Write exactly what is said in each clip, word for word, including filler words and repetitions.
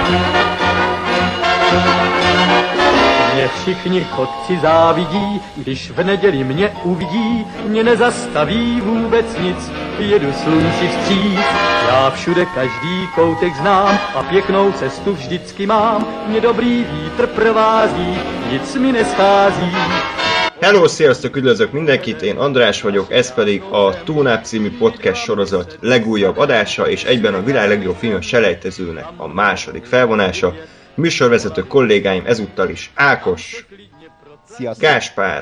Mě všichni chodci závidí, když v neděli mě uvidí, mě nezastaví vůbec nic, jedu slunci vstříc. Já všude každý koutek znám a pěknou cestu vždycky mám, mě dobrý vítr provází, nic mi neschází. Hello, sziasztok, üdvözlök mindenkit, én András vagyok, ez pedig a TUNAP című podcast sorozat legújabb adása, és egyben a világ legjobb filmes selejtezőnek a második felvonása. Műsorvezető kollégáim ezúttal is Ákos, Sziasztok. Gáspár,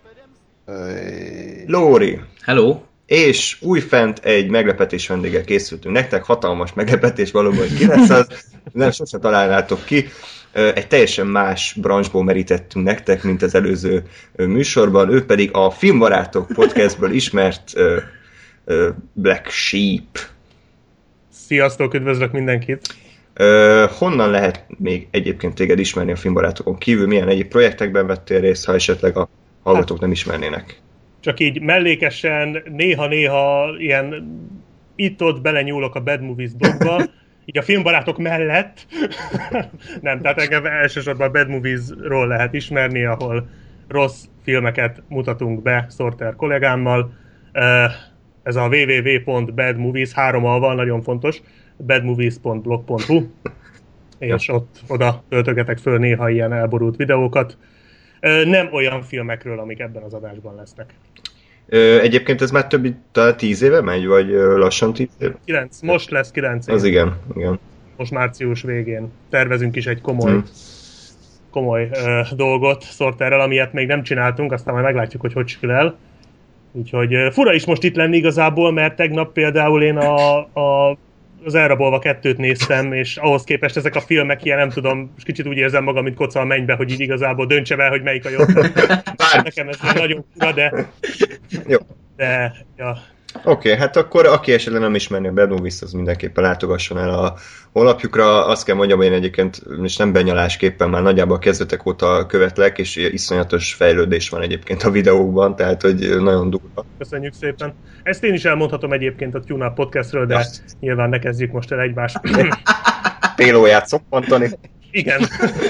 Lóri, hello, és újfent egy meglepetés vendéggel készültünk nektek, hatalmas meglepetés valóban, hogy ki lesz az, nem sosem találnátok ki. Egy teljesen más branchból merítettünk nektek, mint az előző műsorban, ő pedig a Filmbarátok podcastből ismert uh, uh, Black Sheep. Sziasztok, üdvözlök mindenkit! Uh, honnan lehet még egyébként téged ismerni a Filmbarátokon kívül? Milyen egyéb projektekben vettél részt, ha esetleg a hallgatók hát, nem ismernének? Csak így mellékesen, néha-néha ilyen itt-ott belenyúlok a Bad Movies blogba, így a Filmbarátok mellett. Nem, tehát engem elsősorban a Bad Movies-ról lehet ismerni, ahol rossz filmeket mutatunk be Sorter kollégámmal. Ez a double-u double-u double-u pont bad movies, három alval, nagyon fontos, badmovies pont blog pont hu, és ott oda töltögetek föl néha ilyen elborult videókat. Nem olyan filmekről, amik ebben az adásban lesznek. Ö, egyébként ez már több talán tíz éve megy, vagy lassan tíz éve? kilenc, most lesz kilenc éve. Az igen, igen. Most március végén. Tervezünk is egy komoly, hmm. komoly ö, dolgot Sorterrel, amilyet még nem csináltunk, aztán majd meglátjuk, hogy hogy sül el. Úgyhogy ö, fura is most itt lenni igazából, mert tegnap például én a, a, az Elrabolva kettőt néztem, és ahhoz képest ezek a filmek ilyen, nem tudom, és kicsit úgy érzem magam, mint koca a mennybe, hogy így igazából döntsem el, hogy melyik a jobb. Nekem ez nagyon fura, de... Jó. De, ja. Oké, okay, hát akkor aki esetleg nem ismerni a Bad Movies, az mindenképpen látogasson el a honlapjukra. Azt kell mondjam, hogy én egyébként, és nem benyalásképpen, már nagyjából kezdetek óta követlek, és iszonyatos fejlődés van egyébként a videókban, tehát hogy nagyon durva. Köszönjük szépen. Ezt én is elmondhatom egyébként a TUNAP podcastről, de azt nyilván ne kezdjük most el egymást. Pélóját szoppantani. Igen.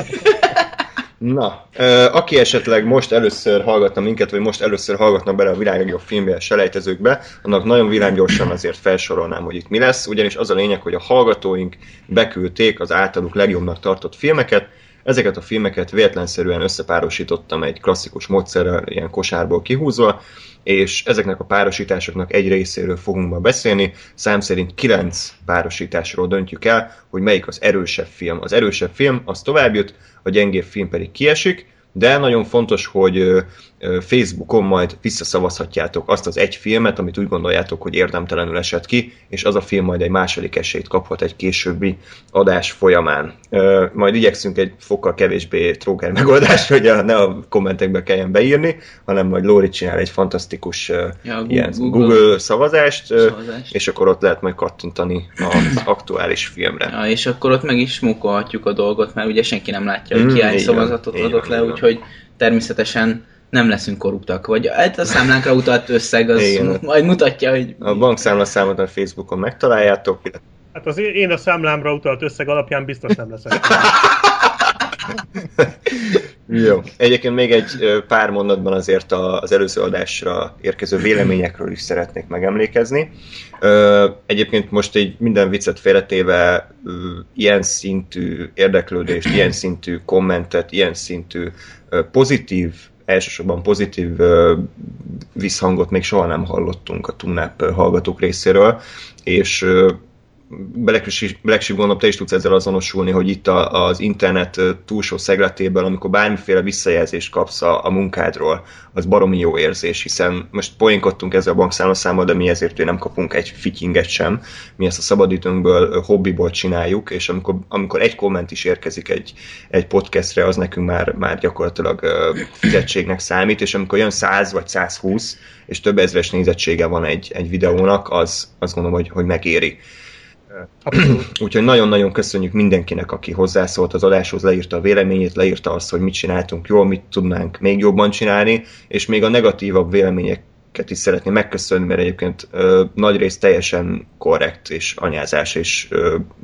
Na, aki esetleg most először hallgatna minket, vagy most először hallgatna bele a világ legjobb filmbe, selejtezőkbe, annak nagyon villámgyorsan azért felsorolnám, hogy itt mi lesz, ugyanis az a lényeg, hogy a hallgatóink beküldték az általuk legjobbnak tartott filmeket. Ezeket a filmeket véletlenszerűen összepárosítottam egy klasszikus módszerrel, ilyen kosárból kihúzva, és ezeknek a párosításoknak egy részéről fogunk ma beszélni. Szám szerint kilenc párosításról döntjük el, hogy melyik az erősebb film. Az erősebb film az tovább jut, a gyengébb film pedig kiesik, de nagyon fontos, hogy Facebookon majd visszaszavazhatjátok azt az egy filmet, amit úgy gondoljátok, hogy érdemtelenül esett ki, és az a film majd egy második esélyt kaphat egy későbbi adás folyamán. Majd igyekszünk egy fokkal kevésbé tróger megoldást, hogy ne a kommentekbe kelljen beírni, hanem majd Lóri csinál egy fantasztikus ja, ilyen Google, Google szavazást, szavazást, és akkor ott lehet majd kattintani az aktuális filmre. Ja, és akkor ott meg is smokolhatjuk a dolgot, mert ugye senki nem látja, hogy ki hány szavazatot van, adott van, le, úgyhogy természetesen nem leszünk korruptak, vagy hát a számlánkra utalt összeg az igen, majd mutatja, hogy... A bankszámlaszámot a Facebookon megtaláljátok. Hát az én a számlámra utalt összeg alapján biztos nem leszek. Jó. Egyébként még egy pár mondatban azért az előző adásra érkező véleményekről is szeretnék megemlékezni. Egyébként most így minden viccet félretéve ilyen szintű érdeklődést, ilyen szintű kommentet, ilyen szintű pozitív, elsősorban pozitív visszhangot még soha nem hallottunk a TUNAP hallgatók részéről, és Black Sheep, gondolom, te is tudsz ezzel azonosulni, hogy itt a, az internet túlsó szegletéből, amikor bármiféle visszajelzést kapsz a, a munkádról, az baromi jó érzés, hiszen most poénkodtunk ezzel a bankszámlaszámmal, de mi ezért nem kapunk egy fityinget sem. Mi ezt a szabadidőnkből, hobbiból csináljuk, és amikor, amikor egy komment is érkezik egy, egy podcastre, az nekünk már, már gyakorlatilag fizetségnek számít, és amikor jön száz vagy százhúsz, és több ezres nézettsége van egy, egy videónak, az azt gondolom, hogy, hogy megéri. Úgyhogy nagyon-nagyon köszönjük mindenkinek, aki hozzászólt az adáshoz, leírta a véleményét, leírta azt, hogy mit csináltunk jól, mit tudnánk még jobban csinálni, és még a negatívabb véleményeket is szeretném megköszönni, mert egyébként ö, nagyrészt teljesen korrekt és anyázás és ö,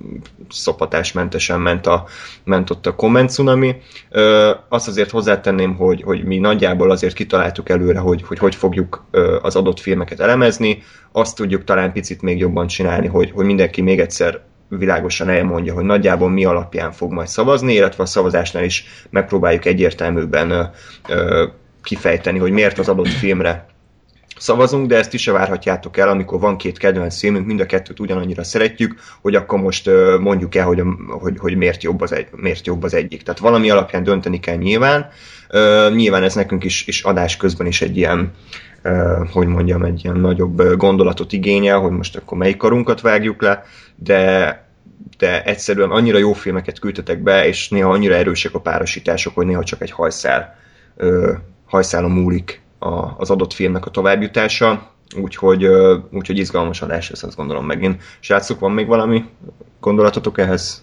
szopatásmentesen ment, a, ment ott a komment cunami. Ö, azt azért hozzátenném, hogy, hogy mi nagyjából azért kitaláltuk előre, hogy hogy, hogy fogjuk ö, az adott filmeket elemezni. Azt tudjuk talán picit még jobban csinálni, hogy, hogy mindenki még egyszer világosan elmondja, hogy nagyjából mi alapján fog majd szavazni, illetve a szavazásnál is megpróbáljuk egyértelműben ö, ö, kifejteni, hogy miért az adott filmre szavazunk, de ezt is se várhatjátok el, amikor van két kedvenc filmünk, mind a kettőt ugyanannyira szeretjük, hogy akkor most uh, mondjuk el, hogy, hogy, hogy miért, jobb az egy, miért jobb az egyik. Tehát valami alapján dönteni kell nyilván. Uh, nyilván ez nekünk is, is adás közben is egy ilyen, uh, hogy mondjam, egy ilyen nagyobb gondolatot igényel, hogy most akkor melyik karunkat vágjuk le, de de egyszerűen annyira jó filmeket küldtetek be, és néha annyira erősek a párosítások, hogy néha csak egy hajszál, uh, hajszálon múlik A, az adott filmnek a továbbjutása, úgyhogy, úgyhogy izgalmas adás lesz, azt gondolom megint. Srácok, van még valami gondolatotok ehhez?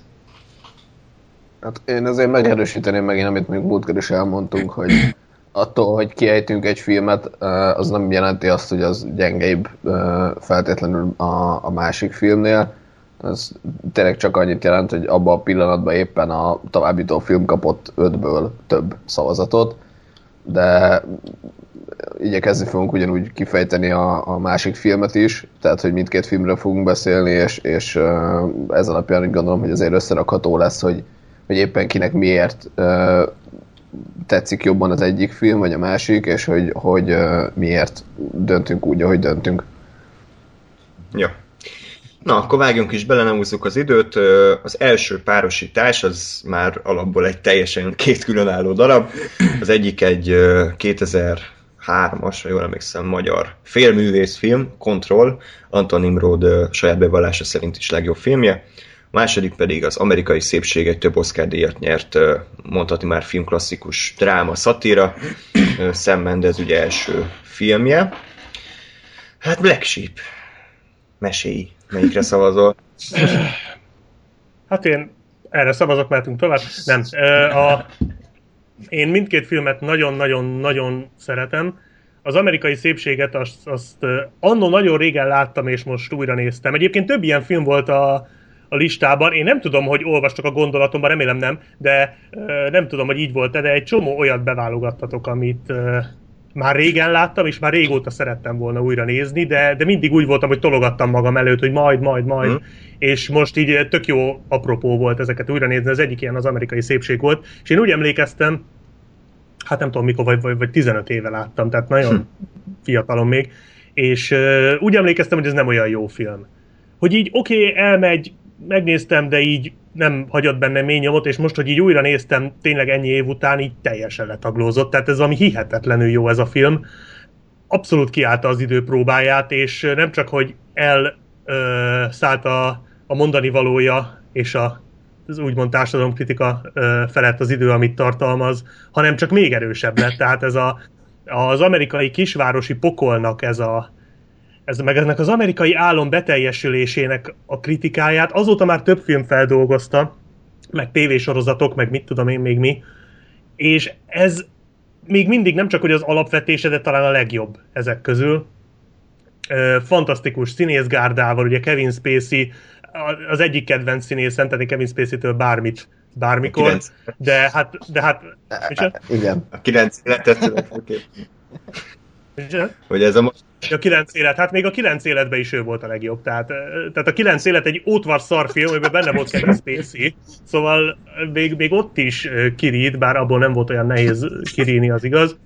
Hát én azért megerősíteném megint, amit még múltkor is elmondtunk, hogy attól, hogy kiejtünk egy filmet, az nem jelenti azt, hogy az gyengébb feltétlenül a, a másik filmnél. Ez tényleg csak annyit jelent, hogy abban a pillanatban éppen a továbbjutó film kapott ötből több szavazatot, de igyekezni fogunk ugyanúgy kifejteni a, a másik filmet is, tehát hogy mindkét filmről fogunk beszélni, és, és uh, ez alapján úgy gondolom, hogy azért összerakható lesz, hogy, hogy éppen kinek miért uh, tetszik jobban az egyik film, vagy a másik, és hogy, hogy uh, miért döntünk úgy, ahogy döntünk. Ja. Na, akkor vágjunk is bele, nem húzzuk az időt. Az első párosítás, az már alapból egy teljesen két különálló darab. Az egyik egy kétezer-hármas, ha jól emlékszem, magyar félművészfilm, Control, Anton Imród saját bevallása szerint is legjobb filmje. A második pedig az Amerikai Szépség, egy több Oscar-díjat nyert, mondhatni már filmklasszikus dráma, szatíra, Sam Mendes ugye első filmje. Hát Black Sheep. Mesélj, melyikre szavazol? Hát én erre szavazok, mehetünk tovább. Nem. A, én mindkét filmet nagyon-nagyon-nagyon szeretem. Az Amerikai Szépséget azt, azt annó nagyon régen láttam, és most újra néztem. Egyébként több ilyen film volt a, a listában. Én nem tudom, hogy olvastok a gondolatomban, remélem nem, de nem tudom, hogy így volt-e, de egy csomó olyat beválogattatok, amit már régen láttam, és már régóta szerettem volna újra nézni, de, de mindig úgy voltam, hogy tologattam magam előtt, hogy majd, majd, majd, mm. és most így tök jó apropó volt ezeket újra nézni. Az egyik ilyen az Amerikai Szépség volt, és én úgy emlékeztem, hát nem tudom mikor, vagy, vagy, vagy tizenöt éve láttam, tehát nagyon hm. fiatalon még, és uh, úgy emlékeztem, hogy ez nem olyan jó film. Hogy így oké, okay, elmegy, megnéztem, de így nem hagyott benne mély nyomot, és most, hogy így újra néztem tényleg ennyi év után, így teljesen letaglózott. Tehát ez valami hihetetlenül jó ez a film. Abszolút kiállta az idő próbáját, és nem csak, hogy elszállt a, a mondani valója, és a, az úgymond társadalomkritika ö, felett az idő, amit tartalmaz, hanem csak még erősebb lett. Tehát ez a, az amerikai kisvárosi pokolnak ez a Ez, meg ennek az amerikai álom beteljesülésének a kritikáját azóta már több film feldolgozta, meg tévésorozatok, meg mit tudom én még mi, és ez még mindig nem csak, hogy az alapvetése, de talán a legjobb ezek közül. Fantasztikus színészgárdával, ugye Kevin Spacey az egyik kedvenc színészem, tehát Kevin Spacey-től bármit, bármikor, de hát... De hát igen. A kilenc életet hogy ez a most... A kilenc élet, hát még a kilenc életben is ő volt a legjobb, tehát, tehát a kilenc élet egy ótvar szarfilm, amiben benne volt Kevin Spacey, szóval még, még ott is kirít, bár abból nem volt olyan nehéz kiríni, az igaz.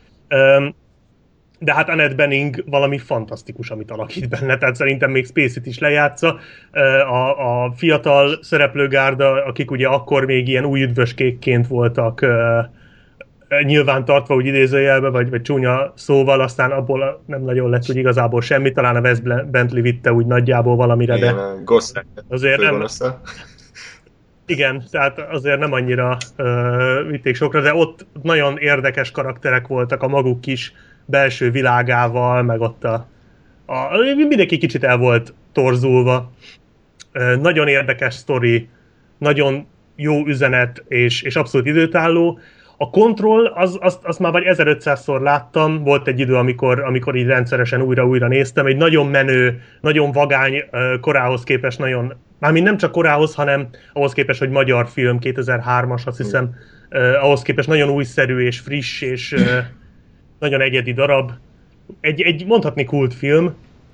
De hát Annette Bening valami fantasztikus, amit alakít benne, tehát szerintem még Spacey-t is lejátsza. A, a fiatal szereplőgárda, akik ugye akkor még ilyen új üdvöskékként voltak nyilván tartva úgy idézőjelbe, vagy, vagy csúnya szóval, aztán abból nem nagyon lett úgy igazából semmi, talán a Wes Bentley vitte úgy nagyjából valamire, de azért nem... Igen, tehát azért nem annyira uh, vitték sokra, de ott nagyon érdekes karakterek voltak a maguk kis belső világával, meg ott a, a mindenki kicsit el volt torzulva. Uh, nagyon érdekes sztori, nagyon jó üzenet, és, és abszolút időtálló. A Control, az, azt, azt már vagy ezerötszázszor láttam, volt egy idő, amikor, amikor így rendszeresen újra-újra néztem, egy nagyon menő, nagyon vagány, korához képest nagyon mármint nem csak korához, hanem ahhoz képest, hogy magyar film, kétezer-hármas, azt hiszem, uh, ahhoz képest nagyon újszerű és friss, és uh, nagyon egyedi darab. Egy, egy mondhatni kultfilm.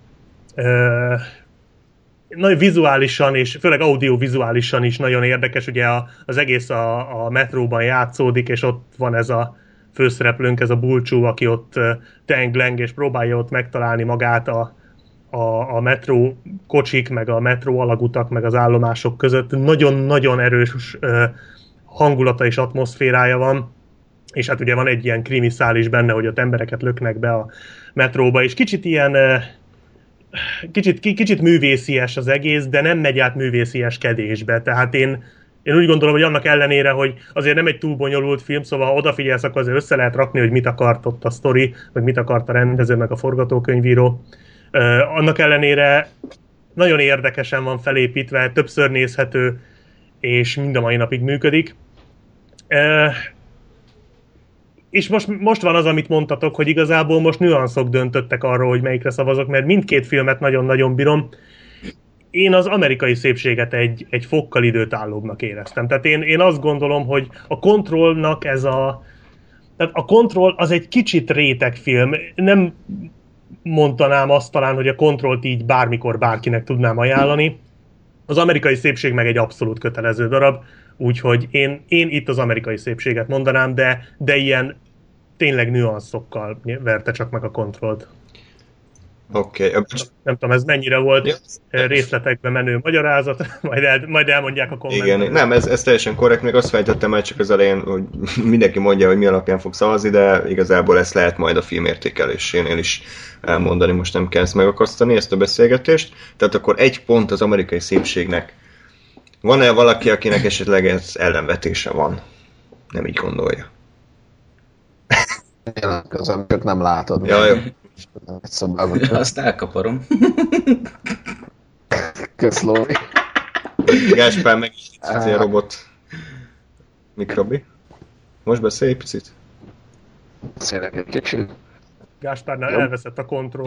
Uh, nagyon vizuálisan, és főleg audiovizuálisan is nagyon érdekes, ugye a, az egész a, a metróban játszódik, és ott van ez a főszereplőnk, ez a Bulcsú, aki ott uh, tengleng, és próbálja ott megtalálni magát a a, a metró kocsik, meg a metró alagutak, meg az állomások között. Nagyon-nagyon erős uh, hangulata és atmoszférája van, és hát ugye van egy ilyen krimiszál is benne, hogy ott embereket löknek be a metróba, és kicsit ilyen uh, kicsit, kicsit művészies az egész, de nem megy át művészieskedésbe. Tehát én, én úgy gondolom, hogy annak ellenére, hogy azért nem egy túl bonyolult film, szóval ha odafigyelsz, akkor azért össze lehet rakni, hogy mit akart ott a sztori, meg mit akart a rendező, meg a forgatókönyvíró. Uh, annak ellenére nagyon érdekesen van felépítve, többször nézhető, és mind a mai napig működik. Uh, és most, most van az, amit mondtatok, hogy igazából most nüanszok döntöttek arról, hogy melyikre szavazok, mert mindkét filmet nagyon-nagyon bírom. Én az Amerikai Szépséget egy, egy fokkal időtállóbbnak éreztem. Tehát én, én azt gondolom, hogy a Kontrollnak ez a... Tehát a Kontroll az egy kicsit rétegfilm. Nem mondanám azt talán, hogy a Kontrollt így bármikor bárkinek tudnám ajánlani. Az Amerikai Szépség meg egy abszolút kötelező darab, úgyhogy én, én itt az Amerikai Szépséget mondanám, de, de ilyen tényleg nüanszokkal verte csak meg a Kontrollt. Oké. Okay. Nem tudom, ez mennyire volt ja. részletekbe menő magyarázat, majd, el, majd elmondják a kommentben. Igen, nem, ez, ez teljesen korrekt, még azt fejtettem el csak az elején, hogy mindenki mondja, hogy mi alapján fog szavazni, de igazából ezt lehet majd a filmértékelésénél is elmondani, most nem kell ezt megakasztani, ezt a beszélgetést. Tehát akkor egy pont az Amerikai Szépségnek. Van-e valaki, akinek esetleg ez ellenvetése van? Nem így gondolja. Jelentkezem, csak nem látod. Ja, jó. Azt elkaparom. Kösz, Lóri. Gáspár meg is a robot mikrobi. Most beszélj egy picit. Beszélek egy kicsit. Gáspárnál elveszett a kontroll.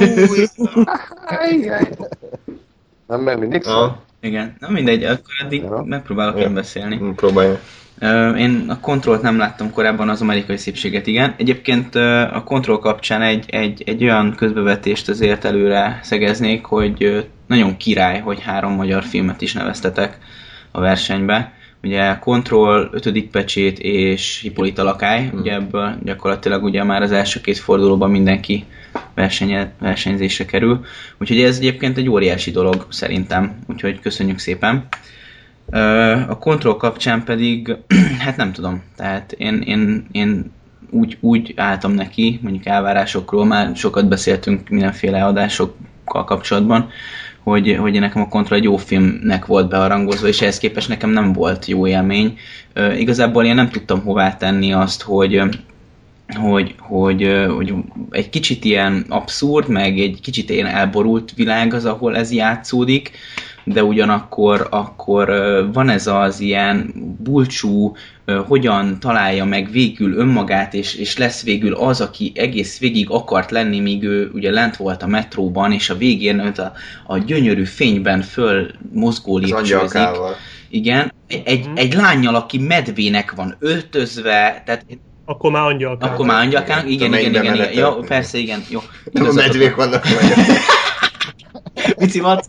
Nem, mert mindig szó. Igen, na mindegy, akkor addig ja. megpróbálok én beszélni. Próbálj. Én a Kontrollt nem láttam korábban, az Amerikai Szépséget igen. Egyébként a Kontroll kapcsán egy, egy, egy olyan közbevetést azért előre szegeznék, hogy nagyon király, hogy három magyar filmet is neveztetek a versenybe. Ugye Kontroll, Ötödik pecsét és Hippolyta Lakály, hmm. ugye ebből gyakorlatilag ugye már az első két fordulóban mindenki versenye, versenyzésre kerül. Úgyhogy ez egyébként egy óriási dolog szerintem, úgyhogy köszönjük szépen. A Kontroll kapcsán pedig, hát nem tudom, tehát én, én, én úgy, úgy álltam neki, mondjuk elvárásokról, már sokat beszéltünk mindenféle adásokkal kapcsolatban, hogy, hogy nekem a Kontroll egy jó filmnek volt bearangozva, és ehhez képest nekem nem volt jó élmény. Uh, igazából én nem tudtam hová tenni azt, hogy, hogy, hogy, hogy egy kicsit ilyen abszurd, meg egy kicsit ilyen elborult világ az, ahol ez játszódik, de ugyanakkor akkor van ez az ilyen Bulcsú, hogyan találja meg végül önmagát, és, és lesz végül az, aki egész végig akart lenni, míg ő ugye lent volt a metróban, és a végén őt a, a gyönyörű fényben föl mozgó lépcsőzik. Igen, egy, mm. egy lánnyal, aki medvének van öltözve, tehát akkor már angyalkának. Akkor már angyalkának, igen, igen, igen, igen. Ja, persze, igen, jó. Nem a medvék vannak meg. Vici Mac.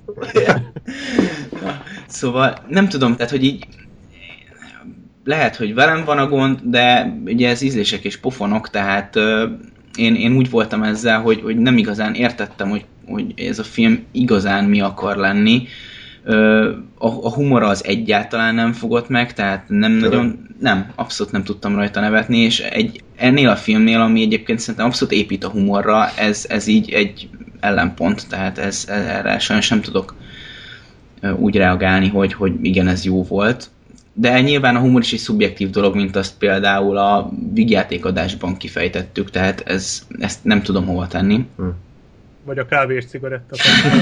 Szóval nem tudom, tehát hogy így lehet, hogy velem van a gond, de ugye ez ízlések és pofonok, tehát uh, én, én úgy voltam ezzel, hogy, hogy nem igazán értettem, hogy, hogy ez a film igazán mi akar lenni. Uh, a, a humora az egyáltalán nem fogott meg, tehát nem Tudom. nagyon, nem, abszolút nem tudtam rajta nevetni, és egy, ennél a filmnél, ami egyébként szerintem abszolút épít a humorra, ez, ez így egy ellenpont, tehát ez, erre sajnos nem tudok úgy reagálni, hogy, hogy igen, ez jó volt. De nyilván a humor is egy szubjektív dolog, mint azt például a vígjátékadásban kifejtettük, tehát ez, ezt nem tudom hova tenni. Hm. Vagy a kávé és cigaretta.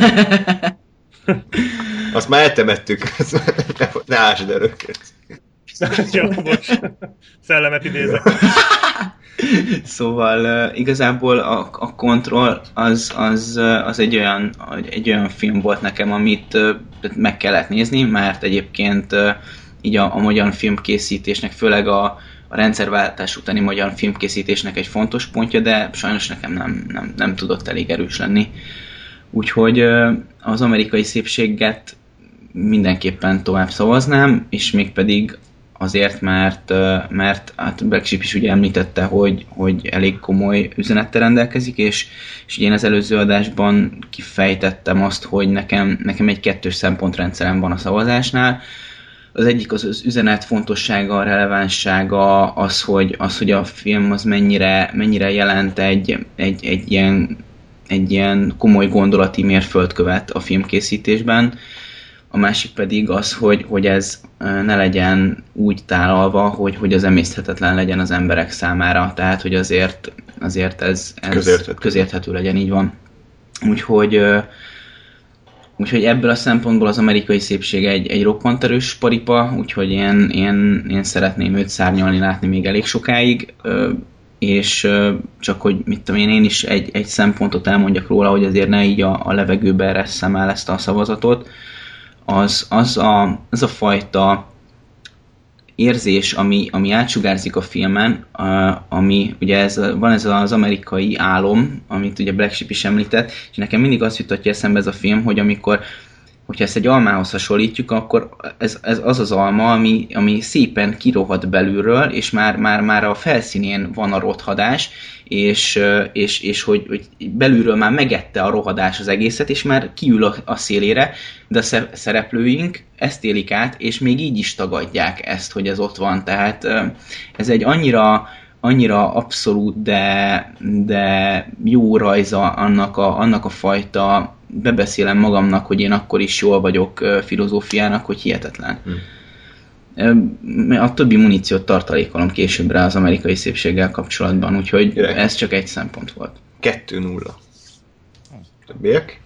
Azt már eltemettük, ne ásd el őket. Ja, bocs. Szellemet idézek. Szóval uh, igazából a, a Control az, az, uh, az egy, olyan, egy olyan film volt nekem, amit uh, meg kellett nézni, mert egyébként uh, így a, a magyar filmkészítésnek, főleg a, a rendszerváltás utáni magyar filmkészítésnek egy fontos pontja, de sajnos nekem nem, nem, nem tudott elég erős lenni. Úgyhogy uh, az Amerikai Szépséget mindenképpen tovább szavaznám, és mégpedig azért, mert, mert hát Black Sheep is ugye említette, hogy, hogy elég komoly üzenettel rendelkezik, és, és én az előző adásban kifejtettem azt, hogy nekem, nekem egy kettős szempontrendszerem van a szavazásnál. Az egyik az, az üzenet fontossága, a relevánssága, az, hogy, az, hogy a film az mennyire, mennyire jelent egy, egy, egy, ilyen, egy ilyen komoly gondolati mérföldkövet a filmkészítésben. A másik pedig az, hogy, hogy ez ne legyen úgy tálalva, hogy, hogy az emészthetetlen legyen az emberek számára. Tehát, hogy azért, azért ez, ez közérthető. közérthető legyen, így van. Úgyhogy, úgyhogy ebből a szempontból az Amerikai Szépség egy, egy roppant erős paripa, úgyhogy én, én, én szeretném őt szárnyalni, látni még elég sokáig. És csak hogy mit tudom én, én is egy, egy szempontot elmondjak róla, hogy azért ne így a, a levegőbe eresszem el ezt a szavazatot. Az, az, a, az a fajta érzés, ami, ami átsugárzik a filmen, ami ugye ez, van ez az amerikai álom, amit ugye Black Sheep is említett, és nekem mindig azt jutatja eszembe ez a film, hogy amikor, hogyha ezt egy almához hasonlítjuk, akkor ez, ez az az alma, ami, ami szépen kirohad belülről, és már, már, már a felszínén van a rothadás, és, és, és hogy, hogy belülről már megette a rohadás az egészet, és már kiül a, a szélére, de a szereplőink ezt élik át, és még így is tagadják ezt, hogy ez ott van. Tehát ez egy annyira, annyira abszolút, de, de jó rajza annak a, annak a fajta, bebeszélem magamnak, hogy én akkor is jól vagyok filozófiának, hogy hihetetlen. Hmm. A többi muníciót tartalékolom későbbre az Amerikai Szépséggel kapcsolatban, úgyhogy Gyere. Ez csak egy szempont volt. kettő nulla. Többiek?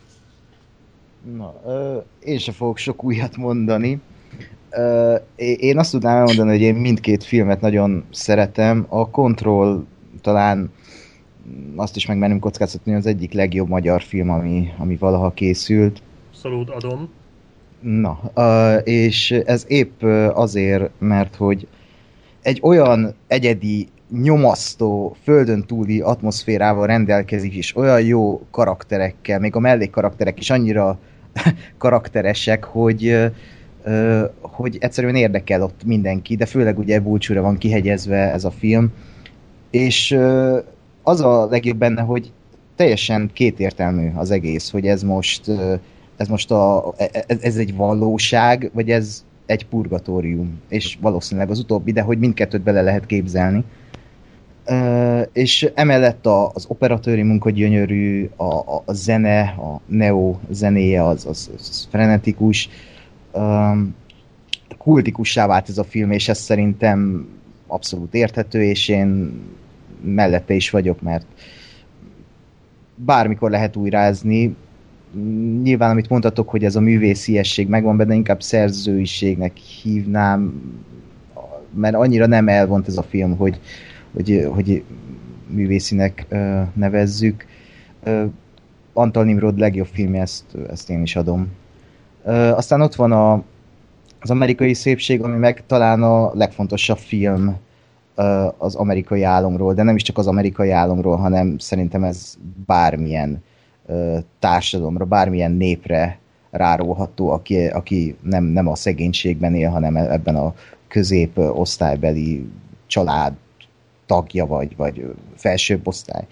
Na, ö, én sem fogok sok újat mondani. Ö, én azt tudnám elmondani, hogy én mindkét filmet nagyon szeretem. A Control talán azt is megmerném kockáztatni, hogy az egyik legjobb magyar film, ami, ami valaha készült. Abszolút adom. Na, uh, és ez épp azért, mert hogy egy olyan egyedi, nyomasztó, földön túli atmoszférával rendelkezik, és olyan jó karakterekkel, még a mellékkarakterek is annyira karakteresek, hogy, uh, hogy egyszerűen érdekel ott mindenki, de főleg ugye búcsúra van kihegyezve ez a film, és uh, az a legjobb benne, hogy teljesen kétértelmű az egész, hogy ez most uh, ez most a, ez egy valóság, vagy ez egy purgatórium, és valószínűleg az utóbbi, de hogy mindkettőt bele lehet képzelni. Uh, és emellett a, az operatőri munka gyönyörű, a, a, a zene, a neo zenéje az, az, az frenetikus, um, kultikussá vált ez a film, és ez szerintem abszolút érthető, és én mellette is vagyok, mert bármikor lehet újrázni. Nyilván, amit mondhatok, hogy ez a művésziesség megvan benne, inkább szerzőiségnek hívnám, mert annyira nem elvont ez a film, hogy, hogy, hogy művészinek uh, nevezzük. Uh, Antal Nimrod legjobb filmje, ezt, ezt én is adom. Uh, aztán ott van a, az Amerikai Szépség, ami meg talán a legfontosabb film uh, az amerikai álomról, de nem is csak az amerikai álomról, hanem szerintem ez bármilyen társadalomra, bármilyen népre ráróható, aki, aki nem, nem a szegénységben él, hanem ebben a középosztálybeli család tagja, vagy, vagy felsőbb osztály.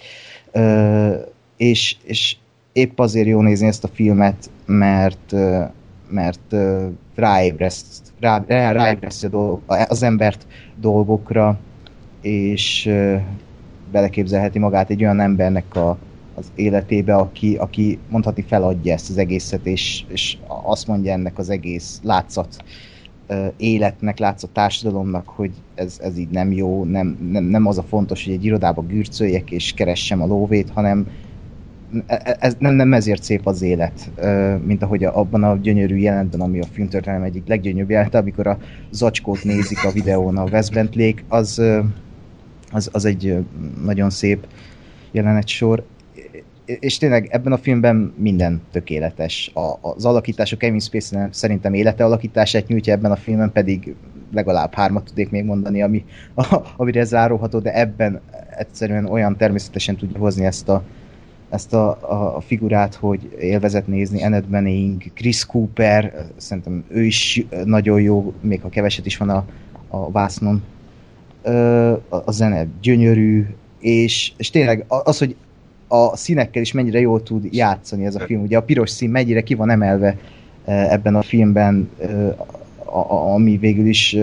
És, és épp azért jó nézni ezt a filmet, mert, mert ráébreszt, rá, ráébreszt az embert dolgokra, és beleképzelheti magát egy olyan embernek a az életébe, aki, aki mondhatni feladja ezt az egészet, és, és azt mondja ennek az egész látszat uh, életnek, látszat társadalomnak, hogy ez, ez így nem jó, nem, nem, nem az a fontos, hogy egy irodába gürcöljek és keressem a lóvét, hanem ez, nem, nem ezért szép az élet, uh, mint ahogy a, abban a gyönyörű jelentben, ami a filmtörténelem egyik leggyönyörűbb jelent, amikor a zacskót nézik a videón a Wes Bentley-k, az, uh, az, az egy nagyon szép jelenetsor. És tényleg ebben a filmben minden tökéletes. A, az alakítás, a Kevin Spacey szerintem élete alakítását nyújtja, ebben a filmben pedig legalább hármat tudnék még mondani, ami, a, amire zárulható, de ebben egyszerűen olyan természetesen tudja hozni ezt a, ezt a, a, a figurát, hogy élvezet nézni. Annette Bening, Chris Cooper, szerintem ő is nagyon jó, még ha keveset is van a, a vásznon. A, a zene gyönyörű, és, és tényleg az, hogy a színekkel is mennyire jól tud játszani ez a film. Ugye a piros szín mennyire ki van emelve ebben a filmben, ami végül is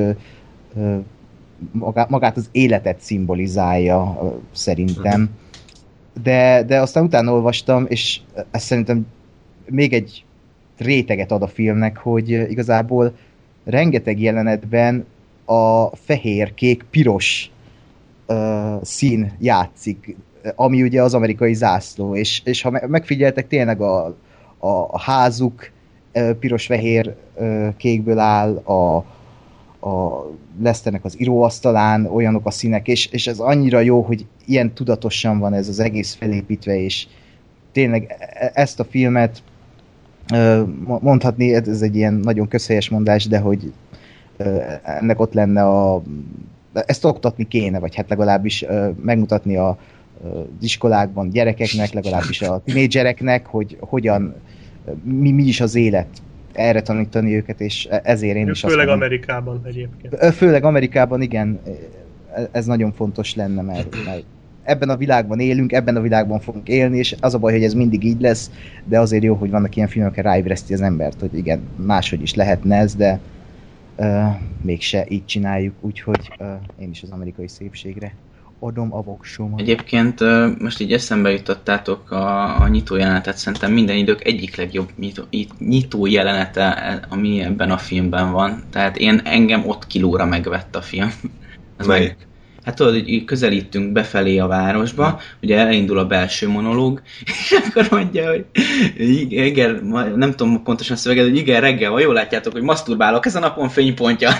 magát az életet szimbolizálja szerintem. De, de aztán utána olvastam, és ez szerintem még egy réteget ad a filmnek, hogy igazából rengeteg jelenetben a fehér, kék, piros szín játszik, ami ugye az amerikai zászló, és, és ha megfigyeltek, tényleg a, a, a házuk piros-fehér kékből áll, a, a Lesternek az íróasztalán olyanok a színek, és, és ez annyira jó, hogy ilyen tudatosan van ez az egész felépítve, és tényleg ezt a filmet mondhatni, ez egy ilyen nagyon közhelyes mondás, de hogy ennek ott lenne a... ezt oktatni kéne, vagy hát legalábbis megmutatni a az iskolákban gyerekeknek, legalábbis a tinédzsereknek, hogy hogyan, mi, mi is az élet, erre tanítani őket, és ezért én is főleg azt Amerikában egyébként. Főleg Amerikában, igen, ez nagyon fontos lenne, mert, mert ebben a világban élünk, ebben a világban fogunk élni, és az a baj, hogy ez mindig így lesz, de azért jó, hogy vannak ilyen filmek, hogy ráébreszti az embert, hogy igen, máshogy is lehetne ez, de uh, mégse így csináljuk, úgyhogy uh, én is az amerikai szépségre adom a voksomat. Egyébként most így eszembe jutottátok a, a nyitó jelenetet, szerintem minden idők egyik legjobb nyitó, nyitó jelenete, ami ebben a filmben van. Tehát én engem ott kilóra megvett a film. Melyik? Hát tudod, hogy közelítünk befelé a városba, hmm. ugye elindul a belső monológ, és akkor mondja, hogy igen, nem tudom pontosan szöveget, hogy igen, reggel van, jól látjátok, hogy maszturbálok, ez a napon fénypontja.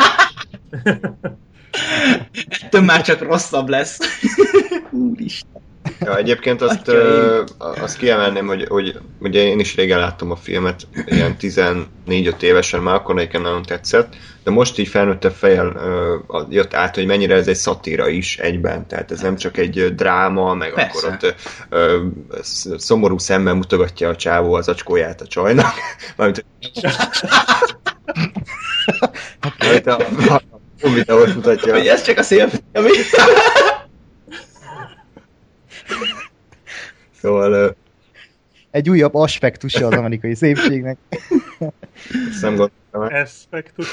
Ettől már csak rosszabb lesz. Úristen. Ja, egyébként azt, ö, azt kiemelném, hogy, hogy ugye én is régen láttam a filmet, ilyen tizennégy-öt évesen, már akkor nekem nagyon tetszett, de most így felnőttebb fejjel ö, jött át, hogy mennyire ez egy szatíra is egyben, tehát ez nem csak egy dráma, meg Persze. akkor ott ö, szomorú szemmel mutogatja a csávó az acskóját a csajnak. Mármint, Mármint a, a, a videót mutatja. Hogy ez csak a szél, ami... Szóval... Egy újabb aspektusa az amerikai szépségnek. Ezt nem gondoltam el. Aspektus.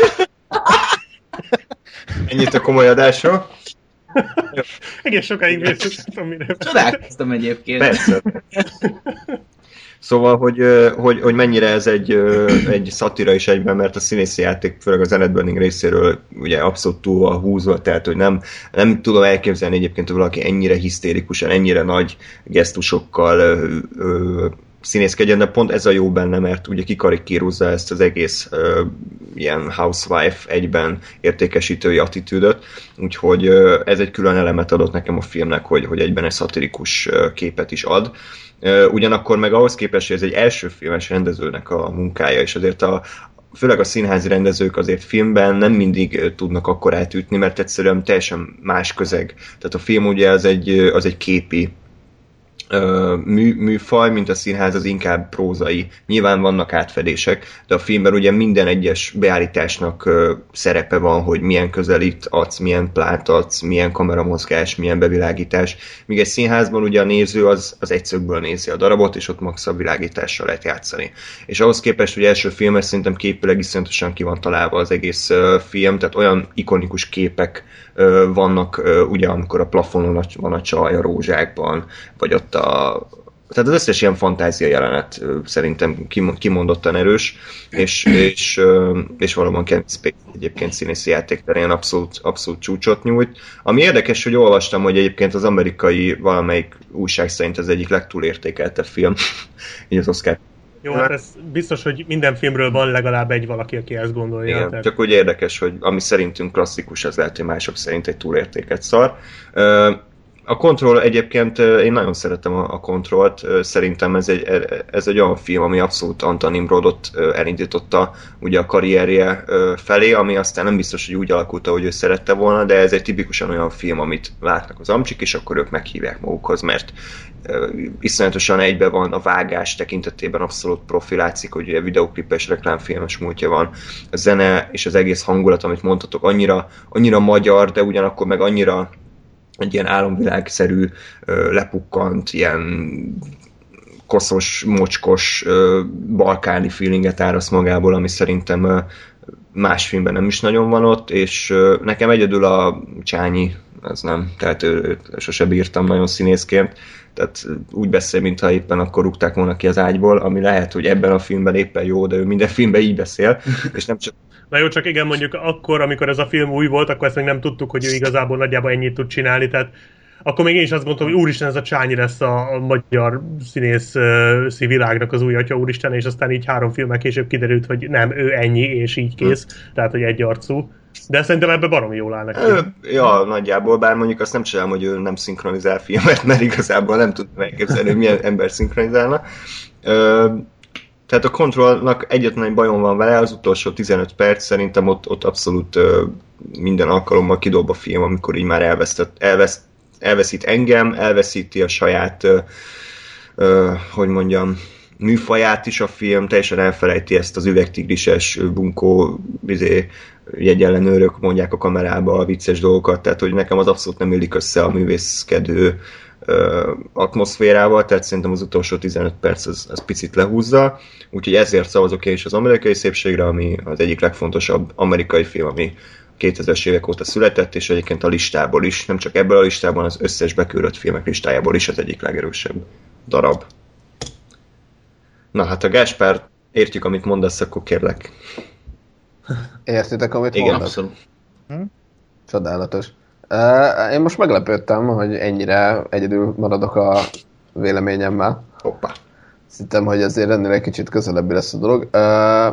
Ennyit a komoly adásról. Egész sokáig vészítettem, mire. Csodálkoztam egyébként. Persze. Szóval, hogy, hogy, hogy mennyire ez egy, egy szatira is egyben, mert a színészi játék, főleg az Annette Bening részéről ugye abszolút túl van húzva, tehát hogy nem, nem tudom elképzelni egyébként, hogy valaki ennyire hisztérikusan, ennyire nagy gesztusokkal ö, ö, színészkedjen, de pont ez a jó benne, mert ugye kikarikírozza ezt az egész ö, ilyen housewife egyben értékesítői attitűdöt, úgyhogy ö, ez egy külön elemet adott nekem a filmnek, hogy, hogy egyben egy szatirikus ö, képet is ad. Ugyanakkor meg ahhoz képest, hogy ez egy első filmes rendezőnek a munkája, és azért a, főleg a színházi rendezők azért filmben nem mindig tudnak akkor átütni, mert egyszerűen teljesen más közeg. Tehát a film ugye az egy, az egy képi mű, műfaj, mint a színház, az inkább prózai. Nyilván vannak átfedések, de a filmben ugye minden egyes beállításnak szerepe van, hogy milyen közelít adsz, milyen plát adsz, milyen kameramozgás, milyen bevilágítás. Míg egy színházban ugye a néző az, az egy szögből nézi a darabot, és ott max a világítással lehet játszani. És ahhoz képest, hogy első filmes szerintem képileg iszonyatosan ki van találva az egész film, tehát olyan ikonikus képek vannak, ugye amikor a plafonon van a csaj a rózsákban, vagy ott a... Tehát az összes ilyen fantázia jelenet szerintem kimondottan erős, és, és, és valóban Kevin Spacey egyébként színészi játékterén abszolút, abszolút csúcsot nyújt. Ami érdekes, hogy olvastam, hogy egyébként az amerikai valamelyik újság szerint az egyik legtúlértékeltebb film, így az Oscar Jó, hát ez biztos, hogy minden filmről van legalább egy valaki, aki ezt gondolja. Igen, tehát... csak úgy érdekes, hogy ami szerintünk klasszikus, az lehet, hogy mások szerint egy túlértéket szar. A Control egyébként, én nagyon szeretem a Controlt, szerintem ez egy, ez egy olyan film, ami abszolút Anton Nimrodot elindította ugye a karrierje felé, ami aztán nem biztos, hogy úgy alakult, ahogy ő szerette volna, de ez egy tipikusan olyan film, amit látnak az amcsik, és akkor ők meghívják magukhoz, mert iszonyatosan egybe van a vágás tekintetében, abszolút profi, látszik, hogy ugye videoklipes, reklámfilmes múltja van. A zene és az egész hangulat, amit mondhatok, annyira, annyira magyar, de ugyanakkor meg annyira egy ilyen álomvilágszerű, lepukkant, ilyen koszos, mocskos, balkáni feelinget áraszt magából, ami szerintem más filmben nem is nagyon van ott, és nekem egyedül a Csányi, az nem, tehát őt sose bírtam nagyon színészként, tehát úgy beszél, mintha éppen akkor rúgták volna ki az ágyból, ami lehet, hogy ebben a filmben éppen jó, de ő minden filmben így beszél, és nem csak... Na jó, csak igen, mondjuk akkor, amikor ez a film új volt, akkor ezt még nem tudtuk, hogy ő igazából nagyjából ennyit tud csinálni, tehát akkor még én is azt gondoltam, hogy úristen, ez a Csányi lesz a, a magyar színészi világnak az új atya, úristen, és aztán így három filmek később kiderült, hogy nem, ő ennyi, és így kész, hmm. tehát, hogy egy arcú. De szerintem ebben baromi jól áll neki. Ja, nagyjából, bár mondjuk azt nem csinálom, hogy ő nem szinkronizál filmet, mert igazából nem tudom megképzelni, hogy milyen ember szinkronizálna. Tehát a Controlnak egyetlen egy bajom van vele, az utolsó tizenöt perc, szerintem ott, ott abszolút minden alkalommal kidob a film, amikor így már elvesztett, elveszt, elveszít engem, elveszíti a saját, hogy mondjam, műfaját is a film, teljesen elfelejti ezt az üvegtigrises, bunkó, izé, jegyellenőrök mondják a kamerába a vicces dolgokat, tehát hogy nekem az abszolút nem illik össze a művészkedő ö, atmoszférával, tehát szerintem az utolsó tizenöt perc az, az picit lehúzza, úgyhogy ezért szavazok én is az Amerikai Szépségre, ami az egyik legfontosabb amerikai film, ami kétezres évek óta született, és egyébként a listából is, nem csak ebből a listában, az összes beküldött filmek listájából is az egyik legerősebb darab. Na hát a Gáspár, értjük, amit mondasz, akkor kérlek. Értitek, amit Igen, mondok? abszolút. Hm? Csodálatos. Uh, én most meglepődtem, hogy ennyire egyedül maradok a véleményemmel. Hoppá. Szerintem, hogy azért ennél egy kicsit közelebbi lesz a dolog. Uh,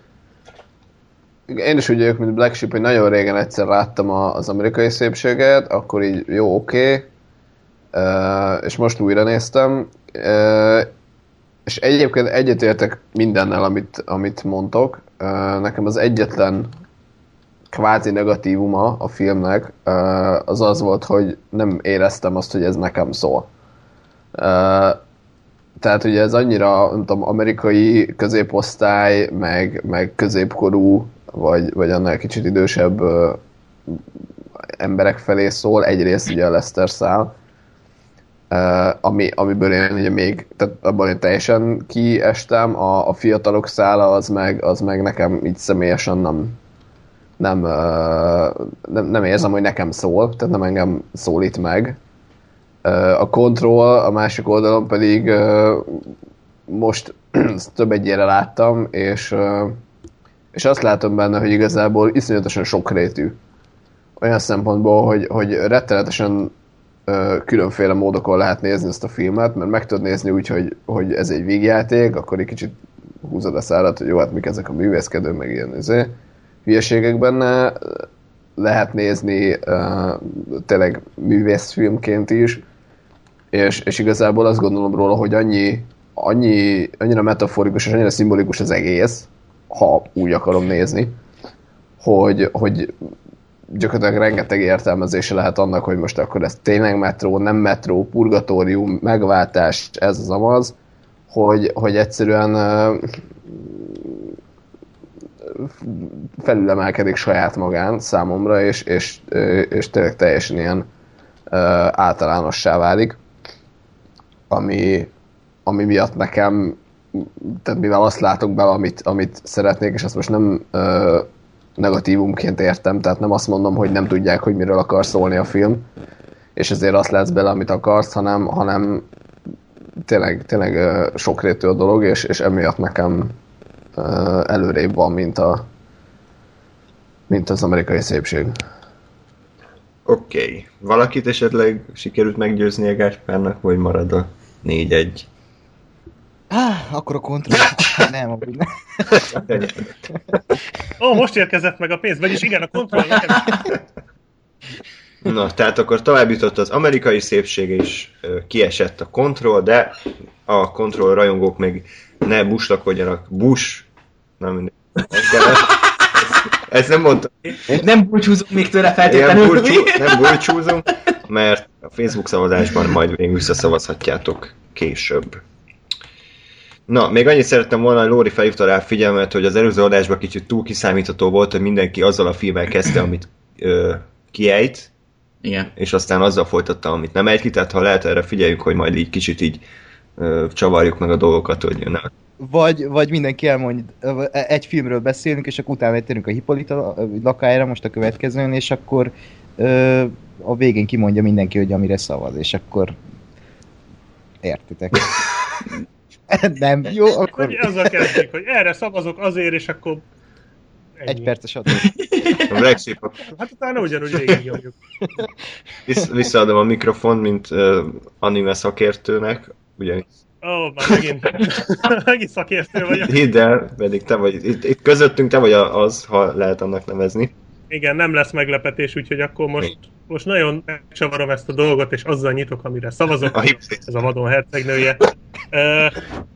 én is úgy vagyok, mint Black Sheep, hogy nagyon régen egyszer láttam a, az Amerikai Szépséget, akkor így jó, oké. Okay. Uh, és most újra néztem. Uh, és egyébként egyetértek mindennel, amit, amit mondtok. Uh, nekem az egyetlen kvázi negatívuma a filmnek uh, az az volt, hogy nem éreztem azt, hogy ez nekem szól. Uh, tehát ugye ez annyira, nem tudom, amerikai középosztály, meg, meg középkorú, vagy, vagy annál kicsit idősebb uh, emberek felé szól. Egyrészt ugye a Lester szál, Uh, ami, amiből én ugye még, tehát abban én teljesen kiestem, a, a fiatalok szála az meg, az meg nekem így személyesen nem, nem, uh, nem, nem érzem, hogy nekem szól, tehát nem engem szólít meg. Uh, a Control, a másik oldalon pedig uh, most több egyére láttam, és, uh, és azt látom benne, hogy igazából iszonyatosan sokrétű. Olyan szempontból, hogy, hogy rettenetesen különféle módokon lehet nézni ezt a filmet, mert meg tudod nézni úgy, hogy, hogy ez egy vígjáték, akkor egy kicsit húzod a szárat, hogy jó, hát mik ezek a művészkedő, meg ilyen izé, hülyeségek benne. Lehet nézni uh, tényleg művészfilmként is, és, és igazából azt gondolom róla, hogy annyi, annyi, annyira metaforikus és annyira szimbolikus az egész, ha úgy akarom nézni, hogy, hogy gyakorlatilag rengeteg értelmezése lehet annak, hogy most akkor ez tényleg metró, nem metró, purgatórium, megváltás, ez az amaz, hogy, hogy egyszerűen uh, felülemelkedik saját magán számomra, és, és, és tényleg teljesen ilyen uh, általánossá válik, ami, ami miatt nekem, tehát mivel azt látok bele, amit, amit szeretnék, és azt most nem uh, negatívumként értem, tehát nem azt mondom, hogy nem tudják, hogy miről akar szólni a film, és ezért azt látsz bele, amit akarsz, hanem, hanem tényleg, tényleg uh, sokrétű a dolog, és, és emiatt nekem uh, előrébb van, mint, a, mint az Amerikai Szépség. Oké. Okay. Valakit esetleg sikerült meggyőzni a Gáspárnak, vagy marad a négy egy? Ah, akkor a kontroll. Nem, amúgy nem. Ó, oh, most érkezett meg a pénz, vagyis igen, a kontroll nekem. Na, tehát akkor tovább jutott az amerikai szépség, és ö, kiesett a kontroll, de a kontroll rajongók még ne buslakodjanak. Bush, nem mindegy. Ezt nem mondtam. Nem búcsúzunk még tőle Nem, feltétlenül. búcsú, nem búcsúzunk, mert a Facebook szavazásban majd még visszaszavazhatjátok később. Na, még annyit szerettem volna, hogy Lóri felhívta rá figyelmet, hogy az előző adásban kicsit túl kiszámítható volt, hogy mindenki azzal a filmmel kezdte, amit ö, kiejt, Igen. és aztán azzal folytatta, amit nem ejt ki, tehát ha lehet, erre figyeljük, hogy majd így kicsit így ö, csavarjuk meg a dolgokat, hogy ne. Vagy, vagy mindenki elmond, egy filmről beszélünk, és akkor utána térünk a Hippolyta lakájára, most a következőn, és akkor ö, a végén kimondja mindenki, hogy amire szavaz, és akkor értitek. Nem, jó, akkor Hogy azzal kezdjük, hogy erre szavazok azért, és akkor ennyi. egy perces adó. A legszép, Hát utána ugyanúgy végignyomjuk. Vissz, visszaadom a mikrofont, mint uh, anime szakértőnek, ugyanis Ó, oh, már megint, megint szakértő vagyok. hidd el, pedig te vagy, itt, itt közöttünk te vagy az, ha lehet annak nevezni. Igen, nem lesz meglepetés, úgyhogy akkor most, most nagyon megcsavarom ezt a dolgot, és azzal nyitok, amire szavazok. A hipster. Ez a vadon hercegnője. Uh,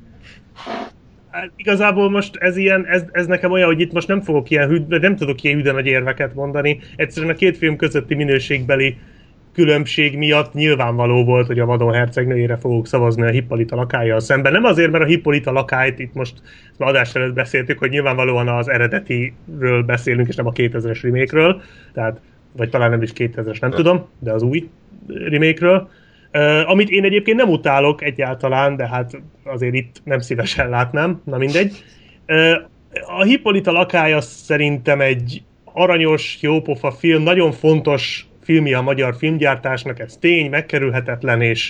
hát igazából most ez ilyen, ez, ez nekem olyan, hogy itt most nem fogok ilyen hűd, nem tudok ilyen hűden nagy érveket mondani. Egyszerűen a két film közötti minőségbeli különbség miatt nyilvánvaló volt, hogy a vadon hercegnőjére fogok szavazni a Hippolyta lakájjal szemben. Nem azért, mert a Hippolyta lakályt itt most az adás előtt beszéltük, hogy nyilvánvalóan az eredetiről beszélünk, és nem a kétezres remake-ről, tehát, vagy talán nem is kétezres, nem tudom, de az új remake-ről. Uh, amit én egyébként nem utálok egyáltalán, de hát azért itt nem szívesen látnám, na mindegy. Uh, a Hippolyta lakálya szerintem egy aranyos, jópofa film, nagyon fontos filmje a magyar filmgyártásnak, ez tény, megkerülhetetlen és,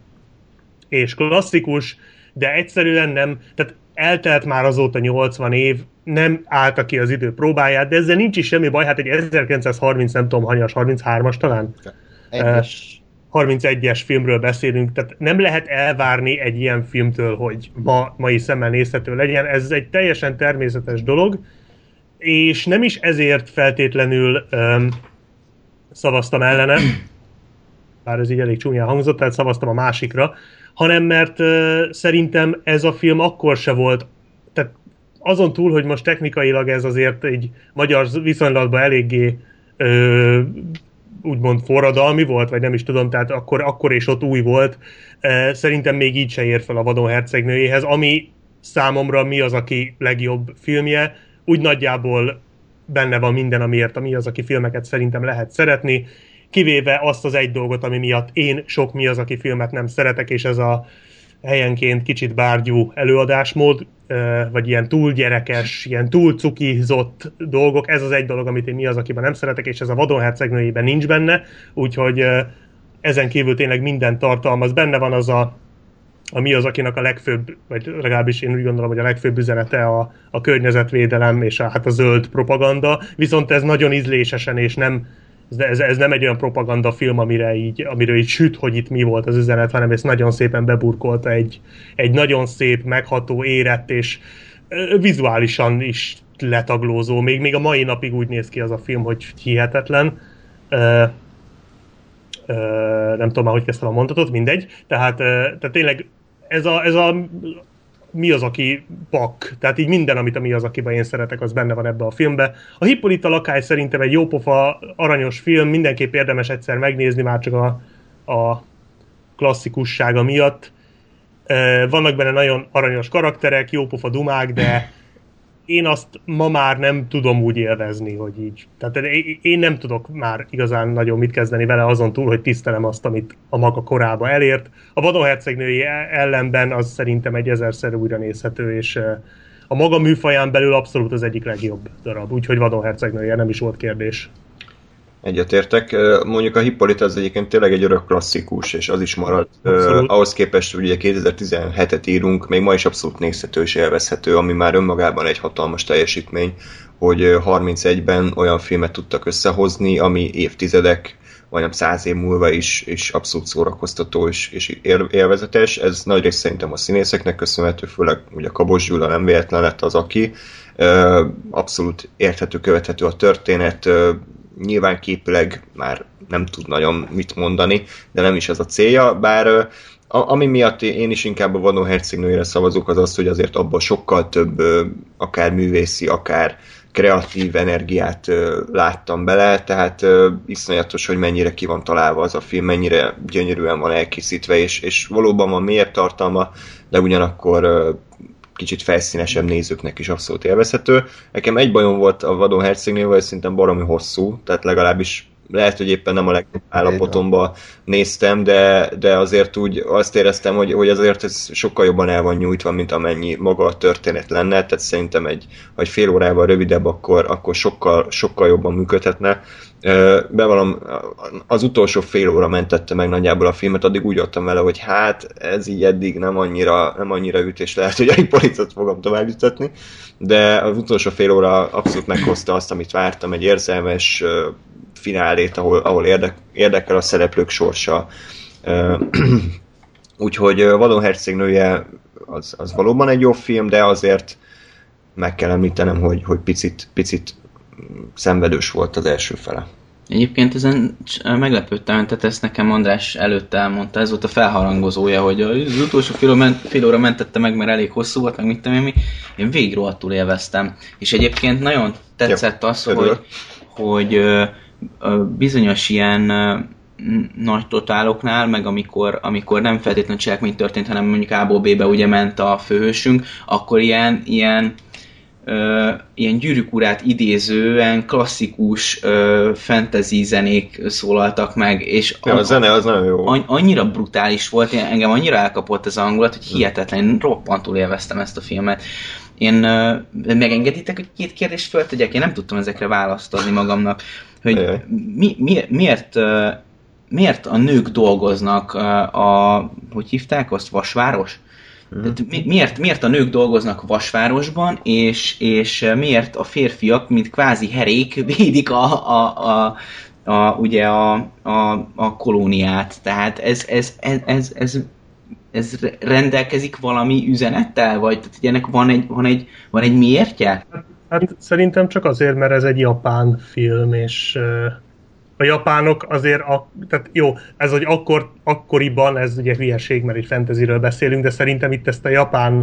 és klasszikus, de egyszerűen nem, tehát eltelt már azóta nyolcvan év, nem állta ki az idő próbáját, de ezzel nincs is semmi baj, hát egy ezerkilencszázharminc, nem tudom, hanyas, harminchármas talán? Egyes. harmincegyes filmről beszélünk, tehát nem lehet elvárni egy ilyen filmtől, hogy ma, mai szemmel nézhető legyen, ez egy teljesen természetes dolog, és nem is ezért feltétlenül um, szavaztam ellene, bár ez így elég csúnyán hangzott, tehát szavaztam a másikra, hanem mert uh, szerintem ez a film akkor se volt, tehát azon túl, hogy most technikailag ez azért egy magyar viszonylatban eléggé uh, úgymond forradalmi volt, vagy nem is tudom, tehát akkor, akkor és ott új volt, uh, szerintem még így se ér fel a vadon hercegnőjéhez, ami számomra Mi az, aki legjobb filmje, úgy nagyjából benne van minden, amiért a Mi az, aki filmeket szerintem lehet szeretni, kivéve azt az egy dolgot, ami miatt én sok Mi az, aki filmet nem szeretek, és ez a helyenként kicsit bárgyú előadásmód, vagy ilyen túl gyerekes, ilyen túl cukizott dolgok, ez az egy dolog, amit én Mi az, akiben nem szeretek, és ez a vadon hercegnőjében nincs benne, úgyhogy ezen kívül tényleg minden tartalmaz. Benne van az a a Mi az, akinek a legfőbb, vagy legalábbis én úgy gondolom, hogy a legfőbb üzenete a, a környezetvédelem és a, hát a zöld propaganda, viszont ez nagyon ízlésesen, és nem, ez, ez nem egy olyan propaganda film, amire így, amiről így süt, hogy itt mi volt az üzenet, hanem ezt nagyon szépen beburkolta egy, egy nagyon szép, megható, érett és vizuálisan is letaglózó. Még, még a mai napig úgy néz ki az a film, hogy hihetetlen. Uh, uh, nem tudom már, hogy kezdtem a mondatot, mindegy. Tehát, uh, tehát tényleg ez a, ez a Mi az, aki pak. Tehát így minden, amit a Mi az, akiben én szeretek, az benne van ebbe a filmbe. A Hippolyta lakály szerintem egy jópofa, aranyos film, mindenképp érdemes egyszer megnézni, már csak a, a klasszikussága miatt. Vannak benne nagyon aranyos karakterek, jópofa dumák, de én azt ma már nem tudom úgy élvezni, hogy így. Tehát én nem tudok már igazán nagyon mit kezdeni vele, azon túl, hogy tisztelem azt, amit a maga korába elért. A vadon hercegnői ellenben az szerintem egy ezerszer újra nézhető, és a maga műfaján belül abszolút az egyik legjobb darab, úgyhogy vadon hercegnője nem is volt kérdés. Egyetértek. Mondjuk a Hippolyta az egyébként tényleg egy örök klasszikus, és az is marad. Uh, ahhoz képest, hogy ugye kétezer-tizenhetet írunk, még ma is abszolút nézhető és élvezhető, ami már önmagában egy hatalmas teljesítmény. hogy harmincegyben olyan filmet tudtak összehozni, ami évtizedek, majdnem száz év múlva is, is abszolút szórakoztató és, és élvezetes. Ez nagyrészt szerintem a színészeknek köszönhető, főleg ugye Kabos Gyula nem véletlen lett az, aki. Abszolút érthető, követhető a történet, nyilván képileg már nem tud nagyon mit mondani, de nem is ez a célja, bár ami miatt én is inkább a Vadon hercegnőjére szavazok, az az, hogy azért abban sokkal több akár művészi, akár kreatív energiát láttam bele, tehát iszonyatos, hogy mennyire ki van találva az a film, mennyire gyönyörűen van elkészítve, és, és valóban van mélyebb tartalma, de ugyanakkor kicsit felszínesebb nézőknek is abszolút élvezhető. Nekem egy bajom volt a Vadon hercegnővel, hogy szerintem baromi hosszú, tehát legalábbis lehet, hogy éppen nem a legjobb állapotomban néztem, de, de azért úgy azt éreztem, hogy, hogy azért ez sokkal jobban el van nyújtva, mint amennyi maga a történet lenne, tehát szerintem egy, egy fél órával rövidebb, akkor, akkor sokkal, sokkal jobban működhetne. Bevallom, az utolsó fél óra mentette meg nagyjából a filmet, addig úgy adtam vele, hogy hát ez így eddig nem annyira, nem annyira üt, és lehet, hogy egy policot fogom tovább jutatni, de az utolsó fél óra abszolút meghozta azt, amit vártam, egy érzelmes finálét, ahol, ahol érdek, érdekel a szereplők sorsa. Úgyhogy Vadon hercegnője az, az valóban egy jó film, de azért meg kell említenem, hogy, hogy picit, picit szenvedős volt az első fele. Egyébként ezen meglepődtem, tehát ezt nekem András előtte elmondta, ez volt a felharangozója, hogy az utolsó fél, ment, fél óra mentette meg, mert elég hosszú volt, meg mit tudom én, én végig rohadtul élveztem. És egyébként nagyon tetszett az, ja, hogy, hogy bizonyos ilyen nagy totáloknál, meg amikor, amikor nem feltétlenül cselekmény történt, hanem mondjuk A-ból B-be ugye ment a főhősünk, akkor ilyen, ilyen, ö, ilyen Gyűrűk urát idézően klasszikus ö, fantasy zenék szólaltak meg, és ja, a zene az nagyon jó. Annyira brutális volt, engem annyira elkapott ez a hangulat, hogy hihetetlen, én roppantul élveztem ezt a filmet. Én ö, megengeditek, hogy két kérdést föltegyek? Én nem tudtam ezekre választ adni magamnak. Hogy mi, mi, miért, miért a nők dolgoznak a, hogy hívták azt, Vasváros? Hmm. Mi, miért, miért a nők dolgoznak Vasvárosban, és, és miért a férfiak, mint kvázi herék védik a, a, a, a, ugye a, a, a kolóniát? Tehát ez, ez, ez, ez, ez, ez rendelkezik valami üzenettel? Vagy tehát ennek van egy, van egy, van egy miértje? Hát szerintem csak azért, mert ez egy japán film, és uh, a japánok azért, a, tehát jó, ez hogy akkor, akkoriban, ez ugye hülyeség, mert egy fantasyről beszélünk, de szerintem itt ezt a japán,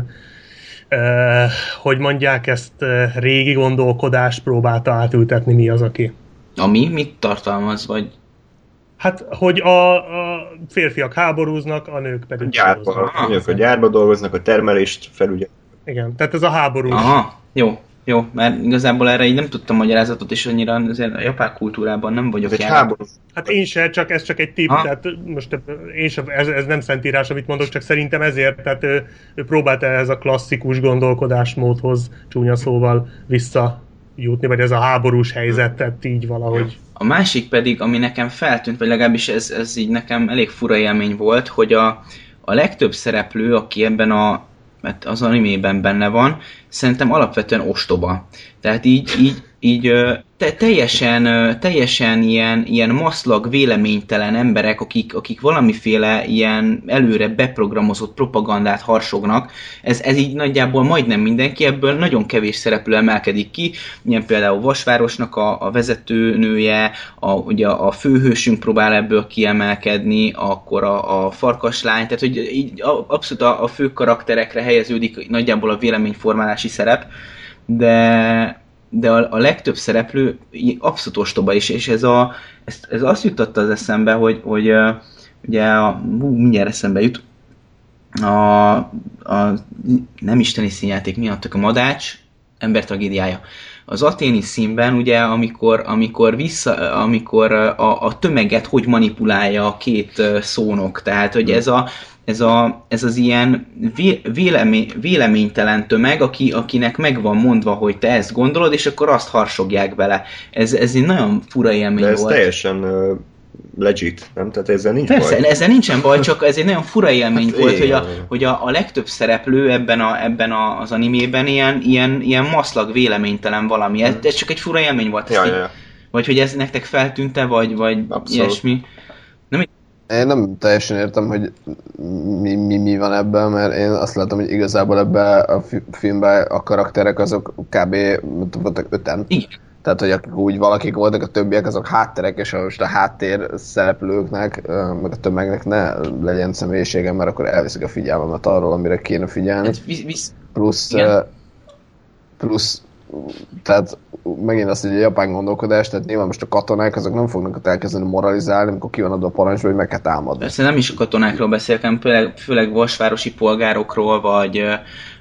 uh, hogy mondják, ezt uh, régi gondolkodást próbálta átültetni Mi az, aki. Ami? Mit tartalmaz, vagy? Hát, hogy a, a férfiak háborúznak, a nők pedig gyárba, a nők a gyárba dolgoznak, a termelést felügyelik. Igen, tehát ez a háborús. Aha, jó. Jó, mert igazából erre így nem tudtam magyarázatot, és annyira azért a japán kultúrában nem vagyok jelen. Hát én se, csak ez csak egy tipp, ha? Tehát most én se, ez, ez nem szentírás, amit mondok, csak szerintem ezért, tehát ő, ő próbálta ez a klasszikus gondolkodásmódhoz csúnya szóval visszajutni, vagy ez a háborús helyzetet így valahogy. A másik pedig, ami nekem feltűnt, vagy legalábbis ez, ez így nekem elég fura élmény volt, hogy a, a legtöbb szereplő, aki ebben a mert az animében benne van, szerintem alapvetően ostoba. Tehát így, így, így te, teljesen, teljesen ilyen, ilyen maszlag, véleménytelen emberek, akik, akik valamiféle ilyen előre beprogramozott propagandát harsognak. Ez, ez így nagyjából majdnem mindenki, ebből nagyon kevés szereplő emelkedik ki. Ilyen például Vasvárosnak a, a vezetőnője, a, ugye a főhősünk próbál ebből kiemelkedni, akkor a, a farkaslány, tehát hogy így abszolút a, a fő karakterekre helyeződik nagyjából a véleményformálási szerep, de de a, a legtöbb szereplő abszolút ostoba is, és ez, a, ez, ez azt juttatta az eszembe, hogy, hogy uh, ugye a, hú, mindjárt eszembe jut, a, a nem isteni színjáték miatt a Madács ember tragédiája. Az athéni színben ugye, amikor, amikor, vissza, amikor a, a tömeget hogy manipulálja a két szónok, tehát hogy ez a Ez, a, ez az ilyen vélemény, véleménytelen tömeg, aki, akinek meg van mondva, hogy te ezt gondolod, és akkor azt harsogják bele. Ez, ez egy nagyon fura élmény De ez volt. teljesen uh, legit, nem? Tehát ezzel nincs Persze, baj. ezzel nincsen baj, csak ez egy nagyon fura élmény Hát volt, hogy, a, igen. hogy a, a legtöbb szereplő ebben, a, ebben a, az animében ilyen, ilyen, ilyen maszlag, véleménytelen valami. Ez, ez csak egy fura élmény volt. Ja, Ezt ja, így, ja. vagy hogy ez nektek feltűnte, vagy, vagy Abszolút. ilyesmi. Én nem teljesen értem, hogy mi, mi, mi van ebben, mert én azt látom, hogy igazából ebben a fi- filmben a karakterek azok kb. Voltak öten. Igen. Tehát, hogy akik úgy valakik voltak, a többiek azok hátterek, és most a háttér szereplőknek, ö, meg a tömegnek ne legyen személyisége, mert akkor elviszik a figyelmemet arról, amire kéne figyelni. Hát visz, visz, Plusz, igen. ö, plusz, tehát megint azt, hogy a japán gondolkodás, tehát nyilván most a katonák azok nem fognak ott elkezdeni moralizálni, amikor ki van adva a parancsba, hogy meg kell támadni. persze nem is a katonákról beszélek, hanem főleg, főleg vasvárosi polgárokról, vagy ö,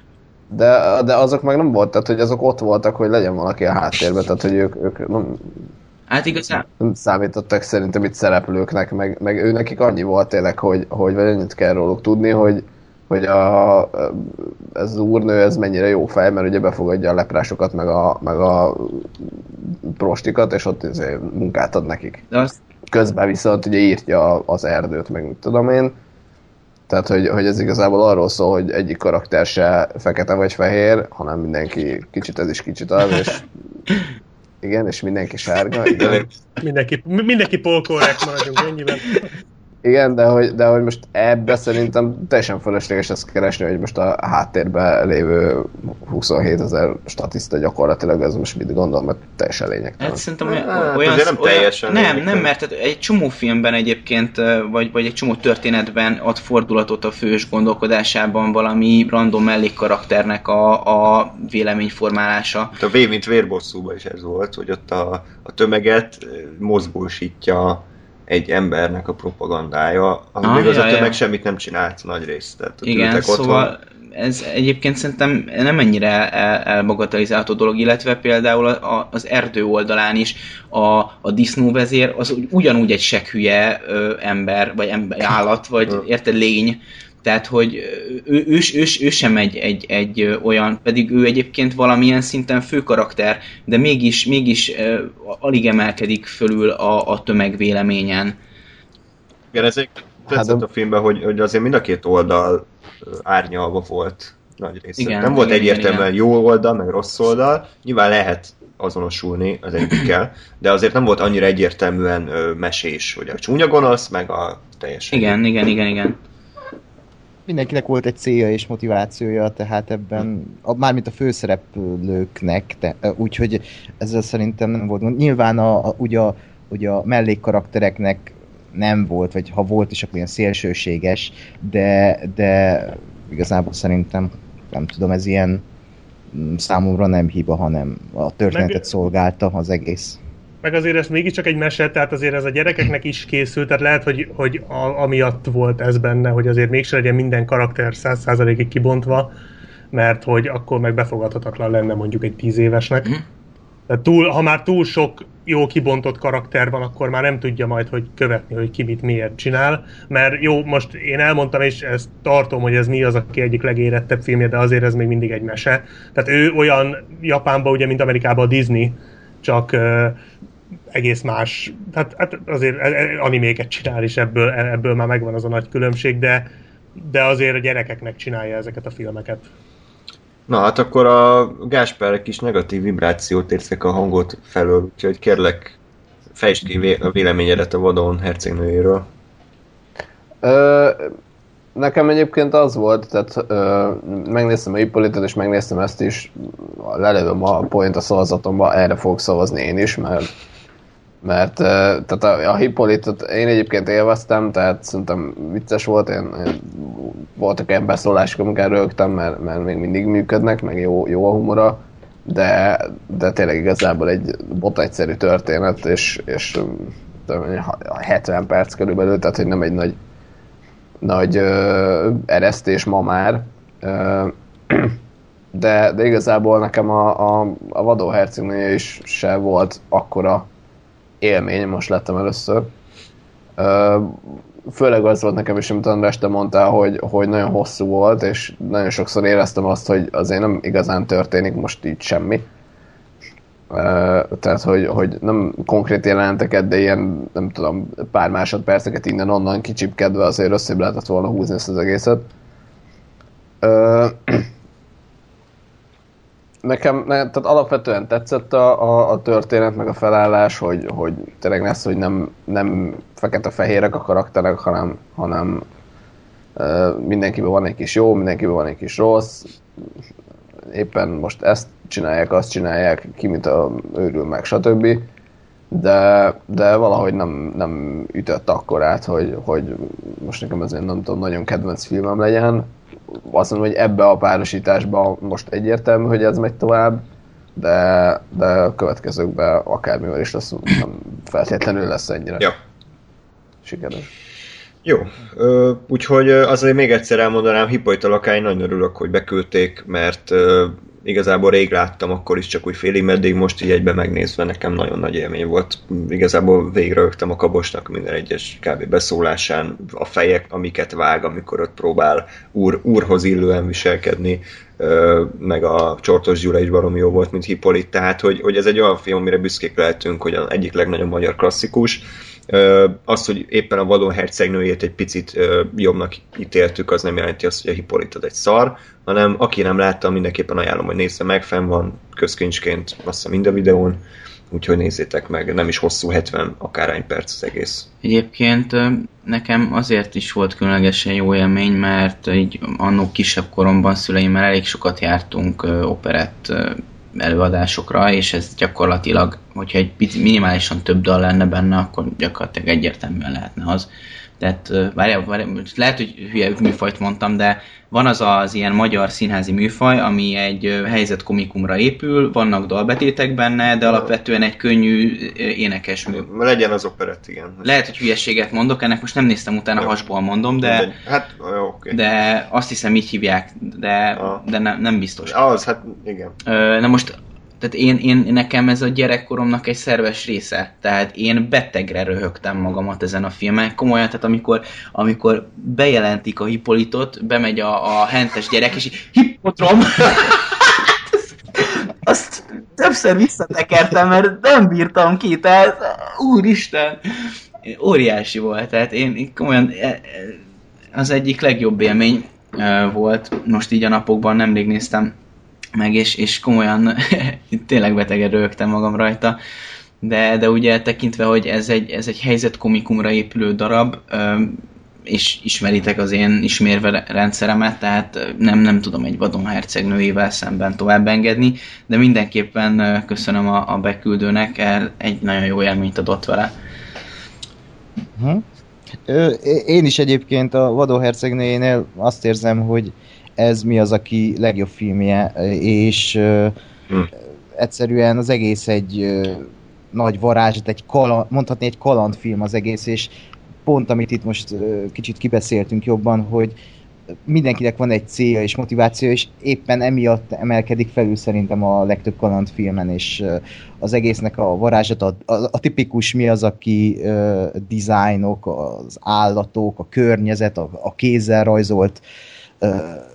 De, de azok meg nem volt, tehát hogy azok ott voltak, hogy legyen valaki a háttérben, tehát hogy ők, ők nem, hát igazán, nem számítottak szerintem itt szereplőknek, meg, meg ő nekik annyi volt tényleg, hogy, hogy vagy annyit kell róluk tudni, hogy, hogy a, ez az úrnő ez mennyire jó fej, mert ugye befogadja a leprásokat, meg a, meg a prostikat, és ott azért munkát ad nekik. de az, Közben viszont ugye írtja az erdőt, meg mit tudom én. Tehát, hogy, hogy ez igazából arról szól, hogy egyik karakter se fekete vagy fehér, hanem mindenki kicsit ez is kicsit az, és igen, és mindenki sárga, igen. Mindenki, mindenki polkorrekt maradjunk ennyiben. Igen, de hogy, de hogy most ebbe szerintem teljesen fölösleges ezt keresni, hogy most a háttérben lévő huszonhétezer statiszta gyakorlatilag ez most mit gondol, mert teljesen lényegtelen. hát szerintem olyan, Hát, olyan, azért nem olyan teljesen nem, lényegtelen. nem, mert tehát egy csomó filmben egyébként, ö, vagy, vagy egy csomó történetben ad fordulatot a fős gondolkodásában valami random mellékkarakternek a, a véleményformálása. A V, mint vérbosszúban is ez volt, hogy ott a, a tömeget mozgósítja egy embernek a propagandája, Ah, amíg az ja, a tömeg ja. semmit nem csinált nagy részt. Tehát ott Igen, ültek szóval otthon. ez egyébként szerintem nem ennyire el, elbagatelizálható dolog, illetve például a, a, az erdő oldalán is a, a disznóvezér az ugy- ugyanúgy egy sekhülye ö, ember, vagy ember, állat, vagy érted, lény. Tehát, hogy ő, ő, ő, ő sem egy, egy, egy ö, olyan, pedig ő egyébként valamilyen szinten főkarakter, de mégis, mégis ö, alig emelkedik fölül a, a tömeg véleményen. Igen, ezek tetszett Hát, a filmben, hogy, hogy azért mind a két oldal ö, árnyalva volt nagy része. Igen, nem volt igen, egyértelműen igen, jó oldal, meg rossz oldal. Nyilván lehet azonosulni az egyikkel, de azért nem volt annyira egyértelműen ö, mesés, hogy a csúnya gonosz, meg a teljesen. Igen, igen, igen, igen. Mindenkinek volt egy célja és motivációja, tehát ebben, a, mármint a főszereplőknek, te, úgyhogy ezzel szerintem nem volt. Nyilván a, a, ugye, a, ugye a mellékkaraktereknek nem volt, vagy ha volt is, akkor ilyen szélsőséges, de, de igazából szerintem, nem tudom, ez ilyen mm, számomra nem hiba, hanem a történetet Meg- szolgálta az egész. Meg azért ez mégiscsak egy mese, tehát azért ez a gyerekeknek is készült, tehát lehet, hogy, hogy a, amiatt volt ez benne, hogy azért mégse legyen minden karakter száz százalékig kibontva, mert hogy akkor meg befogadhatatlan lenne mondjuk egy tíz évesnek. Mhm. Tehát túl, ha már túl sok jó kibontott karakter van, akkor már nem tudja majd, hogy követni, hogy ki mit miért csinál. Mert jó, most én elmondtam, és ezt tartom, hogy ez mi az, aki egyik legérettebb filmje, de azért ez még mindig egy mese. Tehát ő olyan Japánban, ugye, mint Amerikában a Disney, csak uh, egész más, hát, hát azért animéket csinál, és ebből, ebből már megvan az a nagy különbség, de, de azért a gyerekeknek csinálja ezeket a filmeket. Na hát akkor a Gásper egy kis negatív vibrációt érzek a hangot felől, úgyhogy kérlek fejtsd ki vé- a véleményedet a Vadon hercegnőjéről. Ö, nekem egyébként az volt, tehát ö, megnéztem a Hippolytot, és megnéztem ezt is, lelövöm a point a szavazatomba, erre fogok szavazni én is, mert mert ö, tehát a, a Hippolytot én egyébként élveztem, tehát szerintem vicces volt, én, én voltak ilyen beszólások, amikkel rögtem, mert, mert még mindig működnek, meg jó, jó a humora, de, de tényleg igazából egy bot egyszerű történet, és, és hetven perc körülbelül, tehát hogy nem egy nagy nagy ö, eresztés ma már, ö, de, de igazából nekem a, a, a Vadó hercegnője is se volt akkora élmény, most lettem először. Ö, főleg az volt nekem is, amit András te mondtál, hogy, hogy nagyon hosszú volt, és nagyon sokszor éreztem azt, hogy azért nem igazán történik most így semmi. Tehát, hogy, hogy nem konkrét jeleneteket, de ilyen, nem tudom, pár másodperceket innen-onnan kicsipkedve azért összébb lehetett volna húzni ezt az egészet. Nekem, tehát alapvetően tetszett a, a, a történet, meg a felállás, hogy, hogy tényleg lesz, hogy nem, nem fekete-fehérek a karakterek, hanem, hanem mindenkiben van egy kis jó, mindenkiben van egy kis rossz, éppen most ezt csinálják, azt csinálják, ki mint a őrül meg, stb. De, de valahogy nem, nem ütött akkorát, hogy, hogy most nekem ez nem tudom, nagyon kedvenc filmem legyen. Azt mondom, hogy ebbe a párosításban most egyértelmű, hogy ez megy tovább, de, de a következőkben akármivel is lesz, nem feltétlenül lesz ennyire ja. sikeres. Jó, úgyhogy azért még egyszer elmondanám, Hippolyta Lakály, nagyon örülök, hogy beküldték, mert igazából rég láttam, akkor is csak úgy félig meddig, most így egyben megnézve nekem nagyon nagy élmény volt. Igazából végrögtem a Kabosnak minden egyes kb. Beszólásán, a fejek, amiket vág, amikor ott próbál úr, úrhoz illően viselkedni, meg a Csortos Gyula is baromi jó volt, mint Hippolyt, tehát hogy, hogy ez egy olyan film, amire büszkék lehetünk, hogy az egyik legnagyobb magyar klasszikus. Az, hogy éppen a Vadon hercegnőjét egy picit jobbnak ítéltük, az nem jelenti azt, hogy a Hippolytod egy szar, hanem aki nem látta, mindenképpen ajánlom, hogy nézze meg, fenn van közkincsként, azt hiszem mind a videón, úgyhogy nézzétek meg, nem is hosszú, hetven akárhány perc az egész. Egyébként nekem azért is volt különlegesen jó élmény, mert így annó kisebb koromban szüleimmel elég sokat jártunk operett előadásokra, és ez gyakorlatilag, hogyha egy minimálisan több dal lenne benne, akkor gyakorlatilag egyértelműen lehetne az. Tehát várjál, várjál, lehet, hogy hülye műfajt mondtam, de van az az ilyen magyar színházi műfaj, ami egy helyzetkomikumra épül, vannak dalbetétek benne, de alapvetően egy könnyű énekes mű. Legyen az operett, igen. Lehet, hogy hülyeséget mondok, ennek most nem néztem utána, hasból mondom, de, hát, jó, okay. de azt hiszem így hívják, de, de ne, nem biztos. Az, hát igen. Na most tehát én, én, nekem ez a gyerekkoromnak egy szerves része. Tehát én betegre röhögtem magamat ezen a filmen. Komolyan, tehát amikor, amikor bejelentik a Hippolytot, bemegy a, a hentes gyerek, és így hippotrom! Azt többször visszatekertem, mert nem bírtam ki, tehát úristen! Óriási volt, tehát én, én komolyan az egyik legjobb élmény volt. Most így a napokban nemrég néztem meg, és, és komolyan tényleg betegen röhögtem magam rajta, de, de ugye tekintve, hogy ez egy, ez egy helyzetkomikumra épülő darab, és ismeritek az én ismérve rendszeremet, tehát nem, nem tudom egy Vadon hercegnőjével szemben tovább engedni, de mindenképpen köszönöm a, a beküldőnek, el egy nagyon jó élményt adott vele. Hm. Én is egyébként a Vadon hercegnőjénél azt érzem, hogy ez mi az, aki legjobb filmje, és hmm. egyszerűen az egész egy nagy varázslat, egy kaland, mondhatni egy kalandfilm az egész, és pont amit itt most kicsit kibeszéltünk jobban, hogy mindenkinek van egy célja és motiváció, és éppen emiatt emelkedik felül szerintem a legtöbb kalandfilmen, és az egésznek a varázslat, a, a, a tipikus mi az, aki uh, dizájnok, az állatok, a környezet, a, a kézzel rajzolt uh,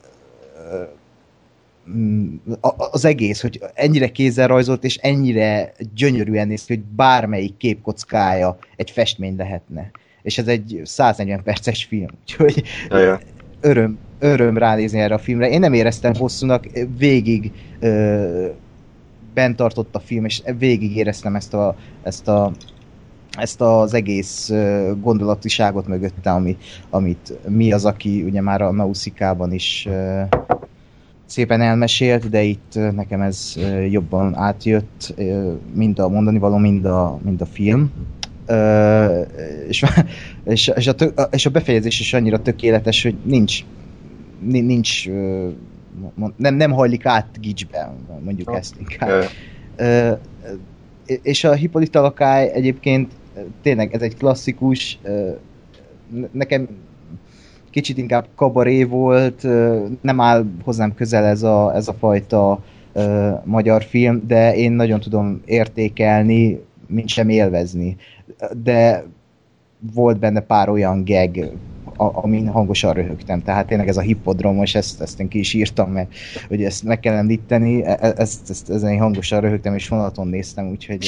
az egész, hogy ennyire kézzel rajzolt, és ennyire gyönyörűen néz ki, hogy bármelyik képkockája egy festmény lehetne. És ez egy száznegyven perces film, úgyhogy öröm, öröm ránézni erre a filmre. Én nem éreztem hosszúnak, végig ö, bent tartott a film, és végig éreztem ezt, a, ezt, a, ezt az egész gondolatiságot mögötte, ami, amit mi az, aki ugye már a Nauszikában is ö, szépen elmesélt, de itt nekem ez jobban átjött, mind a mondani való, mind a, mind a film. Uh, és, és, és, a tök, és a befejezés is annyira tökéletes, hogy nincs, nincs uh, nem, nem hajlik át gicsbe, mondjuk oh. ezt inkább. Uh, és a Hippolyta Lakály egyébként tényleg ez egy klasszikus, uh, nekem kicsit inkább kabaré volt, uh, nem áll hozzám közel ez a, ez a fajta uh, magyar film, de én nagyon tudom értékelni, mint sem élvezni. De volt benne pár olyan gag, a, amin hangosan röhögtem. Tehát tényleg ez a hippodromos, ezt, ezt én ki is írtam, mert hogy ezt meg kell említeni, e, ezt, ezt, ezen én hangosan röhögtem, és vonaton néztem, úgyhogy...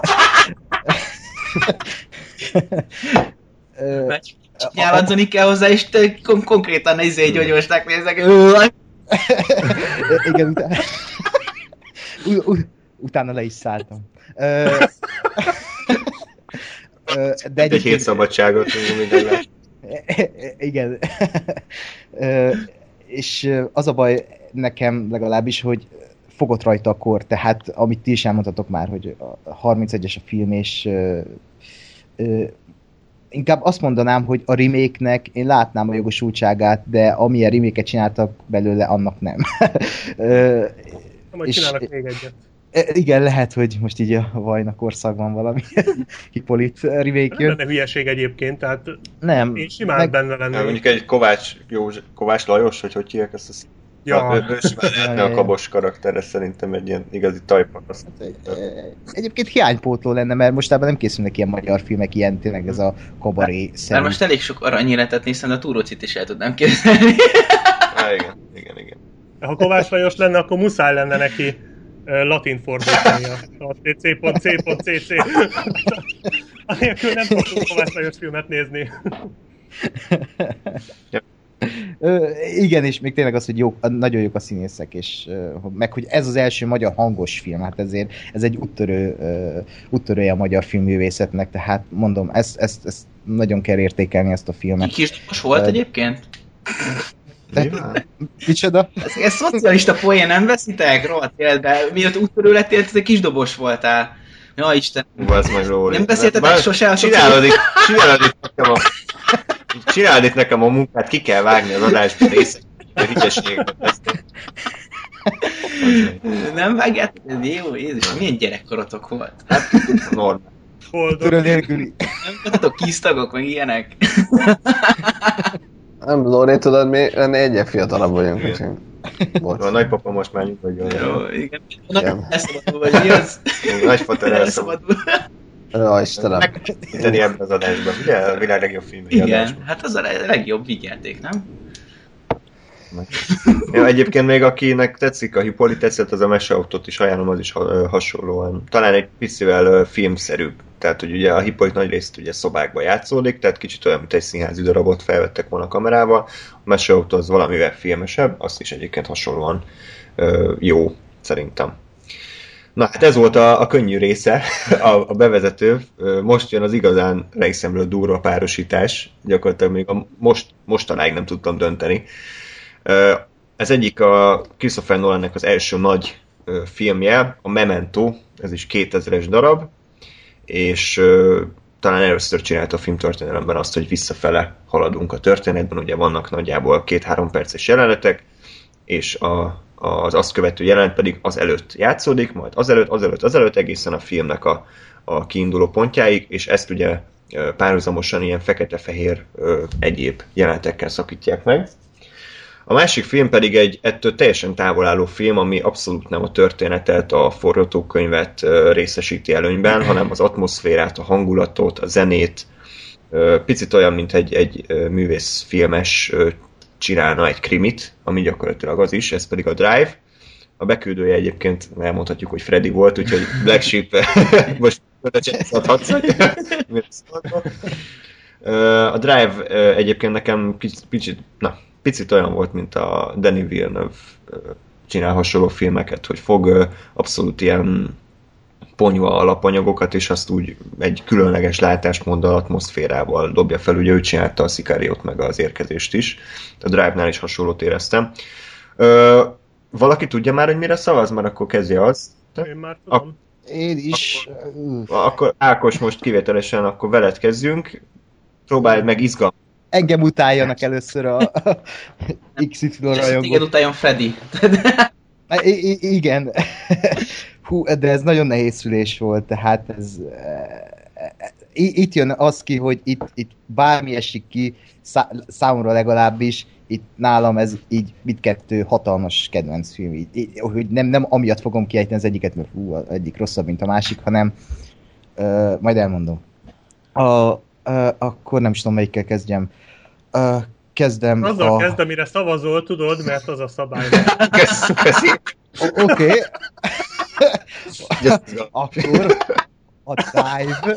Nyáladzani kell hozzá, és te kon- konkrétan izé gyógyosták néznek. Igen, utána... U- u- utána le is szálltam. De egy hét szabadságot minden. Igen. És az a baj nekem legalábbis, hogy fogott rajta a kor, tehát amit ti is elmondhatok már, hogy a harmincegyes a film, és inkább azt mondanám, hogy a remake-nek én látnám a jogosultságát, de amilyen remake-et csináltak belőle, annak nem. Majd csinálnak még egyet. Igen, lehet, hogy most így a Vajna korszakban valami Hippolit remake jön. Nem lenne hülyeség egyébként, tehát nem, én simán meg... benne lennék. Mondjuk egy Kovács, József, Kovács Lajos, hogy hogy hívják ezt a színt? Ja. Ő, ő simán lehetne a Kabos karakter, ez szerintem egy ilyen igazi tajpak. Egyébként hiánypótló lenne, mert mostában nem készülnek ilyen magyar filmek, ilyen tényleg ez a kabaré-szerű. Már most elég sok aranyéletet néztem, de a Túrócit is el tudnám képzelni. Há, igen, igen, igen. Ha Kovács Lajos lenne, akkor muszáj lenne neki latin fordítania. C.C.C.C. Anélkül nem tudtunk Kovács Lajos filmet nézni. Ö, igen, és még tényleg az, hogy jó, nagyon jók a színészek, és meg hogy ez az első magyar hangos film, hát ezért ez egy úttörő, uh, úttörője a magyar filmművészetnek, tehát mondom, ezt, ezt, ezt nagyon kell értékelni, ezt a filmet. Kisdobos volt uh, egyébként? De, micsoda? Ez, ez szocialista poén, nem veszitek? Rohadt életbe. Miatt úttörő lettél, te kisdobos voltál. Ja, Isten. Nem beszéltetek sose? Csinálod nekem a... Csináld itt nekem a munkát, ki kell vágni az adásba részt. A hülyességet ezt. Nem vágjátok? Jó, Jézus, milyen gyerekkorotok volt? Hát, normál. Úttörő nélküli. Nem voltatok kisztagok, meg ilyenek? Nem, Lóri, tudod, mi négyen fiatalabb vagyunk, úgyhogy... A nagypapa most már nyugodjon. Jó, igen. Elszabadul vagy, mi az? Nagyfater elszabadul. Jó, Istenem. Megtenni ebben az adásban, ugye? A világ legjobb filmje. Igen, adásban. hát az a legjobb vigyáték, nem? Ja, egyébként még akinek tetszik, a Hippolyt tetszett, az a Meseautót is ajánlom, az is hasonlóan. Talán egy picivel filmszerűbb. Tehát, hogy ugye a Hippolyt nagyrészt ugye szobákban játszódik, tehát kicsit olyan, mint egy színházi darabot felvettek volna a kamerával. A Meseautó az valamivel filmesebb, azt is egyébként hasonlóan jó, szerintem. Na, hát ez volt a, a könnyű része, a, a bevezető. Most jön az igazán részemről durva párosítás. Gyakorlatilag még a most, mostanáig nem tudtam dönteni. Ez egyik a Christopher Nolannek az első nagy filmje, a Memento, ez is kétezres darab, és talán először csinálta a filmtörténelemben azt, hogy visszafele haladunk a történetben, ugye vannak nagyjából két-három perces jelenetek, és a az azt követő jelenet pedig az előtt játszódik, majd azelőtt, azelőtt, azelőtt egészen a filmnek a, a kiinduló pontjáig, és ezt ugye párhuzamosan ilyen fekete-fehér egyéb jelenetekkel szakítják meg. A másik film pedig egy ettől teljesen távol álló film, ami abszolút nem a történetet, a forgatókönyvet részesíti előnyben, hanem az atmoszférát, a hangulatot, a zenét, picit olyan, mint egy, egy művészfilmes csinálna egy krimit, ami gyakorlatilag az is, ez pedig a Drive. A beküldője egyébként elmondhatjuk, hogy Freddy volt, úgyhogy Black Sheep most adhatsz, hogy a Drive egyébként nekem picit, na, picit olyan volt, mint a Denis Villeneuve csinál hasonló filmeket, hogy fog abszolút ilyen ponyva alapanyagokat, és azt úgy egy különleges látásmóddal, atmoszférával dobja fel. Ugye ő csinálta a Sicariót, meg az Érkezést is. A Drive-nál is hasonlót éreztem. Ö, valaki tudja már, hogy mire szavaz? Mert akkor kezdje az. Én már tudom. A, én is. Akkor, akkor Ákos, most kivételesen akkor veled kezdjünk. Próbálj meg izgalmat. Engem utáljanak először a, a iksz ipszilon rajongók. Igen, utáljon Freddy. I- I- igen. Hú, de ez nagyon nehéz szülés volt, tehát ez... Itt jön az ki, hogy itt, itt bármi esik ki, szá- számomra legalábbis, itt nálam ez így mindkettő hatalmas kedvenc film. Így, így, hogy nem, nem amiatt fogom kiejteni az egyiket, mert hú, az egyik rosszabb, mint a másik, hanem uh, majd elmondom. A, uh, akkor nem is tudom, melyikkel kezdjem. Uh, kezdem Azzal a... kezd, amire szavazol, tudod, mert az a szabály. Köszi. Oké. Okay. Yes. Akkor a Drive.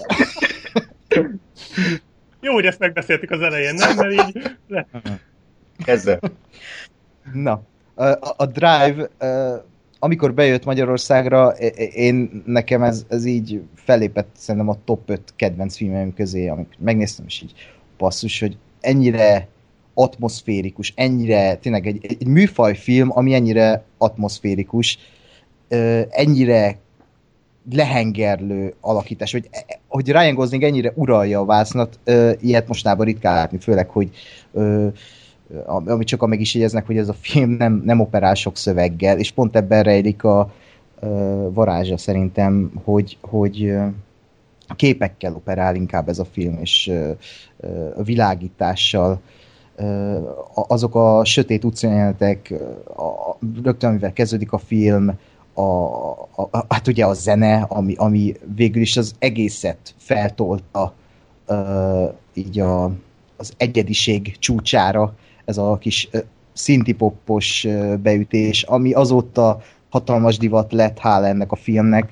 Jó, hogy ezt megbeszéltük az elején, nem? Mert így... Le... Kezdve. Na, a, a Drive, amikor bejött Magyarországra, én nekem ez, ez így fellépett szerintem a top öt kedvenc filmem közé, amikor megnéztem, és így basszus, hogy ennyire atmoszférikus, ennyire, tényleg egy, egy műfajfilm, ami ennyire atmoszférikus, ennyire lehengerlő alakítás, hogy, hogy Ryan Gosling ennyire uralja a vásznat, ilyet mostában ritkán látni, főleg, hogy amit sokan meg is jegyeznek, hogy ez a film nem, nem operál sok szöveggel, és pont ebben rejlik a varázsa szerintem, hogy, hogy képekkel operál inkább ez a film, és a világítással, azok a sötét utcajelenetek, rögtön amivel kezdődik a film, a, a, a, hát ugye a zene, ami, ami végül is az egészet feltolta uh, így a, az egyediség csúcsára, ez a kis uh, szintipoppos uh, beütés, ami azóta hatalmas divat lett, hála ennek a filmnek.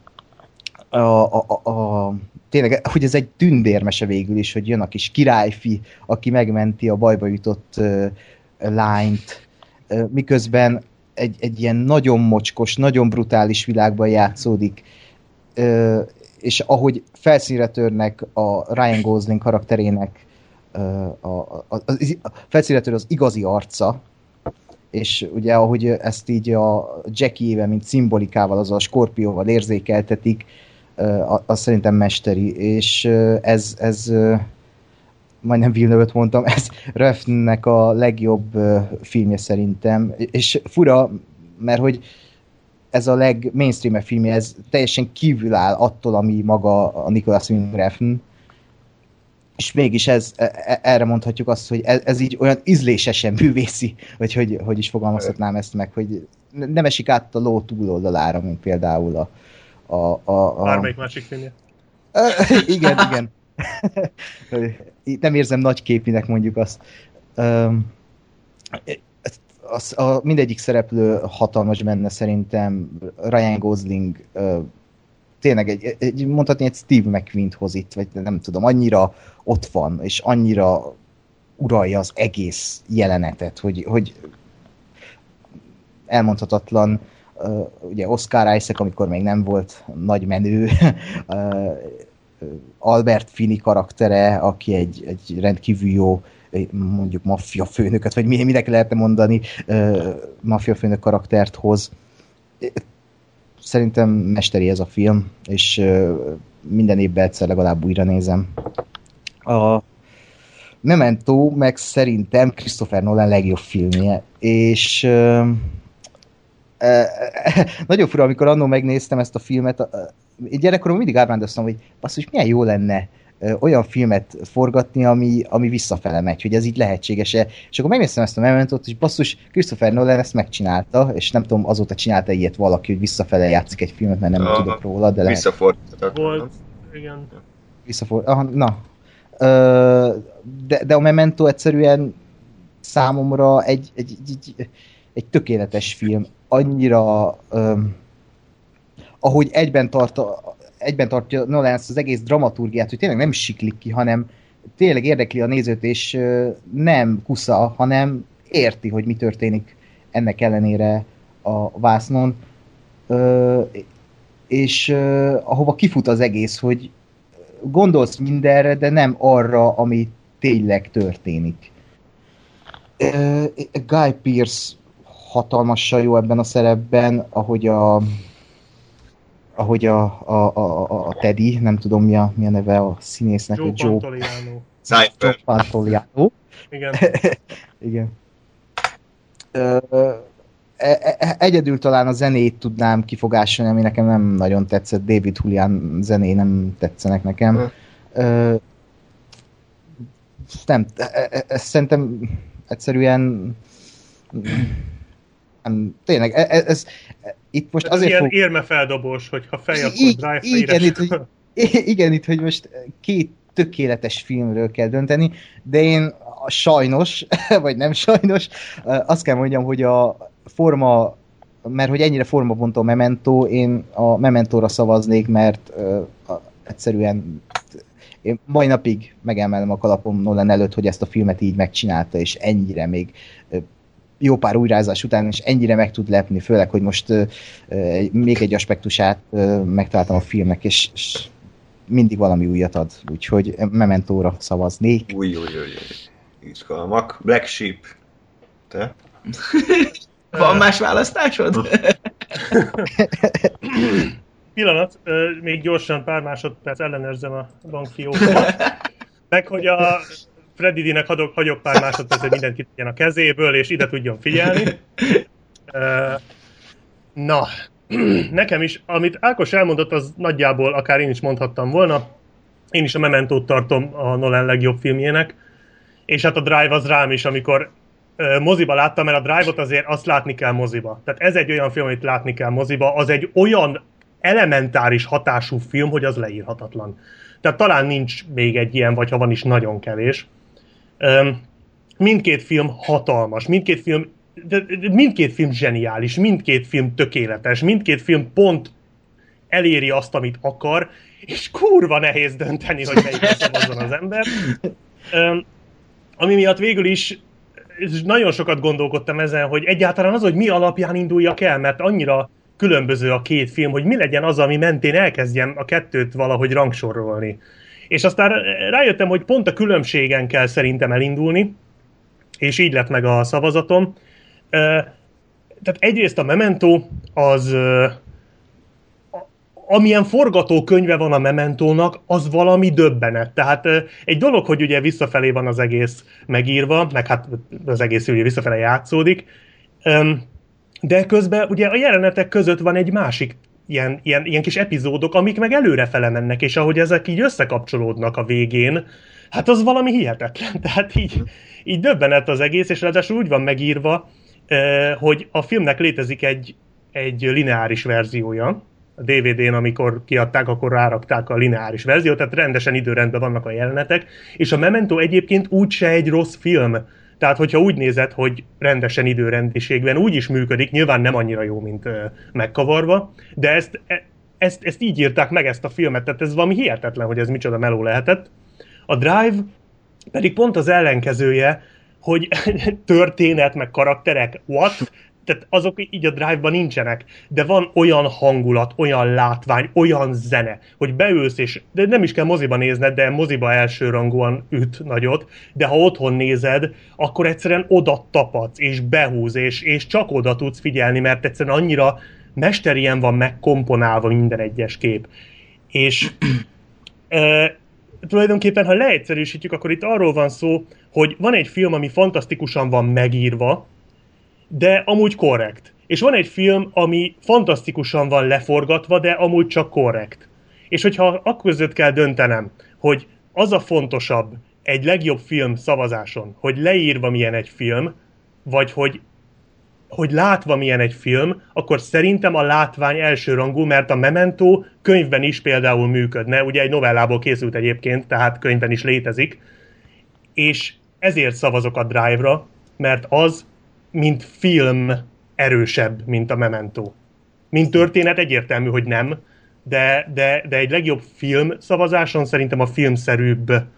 A, a, a, a, tényleg, hogy ez egy tündérmese végül is, hogy jön a kis királyfi, aki megmenti a bajba jutott uh, lányt, uh, miközben Egy, egy ilyen nagyon mocskos, nagyon brutális világban játszódik, ö, és ahogy felszínre törnek a Ryan Gosling karakterének ö, a, a, a, a felszínre tör az igazi arca, és ugye ahogy ezt így a Jackie-ével, mint szimbolikával, az a skorpióval érzékeltetik, az szerintem mesteri, és ez, ez majdnem Villeneuve-t mondtam, ez Refnnek a legjobb filmje szerintem, és fura, mert hogy ez a legmainstream filmje, ez teljesen kívül áll attól, ami maga a Nicolas Winding Refn, és mégis ez, erre mondhatjuk azt, hogy ez, ez így olyan ízlésesen művészi, vagy hogy, hogy is fogalmazhatnám ezt meg, hogy nem esik át a ló túloldalára, mint például a... a, a, a... Bármelyik másik filmje. igen, igen. Nem érzem nagyképinek, mondjuk azt. Az, a, mindegyik szereplő hatalmas benne szerintem. Ryan Gosling tényleg egy, egy, mondhatni egy Steve McQueen-t hoz itt, vagy nem tudom, annyira ott van, és annyira uralja az egész jelenetet, hogy, hogy elmondhatatlan, uh, ugye Oscar Isaac, amikor még nem volt nagy menő, uh, Albert Finney karaktere, aki egy, egy rendkívül jó, mondjuk maffia főnököt, vagy minek lehetne mondani, uh, maffia főnök karaktert hoz. Szerintem mesteri ez a film, és minden évben egyszer legalább újra nézem. A Memento meg szerintem Christopher Nolan legjobb filmje, és uh, uh, nagyon fura, amikor annól megnéztem ezt a filmet, uh, én gyerekkoromban mindig ábrándoztam, hogy basszus, milyen jó lenne uh, olyan filmet forgatni, ami, ami visszafele megy, hogy ez így lehetséges-e. És akkor megnéztem ezt a Mementót, és basszus, Christopher Nolan ezt megcsinálta, és nem tudom, azóta csinálta ilyet valaki, hogy visszafele játszik egy filmet, mert nem a, tudok róla, de lehet. Visszafordított. Volt, igen. Visszafordított, na. De, de a Memento egyszerűen számomra egy, egy, egy, egy tökéletes film. Annyira um, ahogy egyben, tart, egyben tartja Nolan ezt az egész dramaturgiát, hogy tényleg nem siklik ki, hanem tényleg érdekli a nézőt, és uh, nem kusza, hanem érti, hogy mi történik ennek ellenére a vásznon. Uh, és uh, ahova kifut az egész, hogy gondolsz mindenre, de nem arra, ami tényleg történik. Uh, Guy Pearce hatalmasan jó ebben a szerepben, ahogy a ahogy a, a, a, a Teddy, nem tudom mi a, mi a neve a színésznek, Joe Joe Pantoliano. Joe Pantoliano. Igen. Igen. Uh, Egyedül talán a zenét tudnám kifogásolni, ami nekem nem nagyon tetszett. David Julian zené nem tetszenek nekem. Mm. Nem, ez szerintem egyszerűen nem, tényleg, ez, ez itt most ez azért ilyen fog... érmefeldobós, hogy ha fej, akkor drive igen, itt, hogy, igen, itt, hogy most két tökéletes filmről kell dönteni, de én sajnos, vagy nem sajnos, azt kell mondjam, hogy a forma, mert hogy ennyire formabontó a Memento, én a Mementóra szavaznék, mert uh, egyszerűen én mai napig megemelem a kalapom Nolan előtt, hogy ezt a filmet így megcsinálta, és ennyire még uh, jó pár újrázás után, és ennyire meg tud lepni, főleg, hogy most uh, uh, még egy aspektusát uh, megtaláltam a filmnek, és, és mindig valami újat ad, úgyhogy Mementóra szavaznék. Új, új, új, új. Izgalmak. Black Sheep. Te? Van más választásod? Pillanat, még gyorsan pár másodperc ellenőrzem a bankfiókomat. Meg hogy a Freddy D-nek hagyok, hagyok pár másodperc, hogy mindent kitegyen a kezéből, és ide tudjon figyelni. Na, nekem is, amit Ákos elmondott, az nagyjából akár én is mondhattam volna. Én is a Mementót tartom a Nolan legjobb filmjének. És hát a Drive az rám is, amikor uh, moziba láttam, mert a Drive-ot azért azt látni kell moziba. Tehát ez egy olyan film, amit látni kell moziba, az egy olyan elementáris hatású film, hogy az leírhatatlan. Tehát talán nincs még egy ilyen, vagy ha van is, nagyon kevés. Um, mindkét film hatalmas, mindkét film, de, de mindkét film zseniális, mindkét film tökéletes, mindkét film pont eléri azt, amit akar, és kurva nehéz dönteni, hogy melyikre szavazzon az ember. Um, ami miatt végül is nagyon sokat gondolkodtam ezen, hogy egyáltalán az, hogy mi alapján induljak el, mert annyira különböző a két film, hogy mi legyen az, ami mentén elkezdjem a kettőt valahogy rangsorolni. És aztán rájöttem, hogy pont a különbségen kell szerintem elindulni, és így lett meg a szavazatom. Tehát egyrészt a Memento az... amilyen forgatókönyve van a Mementónak, az valami döbbenet. Tehát egy dolog, hogy ugye visszafelé van az egész megírva, meg hát az egész ugye visszafelé játszódik, de közben ugye a jelenetek között van egy másik ilyen, ilyen, ilyen kis epizódok, amik meg előrefele mennek, és ahogy ezek így összekapcsolódnak a végén, hát az valami hihetetlen. Tehát így, így döbbenet az egész, és ráadásul úgy van megírva, hogy a filmnek létezik egy, egy lineáris verziója. A dé vé dén, amikor kiadták, akkor rárakták a lineáris verziót, tehát rendesen időrendben vannak a jelenetek, és a Memento egyébként úgyse egy rossz film. Tehát, hogyha úgy nézed, hogy rendesen időrendiségben úgy is működik, nyilván nem annyira jó, mint ö, megkavarva, de ezt, e, ezt, ezt így írták meg, ezt a filmet, tehát ez valami hihetetlen, hogy ez micsoda meló lehetett. A Drive pedig pont az ellenkezője, hogy történet, meg karakterek, what? Tehát azok így a Drive-ban nincsenek, de van olyan hangulat, olyan látvány, olyan zene, hogy beülsz, és de nem is kell moziba nézned, de moziba elsőrangúan üt nagyot, de ha otthon nézed, akkor egyszerűen oda tapadsz, és behúz, és, és csak oda tudsz figyelni, mert egyszerűen annyira mesterien van megkomponálva minden egyes kép. És e, tulajdonképpen, ha leegyszerűsítjük, akkor itt arról van szó, hogy van egy film, ami fantasztikusan van megírva, de amúgy korrekt. És van egy film, ami fantasztikusan van leforgatva, de amúgy csak korrekt. És hogyha akkor között kell döntenem, hogy az a fontosabb egy legjobb film szavazáson, hogy leírva milyen egy film, vagy hogy, hogy látva milyen egy film, akkor szerintem a látvány elsőrangú, mert a Memento könyvben is például működne. Ugye egy novellából készült egyébként, tehát könyvben is létezik. És ezért szavazok a Drive-ra, mert az mint film erősebb, mint a Memento. Mint történet egyértelmű, hogy nem, de, de, de egy legjobb film szavazáson szerintem a filmszerűbb uh,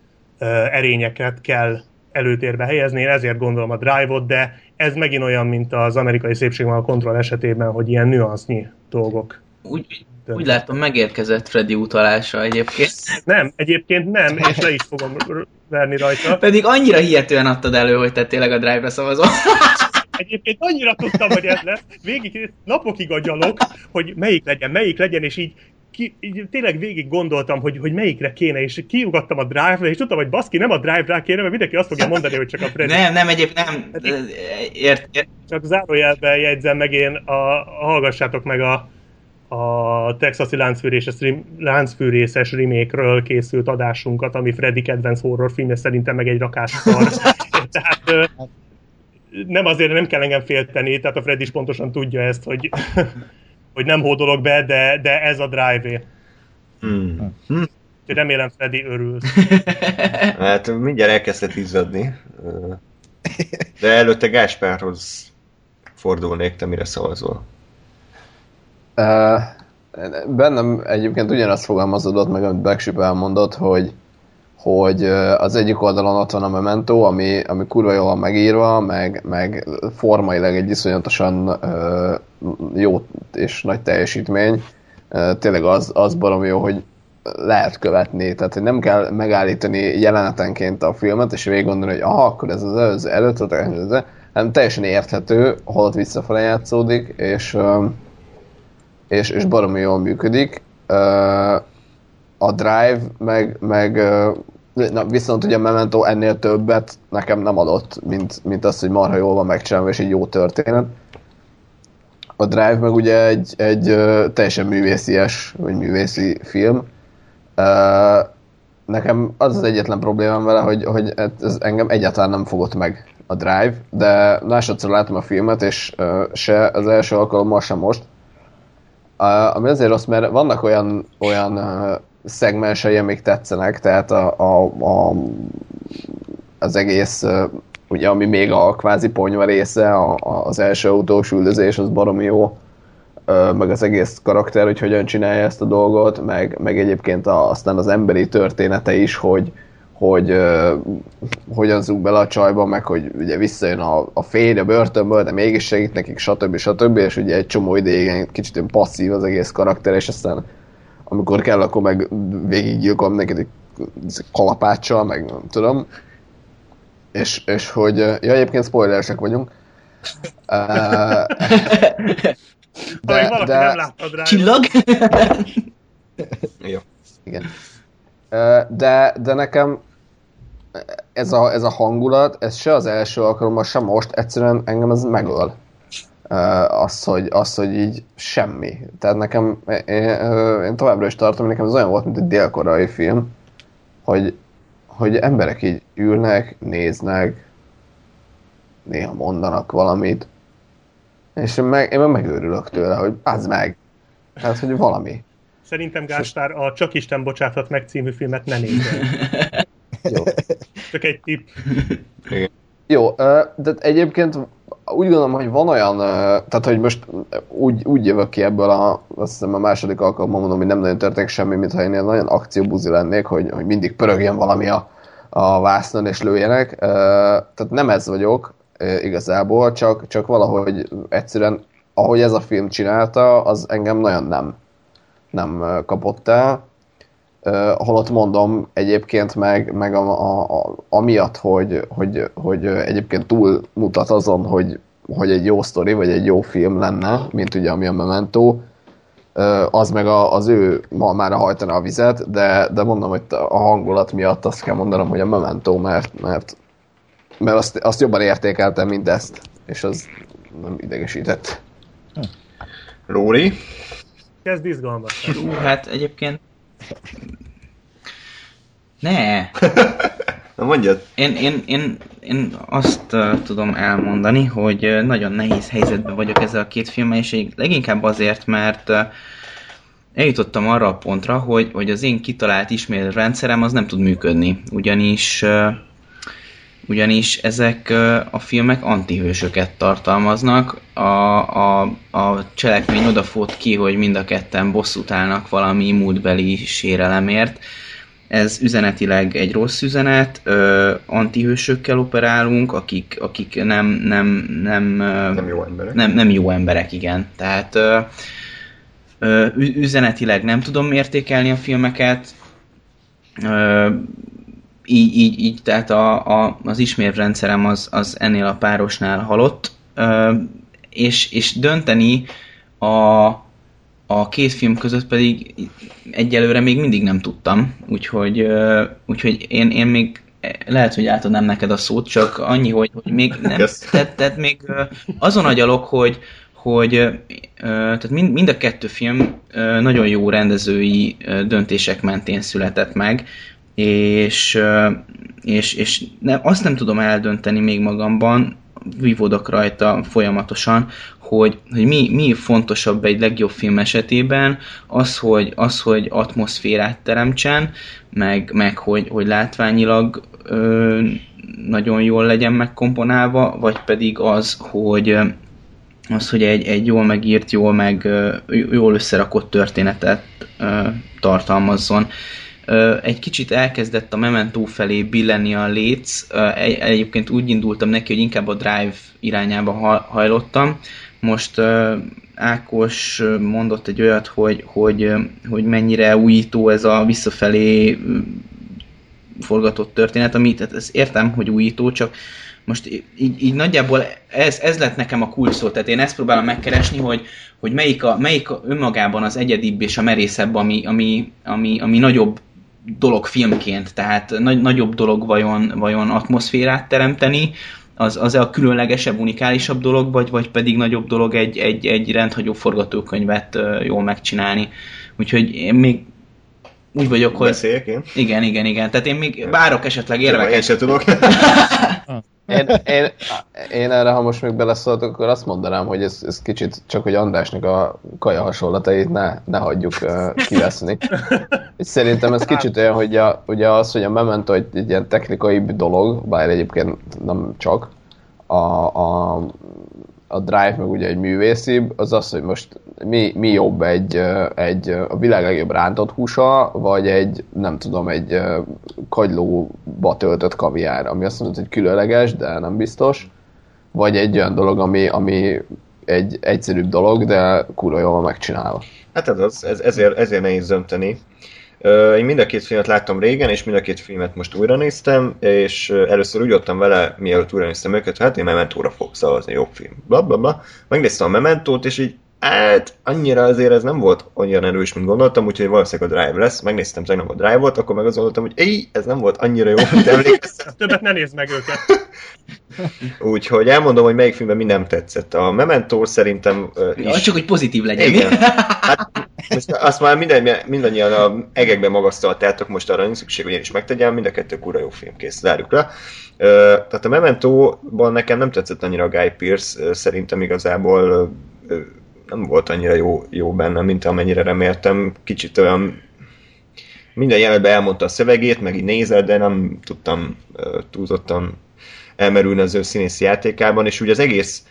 erényeket kell előtérbe helyezni. Én ezért gondolom a Drive-ot, de ez megint olyan, mint az Amerikai Szépségmalom Kontroll esetében, hogy ilyen nüansznyi dolgok. Úgy, úgy látom, megérkezett Freddy utalása egyébként. Nem, egyébként nem, és le is fogom verni rajta. Pedig annyira hihetően adtad elő, hogy te tényleg a Drive-ra szavazol. Egyébként annyira tudtam, hogy ez lesz. Végig napokig agyalok, hogy melyik legyen, melyik legyen, és így, ki, így tényleg végig gondoltam, hogy, hogy melyikre kéne, és kiugattam a Drive-ra, és tudtam, hogy baszki, nem a Drive-ra kéne, mert mindenki azt fogja mondani, hogy csak a Freddy. Nem, nem, egyébként nem. Ért, ért. Csak zárójelben jegyzem meg én, a, a, hallgassátok meg a, a Texasi láncfűrészes, láncfűrészes remake-ről készült adásunkat, ami Freddy kedvenc horrorfilmje, szerintem meg egy rakásszar. Tehát nem azért nem kell engem félteni, tehát a Freddy is pontosan tudja ezt, hogy, hogy nem hódolok be, de, de ez a Drive-é. Hmm. Hmm. Remélem Freddy örül. Hát mindjárt elkezdett izzadni. De előtte Gáspárhoz fordulnék, te mire szavazol? Uh, bennem egyébként ugyanazt fogalmazódott meg, amit Blackship elmondott, hogy, hogy az egyik oldalon ott van a Memento, ami, ami kurva jól van megírva, meg, meg formailag egy iszonyatosan uh, jó és nagy teljesítmény. Uh, tényleg az, az baromi jó, hogy lehet követni, tehát hogy nem kell megállítani jelenetenként a filmet, és végig gondolni, hogy aha, akkor ez az előző előtt, hanem teljesen érthető, holott visszafele játszódik, és, és, és baromi jól működik. A Drive, meg, meg na, viszont ugye a Memento ennél többet nekem nem adott, mint, mint az, hogy marha jól van megcsinálva, és egy jó történet. A Drive meg ugye egy, egy teljesen művészies, vagy művészi film. Uh, nekem az az egyetlen problémám vele, hogy, hogy ez engem egyáltalán nem fogott meg a Drive, de másodszor látom a filmet, és uh, se az első alkalommal, sem most. Uh, ami azért rossz, mert vannak olyan, olyan uh, szegmensei, amik tetszenek, tehát a, a, a, az egész, uh, ugye, ami még a kvázi ponyva része, a, a, az első autós üldözés, az baromi jó. Meg az egész karakter, hogy hogyan csinálja ezt a dolgot, meg, meg egyébként a, aztán az emberi története is, hogy, hogy uh, hogyan zúg bele a csajba, meg hogy ugye visszajön a, a férj a börtönből, de mégis segít nekik, stb. stb. És ugye egy csomó ideig kicsit passzív az egész karakter, és aztán amikor kell, akkor meg végiggyilkolom neked egy kalapáccsal, meg nem tudom. És, és hogy, ja, egyébként spoileresek vagyunk. Uh, De, valaki de... nem láttad rá. Csillag? Jó. Igen. De, de nekem ez a, ez a hangulat, ez se az első alkalommal, sem most, egyszerűen engem ez megöl. Az, hogy, az, hogy így semmi. Tehát nekem, én, én továbbra is tartom, hogy nekem ez olyan volt, mint egy dél-koreai film, hogy, hogy emberek így ülnek, néznek, néha mondanak valamit, és én meg, én meg megőrülök tőle, hogy az meg. Hát, hogy valami. Szerintem Gáspár a Csak Isten bocsáthat meg című filmet ne nézzel. Jó. Csak egy tipp. Jó, de egyébként úgy gondolom, hogy van olyan, tehát hogy most úgy, úgy jövök ki ebből a, azt hiszem a második alkalommal mondom, hogy nem nagyon történik semmi, mintha én ilyen nagyon akcióbuzi lennék, hogy, hogy mindig pörögjön valami a, a vásznon és lőjenek. Tehát nem ez vagyok, igazából, csak, csak valahogy egyszerűen, ahogy ez a film csinálta, az engem nagyon nem, nem kapott el. Uh, holott mondom, egyébként meg, meg a, a, a, amiatt, hogy, hogy, hogy egyébként túl mutat azon, hogy, hogy egy jó sztori, vagy egy jó film lenne, mint ugye ami a Memento, uh, az meg a, az ő ma már hajtaná a vizet, de, de mondom, hogy a hangulat miatt azt kell mondanom, hogy a Memento, mert, mert mert azt, azt jobban értékeltem, mint ezt, és az nem idegesített. Lóri? Kezd izgalmas. Hú, hát egyébként... Ne! Na mondjad. Én, én, én, én azt uh, tudom elmondani, hogy uh, nagyon nehéz helyzetben vagyok ezzel a két filmmel, és leginkább azért, mert uh, eljutottam arra a pontra, hogy, hogy az én kitalált ismétrendszerem az nem tud működni, ugyanis... Uh, ugyanis ezek a filmek antihősöket tartalmaznak. A, a, a cselekmény odafut ki, hogy mind a ketten bosszút állnak valami múltbeli sérelemért. Ez üzenetileg egy rossz üzenet, antihősökkel operálunk, akik, akik nem, nem, nem, nem jó emberek. Nem, nem jó emberek, igen. Tehát ö, ö, üzenetileg nem tudom értékelni a filmeket, ö, Így, így, így, tehát a, a, az ismérvrendszerem az, az ennél a párosnál halott, ö, és, és dönteni a, a két film között pedig egyelőre még mindig nem tudtam, úgyhogy, ö, úgyhogy én, én még lehet, hogy átadnám neked a szót, csak annyi, hogy, hogy még nem, tehát, tehát még azon agyalok, hogy, hogy ö, tehát mind, mind a kettő film ö, nagyon jó rendezői ö, döntések mentén született meg, és, és, és nem, azt nem tudom eldönteni még magamban, vívódok rajta folyamatosan, hogy, hogy mi, mi fontosabb egy legjobb film esetében, az, hogy, az, hogy atmoszférát teremtsen, meg, meg hogy, hogy látványilag ö, nagyon jól legyen megkomponálva, vagy pedig az, hogy az, hogy egy, egy jól megírt, jól, meg, jól összerakott történetet ö, tartalmazzon. Ö, egy kicsit elkezdett a Memento felé billenni a léc. Ö, egy, egyébként úgy indultam neki, hogy inkább a Drive irányába hajlottam. Most ö, Ákos mondott egy olyat, hogy, hogy, hogy mennyire újító ez a visszafelé forgatott történet, amit tehát ezt értem, hogy újító, csak most így, így nagyjából ez, ez lett nekem a kulcs szó, tehát én ezt próbálom megkeresni, hogy, hogy melyik, a, melyik a önmagában az egyedibb és a merészebb, ami, ami, ami, ami nagyobb dolog filmként, tehát nagy, nagyobb dolog vajon, vajon atmoszférát teremteni, az, az a különlegesebb, unikálisabb dolog, vagy, vagy pedig nagyobb dolog egy, egy, egy rendhagyó forgatókönyvet jól megcsinálni. Úgyhogy én még úgy vagyok, hogy... Beszéljek én? Igen, igen, igen. Tehát én még várok esetleg érveket. Én sem tudok. Én, én, én erre, ha most még beleszóltok, akkor azt mondanám, hogy ez, ez kicsit csak, hogy Andrásnak a kaja hasonlatait ne, ne hagyjuk uh, kiveszni. És szerintem ez kicsit olyan, hogy a, ugye az, hogy a Memento egy, egy ilyen technikai dolog, bár egyébként nem csak, a, a, a Drive meg ugye egy művészibb, az az, hogy most mi, mi jobb egy, egy a világ legjobb rántott húsa, vagy egy, nem tudom, egy kagylóba töltött kaviár, ami azt mondod, hogy különleges, de nem biztos, vagy egy olyan dolog, ami, ami egy egyszerűbb dolog, de kurva jól megcsinálva. Hát ez az, ez, ezért, ezért nehéz dönteni. Én mind a két filmet láttam régen, és mind a két filmet most újra néztem, és először úgy jöttem vele, mielőtt újra néztem őket, hát én Mementóra fogok szavazni, jobb film. Bla, bla, bla. Megnéztem a Mementót, és így, hát annyira azért ez nem volt olyan erős, mint gondoltam, úgyhogy valószínűleg a Drive lesz. Megnéztem tegnap a Drive-ot, akkor meg azt gondoltam, hogy éj, ez nem volt annyira jó, mint emlékeztem. Többet ne nézd meg őket. Úgyhogy elmondom, hogy melyik filmben mi nem tetszett. A Memento szerintem uh, ja, csak hogy pozitív legyen. Igen. Hát, most azt már minden, mindannyian a egekben magasztaltátok, most arra nincs szükség, hogy én is megtegyem, mind a kettő kurva jó film, kész, zárjuk le. Uh, tehát a Memento-ban nekem nem tetszett annyira a Guy Pearce, uh, szerintem igazából uh, nem volt annyira jó, jó benne, mint amennyire reméltem. Kicsit olyan minden jelenetben elmondta a szövegét, meg így nézett, de nem tudtam uh, túlzottan elmerülni az ő színészi játékában, és ugye az egész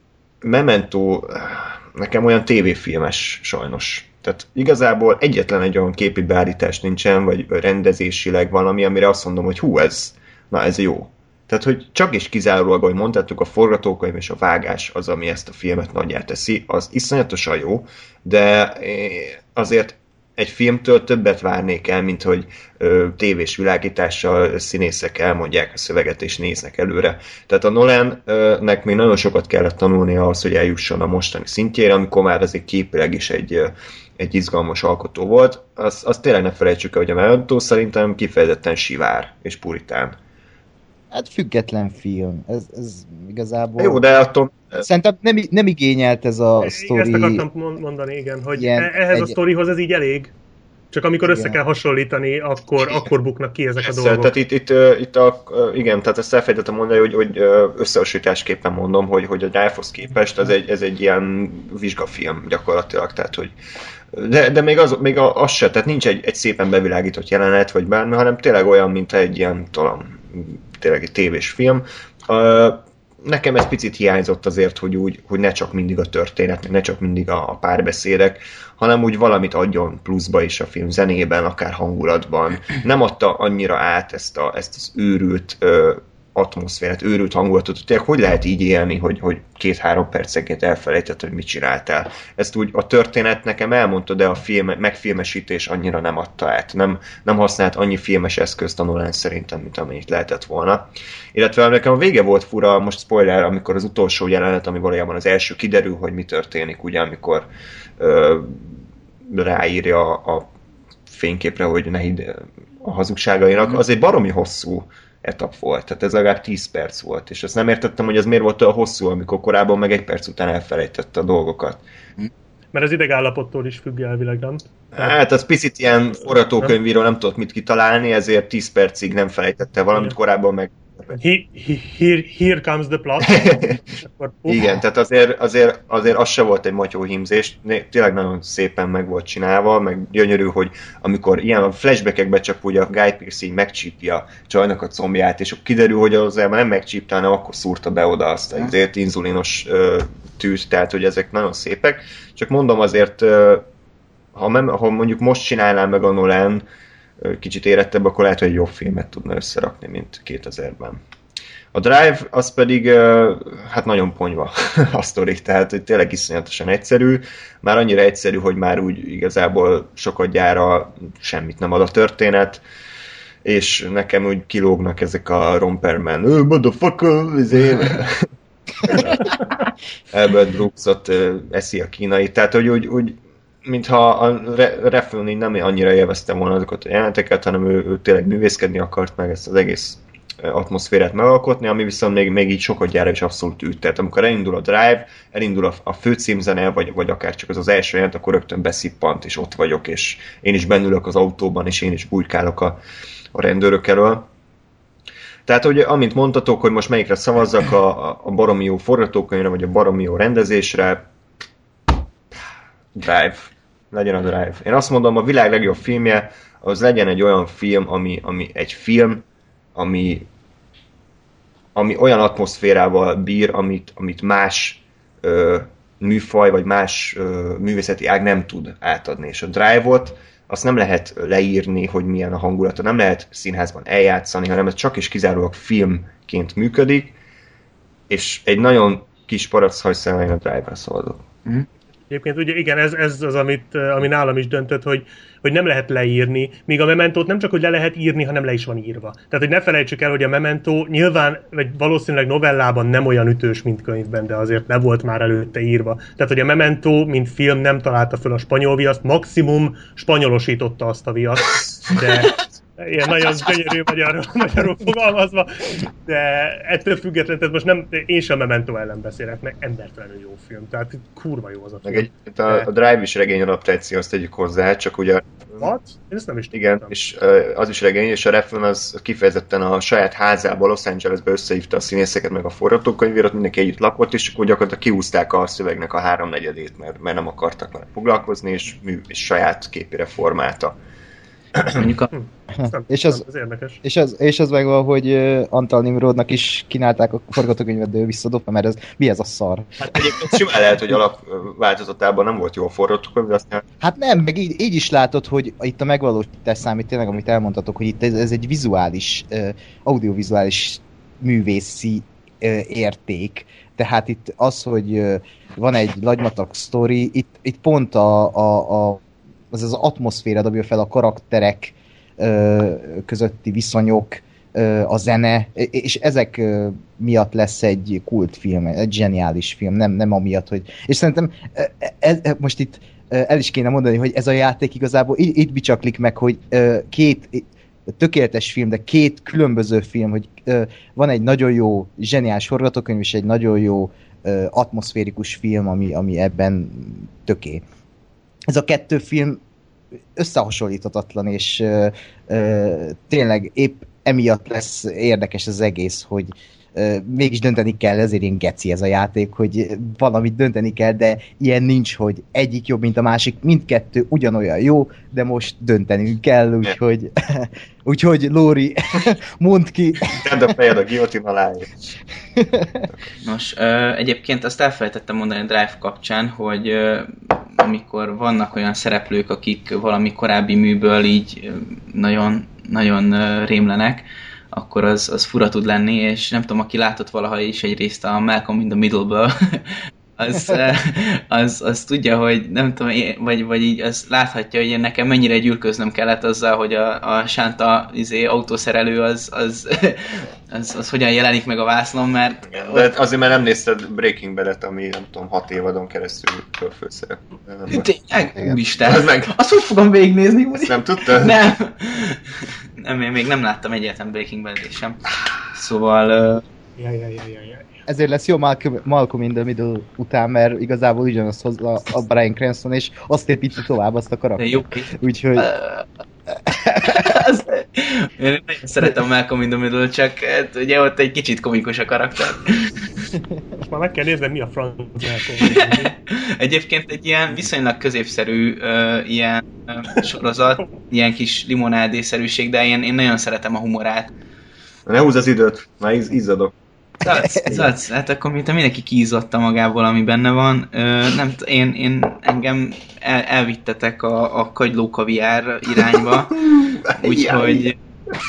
Memento nekem olyan tévéfilmes sajnos. Tehát igazából egyetlen egy olyan képi beállítás nincsen, vagy rendezésileg valami, amire azt mondom, hogy hú, ez, na ez jó. Tehát, hogy csak és kizárólag, ahogy mondtátok, a forgatókönyv és a vágás az, ami ezt a filmet nagyjá teszi, az iszonyatosan jó, de azért egy filmtől többet várnék el, mint hogy ö, tévés világítással színészek elmondják a szöveget és néznek előre. Tehát a Nolannek még nagyon sokat kellett tanulni ahhoz, hogy eljusson a mostani szintjére, amikor már azért képileg is egy, egy izgalmas alkotó volt. Azt az tényleg ne felejtsük el, hogy a Memento szerintem kifejezetten sivár és puritán. Hát független film. Ez, ez igazából... Jó, de attól... Szerintem nem, nem igényelt ez a sztori... Ezt akartam mondani, igen, hogy ilyen, ehhez egy... a sztorihoz ez így elég. Csak amikor igen. össze kell hasonlítani, akkor, akkor buknak ki ezek Persze, a dolgok. Tehát itt, itt, itt a, igen, tehát ezt elfelejtettem mondani, hogy, hogy összehasonlításképpen mondom, hogy, hogy a Drive-hoz képest ez egy, ez egy ilyen vizsgafilm gyakorlatilag, tehát hogy de, de még, az, még az se, tehát nincs egy, egy szépen bevilágított jelenet, vagy bármi, hanem tényleg olyan, mint egy ilyen, talán tényleg egy tévés film. Uh, nekem ez picit hiányzott azért, hogy úgy, hogy ne csak mindig a történet, ne csak mindig a, a párbeszédek, hanem úgy valamit adjon pluszba is a film zenében, akár hangulatban. Nem adta annyira át ezt, a, ezt az őrült uh, atmoszférát, őrült hangulatot, tényleg hogy lehet így élni, hogy, hogy két-három percenként elfelejtett, hogy mit csináltál. Ezt úgy a történet nekem elmondta, de a film, megfilmesítés annyira nem adta át. Nem, nem használt annyi filmes eszközt a Nolan szerintem, mint amennyit lehetett volna. Illetve nekem a vége volt fura, most spoiler, amikor az utolsó jelenet, ami valójában az első kiderül, hogy mi történik, ugye, amikor ö, ráírja a fényképre, hogy ne hidd a hazugságainak, az egy baromi hosszú etap volt, tehát ez legalább tíz perc volt, és azt nem értettem, hogy ez miért volt olyan hosszú, amikor korábban meg egy perc után elfelejtette a dolgokat. Mert az idegállapottól is függ elvileg, nem? Hát az picit ilyen forgatókönyvíró nem tudott mit kitalálni, ezért tíz percig nem felejtette valamit, korábban meg He, he, here, here comes the plot. Akkor, Igen, tehát azért, azért, azért az se volt egy matyó hímzés, tényleg nagyon szépen meg volt csinálva, meg gyönyörű, hogy amikor ilyen flashbackekbe csak ugye a Guy Pearce így megcsípja csajnak a combját, és kiderül, hogy az már nem megcsípta, hanem akkor szúrta be oda azt azért inzulinos uh, tűt, tehát hogy ezek nagyon szépek. Csak mondom azért, uh, ha, mem, ha mondjuk most csinálnám meg a Nolan uh, kicsit érettebb, akkor lehet, hogy egy jobb filmet tudna összerakni, mint kétezerben. A Drive az pedig hát nagyon ponyva a sztori, tehát hogy tényleg iszonyatosan egyszerű, már annyira egyszerű, hogy már úgy igazából sokadjára semmit nem ad a történet, és nekem úgy kilógnak ezek a romperman, oh, motherfucker, izé, Albert Brooksot eszi a kínai, tehát hogy úgy, úgy mintha a Refn nem annyira élvezte volna azokat a jelenteket, hanem ő, ő tényleg művészkedni akart meg ezt az egész atmoszférát megalkotni, ami viszont még, még így sokadjára is abszolút üt. Tehát amikor elindul a Drive, elindul a, a főcímzene, vagy, vagy akár csak az az első jelent, akkor rögtön beszippant, és ott vagyok, és én is bennülök az autóban, és én is bujkálok a, a rendőrök elől. Tehát, hogy amint mondtatok, hogy most melyikre szavazzak, a, a baromi jó forgatókönyvre, vagy a baromi jó rendezésre, Drive. Legyen a Drive. Én azt mondom, a világ legjobb filmje, az legyen egy olyan film, ami, ami egy film, ami, ami olyan atmoszférával bír, amit, amit más ö, műfaj, vagy más ö, művészeti ág nem tud átadni. És a Drive-ot azt nem lehet leírni, hogy milyen a hangulata, nem lehet színházban eljátszani, hanem ez csak és kizárólag filmként működik, és egy nagyon kis paraszthajszál a Drive-ra szavazok. Mm. Egyébként ugye igen, ez, ez az, amit, ami nálam is döntött, hogy, hogy nem lehet leírni, míg a Mementót nem csak, hogy le lehet írni, hanem le is van írva. Tehát, hogy ne felejtsük el, hogy a Memento nyilván, vagy valószínűleg novellában nem olyan ütős, mint könyvben, de azért le volt már előtte írva. Tehát, hogy a Memento, mint film nem találta föl a spanyol viaszt, maximum spanyolosította azt a viaszt, de ilyen nagyon gyönyörű magyarul, magyarul fogalmazva, de ettől függetlenül, tehát most nem, én sem Memento ellen beszélek, meg embertelenül jó film, tehát kurva jó az a film. Meg egy, a, a Drive is regény adaptáció, azt tegyük hozzá, csak ugye... What? Én ezt nem is igen, tudtam. És az is regény, és a Refn az kifejezetten a saját házából Los Angelesbe összehívta a színészeket, meg a forgatókönyvírót, mindenki együtt lakott, és akkor gyakorlatilag kiúzták a szövegnek a háromnegyedét, mert, mert nem akartak vele foglalkozni, és, mű, és saját képére formálta. Mondjuk a... és, az, az és, az, és az meg van, hogy Antal Nimrodnak is kínálták a forgatókönyvet, de ő visszadobta, mert ez, mi ez a szar? Hát egyébként simán lehet, hogy alapváltozatában nem volt jó a forgatókönyv, de aztán... Hát nem, meg így, így is látod, hogy itt a megvalósítás számít tényleg, amit elmondhatok, hogy itt ez, ez egy vizuális, audiovizuális művészi érték. Tehát itt az, hogy van egy lagymatag sztori, itt, itt pont a, a, a az az atmoszféra dobja fel, a karakterek ö, közötti viszonyok, ö, a zene, és ezek ö, miatt lesz egy kultfilm, egy zseniális film, nem, nem amiatt, hogy... És szerintem ez, most itt el is kéne mondani, hogy ez a játék igazából itt, itt bicsaklik meg, hogy ö, két tökéletes film, de két különböző film, hogy ö, van egy nagyon jó, zseniális forgatókönyv, és egy nagyon jó ö, atmoszférikus film, ami, ami ebben töké. Ez a kettő film összehasonlíthatatlan, és ö, ö, tényleg épp emiatt lesz érdekes az egész, hogy ö, mégis dönteni kell, ezért ilyen geci ez a játék, hogy valamit dönteni kell, de ilyen nincs, hogy egyik jobb, mint a másik, mindkettő ugyanolyan jó, de most döntenünk kell, úgyhogy úgyhogy Lóri, mondd ki! Tedd a fejed a guillotine alá. Nos, ö, egyébként azt elfelejtettem mondani a Drive kapcsán, hogy ö, amikor vannak olyan szereplők, akik valami korábbi műből így nagyon, nagyon rémlenek, akkor az, az fura tud lenni, és nem tudom, aki látott valaha is egyrészt a Malcolm in the Middle-ből, az, az, az tudja, hogy nem tudom, vagy, vagy így az láthatja, hogy nekem mennyire gyűlköznöm kellett azzal, hogy a, a Sánta izé, autószerelő az, az, az, az hogyan jelenik meg a vászlon, mert... De ott... azért már nem nézted Breaking Bad-et, ami nem tudom, hat évadon keresztül körfőszerep. Tényleg? Úristen, meg... azt hogy fogom végignézni? Ezt nem tudtad? Nem. Nem, én még nem láttam egyáltalán Breaking Bad-et sem. Szóval... Uh... Ja, ja, ja, ja, ja. Ezért lesz jó Malcolm, Malcolm in the Middle után, mert igazából ugyanazt hozza a Bryan Cranston, és azt építi tovább azt a karaktert. Úgyhogy... Az, én nagyon szeretem Malcolm in the Middle, csak hát, ugye ott egy kicsit komikus a karakter. Most már meg kell nézni, mi a franc Malcolm. Egyébként egy ilyen viszonylag középszerű uh, ilyen uh, sorozat, ilyen kis limonádészerűség, de én, én nagyon szeretem a humorát. Ne húzz az időt, már íz, izzadok. Zac, zac, hát akkor mint mindenki kiizzatta magából, ami benne van. Ö, nem t- én, én engem el, elvittetek a, a kagyló kaviár irányba, úgyhogy...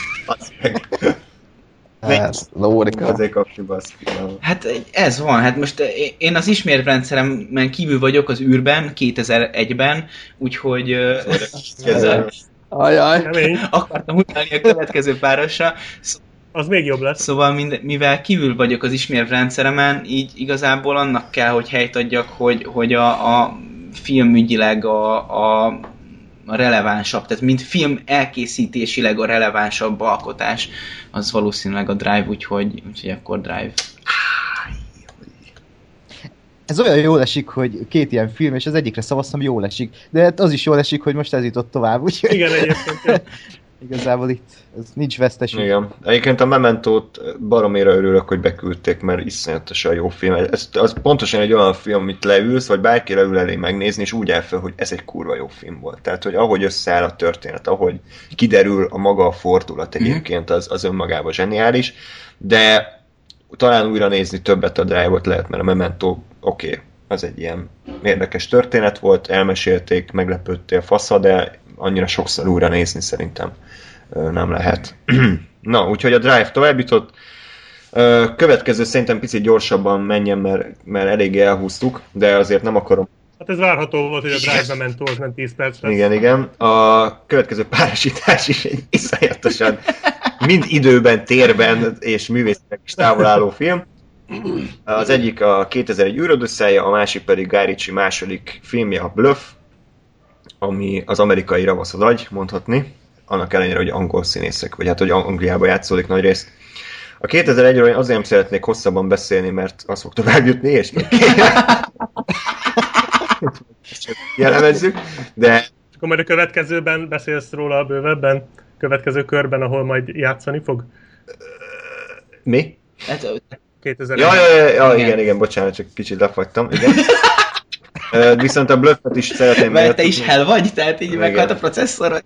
Ez, Lórika. Azért kapni baszki. Hát ez van, hát most én az isméretrendszeremen kívül vagyok az űrben, kétezer-egyben, úgyhogy ö, ezzel Ajaj. Kemény. akartam utalni a következő párosra. Az még jobb lesz. Szóval mind, mivel kívül vagyok az isméretrendszeremen, így igazából annak kell, hogy helyt adjak, hogy, hogy a, a filmügyileg a, a, a relevánsabb, tehát mint film elkészítésileg a relevánsabb alkotás, az valószínűleg a Drive, úgyhogy, úgyhogy akkor Drive. Ez olyan jól esik, hogy két ilyen film, és az egyikre szavaztam, jól esik. De hát az is jól esik, hogy most ez jutott tovább, úgyhogy... Igen, egyébként. Igazából itt ez nincs veszteség. Igen. Egyébként a Mementót baromira örülök, hogy beküldték, mert iszonyatosan jó film. Ez, az pontosan egy olyan film, amit leülsz, vagy bárki leül elé megnézni, és úgy áll fel, hogy ez egy kurva jó film volt. Tehát, hogy ahogy összeáll a történet, ahogy kiderül a maga a fordulat egyébként, az, az önmagában zseniális, de talán újra nézni többet a Drive-ot lehet, mert a Memento oké, okay, az egy ilyen érdekes történet volt, elmesélték, meglepődtél fasza, de annyira sokszor újra nézni szerintem nem lehet. Na, úgyhogy a Drive tovább jutott. Következő szerintem picit gyorsabban menjen, mert, mert eléggé elhúztuk, de azért nem akarom. Hát ez várható volt, hogy a Drive Memento az nem tíz perc lesz. Igen, igen. A következő párosítás is egy iszonyatosan mind időben, térben és művészetek is távol álló film. Az egyik a kétezer-egy űrodüsszeja, a másik pedig Guy Ritchie második filmje, a Bluff, ami az amerikai ravasz az agy, mondhatni, annak ellenére, hogy angol színészek, vagy hát, hogy Angliában játszódik nagy részt. A kétezer-egyről én azért nem szeretnék hosszabban beszélni, mert az fog tovább jutni, és még jellemezzük, de... Akkor majd a következőben beszélsz róla bővebben? Következő körben, ahol majd játszani fog? Mi? kétezer-egy. Ja, ja, ja, ja, igen, igen, bocsánat, csak kicsit lefagytam, igen. Uh, viszont a Bluffet is szeretném... Mert te is hell vagy, tehát így meghalt a processzor.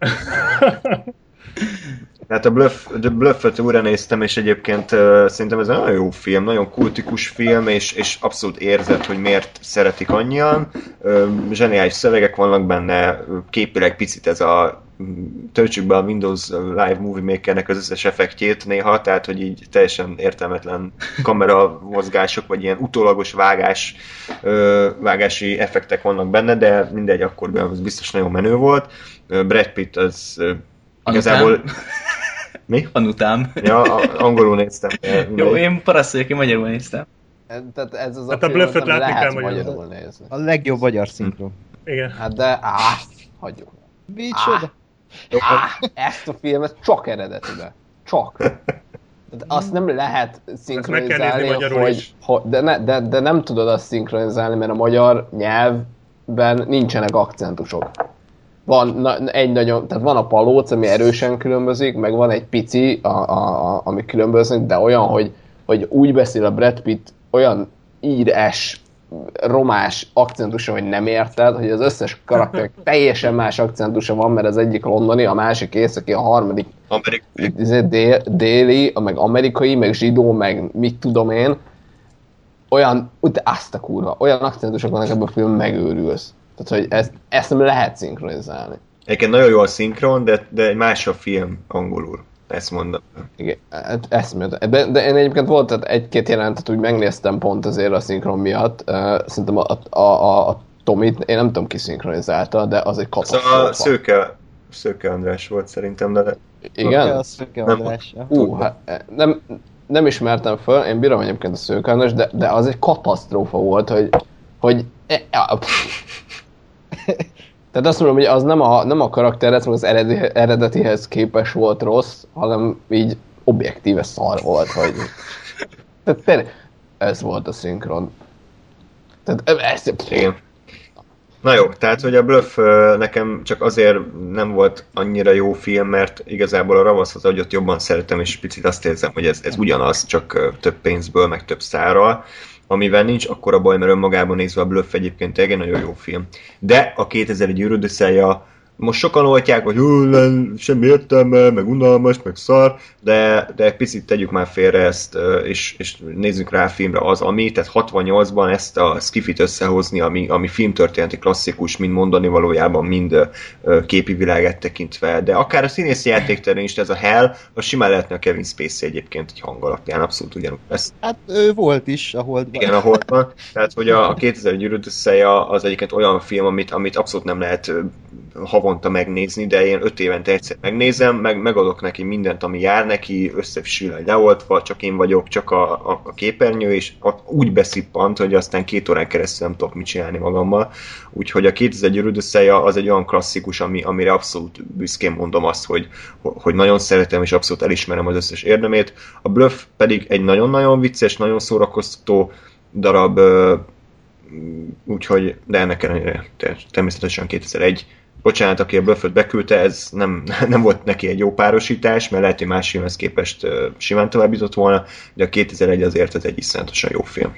Tehát a, Bluff, a Bluffet újra néztem, és egyébként uh, szerintem ez egy nagyon jó film, nagyon kultikus film, és, és abszolút érzed, hogy miért szeretik annyian. Uh, zseniális szövegek vannak benne, képileg picit ez a töltsük be a Windows Live Movie Makernek az összes effektjét néha, tehát hogy így teljesen értelmetlen kamera mozgások, vagy ilyen utólagos vágás, uh, vágási effektek vannak benne, de mindegy, akkor az biztos nagyon menő volt. Uh, Brad Pitt az uh, igazából... Mi? Anutám. Ja, angolul néztem. Jó, én paraszt vagyok, én magyarul néztem. Tehát ez az hát a, a Bluffet látni lehet kell magyarul, magyarul nézni. A legjobb magyar szinkron. Igen. Hát de, áh, hagyjuk. Micsoda? Áh, ezt a filmet csak eredetibe. Csak. Tehát azt nem lehet szinkronizálni, hogy, hogy de, ne, de, de nem tudod azt szinkronizálni, mert a magyar nyelvben nincsenek akcentusok. Van na, egy nagyon, tehát van a palóc, ami erősen különbözik, meg van egy pici, a, a, a, ami különbözik, de olyan, hogy, hogy úgy beszél a Brad Pitt olyan írás, romás akcentusa, hogy nem érted, hogy az összes karakter teljesen más akcentusa van, mert az egyik londoni, a másik északi, a harmadik dél, déli, meg amerikai, meg zsidó, meg mit tudom én. Olyan, de azt a kurva, olyan akcentusok vannak ebben a film, megőrülsz. Tehát, hogy ezt, ezt nem lehet szinkronizálni. Egyébként nagyon jó a szinkron, de, de más a film angolul. Ezt mondom. Igen, eszméletlen. De, de én egyébként volt tehát egy-két jelentet, úgy megnéztem pont azért a szinkron miatt. Uh, szerintem a, a, a, a Tomit, én nem tudom ki szinkronizálta, de az egy katasztrófa. Az a Szőke, Szőke András volt szerintem, de... Igen? A Szőke András. Ú, hát nem, nem ismertem föl, én bírom egyébként a Szőke András, de, de az egy katasztrófa volt, hogy... hogy Tehát azt mondom, hogy az nem a, nem a karakterhez, meg az eredeti, eredetihez képes volt rossz, hanem így objektíve szar volt, hogy... Tehát tényleg, ez volt a szinkron. Tehát ez... Igen. Na jó, tehát hogy a Bluff nekem csak azért nem volt annyira jó film, mert igazából a Ravasz az agyat jobban szeretem, és picit azt érzem, hogy ez, ez ugyanaz, csak több pénzből, meg több szárral, amivel nincs akkora baj, mert önmagában nézve a Bluff egyébként egy nagyon jó film. De a kétezer-egy űrödösszeja most sokan oltják, hogy semmi értelme, meg unalmas, meg szar, de, de picit tegyük már félre ezt, és, és nézzük rá a filmre az, ami, tehát hatvannyolcban ezt a skifit összehozni, ami, ami filmtörténeti klasszikus, mind mondani valójában, mind képi világát tekintve, de akár a színészi játékterén is ez a Hell, az simán lehetne a Kevin Spacey egyébként egy hang alapján, abszolút ugyanúgy lesz. Hát ő volt is a Holdban. Igen, a Holdban, tehát hogy a, a kétezer-egy űrödösszeja az egyébként olyan film, amit, amit abszolút nem lehet havonta megnézni, de én öt évente egyszer megnézem, meg megadok neki mindent, ami jár neki, összesül leoltva, csak én vagyok, csak a, a, a képernyő, és úgy beszippant, hogy aztán két órán keresztül nem tudok mit csinálni magammal. Úgyhogy a kétezer-egy űrödösszeja az egy olyan klasszikus, ami, amire abszolút büszkén mondom azt, hogy, hogy nagyon szeretem, és abszolút elismerem az összes érdemét. A Bluff pedig egy nagyon-nagyon vicces, nagyon szórakoztató darab, úgyhogy, de ennek ellenére természetesen kétezer-egy. Bocsánat, aki a Bluffot beküldte, ez nem, nem volt neki egy jó párosítás, mert lehet, hogy más filmhez képest uh, simán tovább jutott volna, de a kétezer-egy azért az egy iszonyatosan jó film.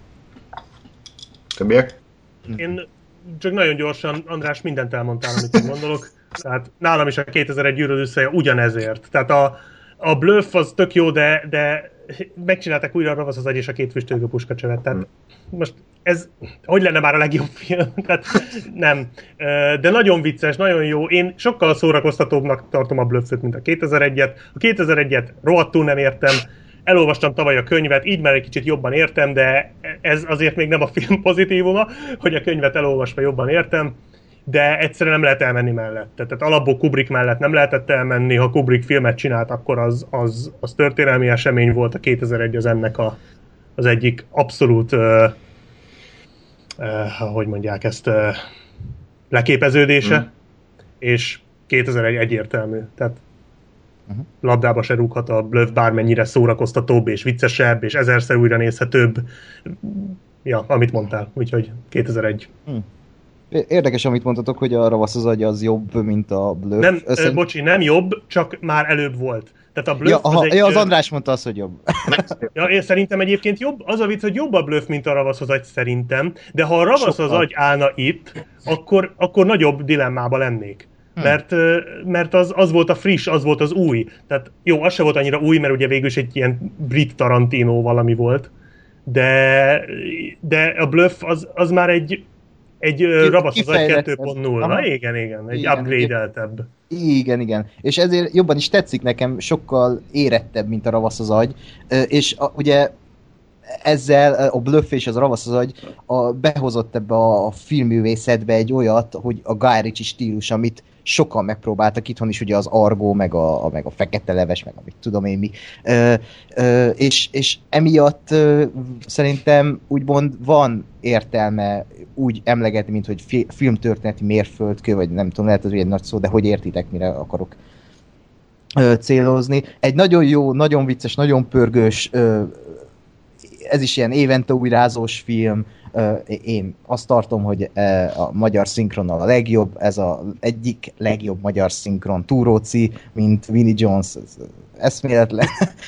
Többiek? Én csak nagyon gyorsan, András, mindent elmondtál, amit én gondolok. Tehát nálam is a kétezer-egy űrödösszeje ugyanezért. Tehát a, a Bluff az tök jó, de, de megcsinálták újra a Ravasz az agy és a két füstölgő puskacsövet. Tehát most ez, hogy lenne már a legjobb film? Tehát nem. De nagyon vicces, nagyon jó. Én sokkal szórakoztatóbbnak tartom a Bluffot, mint a kétezer-egyet. A kétezer-egyet rohadtul nem értem. Elolvastam tavaly a könyvet, így már egy kicsit jobban értem, de ez azért még nem a film pozitívuma, hogy a könyvet elolvasva jobban értem, de egyszerűen nem lehet elmenni mellette. Tehát alapból Kubrick mellett nem lehetett elmenni, ha Kubrick filmet csinált, akkor az, az, az történelmi esemény volt, a kétezer-egy az ennek a, az egyik abszolút, uh, uh, hogy mondják ezt, uh, leképeződése, mm. és kétezer-egy egyértelmű. Tehát uh-huh. labdába se rúghat a Bluff, bármennyire szórakoztatóbb és viccesebb, és ezerszer újra nézhetőbb. Ja, amit mondtál, úgyhogy kétezer-egy. Mm. Érdekes, amit mondtatok, hogy a Ravasz az agy az jobb, mint a Bluff. Nem, Össze... bocsi, nem jobb, csak már előbb volt. Tehát a Bluff ja, aha, az egy... Ja, az András mondta azt, hogy jobb. Ja, én szerintem egyébként jobb. Az a vicc, hogy jobb a Bluff, mint a Ravasz az agy szerintem, de ha a Ravasz Sokkal. az agy állna itt, akkor, akkor nagyobb dilemmába lennék. Hmm. Mert, mert az, az volt a friss, az volt az új. Tehát jó, az se volt annyira új, mert ugye végül is egy ilyen brit Tarantino valami volt. De, de a Bluff az, az már egy Egy Ravasz az agy kettő pont nulla. Na igen, igen, egy upgrade-eltebb. Igen, igen. És ezért jobban is tetszik nekem, sokkal érettebb, mint a Ravasz az agy. És a, ugye ezzel a Bluff és az Ravasz az agy a, behozott ebbe a filmművészetbe egy olyat, hogy a Guy Ritchie stílus, amit sokan megpróbáltak itthon is, ugye az Argo, meg a, a, meg a Fekete Leves, meg amit tudom én mi. Ö, ö, és, és emiatt ö, szerintem úgymond van értelme úgy emlegetni, mint hogy fi, filmtörténeti mérföldkő, vagy nem tudom, lehet, hogy egy nagy szó, de hogy értitek, mire akarok ö, célozni. Egy nagyon jó, nagyon vicces, nagyon pörgős, ö, ez is ilyen évente újrázós film. Én azt tartom, hogy a magyar szinkronnal a legjobb, ez az egyik legjobb magyar szinkron. Túróci, mint Vinnie Jones, eszméletlen.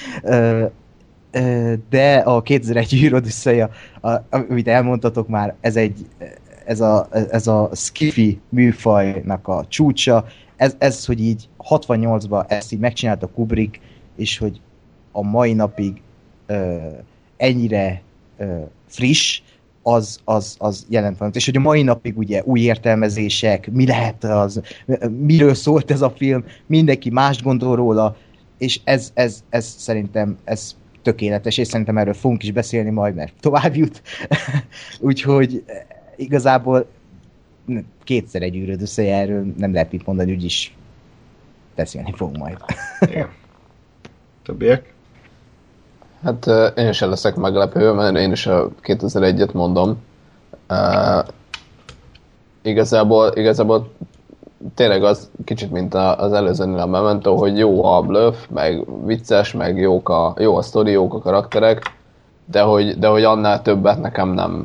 De a kétezer-egy űrödösszeja, amit elmondtatok már, ez, egy, ez, a, ez a skifi műfajnak a csúcsa. Ez, ez, hogy így hatvannyolcban ezt így megcsinálta Kubrick, és hogy a mai napig ennyire friss, az, az, az jelent valamit. És hogy a mai napig ugye új értelmezések, mi lehet az, miről szólt ez a film, mindenki mást gondol róla, és ez, ez, ez szerintem ez tökéletes, és szerintem erről fogunk is beszélni majd, mert tovább jut. Úgyhogy igazából kétszer egy űrödösszeje, erről nem lehet mit mondani, úgyis beszélni fogunk majd. Igen. Többiek? Hát uh, én is el leszek meglepő, mert én is a kétezer-egyet mondom. Uh, igazából, igazából tényleg az kicsit, mint az előzőnél a Memento, hogy jó a Bluff, meg vicces, meg jók a, jó a sztori, jók a karakterek, de hogy, de hogy annál többet nekem nem,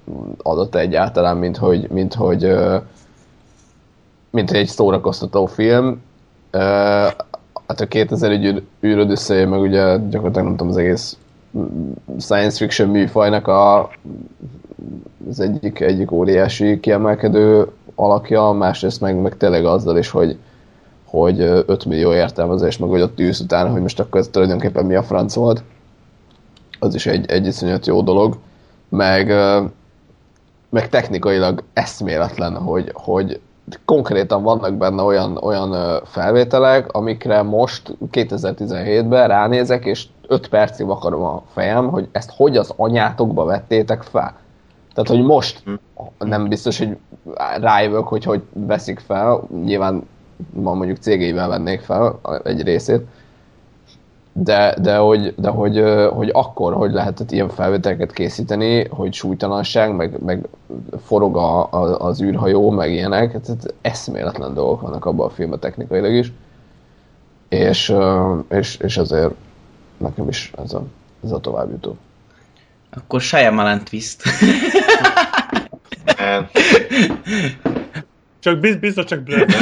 adott egyáltalán, mint hogy, mint hogy, mint hogy egy szórakoztató film. Hát a kétezer-egy űröd összejön, meg ugye gyakorlatilag nem tudom, az egész science fiction műfajnak a, az egyik, egyik óriási kiemelkedő alakja, másrészt meg, meg tényleg azzal is, hogy, hogy öt millió értelmezés, meg hogy ott űsz utána, hogy most akkor ez tulajdonképpen mi a franc volt. Az is egy, egy iszonyat jó dolog. Meg, meg technikailag eszméletlen, hogy, hogy konkrétan vannak benne olyan, olyan felvételek, amikre most kétezer-tizenhétben ránézek, és öt percig akarom a fejem, hogy ezt hogy az anyátokba vettétek fel. Tehát, hogy most nem biztos, hogy rájövök, hogy hogy veszik fel, nyilván van mondjuk cégeivel vennék fel egy részét, de, de, hogy, de hogy, hogy akkor, hogy lehetett ilyen felvételeket készíteni, hogy súlytalanság, meg, meg forog a, a, az űrhajó, meg ilyenek, tehát eszméletlen dolgok vannak abban a filmben technikailag is, és, és, és azért nekem is ez a, ez a továbbjutó. Akkor Shyamalan twist. Csak biztos csak Bluff.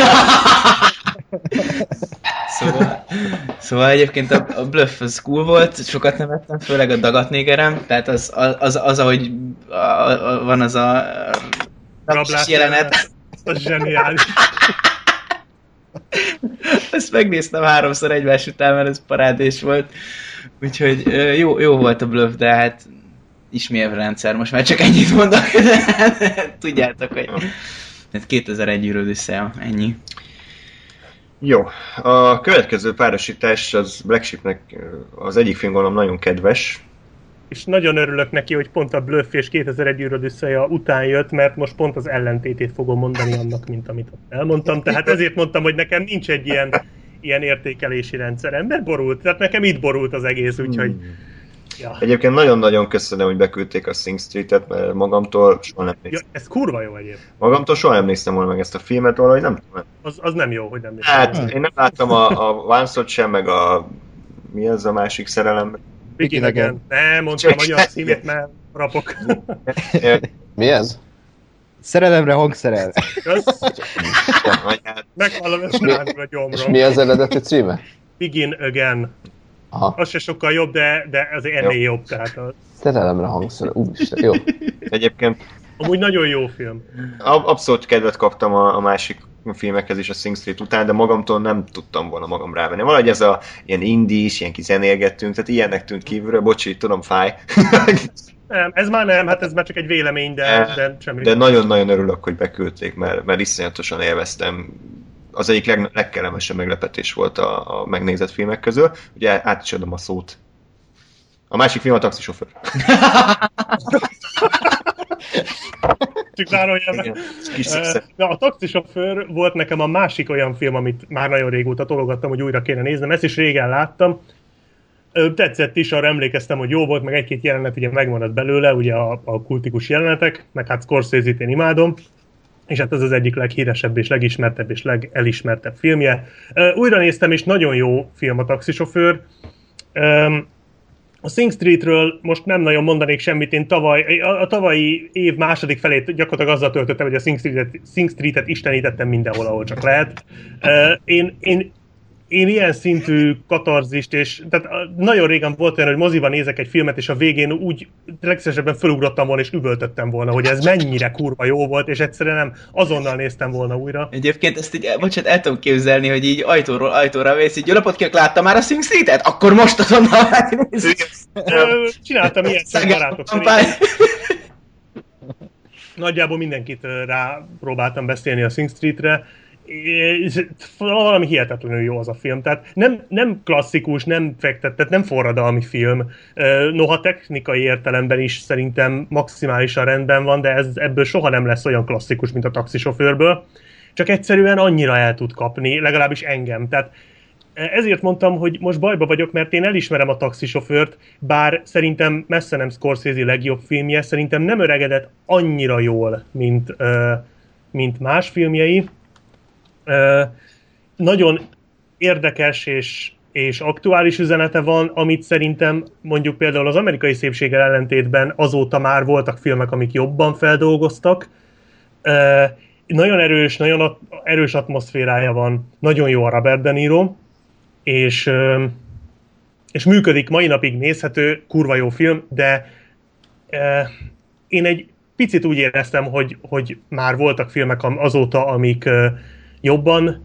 Szóval, szóval egyébként a, a Bluff az cool volt, sokat nevettem, főleg a dagatnégerem, tehát az, az, az, az ahogy a, a, van az a rablás jelenet. Az zseniális. Ezt megnéztem háromszor egymás után, mert ez parádés volt. Úgyhogy jó, jó volt a Bluff, de hát ismérv rendszer, most már csak ennyit mondok. Tudjátok, hogy hát kétezer-egy űröd össze, ennyi. Jó, a következő párosítás az Black Sheepnek az egyik film gondolom nagyon kedves. És nagyon örülök neki, hogy pont a Bluff és kétezer-egy űröd összeja után jött, mert most pont az ellentétét fogom mondani annak, mint amit elmondtam. Tehát ezért mondtam, hogy nekem nincs egy ilyen, ilyen értékelési rendszerem, mert borult. Tehát nekem itt borult az egész, úgyhogy... Ja. Egyébként nagyon-nagyon köszönöm, hogy beküldték a Sing Street-et, mert magamtól soha nem néztem. Ja, ez kurva jó egyébként. Magamtól soha nem néztem volna meg ezt a filmet, valahogy nem tudom. Az, az nem jó, hogy nem néztem. Hát, én nem láttam a, a Once-ot sem, meg a... Mi ez a másik szerelem? Begin Again. Nem, mondtam magyar címét, mert rapok. Mi ez? Szerelemre hangszerel. Meghallom ezt rándul a gyomrom. És mi az eredeti címe? Begin Again. Aha. Az se sokkal jobb, de, de azért ennél jobb. Tehát az... Szerelemre hangszerel. Úristen, jó. Egyébként... Amúgy nagyon jó film. Abszolút kedvet kaptam a, a másik filmekhez is a Sing Street után, de magamtól nem tudtam volna magam rávenni. Valahogy ez a ilyen indis, ilyen kizenélgettünk, tehát ilyennek tűnt kívülről, bocsi, tudom, fáj. Nem, ez már nem, hát ez már csak egy vélemény, de, de semmi. De nagyon-nagyon örülök, hogy beküldték, mert, mert iszonyatosan élveztem. Az egyik leg, legkellemesebb meglepetés volt a, a megnézett filmek közül. Ugye át is adom a szót. A másik film a Taxisofőr. Csak zárójelben. Na, a Taxisofőr volt nekem a másik olyan film, amit már nagyon régóta tologattam, hogy újra kéne néznem. Ezt is régen láttam. Tetszett is, arra emlékeztem, hogy jó volt, meg egy-két jelenet ugye megmaradt belőle, ugye a, a kultikus jelenetek, meg hát Scorsese-t én imádom. És hát ez az egyik leghíresebb és legismertebb és legelismertebb filmje. Uh, újra néztem, és nagyon jó film a Taxisofőr. Um, a Sing Streetről most nem nagyon mondanék semmit, én tavaly, a, a tavalyi év második felét gyakorlatilag azzal töltöttem, hogy a Sing Street-et, Sing Street-et istenítettem mindenhol, ahol csak lehet. Uh, én, én Én ilyen szintű katarzist, és tehát nagyon régen volt olyan, hogy moziban nézek egy filmet, és a végén úgy legszívesebben felugrottam volna, és üvöltöttem volna, hogy ez mennyire kurva jó volt, és egyszerűen nem azonnal néztem volna újra. Egyébként ezt így, bocsánat, el tudom képzelni, hogy így ajtóról ajtóra vész, így jó napot kívánok, látta már a Sing Street-et? Akkor most azonnal megnézzük. Csináltam ilyet, csak barátok szerint. Nagyjából mindenkit rá próbáltam beszélni a Sing Streetre, valami hihetetlenül jó az a film. Tehát nem, nem klasszikus, nem fektetett, nem forradalmi film. Noha technikai értelemben is szerintem maximálisan rendben van, de ez, ebből soha nem lesz olyan klasszikus, mint a Taxisofőrből. Csak egyszerűen annyira el tud kapni, legalábbis engem. Tehát ezért mondtam, hogy most bajba vagyok, mert én elismerem a Taxisofőrt, bár szerintem messze nem Scorsese legjobb filmje, szerintem nem öregedett annyira jól, mint, mint más filmjei. Uh, nagyon érdekes és, és aktuális üzenete van, amit szerintem mondjuk például az Amerikai Szépséggel ellentétben azóta már voltak filmek, amik jobban feldolgoztak. Uh, nagyon erős, nagyon at- erős atmoszférája van, nagyon jó a Robert De Niro, és, uh, és működik, mai napig nézhető, kurva jó film, de uh, én egy picit úgy éreztem, hogy, hogy már voltak filmek azóta, amik uh, jobban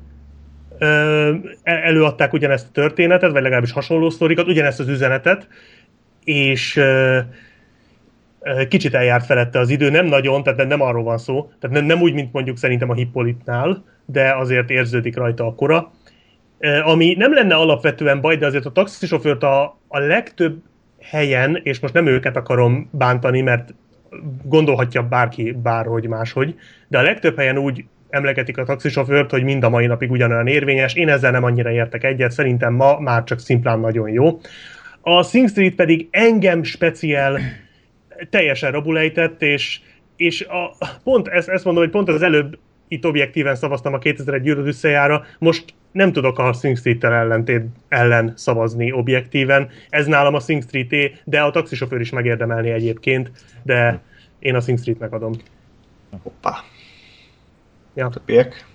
előadták ugyanezt a történetet, vagy legalábbis hasonló sztorikat, ugyanezt az üzenetet, és kicsit eljárt felette az idő, nem nagyon, tehát nem arról van szó, tehát nem, nem úgy, mint mondjuk szerintem a Hippolytnál, de azért érződik rajta a kora. Ami nem lenne alapvetően baj, de azért a taxisofőrt a, a legtöbb helyen, és most nem őket akarom bántani, mert gondolhatja bárki bárhogy máshogy, de a legtöbb helyen úgy emlegetik a taxisofőrt, hogy mind a mai napig ugyanolyan érvényes. Én ezzel nem annyira értek egyet, szerintem ma már csak szimplán nagyon jó. A Sing Street pedig engem speciál teljesen rabulejtett, és, és a, pont ezt, ezt mondom, hogy pont az előbb itt objektíven szavaztam a kétezer-egy gyűrűd összejára, most nem tudok a Sing Street-tel ellentét ellen szavazni objektíven. Ez nálam a Sing Street-é, de a taxisofőr is megérdemelni egyébként, de én a Sing Street-nek adom. Hoppá. Ja. Többiek?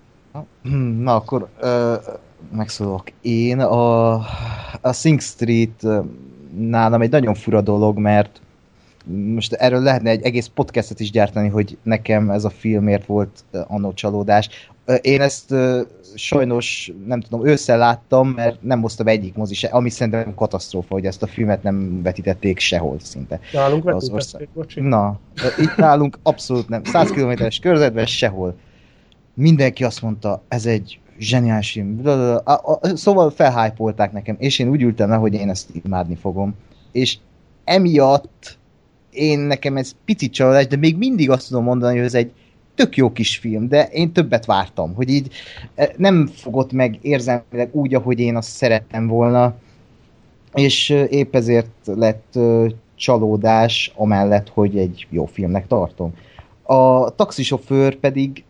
Na, akkor ö, megszólok. Én a, a Sing Street nálam egy nagyon fura dolog, mert most erről lehetne egy egész podcastet is gyártani, hogy nekem ez a filmért volt annó csalódás. Én ezt ö, sajnos, nem tudom, ősszel láttam, mert nem hoztam egyik mozi se, ami szerintem katasztrófa, hogy ezt a filmet nem vetítették sehol szinte. Nálunk vetítették, bocsi. Na, itt nálunk abszolút nem. száz kilométeres körzetben sehol. Mindenki azt mondta, ez egy zseniális film. Szóval felhájpolták nekem, és én úgy ültem le, hogy én ezt imádni fogom. És emiatt én nekem ez picit csalódás, de még mindig azt tudom mondani, hogy ez egy tök jó kis film, de én többet vártam, hogy így nem fogott meg érzelmileg úgy, ahogy én azt szerettem volna, és épp ezért lett csalódás, amellett, hogy egy jó filmnek tartom. A taxisofőr pedig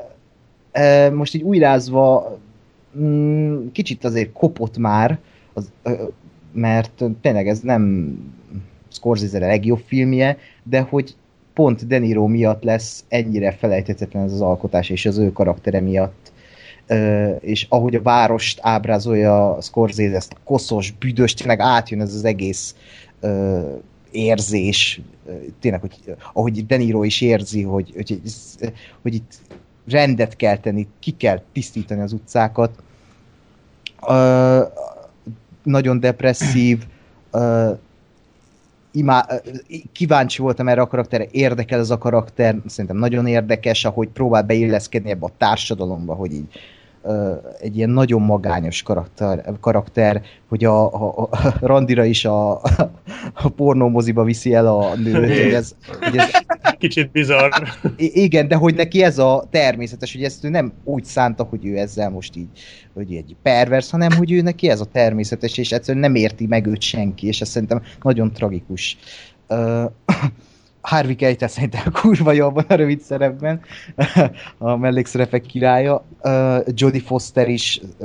most így újrázva kicsit azért kopott már, az, mert tényleg ez nem Scorsese a legjobb filmje, de hogy pont De Niro miatt lesz ennyire felejthetetlen ez az alkotás, és az ő karaktere miatt. És ahogy a várost ábrázolja Scorsese, ezt a koszos, büdös, tényleg átjön ez az egész érzés, tényleg, hogy, ahogy De Niro is érzi, hogy, hogy, hogy itt rendet kell tenni, ki kell tisztítani az utcákat. Uh, nagyon depresszív, uh, imá, uh, kíváncsi voltam erre a karakterre, érdekel ez a karakter, szerintem nagyon érdekes, ahogy próbál beilleszkedni ebbe a társadalomba, hogy így uh, egy ilyen nagyon magányos karakter, karakter hogy a, a, a randira is a, a pornómoziba viszi el a nőt, hogy ez, hogy ez kicsit bizarr. Igen, de hogy neki ez a természetes, hogy ezt ő nem úgy szánta, hogy ő ezzel most így, hogy egy pervers, hanem hogy ő neki ez a természetes, és egyszerűen nem érti meg őt senki, és ez szerintem nagyon tragikus. Uh, Harvey Keitel szerintem kurva jó abban a rövid szerepben, a mellékszerepek királya. Uh, Jodie Foster is uh,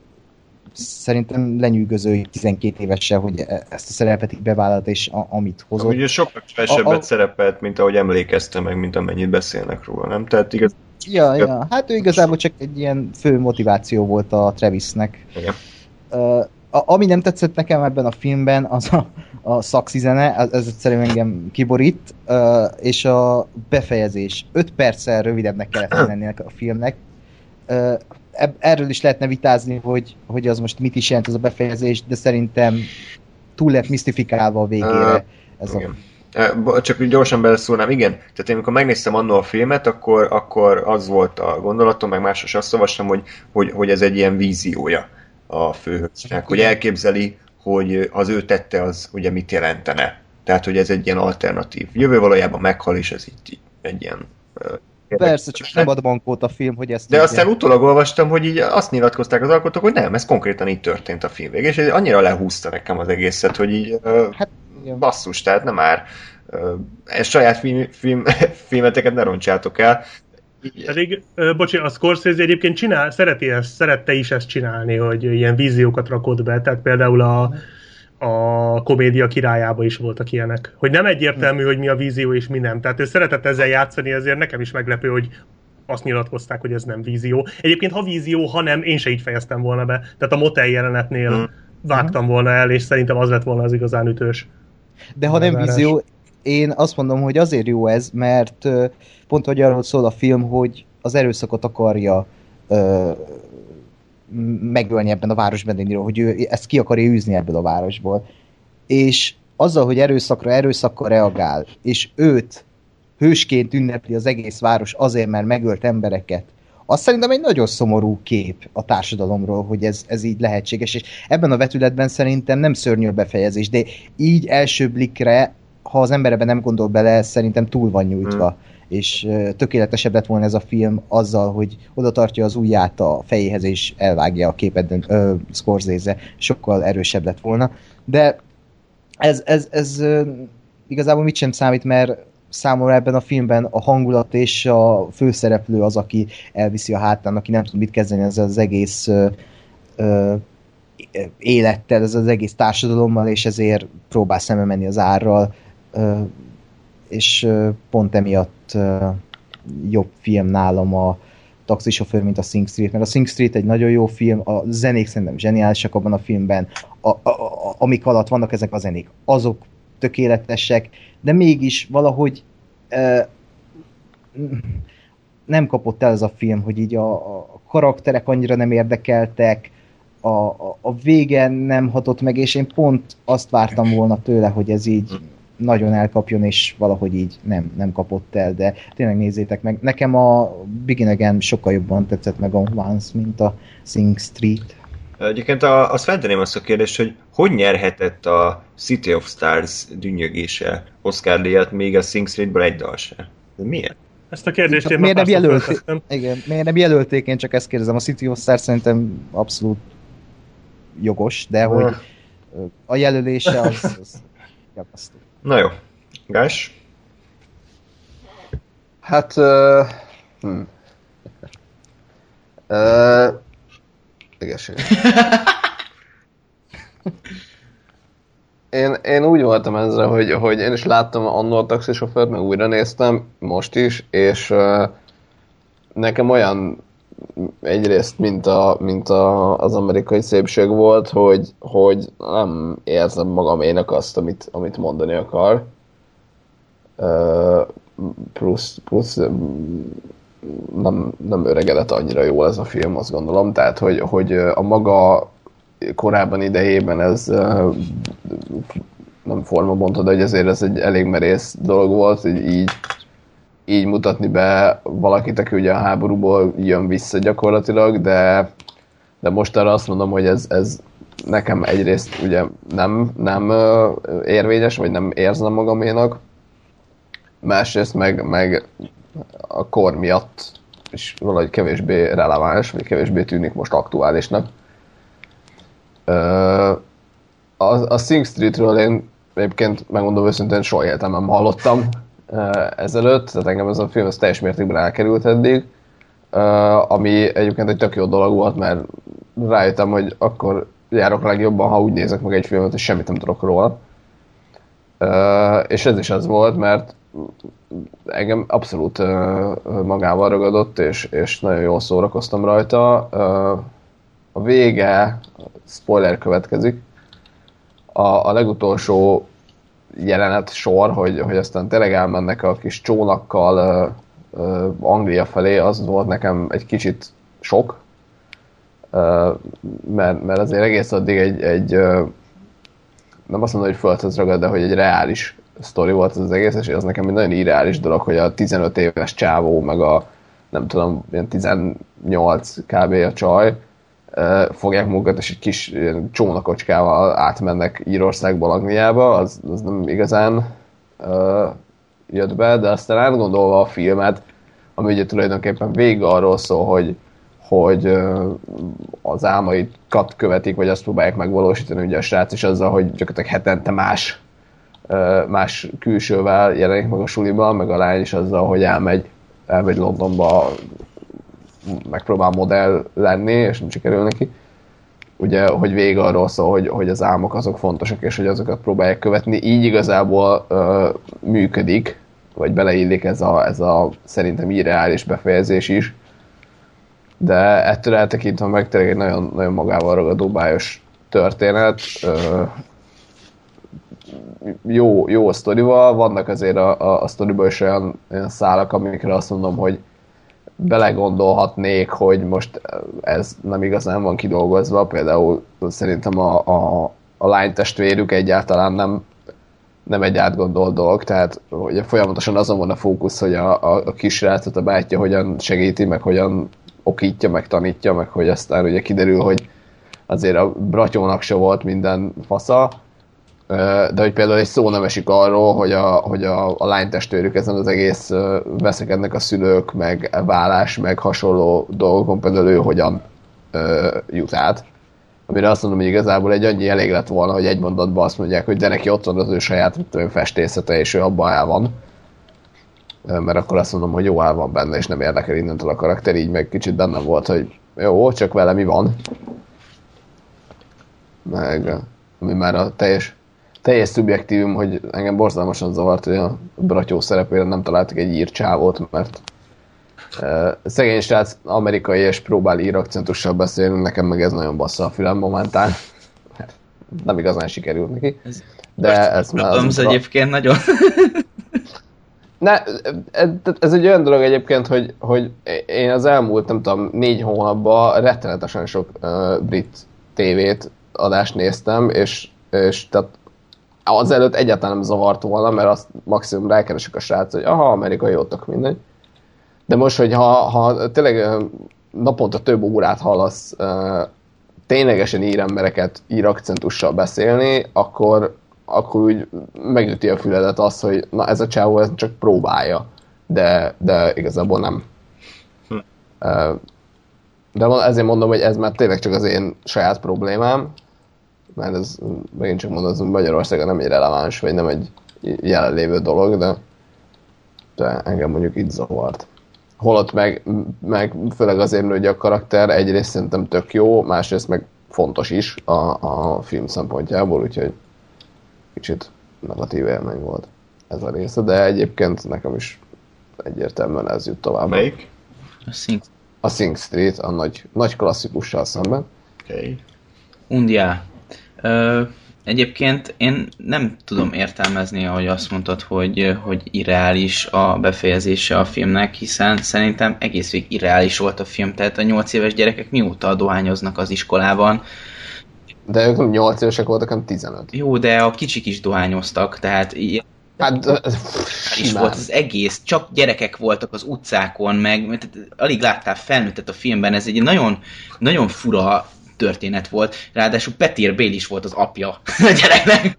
szerintem lenyűgöző tizenkét évesen, hogy ezt a szerepet így bevállalta, és a, amit hozott. Ugye sokkal kevesebbet a, a... szerepelt, mint ahogy emlékeztem meg, mint amennyit beszélnek róla, nem? Tehát igaz... Ja, ja, hát ő igazából csak egy ilyen fő motiváció volt a Travisnek. Igen. Uh, a, ami nem tetszett nekem ebben a filmben, az a, a szaxi zene, ez, ez egyszerűen engem kiborít, uh, és a befejezés. öt perccel rövidebbnek kellett lenni a filmnek. Uh, Erről is lehetne vitázni, hogy, hogy az most mit is jelent ez a befejezés, de szerintem túl lett misztifikálva a végére. Ez igen. A... Csak gyorsan beleszólnám, igen. Tehát én amikor megnéztem annól a filmet, akkor, akkor az volt a gondolatom, meg másos azt olvastam, hogy, hogy, hogy ez egy ilyen víziója a főhősnek, hogy elképzeli, hogy az ő tette az ugye mit jelentene. Tehát, hogy ez egy ilyen alternatív jövő, valójában meghal, és ez így, így egy ilyen... Persze, csak nem ad bankót a film, hogy ezt... De tudja. Aztán utólag olvastam, hogy így azt nyilatkozták az alkotók, hogy nem, ez konkrétan így történt a film végén, és annyira lehúzta nekem az egészet, hogy így hát, basszus, tehát nem már. Ez saját film, film, filmeteket ne roncsátok el. Pedig, ö, bocsi, a Scorsese egyébként csinál, szereti ezt, szerette is ezt csinálni, hogy ilyen víziókat rakott be, tehát például a, a Komédia királyába is voltak ilyenek. Hogy nem egyértelmű, hogy mi a vízió és mi nem. Tehát ő szeretett ezzel játszani, ezért nekem is meglepő, hogy azt nyilatkozták, hogy ez nem vízió. Egyébként ha vízió, ha nem, én se így fejeztem volna be. Tehát a motel jelenetnél hmm. vágtam volna el, és szerintem az lett volna az igazán ütős. De ha nem vízió, én azt mondom, hogy azért jó ez, mert pont hogy arról szól a film, hogy az erőszakot akarja ö, megölni ebben a városban, hogy ő ezt ki akarja űzni ebből a városból. És azzal, hogy erőszakra erőszakkal reagál, és őt hősként ünnepli az egész város azért, mert megölt embereket, az szerintem egy nagyon szomorú kép a társadalomról, hogy ez, ez így lehetséges, és ebben a vetületben szerintem nem szörnyű a befejezés, de így első blikre, ha az ember ebben nem gondol bele, szerintem túl van nyújtva, mm. és uh, tökéletesebb lett volna ez a film azzal, hogy oda tartja az ujját a fejéhez, és elvágja a képet, uh, Scorsese, sokkal erősebb lett volna, de ez, ez, ez uh, igazából mit sem számít, mert számomra ebben a filmben a hangulat és a főszereplő az, aki elviszi a hátán, aki nem tud mit kezdeni ezzel az egész ö, ö, élettel, ez az egész társadalommal, és ezért próbál szembe menni az árral, ö, és ö, pont emiatt ö, jobb film nálam a Taxisofőr, mint a Sing Street, mert a Sing Street egy nagyon jó film, a zenék szerintem zseniálisak abban a filmben, a, a, a, amik alatt vannak ezek a zenék, azok tökéletesek, de mégis valahogy uh, nem kapott el ez a film, hogy így a, a karakterek annyira nem érdekeltek, a, a, a vége nem hatott meg, és én pont azt vártam volna tőle, hogy ez így nagyon elkapjon, és valahogy így nem, nem kapott el, de tényleg nézzétek meg. Nekem a Begin Again sokkal jobban tetszett meg a Once, mint a Sing Street. Egyébként a, azt feltenném azt a kérdést, hogy hogy nyerhetett a City of Stars dünnyögése Oscar díjat, még a Sing Streetből egy dal se? De miért? Ezt a kérdést én miért nem már jelölték? Igen, miért nem jelölték? Én csak ezt kérdezem. A City of Stars szerintem abszolút jogos, de hogy a jelölése az, az jakasztó. Na jó. Gás? Hát... Uh, hm. uh, Igazság. Én, én úgy voltam ezzel, hogy, hogy én is láttam annól a Taxisofőrt, meg újra néztem, most is, és uh, nekem olyan egyrészt, mint, a, mint a, az amerikai szépség volt, hogy, hogy nem érzem magaménak azt, amit, amit mondani akar. Uh, plusz, plusz nem, nem öregedett annyira jól ez a film, azt gondolom. Tehát, hogy, hogy a maga korábban idejében ez nem formabontod, de hogy ezért ez egy elég merész dolog volt, hogy így, így mutatni be valakit, aki ugye a háborúból jön vissza gyakorlatilag, de, de most arra azt mondom, hogy ez, ez nekem egyrészt ugye nem, nem érvényes, vagy nem érzem magaménak, másrészt meg, meg a kor miatt és valahogy kevésbé releváns, vagy kevésbé tűnik most aktuálisnak. A, a Sing Streetről én egyébként megmondom őszintén soha életem nem hallottam ezelőtt, tehát engem ez a film ez teljes mértékben elkerült eddig, ami egyébként egy tök jó dolog volt, mert rájöttem, hogy akkor járok legjobban, ha úgy nézek meg egy filmet, és semmit nem tudok róla. És ez is az volt, mert engem abszolút magával ragadott, és, és nagyon jól szórakoztam rajta. A vége, spoiler következik, a, a legutolsó jelenet sor, hogy, hogy aztán tényleg elmennek a kis csónakkal uh, uh, Anglia felé, az volt nekem egy kicsit sok, uh, mert, mert azért egész addig egy, egy uh, nem azt mondom, hogy földhöz ragad, de hogy egy reális sztori volt az egész, és az nekem egy nagyon irreális dolog, hogy a tizenöt éves csávó, meg a nem tudom, ilyen tizennyolc kb. A csaj, fogják magukat, és egy kis csónakocskával átmennek Írországból Angliába, az, az nem igazán uh, jött be, de aztán átgondolva a filmet, ami ugye tulajdonképpen végig arról szól, hogy, hogy uh, az álmaikat követik, vagy azt próbálják megvalósítani ugye a srác, és azzal, hogy gyakorlatilag hetente más, uh, más külsővel jelenik meg a suliban, meg a lány is azzal, hogy elmegy elmegy Londonba, megpróbál modell lenni, és nem sikerül neki. Ugye, hogy végig arról szól, hogy, hogy az álmok azok fontosak, és hogy azokat próbálják követni. Így igazából ö, működik, vagy beleillik ez a, ez a szerintem irreális befejezés is. De ettől eltekintve meg tényleg egy nagyon, nagyon magával ragadó bájos történet. Ö, jó, jó a sztorival, vannak azért a, a, a sztoriban is olyan, olyan szálak, amikre azt mondom, hogy belegondolhatnék, hogy most ez nem igazán van kidolgozva, például szerintem a, a, a lány testvérük egyáltalán nem, nem egy átgondolt dolog, tehát ugye folyamatosan azon van a fókusz, hogy a, a, a kisrácot a bátyja hogyan segíti, meg hogyan okítja, meg tanítja, meg hogy aztán ugye kiderül, hogy azért a bratyónak se volt minden fasza, de hogy például egy szó nem esik arról, hogy a, hogy a, a lánytestvérük ezen az egész veszekednek a szülők, meg vállás, meg hasonló dolgokon, például ő hogyan ö, jut át. Amire azt mondom, hogy igazából egy annyi elég lett volna, hogy egy mondatban azt mondják, hogy de neki ott van az ő saját festészete, és ő abban el van. Mert akkor azt mondom, hogy jó el van benne, és nem érdekel innentől a karakter, így meg kicsit bennem volt, hogy jó, csak vele mi van. Meg ami már a teljes teljes szubjektívum, hogy engem borzalmasan zavart, hogy a bratyó szerepére nem találtak egy ír csávót, mert uh, szegény srác amerikai és próbál ír akcentussal beszélni, nekem meg ez nagyon bassza a fülem momentán. Nem igazán sikerült neki. De ez már... Az egyébként nagyon... Ne, ez egy olyan dolog egyébként, hogy, hogy én az elmúlt, nem tudom, négy hónapban rettenetesen sok uh, brit tévét adást néztem, és, és tehát azelőtt egyáltalán nem zavart volna, mert azt maximum rákeresek a srác, hogy aha, amerikai jótok, mindegy. De most, hogy ha, ha tényleg naponta több órát hallasz uh, ténylegesen ír embereket ír akcentussal beszélni, akkor, akkor úgy megüti a füledet az, hogy na ez a csávó ez csak próbálja, de, de igazából nem. Hm. Uh, de ezért mondom, hogy ez már tényleg csak az én saját problémám, mert ez megint csak mondom, az Magyarországon nem egy releváns, vagy nem egy jelenlévő dolog, de, de engem mondjuk itt zavart. Holott meg, meg főleg azért, hogy a karakter egyrészt szerintem tök jó, másrészt meg fontos is a, a film szempontjából, úgyhogy kicsit negatív élmény volt ez a része, de egyébként nekem is egyértelműen ez jut tovább. Melyik? A Sing, a Sing Street, a nagy, nagy klasszikussal szemben. Oké. Okay. Undia. Ö, egyébként én nem tudom értelmezni, ahogy azt mondtad, hogy, hogy irreális a befejezése a filmnek, hiszen szerintem egész végig irreális volt a film, tehát a nyolc éves gyerekek mióta dohányoznak az iskolában. De ők nem nyolc évesek voltak, hanem tizenöt. Jó, de a kicsik is dohányoztak, tehát ilyen... Hát, is volt az egész, csak gyerekek voltak az utcákon, meg alig láttál felnőttet a filmben, ez egy nagyon, nagyon fura történet volt, ráadásul Petir Bale is volt az apja a gyereknek.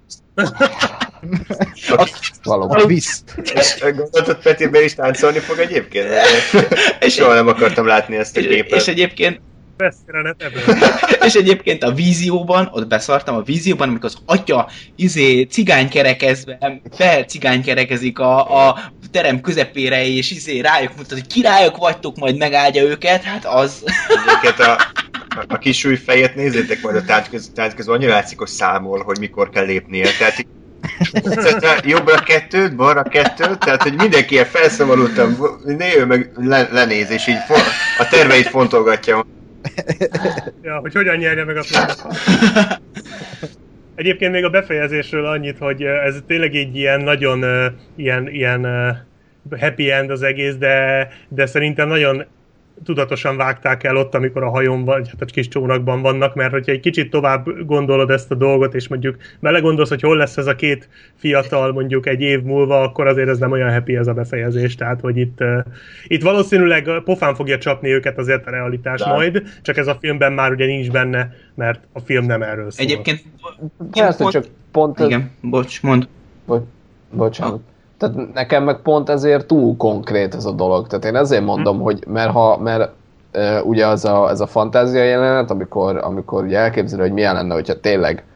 Valóban. Gondoltad, Petir Bale is táncolni fog egyébként? És soha nem akartam látni ezt a képet. És egyébként és egyébként a vízióban, ott beszartam a vízióban, amikor az atya izé cigánykerekezve, fel cigánykerekezik a, a terem közepére, és izé rájuk mutat, hogy királyok vagytok, majd megáldja őket, hát az... Egyébként a, a, a kis új fejet nézzétek majd a tánc közben, annyira látszik, hogy számol, hogy mikor kell lépnie, tehát jobbra kettőt, balra kettőt, tehát hogy mindenki ilyen felszabadultam, ő meg le, lenéz, és így a terveit fontolgatja. Ja, hogy hogyan nyerje meg a filmet. Egyébként még a befejezésről annyit, hogy ez tényleg egy ilyen nagyon uh, ilyen, ilyen uh, happy end az egész, de, de szerintem nagyon tudatosan vágták el ott, amikor a hajón vagy hát a kis csónakban vannak, mert hogyha egy kicsit tovább gondolod ezt a dolgot, és mondjuk belegondolsz, hogy hol lesz ez a két fiatal mondjuk egy év múlva, akkor azért ez nem olyan happy ez a befejezés, tehát hogy itt, uh, itt valószínűleg pofán fogja csapni őket azért a realitás de. Majd, csak ez a filmben már ugye nincs benne, mert a film nem erről szól. Egyébként... Persze, pont... csak pont... Igen, bocs, mondd. Bo- bocsánat. Ah. Tehát nekem meg pont ezért túl konkrét ez a dolog. Tehát én ezért mondom, hmm. hogy mert ha, mert e, ugye az a, ez a fantázia jelenet, amikor, amikor ugye elképzelő, hogy milyen lenne, hogyha tényleg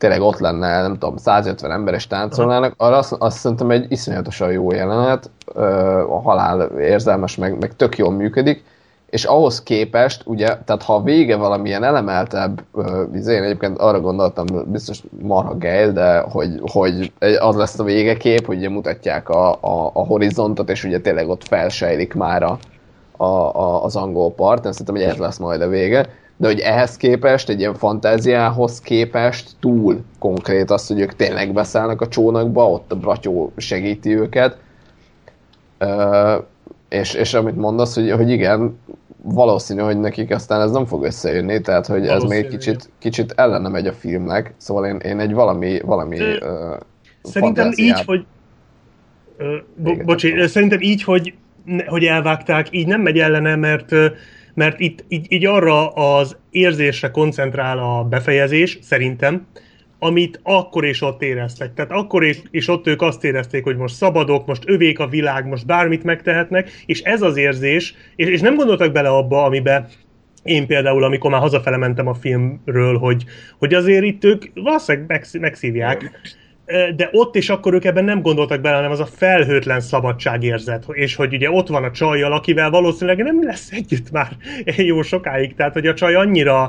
tényleg ott lenne, nem tudom, százötven emberes táncolnának, arra azt, azt szerintem egy iszonyatosan jó jelenet, a halál érzelmes, meg, meg tök jól működik, és ahhoz képest, ugye, tehát ha a vége valamilyen elemeltebb, én egyébként arra gondoltam, biztos marha gejl, de hogy, hogy az lesz a végekép, hogy ugye mutatják a, a, a horizontot, és ugye tényleg ott felsejlik már a, a, a, az angol part, én szerintem, hogy ez lesz majd a vége, de hogy ehhez képest, egy ilyen fantáziához képest túl konkrét az, hogy ők tényleg beszállnak a csónakba, ott a bratyó segíti őket, és, és amit mondasz, hogy, hogy igen, valószínű, hogy nekik aztán ez nem fog összejönni, tehát hogy ez még kicsit, kicsit ellene megy a filmnek, szóval én, én egy valami, valami uh, Szerintem így, hogy uh, bo- bocsi, szerintem így, hogy, hogy elvágták, így nem megy ellene, mert, mert itt így, így arra az érzésre koncentrál a befejezés, szerintem, amit akkor és ott éreztek. Tehát akkor és, és ott ők azt érezték, hogy most szabadok, most övék a világ, most bármit megtehetnek, és ez az érzés, és, és nem gondoltak bele abba, amiben én például, amikor már hazafele mentem a filmről, hogy, hogy azért itt ők valószínűleg megsz, megszívják, de ott és akkor ők ebben nem gondoltak bele, hanem az a felhőtlen szabadságérzet, és hogy ugye ott van a csajjal, akivel valószínűleg nem lesz együtt már jó sokáig, tehát hogy a csaj annyira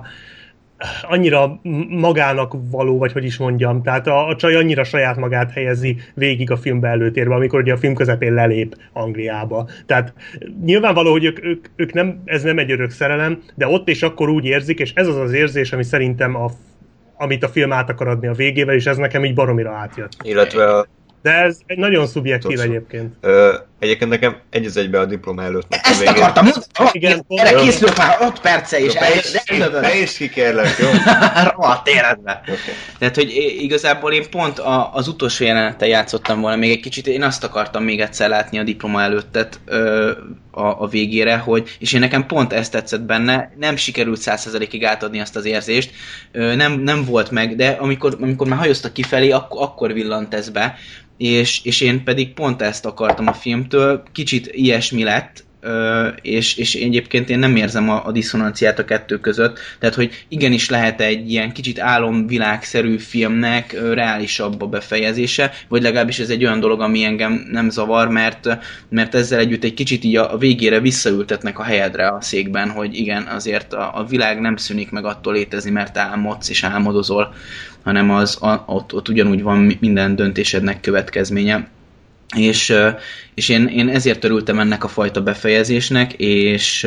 annyira magának való, vagy hogy is mondjam, tehát a, a csaj annyira saját magát helyezi végig a filmbe előtérbe, amikor ugye a film közepén lelép Angliába. Tehát nyilvánvaló, hogy ők, ők, ők nem, ez nem egy örök szerelem, de ott és akkor úgy érzik, és ez az az érzés, ami szerintem a, amit a film át akar adni a végével, és ez nekem így baromira átjött. Illetve a... De ez egy nagyon szubjektív Tudszó. Egyébként. Ö, egyébként nekem egy az egyben a diploma előtt. Ezt végén. Akartam mondani! Igen, erre készülök már öt perce is. Ne is ki kérlek, jó? Rohadt életbe. Okay. Tehát, hogy igazából én pont a, az utolsó jelenettel játszottam volna még egy kicsit, én azt akartam még egyszer látni a diploma előttet ö, a, a végére, hogy, és én nekem pont ezt tetszett benne, nem sikerült száz százalékig átadni azt az érzést, ö, nem, nem volt meg, de amikor, amikor már hajoztak kifelé, akkor, akkor villant ez be, És, és én pedig pont ezt akartam a filmtől, kicsit ilyesmi lett, és, és egyébként én nem érzem a, a diszonanciát a kettő között, tehát hogy igenis lehet egy ilyen kicsit álomvilágszerű filmnek reálisabb a befejezése, vagy legalábbis ez egy olyan dolog, ami engem nem zavar, mert, mert ezzel együtt egy kicsit így a, a végére visszaültetnek a helyedre a székben, hogy igen, azért a, a világ nem szűnik meg attól létezni, mert álmodsz és álmodozol, hanem az, a, ott, ott ugyanúgy van minden döntésednek következménye. És, és én, én ezért örültem ennek a fajta befejezésnek, és,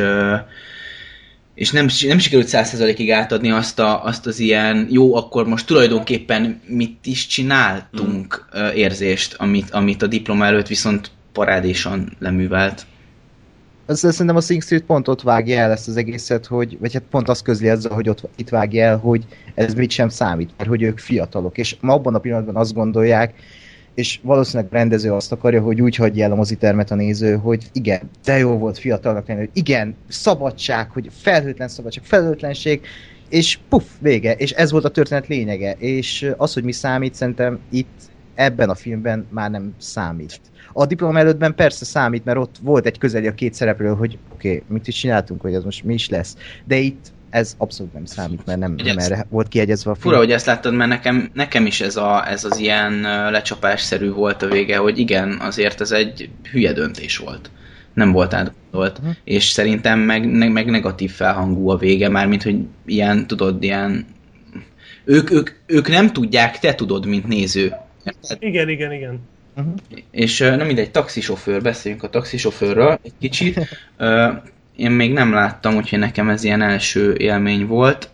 és nem, nem sikerült száz százalékig átadni azt, a, azt az ilyen jó, akkor most tulajdonképpen mit is csináltunk mm. érzést, amit, amit a diploma előtt viszont parádésan leművelt. Az, szerintem a Sing Street pont ott vágja el ezt az egészet, hogy, vagy hát pont azt közli ezzel, hogy ott itt vágja el, hogy ez mit sem számít, mert hogy ők fiatalok, és ma abban a pillanatban azt gondolják, és valószínűleg rendező azt akarja, hogy úgy hagyja el a mozitermet a néző, hogy igen, de jó volt fiatalnak lenni, hogy igen, szabadság, hogy felhőtlen szabadság, felhőtlenség, és puff, vége, és ez volt a történet lényege, és az, hogy mi számít, szerintem itt ebben a filmben már nem számít. A diploma előttben persze számít, mert ott volt egy közeli a két szereplő, hogy oké, okay, mit is csináltunk, hogy ez most mi is lesz, de itt ez abszolút nem számít, mert nem, nem erre volt kiegyezve a film. Fura, hogy ezt láttad, mert nekem, nekem is ez, a, ez az ilyen lecsapásszerű volt a vége, hogy igen, azért ez egy hülye döntés volt. Nem volt átgondolt. Uh-huh. És szerintem meg, meg negatív felhangú a vége, mármint, hogy ilyen, tudod, ilyen... Ők, ők, ők nem tudják, te tudod, mint néző. Igen, igen, igen. Uh-huh. És nem mindegy, taxisofőr, beszéljünk a taxisofőrről egy kicsit. Én még nem láttam, úgyhogy nekem ez ilyen első élmény volt.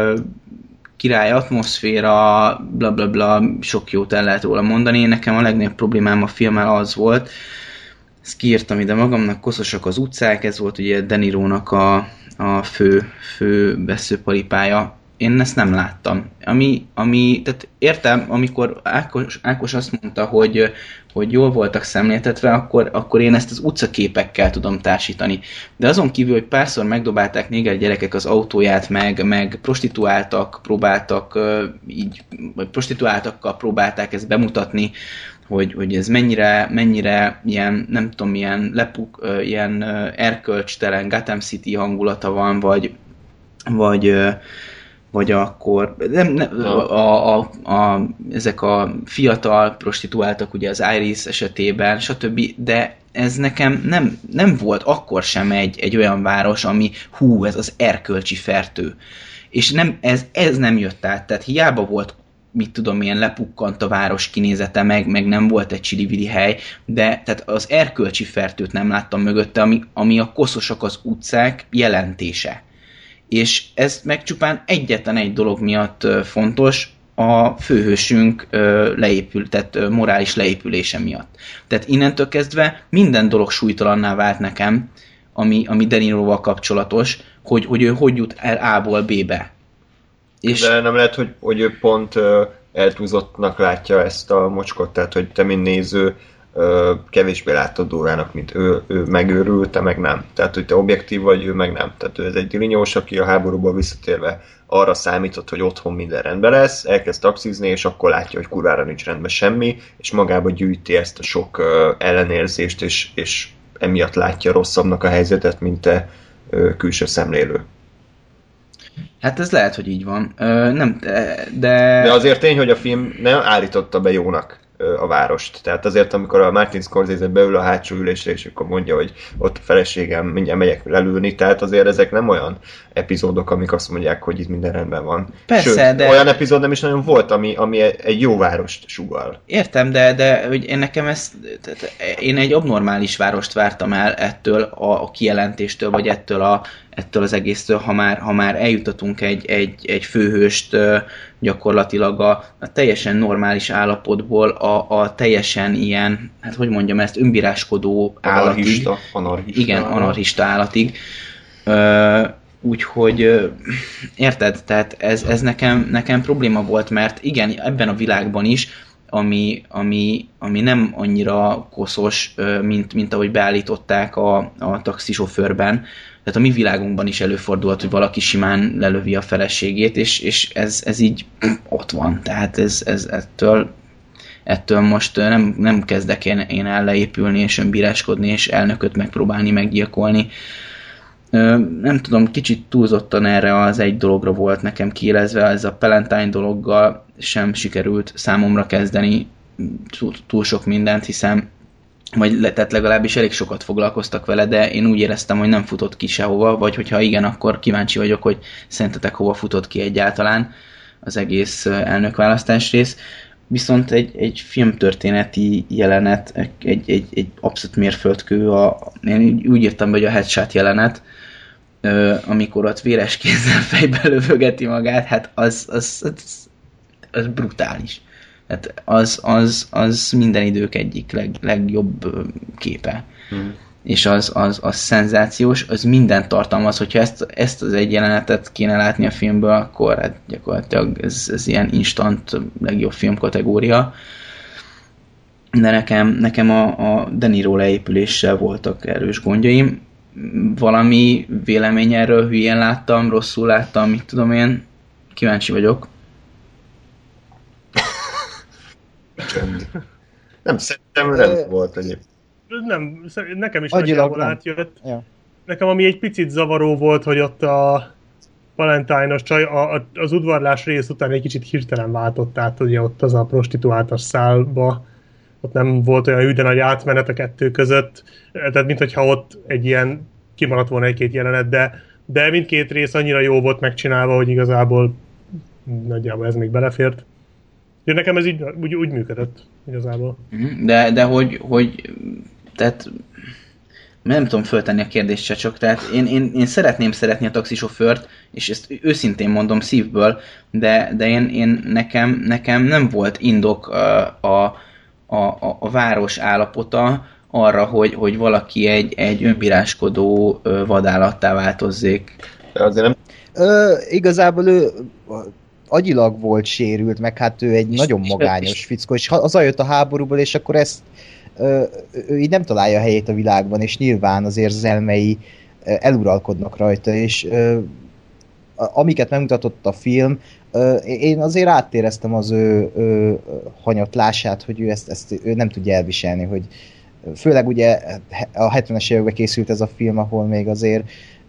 Király atmoszféra, bla bla bla, sok jót el lehet róla mondani. Nekem a legnagyobb problémám a filmmel az volt, ezt kiírtam ide magamnak, koszosak az utcák, ez volt ugye De Nirónak a, a fő, fő veszőparipája. Én ezt nem láttam. Ami, ami, tehát értem, amikor Ákos, Ákos azt mondta, hogy, hogy jól voltak szemléltetve, akkor, akkor én ezt az utcaképekkel tudom társítani. De azon kívül, hogy párszor megdobálták néger gyerekek az autóját, meg, meg prostituáltak, próbáltak, így, vagy prostituáltakkal próbálták ezt bemutatni, hogy, hogy ez mennyire, mennyire ilyen, nem tudom, ilyen lepuk, ilyen erkölcstelen Gotham City hangulata van, vagy, vagy vagy akkor nem, nem, a, a, a, ezek a fiatal prostituáltak ugye az Iris esetében, stb., de ez nekem nem, nem volt akkor sem egy, egy olyan város, ami hú, ez az erkölcsi fertő. És nem, ez, ez nem jött át, tehát hiába volt, mit tudom én, lepukkant a város kinézete, meg, meg nem volt egy csili-vili hely, de tehát az erkölcsi fertőt nem láttam mögötte, ami, ami a koszosak az utcák jelentése. És ez meg csupán egyetlen egy dolog miatt fontos, a főhősünk leépül, tehát morális leépülése miatt. Tehát innentől kezdve minden dolog súlytalanná vált nekem, ami, ami De Niroval kapcsolatos, hogy, hogy ő hogy jut el A-ból B-be. És... De nem lehet, hogy, hogy ő pont uh, eltúzottnak látja ezt a mocskot, tehát hogy te, mint néző, uh, kevésbé látod durvának, mint ő, ő megőrült, te meg nem. Tehát, hogy te objektív vagy, ő meg nem. Tehát ő ez egy dilinyós, aki a háborúból visszatérve arra számított, hogy otthon minden rendben lesz, elkezd taxizni, és akkor látja, hogy kurvára nincs rendben semmi, és magába gyűjti ezt a sok uh, ellenérzést, és, és emiatt látja rosszabbnak a helyzetet, mint te uh, külső szemlélő. Hát ez lehet, hogy így van. Ö, nem, de... De azért tény, hogy a film nem állította be jónak a várost. Tehát azért, amikor a Martin Scorsese beül a hátsó ülésre, és akkor mondja, hogy ott a feleségem, mindjárt megyek lelőni, tehát azért ezek nem olyan epizódok, amik azt mondják, hogy itt minden rendben van. Persze, Sőt, de... olyan epizód nem is nagyon volt, ami, ami egy jó várost sugall. Értem, de, de hogy én nekem ezt, én egy abnormális várost vártam el ettől a, a kijelentéstől, vagy ettől, a, ettől az egésztől, ha már, ha már eljutatunk egy, egy, egy főhőst gyakorlatilag a, a teljesen normális állapotból a, a teljesen ilyen, hát hogy mondjam ezt, önbíráskodó állatig. Anarchista. Igen, anarchista állatig. Ö, úgyhogy érted, tehát ez, ez nekem, nekem probléma volt, mert igen, ebben a világban is, ami, ami, ami nem annyira koszos, mint, mint ahogy beállították a, a taxisofőrben, tehát a mi világunkban is előfordulhat, hogy valaki simán lelövi a feleségét, és, és ez, ez így ott van. Tehát ez, ez ettől, ettől most nem, nem kezdek én, én el leépülni, és önbíráskodni, és elnököt megpróbálni meggyilkolni. Nem tudom, kicsit túlzottan erre az egy dologra volt nekem kiélezve, ez a Palantine dologgal sem sikerült számomra kezdeni túl, túl sok mindent, hiszen vagy tehát legalábbis elég sokat foglalkoztak vele, de én úgy éreztem, hogy nem futott ki sehova, vagy hogyha igen, akkor kíváncsi vagyok, hogy szerintetek hova futott ki egyáltalán az egész elnökválasztás rész. Viszont egy, egy filmtörténeti jelenet, egy, egy, egy abszolút mérföldkő, a, én úgy írtam be, hogy a headshot jelenet, amikor ott véres kézzel fejbe lövögeti magát, hát az, az, az, az brutális. Hát az, az, az minden idők egyik leg, legjobb képe. Hmm. És az, az, az szenzációs, az mindent tartalmaz, hogyha ezt, ezt az egy jelenetet kéne látni a filmből, akkor hát gyakorlatilag ez, ez ilyen instant legjobb film kategória. De nekem, nekem a, a De Niro leépüléssel voltak erős gondjaim. Valami vélemény erről hülyén láttam, rosszul láttam, mit tudom én. Kíváncsi vagyok. Nem, szerintem rendben volt egyébként. Nem, nekem is Agyilag nagyjából átjött. Ja. Nekem ami egy picit zavaró volt, hogy ott a Valentine-os csaj a, a, az udvarlás rész után egy kicsit hirtelen váltott át, ugye ott az a prostituáltas szálba, ott nem volt olyan üde nagy átmenet a kettő között, tehát minthogyha ott egy ilyen kimaradt volna egy-két jelenet, de, de mindkét rész annyira jó volt megcsinálva, hogy igazából nagyjából ez még belefért. De nekem ez így úgy, úgy működött igazából. De, de hogy, hogy tehát nem tudom föltenni a kérdést se csak, tehát én, én, én szeretném szeretni a taxisofőrt, és ezt őszintén mondom szívből, de, de én, én nekem, nekem nem volt indok a, a, a, a város állapota arra, hogy, hogy valaki egy, egy önbíráskodó vadállattá változzék. De azért nem... Ö, igazából ő agyilag volt sérült, meg hát ő egy és, nagyon és, magányos és, fickó, és hazajött a háborúból, és akkor ezt ö, ő így nem találja a helyét a világban, és nyilván az érzelmei eluralkodnak rajta, és ö, amiket megmutatott a film, ö, én azért áttéreztem az ő, ő hanyatlását, hogy ő ezt, ezt ő nem tudja elviselni, hogy főleg ugye a hetvenes években készült ez a film, ahol még azért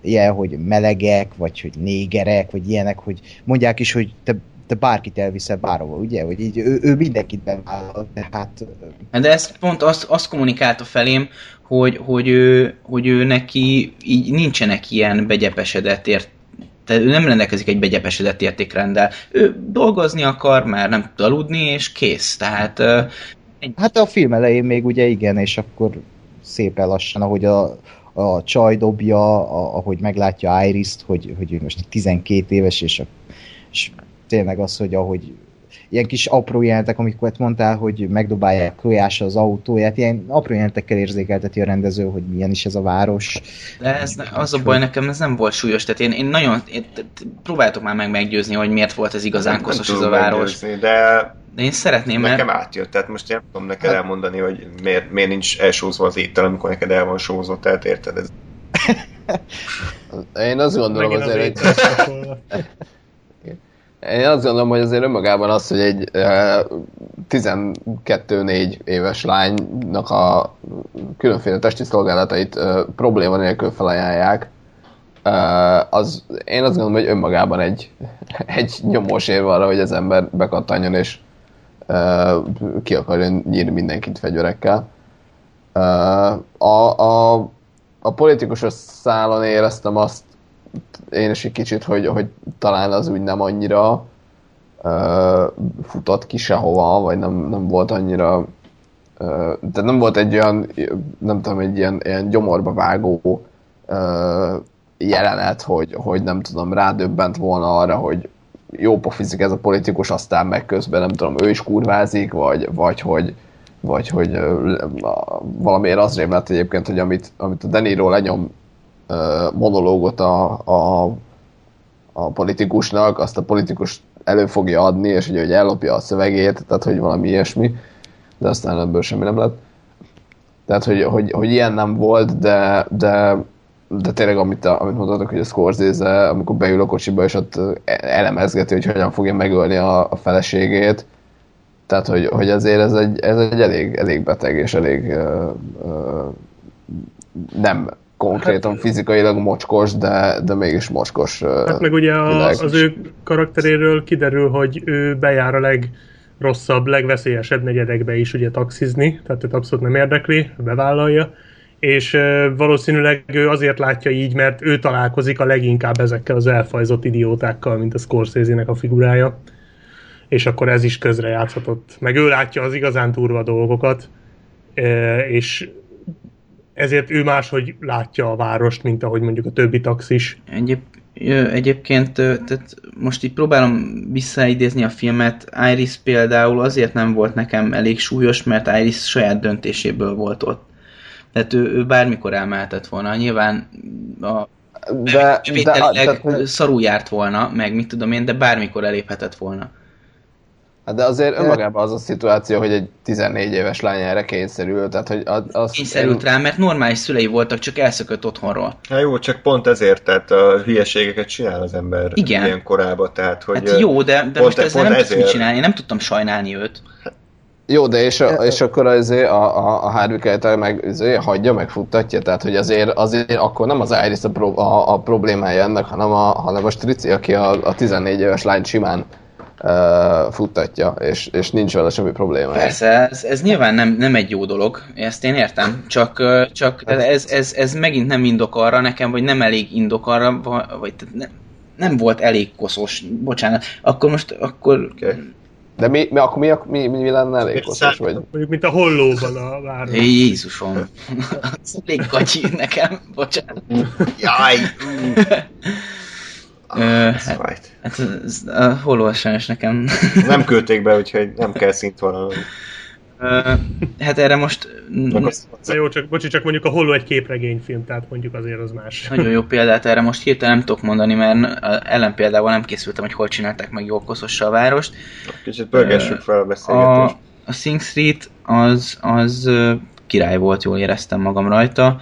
ilyen, hogy melegek, vagy hogy négerek, vagy ilyenek, hogy mondják is, hogy te, te bárkit elviszel bárhova, ugye? Hogy így ő, ő mindenkit bevállal, tehát... De ezt pont azt, azt kommunikálta felém, hogy, hogy, ő, hogy ő neki így nincsenek ilyen begyepesedett ért, tehát ő nem rendelkezik egy begyepesedett értékrenddel. Ő dolgozni akar, már nem tud aludni, és kész. Tehát... Egy... Hát a film elején még ugye igen, és akkor szépen lassan, ahogy a, a csaj dobja, a, ahogy meglátja Iris-t, hogy, hogy ő most tizenkét éves, és, a, és tényleg az, hogy ahogy ilyen kis apró jelentek, amikor mondtál, hogy megdobálják Chloe az autóját, ilyen apró jelentekkel érzékelteti a rendező, hogy milyen is ez a város. De ez, az a baj, nekem ez nem volt súlyos, tehát én, én nagyon, én, próbáltok már meg meggyőzni, hogy miért volt ez igazán koszos ez a város. De... de én szeretném, mert... Nekem átjött, tehát most én nem tudom neked hát... elmondani, hogy miért, miért nincs elsózva az étel, amikor neked el van sózott, tehát érted ez? Én azt gondolom Megint azért, hogy... Én azt gondolom, hogy azért önmagában az, hogy egy tizenkettő-négy éves lánynak a különféle testi szolgálatait probléma nélkül felajánlják, az, én azt gondolom, hogy önmagában egy, egy nyomós érv arra, hogy az ember bekattanjon és ki akarjon nyírni mindenkit fegyverekkel. A, a, a politikusos szálon éreztem azt, én is egy kicsit, hogy, hogy talán az úgy nem annyira uh, futott ki sehova, vagy nem, nem volt annyira, uh, de nem volt egy olyan, nem tudom, egy ilyen, ilyen gyomorba vágó uh, jelenet, hogy, hogy nem tudom, rádöbbent volna arra, hogy jó pofizik ez a politikus, aztán meg közben nem tudom, ő is kurvázik, vagy, vagy hogy vagy hogy uh, valamiért az rémlett egyébként, hogy amit, amit a De Niro lenyom monológot a, a, a politikusnak, azt a politikus elő fogja adni, és ugye, hogy ellopja a szövegét, tehát hogy valami ilyesmi, de aztán ebből semmi nem lett. Tehát, hogy, hogy, hogy ilyen nem volt, de, de, de tényleg, amit, a, amit mondhatok, hogy a Scorsese, amikor beül a kocsiba, és ott elemezgeti, hogy hogyan fogja megölni a, a feleségét, tehát, hogy, hogy azért ez egy, ez egy elég, elég beteg, és elég uh, uh, nem konkrétan hát, fizikailag mocskos, de, de mégis mocskos. Hát meg ugye a, az ő karakteréről kiderül, hogy ő bejár a legrosszabb, legveszélyesebb negyedekbe is ugye taxizni, tehát őt abszolút nem érdekli, bevállalja, és valószínűleg ő azért látja így, mert ő találkozik a leginkább ezekkel az elfajzott idiótákkal, mint a Scorsese-nek a figurája, és akkor ez is közrejátszhatott. Meg ő látja az igazán durva dolgokat, és ezért ő máshogy látja a várost, mint ahogy mondjuk a többi taxis. Egyéb, egyébként tehát most így próbálom visszaidézni a filmet. Iris például azért nem volt nekem elég súlyos, mert Iris saját döntéséből volt ott. Tehát ő, ő bármikor elmehetett volna. Nyilván a de, bevételileg de, de, szarul járt volna, meg mit tudom én, de bármikor eléphetett volna. De azért önmagában az a szituáció, hogy egy tizennégy éves lány erre kényszerül, tehát hogy az... Kényszerült én... rá, mert normális szülei voltak, csak elszökött otthonról. Hát jó, csak pont ezért, tehát a hülyeségeket csinál az ember igen. Ilyen korában, tehát hogy... Hát jó, de, de most e- ezzel nem ezért... tudsz mit csinálni, én nem tudtam sajnálni őt. Jó, de és, a, és akkor azért a, a, a Harvey Keitel meg azért hagyja, meg futtatja, tehát hogy azért, azért akkor nem az Iris a, pro, a, a problémája ennek, hanem a, hanem a Strici, aki a, a tizennégy éves lány simán Uh, futtatja, és, és nincs vele semmi probléma. Persze, ez, ez nyilván nem, nem egy jó dolog, ezt én értem, csak, csak ez, ez, ez megint nem indok arra nekem, vagy nem elég indok arra, vagy nem, nem volt elég koszos, bocsánat, akkor most, akkor... Okay. De mi, mi, akkor mi, mi, mi lenne elég koszos, vagy? Mondjuk, mint a Hollóban a város. Jézusom, ez elég gagyi nekem, bocsánat. Jaj! Uh, hát, hát ez, a Holló sajnos nekem... Nem küldték be, úgyhogy nem kell szint valami. Uh, hát erre most... Na jó, csak, bocsi, csak mondjuk a Holló egy képregényfilm, tehát mondjuk azért az más. Nagyon jó példát erre most hirtelen nem tudok mondani, mert ellenpéldával nem készültem, hogy hol csinálták meg jól Koszossal a várost. Kicsit pörgessük fel a beszélgetést. A, a Sing Street az, az király volt, jól éreztem magam rajta.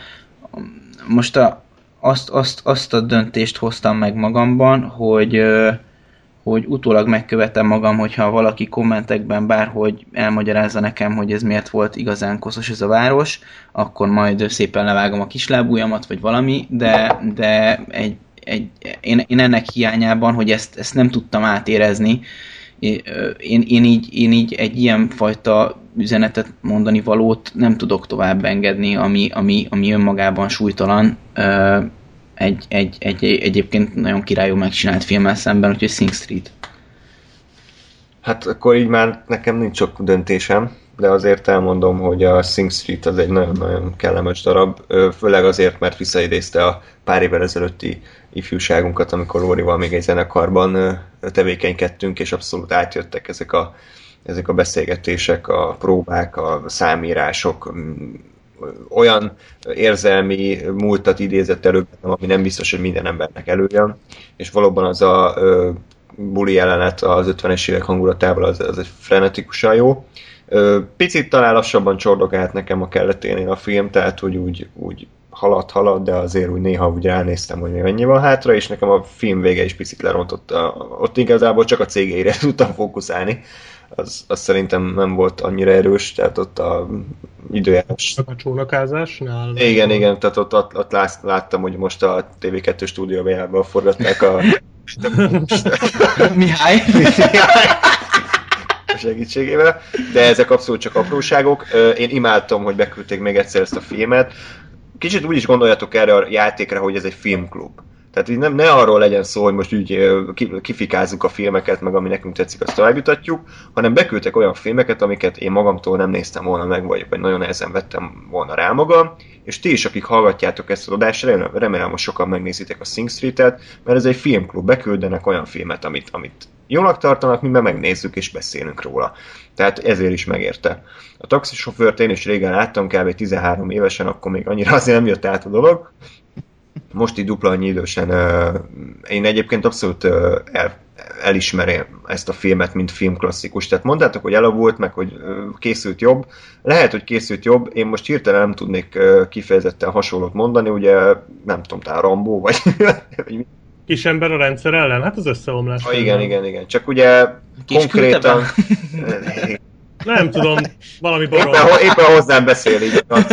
Most a Azt, azt, azt a döntést hoztam meg magamban, hogy, hogy utólag megkövetem magam, hogyha valaki kommentekben bárhogy elmagyarázza nekem, hogy ez miért volt igazán koszos ez a város, akkor majd szépen levágom a kislábújamat, vagy valami, de, de egy, egy, én, én ennek hiányában, hogy ezt, ezt nem tudtam átérezni, én, én, így, én így egy ilyen fajta üzenetet mondani valót nem tudok tovább engedni, ami, ami, ami önmagában súlytalan, egy, egy, egy, egy egyébként nagyon királyú megcsinált filmmel szemben, úgyhogy Sing Street. Hát akkor így már nekem nincs sok döntésem, de azért elmondom, hogy a Sing Street az egy nagyon-nagyon kellemes darab, főleg azért, mert visszaidézte a pár évvel ezelőtti ifjúságunkat, amikor Lórival még egy zenekarban tevékenykedtünk, és abszolút átjöttek ezek a, ezek a beszélgetések, a próbák, a számírások, olyan érzelmi múltat idézett elő, ami nem biztos, hogy minden embernek előjön, és valóban az a ö, buli jelenet az ötvenes évek hangulatával az, az egy frenetikusan jó. Ö, picit talán lassabban csordogált nekem a kelleténél a film, tehát hogy úgy, úgy halad, halad, de azért úgy néha úgy ránéztem, hogy még annyi van hátra, és nekem a film vége is picit lerontotta. Ott igazából csak a cégére tudtam fókuszálni. Az, az szerintem nem volt annyira erős, tehát ott a időjárás... A csónakázásnál? Igen, igen, tehát ott, ott, ott láttam, hogy most a té vé kettő stúdiójában forgatták a... Mihály? a segítségével, de ezek abszolút csak apróságok. Én imádtam, hogy beküldték még egyszer ezt a filmet. Kicsit úgy is gondoljatok erre a játékra, hogy ez egy filmklub. Tehát így nem, ne arról legyen szó, hogy most úgy kifikázzuk a filmeket, meg ami nekünk tetszik, azt továbbjutatjuk, hanem beküldtek olyan filmeket, amiket én magamtól nem néztem volna meg, vagy, vagy nagyon nehezen vettem volna rá magam, és ti is, akik hallgatjátok ezt az adást, remélem, hogy sokan megnézitek a Sing Street-et, mert ez egy filmklub, beküldenek olyan filmet, amit, amit jónak tartanak, mi meg megnézzük és beszélünk róla. Tehát ezért is megérte. A taxisofőrt én is régen láttam, kb. tizenhárom évesen, akkor még annyira azért nem jött át a dolog. Most így dupla annyi idősen, uh, én egyébként abszolút uh, el, elismerem ezt a filmet, mint filmklasszikus. Tehát mondtátok, hogy elavult, meg hogy uh, készült jobb. Lehet, hogy készült jobb, én most hirtelen nem tudnék uh, kifejezetten hasonlót mondani, ugye nem tudom, talán Rambo, vagy... Kis ember a rendszer ellen? Hát az összeomlás. Ah, igen, igen, igen. Csak ugye Kis konkrétan... Nem tudom, valami barom. Éppen, éppen hozzám beszél így a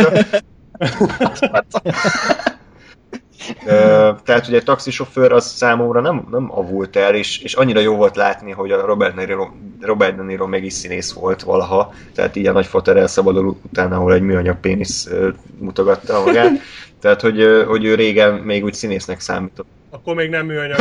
Uh, tehát ugye a taxisofőr az számomra nem, nem avult el, és, és annyira jó volt látni, hogy a Robert De Niro, Robert De Niro meg is színész volt valaha, tehát így a nagy fotel elszabadul után, ahol egy műanyag pénisz uh, mutogatta magát, tehát hogy, uh, hogy ő régen még úgy színésznek számított. Akkor még nem műanyag.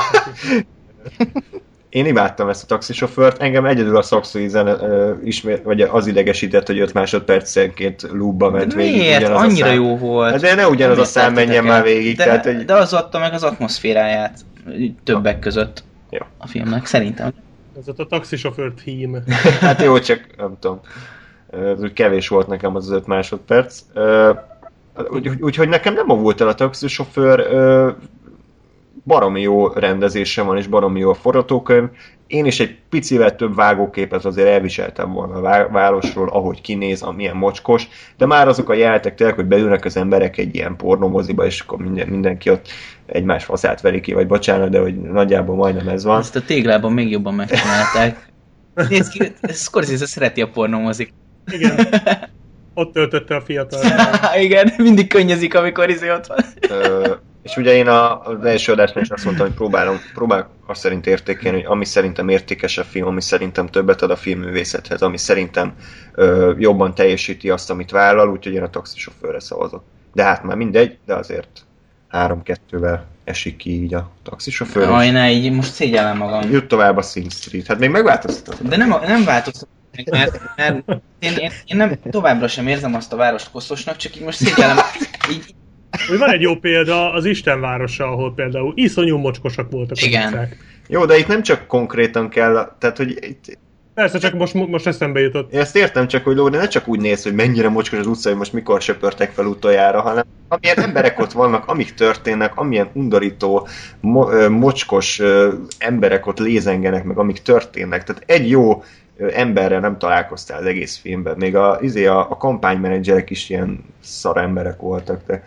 Én imádtam ezt a taxisofőrt, engem egyedül a szakszói zene uh, ismét, vagy az idegesített, hogy öt másodpercenként loopba ment de végig. miért? Annyira jó volt. De ne ugyanaz a szám menjen már végig. De, tehát, hogy... de az adta meg az atmoszféráját többek között jó. A filmnek, szerintem. Ez ott a taxisofőr theme. Hát jó, csak nem tudom. Ez úgy kevés volt nekem az, az öt másodperc. Úgyhogy úgy, úgy, nekem nem avult el a taxisofőr, baromi jó rendezése van, és baromi jó a forgatókönyv. Én is egy picivel több vágóképet azért elviseltem volna a városról, ahogy kinéz, milyen mocskos, de már azok a jelenetek tényleg, hogy beülnek az emberek egy ilyen pornomoziba, és akkor minden, mindenki ott egymás faszát veri ki, vagy bocsánat, de hogy nagyjából majdnem ez van. Ezt a téglában még jobban megcsinálták. Nézd ki, Scorsese szereti a pornomozik. Igen. Ott töltötte a fiatal. Igen, mindig könnyezik, amikor izé ott van. És ugye én az első adásban is azt mondtam, hogy próbálom, próbálok azt szerint értékelni, hogy ami szerintem értékes a film, ami szerintem többet ad a filmművészethez, ami szerintem ö, jobban teljesíti azt, amit vállal, úgyhogy én a taxisofőrre szavazok. De hát már mindegy, de azért három-kettővel esik ki így a taxisofőr. Aj, ne, így most szégyellem magam. Jut tovább a Sing Street. Hát még megváltoztatott. De nem, nem változtatott meg, mert, mert én, én, én nem továbbra sem érzem azt a várost koszosnak, csak így most szégyellem. Így, Úgy van egy jó példa az Istenvárosa, ahol például iszonyú mocskosak voltak igen. az utcák. Jó, de itt nem csak konkrétan kell, tehát hogy itt... Persze, csak most, most eszembe jutott. Én ezt értem, csak hogy Lóri ne csak úgy néz, hogy mennyire mocskos az utca, hogy most mikor söpörtek fel utoljára, hanem amilyen emberek ott vannak, amik történnek, amilyen undorító, mo- mocskos emberek ott lézengenek, meg amik történnek. Tehát egy jó emberrel nem találkoztál az egész filmben. Még a, izé a, a kampánymenedzserek is ilyen szar emberek voltak, de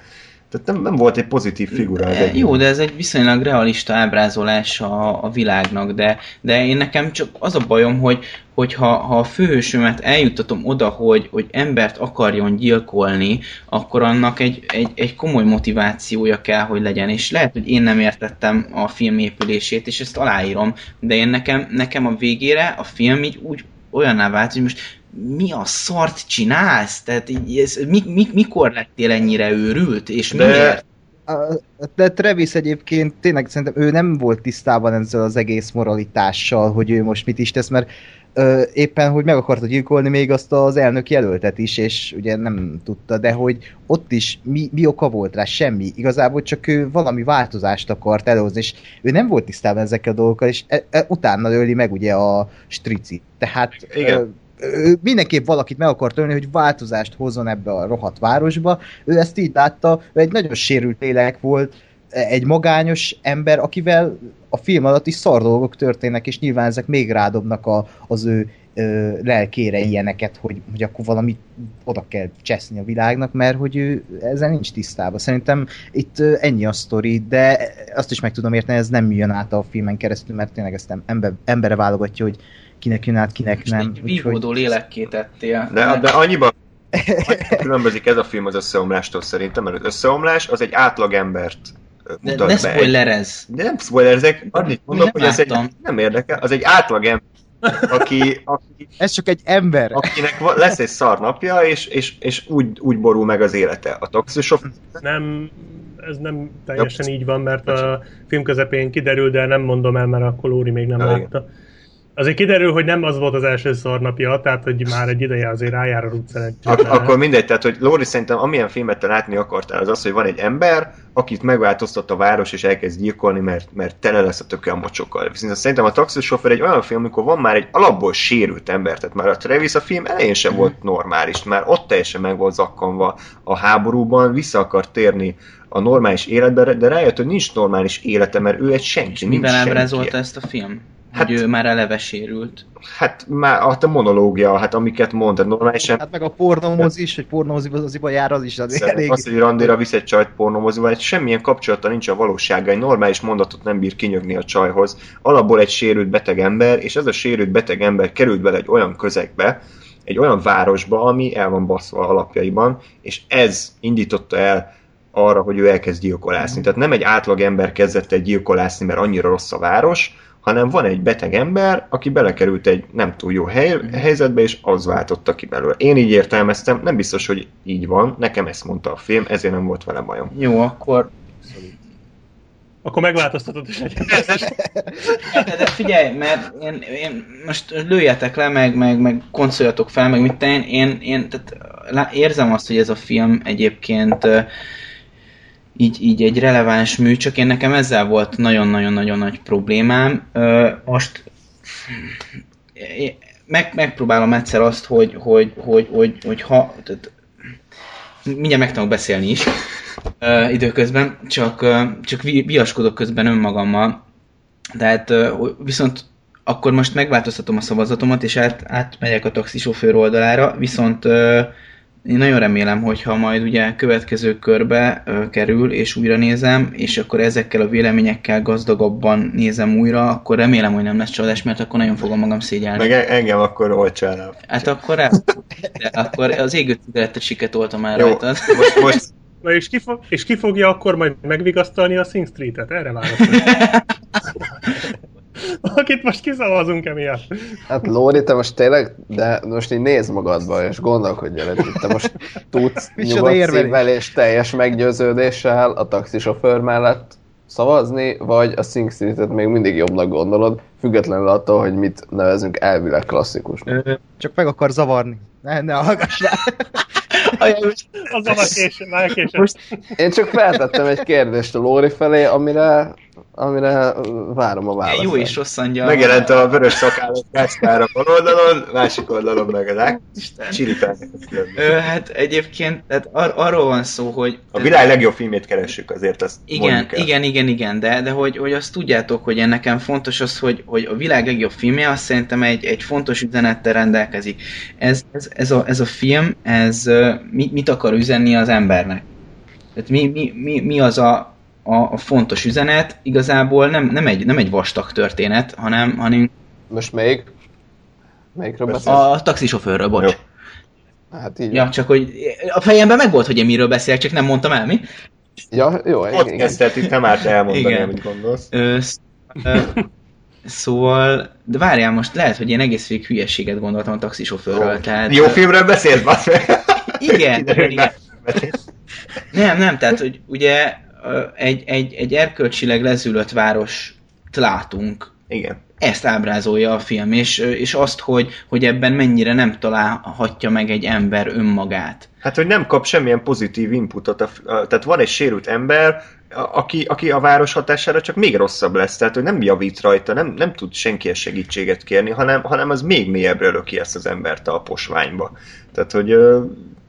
Tehát nem, nem volt egy pozitív figura. Az E, jó, de ez egy viszonylag realista ábrázolás a, a világnak, de, de én nekem csak az a bajom, hogy, hogy ha, ha a főhősömet eljuttatom oda, hogy, hogy embert akarjon gyilkolni, akkor annak egy, egy, egy komoly motivációja kell, hogy legyen. És lehet, hogy én nem értettem a film épülését, és ezt aláírom, de én nekem, nekem a végére a film így úgy olyanná vált, hogy most mi a szart csinálsz? Tehát ez, mi, mi, mikor lettél ennyire őrült, és De... miért? De Travis egyébként tényleg szerintem ő nem volt tisztában ezzel az egész moralitással, hogy ő most mit is tesz, mert ö, éppen, hogy meg akarta gyilkolni még azt az elnök jelöltet is, és ugye nem tudta, de hogy ott is mi, mi oka volt rá? Semmi. Igazából csak ő valami változást akart előhozni, és ő nem volt tisztában ezekkel a dolgokkal, és e, e, utána öli meg ugye a strici. Tehát ö, ő mindenképp valakit meg akart ölni, hogy változást hozzon ebbe a rohadt városba. Ő ezt így látta, ő egy nagyon sérült lélek volt, egy magányos ember, akivel a film alatt is szar dolgok történnek, és nyilván ezek még rádobnak a, az ő ö, lelkére ilyeneket, hogy, hogy akkor valamit oda kell cseszni a világnak, mert hogy ő ezzel nincs tisztában. Szerintem itt ö, ennyi a sztori, de azt is meg tudom érteni, ez nem jön át a filmen keresztül, mert tényleg ezt ember, embere válogatja, hogy kinek jön át, kinek Most nem. egy vívódó lélekké tettél. De, de annyiban különbözik ez a film az összeomlástól szerintem, mert az összeomlás az egy átlag embert de mutat ne be. spoilerezz! De nem spoilerezek, annyit mondom, nem hogy ez egy, láttam. nem érdekel, az egy átlag ember, aki, aki, Ez csak egy ember. akinek va- lesz egy szar napja, és, és, és úgy, úgy borul meg az élete. A taxisofőr Nem, ez nem teljesen így van, mert a film közepén kiderül, de nem mondom el, mert akkor Lóri még nem Ja, látta. Azért kiderül, hogy nem az volt az első szarnapja, tehát hogy már egy ideje azért rájár a rút Ak- akkor mindegy, tehát hogy Lóri szerintem amilyen filmet te látni akartál, az az, hogy van egy ember, akit megváltoztat a város, és elkezd gyilkolni, mert, mert tele lesz a töke a mocsokkal. Viszont szerintem a taxisofőr egy olyan film, amikor van már egy alapból sérült ember, tehát már a Travis a film elején sem volt normális, már ott teljesen meg volt zakkanva a háborúban, vissza akar térni a normális életbe, de rájött, hogy nincs normális élete, mert ő egy senki, nincs Mivel senki. ábrázolta ezt a film? Hát- Hogy ő már eleve sérült. Hát már hát a monológia, hát amiket mond, tehát normálisan Hát meg a pornomozi is, hogy pornomoziba jár, az is azért elég. az, hogy randira visz egy csajt pornomozival, egy semmilyen kapcsolata nincs a valósággal, egy normális mondatot nem bír kinyögni a csajhoz. Alapból egy sérült beteg ember, és ez a sérült beteg ember került bele egy olyan közegbe, egy olyan városba, ami el van baszva alapjaiban, és ez indította el arra, hogy ő elkezd gyilkolászni. Tehát nem egy átlag ember kezdett el gyilkolászni, mert annyira rossz a város, hanem van egy beteg ember, aki belekerült egy nem túl jó hely, helyzetbe, és az váltotta ki belőle. Én így értelmeztem, nem biztos, hogy így van, nekem ezt mondta a film, ezért nem volt vele bajom. Jó, akkor... Akkor megváltoztatod is egy. De, de figyelj, mert én, én most lőjetek le, meg, meg, meg koncoljatok fel, meg mit én, én, én tehát lá- érzem azt, hogy ez a film egyébként uh, így, így egy releváns mű, csak én nekem ezzel volt nagyon-nagyon-nagyon nagy problémám. Uh, most én meg, megpróbálom egyszer azt, hogy, hogy, hogy, hogy, hogy ha... Tehát, mindjárt meg tudok beszélni is uh, időközben, csak, uh, csak vi- viaskodok közben önmagammal. Tehát uh, viszont akkor most megváltoztatom a szavazatomat, és át, átmegyek a taxisofőr oldalára, viszont uh, én nagyon remélem, hogyha majd ugye következő körbe uh, kerül, és újra nézem, és akkor ezekkel a véleményekkel gazdagabban nézem újra, akkor remélem, hogy nem lesz csalódás, mert akkor nagyon fogom magam szégyelni. Meg e- engem akkor olcsál el. Hát akkor, el, de akkor az égő cigarettet siket oltam el Jó, rajtad. most, most Na és ki, fog, és ki fogja akkor majd megvigasztalni a Sing Street-et? Erre válaszol. Akit most kiszavazunk emiatt. Hát Lóri, te most tényleg, de most így nézd magadba, és gondolkodj el, hogy te most tudsz Micsoda nyugodt érvelés. szívvel és teljes meggyőződéssel a taxisofőr mellett szavazni, vagy a Sing Street-et még mindig jobbnak gondolod, függetlenül attól, hogy mit nevezünk elvileg klasszikusnak. Csak meg akar zavarni. Ne, ne hallgass rá. Azzal a késő, már késő. Most Én csak feltettem egy kérdést a Lóri felé, amire, amire várom a választ. Jó és rossz angyal. megjelent a vörös szakállas Gáspár a bal oldalon, másik oldalon meg az Ákos, csiripelnek a filmben. Ö, hát egyébként hát ar- arról van szó, hogy... A világ legjobb filmét keressük, azért azt Igen, mondjuk el. igen, igen, igen, de, de hogy, hogy azt tudjátok, hogy nekem fontos az, hogy, hogy a világ legjobb filmje, azt szerintem egy, egy fontos üzenettel rendelkezik. Ez, ez, ez, a, ez a film, ez mit, mit akar üzenni az embernek? Tehát mi, mi, mi, mi az a, a, a fontos üzenet? Igazából nem, nem, egy, nem egy vastag történet, hanem... hanem Most még? Melyikről beszélsz? a taxisofőrről, bocs. Jó. Hát így. Ja, csak hogy a fejemben meg volt, hogy én miről beszélek, csak nem mondtam el, mi? Ja, jó, igen. Podcastet itt nem árt elmondani, Igen. amit gondolsz. Ö, sz, ö, szóval, de várjál most, lehet, hogy én egész végig hülyeséget gondoltam a taxisofőrről, tehát... Jó filmről beszélsz, bassz meg? Igen, Kiderül, igen. hogy Nem, nem, tehát, hogy ugye ö, egy, egy, egy erkölcsileg lezülött várost látunk. Igen. Ezt ábrázolja a film, és, és azt, hogy, hogy ebben mennyire nem találhatja meg egy ember önmagát. Hát, hogy nem kap semmilyen pozitív inputot. A, a, tehát van egy sérült ember, a, aki, aki a város hatására csak még rosszabb lesz. Tehát, hogy nem javít rajta, nem, nem tud senkihez segítséget kérni, hanem, hanem az még mélyebbre löki ezt az embert a posványba. Tehát, hogy ö,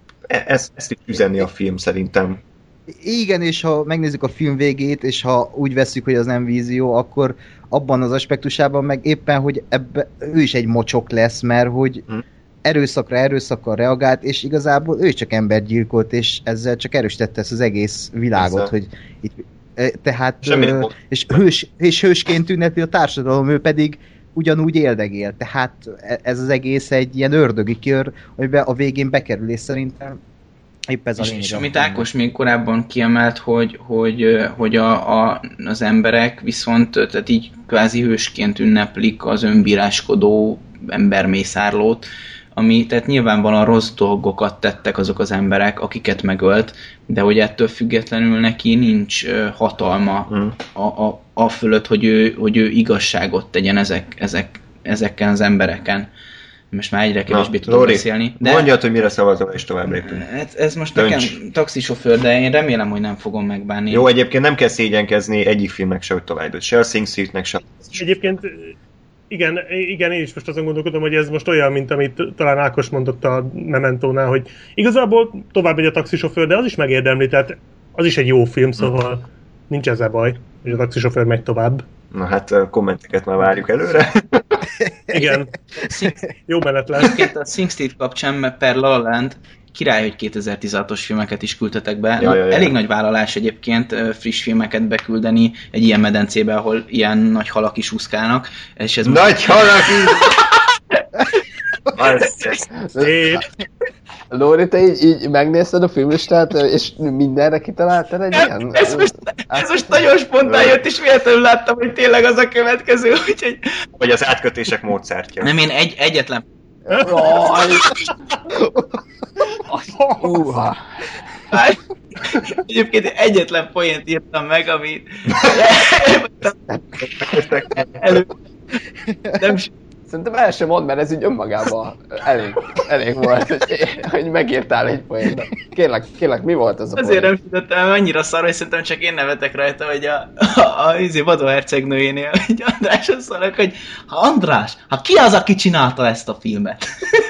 ezt, ezt is üzenni a film szerintem. Igen, és ha megnézzük a film végét, és ha úgy vesszük, hogy az nem vízió, akkor abban az aspektusában meg éppen, hogy ebbe, ő is egy mocsok lesz, mert hogy hm. erőszakra erőszakkal reagált, és igazából ő is csak embert gyilkolt, és ezzel csak erősítette ezt az egész világot, ezzel. Hogy itt, tehát, ö, és, hős, és hősként ünnepli a társadalom, ő pedig ugyanúgy éldegél, tehát ez az egész egy ilyen ördögi kör, amiben a végén bekerül, és szerintem épp ez a lényeg. És amit Ákos még korábban kiemelt, hogy, hogy, hogy a, a, az emberek viszont tehát így kvázi hősként ünneplik az önbíráskodó embermészárlót, ami, tehát nyilvánvalóan rossz dolgokat tettek azok az emberek, akiket megölt, de hogy ettől függetlenül neki nincs hatalma mm. a, a, a fölött, hogy ő, hogy ő igazságot tegyen ezek, ezek, ezeken az embereken. Most már egyre kevésbé tudok Lóri, beszélni. De mondjad, hogy mire szavazol, és tovább lépünk. Ez, ez most Dönts. Nekem taxisofőr, de én remélem, hogy nem fogom megbánni. Jó, egyébként nem kell szégyenkezni egyik filmnek se, hogy tovább jut. Se a Sing Streetnek se. Egyébként igen, igen, én is most azon gondolkodom, hogy ez most olyan, mint amit talán Ákos mondott a Mementónál, hogy igazából tovább megy a taxisofőr, de az is megérdemli, tehát az is egy jó film, szóval mm. nincs ezzel baj, hogy a taxisofőr megy tovább. Na hát a kommenteket már várjuk előre. Igen, jó menet lesz. Egyébként a Sing Street kapcsán per La La Land király, hogy kétezer-tizenhatos filmeket is küldtetek be. Ja, ja, ja. Elég nagy vállalás egyébként friss filmeket beküldeni egy ilyen medencébe, ahol ilyen nagy halak is úszkálnak. És ez nagy most... halak is! Lóri, te így, így megnézted a filmlistát, és mindenre kitaláltad egy ilyen? Ez most, ez most nagyon spontán jött, és véletlenül láttam, hogy tényleg az a következő, úgyhogy... Vagy az átkötések módszertja. Nem, én egy, egyetlen... Uha. Egyébként egyetlen poént írtam meg, ami... Elő... Nem... Szerintem el sem mond, mert ez így önmagában elég, elég volt, hogy, hogy megírtál egy poént. Kérlek, kérlek, mi volt az a poén? Azért nem fizettem, annyira szar, hogy szerintem csak én nevetek rajta, hogy a, a, a, a Vadó hercegnőjénél, hogy András azt szarok, hogy ha András, ha ki az, aki csinálta ezt a filmet?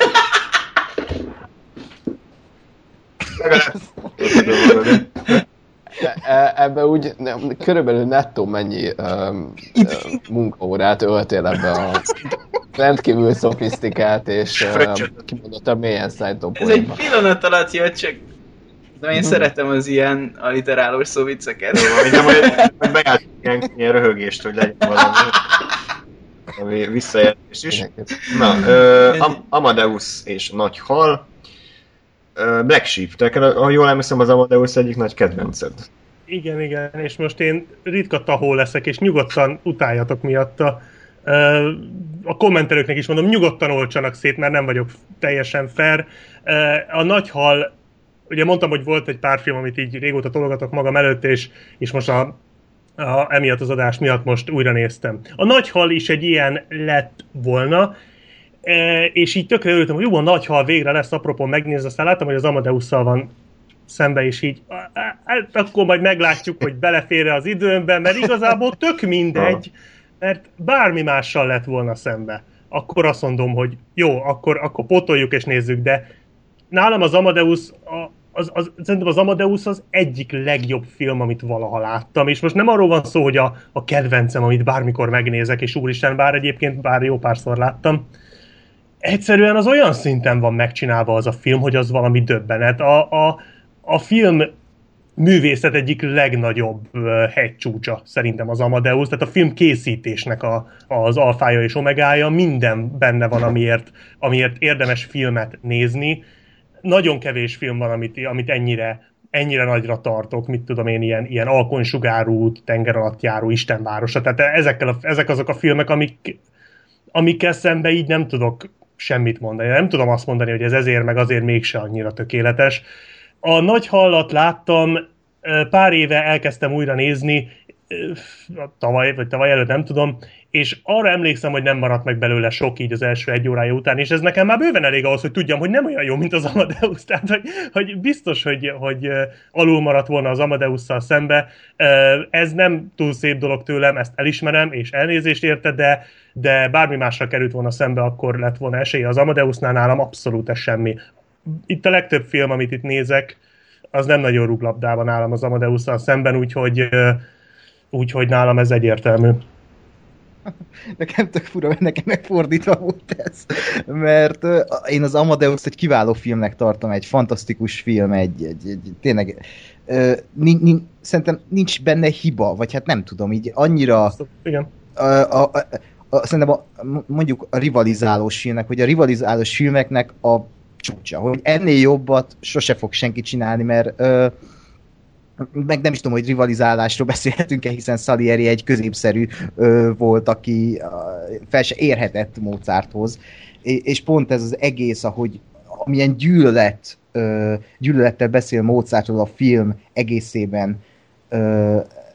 E, ebbe úgy nem, körülbelül nettó mennyi um, um, munkaórát öltél ebbe a rendkívül szofisztikált és um, kimondottan mélyen szállító poénba. Ez egy pillanat alatt jött, csak de én szeretem az ilyen alliterálós szóvicceket. Jó, majd bejárt ilyen, ilyen röhögést, hogy legyen valami, valami visszajelzés is. Na, uh, Am- Amadeus és Nagy Hal. Black Sheep, tehát ha jól emlékszem, az Amadeus egyik nagy kedvenced. Igen, igen, és most én ritka tahó leszek, és nyugodtan utáljatok miatta. A kommentelőknek is mondom, nyugodtan oltsanak szét, mert nem vagyok teljesen fair. A Nagy Hal, ugye mondtam, hogy volt egy pár film, amit így régóta tologatok magam előtt, és, és most a, a, emiatt az adás miatt most újra néztem. A Nagy Hal is egy ilyen lett volna, E, és így tökre örültem, hogy jó, a Nagy Hal végre lesz, apropó megnézni, aztán láttam, hogy az Amadeusszal van szembe, és így hát akkor majd meglátjuk, hogy belefér az időmbe, mert igazából tök mindegy, mert bármi mással lett volna szembe. Akkor azt mondom, hogy jó, akkor, akkor potoljuk és nézzük, de nálam az Amadeus, az, az, szerintem az Amadeus az egyik legjobb film, amit valaha láttam, és most nem arról van szó, hogy a, a kedvencem, amit bármikor megnézek, és úristen, bár egyébként bár jó párszor láttam, egyszerűen az olyan szinten van megcsinálva az a film, hogy az valami döbbenet. A, a, a film művészet egyik legnagyobb hegycsúcsa szerintem az Amadeus, tehát a film készítésnek a, az alfája és omegája, minden benne van, amiért, amiért érdemes filmet nézni. Nagyon kevés film van, amit, amit ennyire, ennyire nagyra tartok, mit tudom én, ilyen, ilyen alkonysugárú, tengeralattjáró, Istenvárosa, tehát ezekkel a, ezek azok a filmek, amik, amikkel szembe így nem tudok semmit mondani. Nem tudom azt mondani, hogy ez ezért meg azért mégse annyira tökéletes. A Nagy hallat láttam, pár éve elkezdtem újra nézni, tavaly, vagy tavaly előtt nem tudom, és arra emlékszem, hogy nem maradt meg belőle sok így az első egy órája után, és ez nekem már bőven elég ahhoz, hogy tudjam, hogy nem olyan jó, mint az Amadeus. Tehát, hogy, hogy biztos, hogy, hogy alul maradt volna az Amadeusszal szembe. Ez nem túl szép dolog tőlem, ezt elismerem, és elnézést érte, de, de bármi másra került volna szembe, akkor lett volna esélye. Az Amadeusnál nálam abszolút ez semmi. Itt a legtöbb film, amit itt nézek, az nem nagyon rúg labdában nálam az Amadeusszal szemben, úgyhogy, úgyhogy nálam ez egyértelmű. Nekem tök fura, mert nekem megfordítva volt ez. Mert uh, én az Amadeus egy kiváló filmnek tartom, egy fantasztikus film, egy, egy, egy tényleg uh, nincs, nincs, szerintem nincs benne hiba, vagy hát nem tudom, így annyira igen. A, a, a, a, szerintem a, mondjuk a rivalizálós filmnek, hogy a rivalizálós filmeknek a csúcsa, hogy ennél jobbat sose fog senki csinálni, mert uh, meg nem is tudom, hogy rivalizálásról beszélhetünk-e, hiszen Salieri egy középszerű ö, volt, aki ö, fel se érhetett Mozarthoz, és pont ez az egész, ahogy amilyen gyűlölet, ö, gyűlölettel beszél Mozartról a film egészében, ö,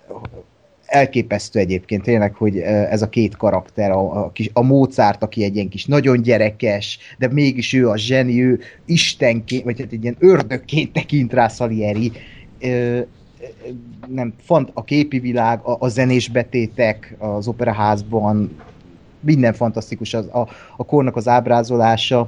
elképesztő egyébként tényleg, hogy ez a két karakter, a, a, kis, a Mozart, aki egy ilyen kis nagyon gyerekes, de mégis ő a zseni, ő istenként, vagy hát egy ilyen ördögként tekint rá Salieri, Ö, nem, fant, a képi világ, a, a zenés betétek az operaházban, minden fantasztikus, az, a, a kornak az ábrázolása,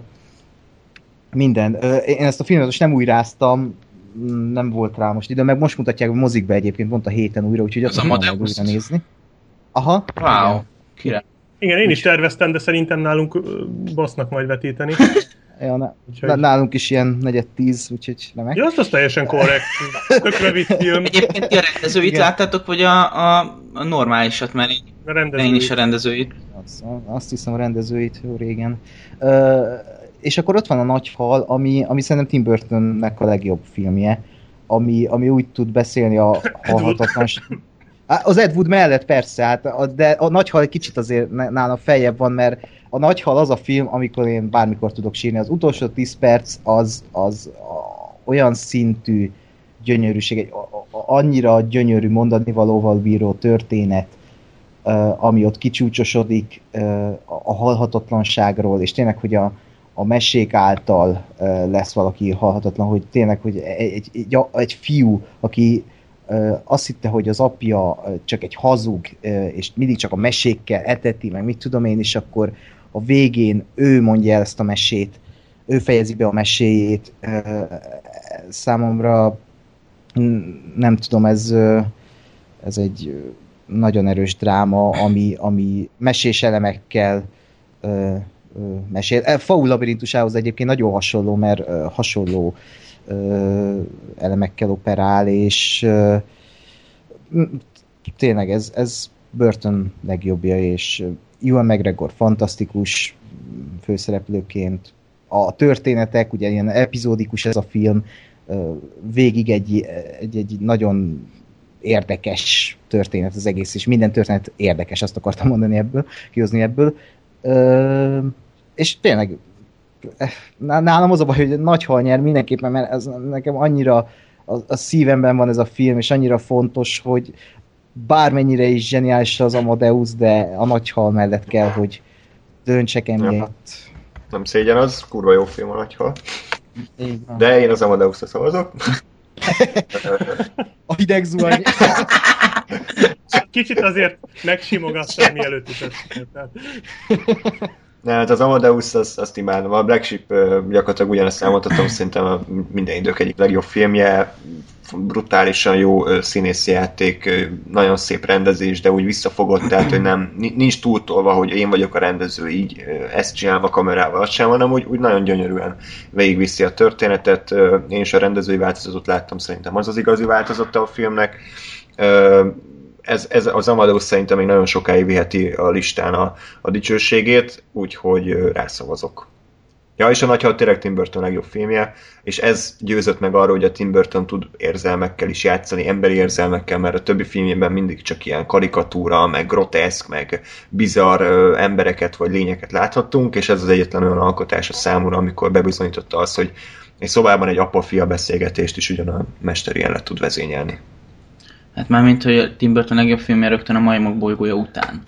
minden. Ö, én ezt a filmet most nem újráztam, nem volt rá most idő, meg most mutatják a mozikba egyébként, pont a héten újra, úgyhogy azt tudom meg újra nézni. Aha. Wow, király. Igen, én is terveztem, de szerintem nálunk basznak majd vetíteni. Ja, na, úgyhogy... Nálunk is ilyen negyed tíz, úgyhogy remek. Ja, azt az teljesen korrekt. Tök rövid film. Egyébként a rendezőit igen. Láttátok, vagy a, a, a normálisat, mert én, én is a rendezőit. Azt, azt hiszem a rendezőit, jó régen. Uh, és akkor ott van a Nagy hal, ami, ami szerintem Tim Burtonnek a legjobb filmje, ami, ami úgy tud beszélni a halhatatlanság. Az Ed Wood mellett persze, hát, de a Nagy hal egy kicsit azért nálam feljebb van, mert a Nagy hal az a film, amikor én bármikor tudok sírni. Az utolsó tíz perc az, az olyan szintű gyönyörűség, egy annyira gyönyörű mondanivalóval bíró történet, ami ott kicsúcsosodik a halhatatlanságról, és tényleg, hogy a, a mesék által lesz valaki halhatatlan, hogy tényleg, hogy egy, egy, egy fiú, aki azt hitte, hogy az apja csak egy hazug, és mindig csak a mesékkel eteti, meg mit tudom én, és akkor a végén ő mondja el ezt a mesét, ő fejezi be a meséjét. Számomra nem tudom, ez, ez egy nagyon erős dráma, ami, ami mesés elemekkel mesél. Faul labirintusához egyébként nagyon hasonló, mert hasonló elemekkel operál, és tényleg ez, ez Burton legjobbja, és Ewan McGregor fantasztikus főszereplőként. A történetek, ugye ilyen epizódikus ez a film, végig egy, egy, egy nagyon érdekes történet az egész, és minden történet érdekes, azt akartam mondani ebből, kihozni ebből. És tényleg nálam az a baj, hogy Nagy hal nyer mindenképpen, mert ez nekem annyira a, a szívemben van ez a film, és annyira fontos, hogy bármennyire is zseniális az Amadeus, de a Nagy hal mellett kell, hogy döntsek emiatt. Nem szégyen az, kurva jó film a Nagy hal. De én az Amadeusra szavazok. A hideg zuhany. Kicsit azért megsimogattam, mielőtt is ezt. Ne, hát az Amadeus, azt, azt imádom. A Black Sheep gyakorlatilag ugyanezt elmondhatom, szerintem a minden idők egyik legjobb filmje, brutálisan jó színészi játék, nagyon szép rendezés, de úgy visszafogott, tehát hogy nem, nincs túltolva, hogy én vagyok a rendező, így ezt csinálom a kamerával, azt sem, hanem úgy, úgy nagyon gyönyörűen végigviszi a történetet. Én is a rendezői változatot láttam, szerintem az az igazi változata a filmnek. Ez, ez az Amadeus szerintem még nagyon sokáig viheti a listán a, a dicsőségét, úgyhogy rászavazok. Ja, és a Nagyhal tényleg Tim Burton legjobb filmje, és ez győzött meg arról, hogy a Tim Burton tud érzelmekkel is játszani, emberi érzelmekkel, mert a többi filmjében mindig csak ilyen karikatúra, meg groteszk, meg bizarr embereket vagy lényeket láthattunk, és ez az egyetlen olyan alkotás a számúra, amikor bebizonyította azt, hogy egy szobában egy apa-fia beszélgetést is ugyan a mester ilyen le tud vezényelni. Hát mármint, hogy a Tim Burton legjobb filmje rögtön a Majmok bolygója után.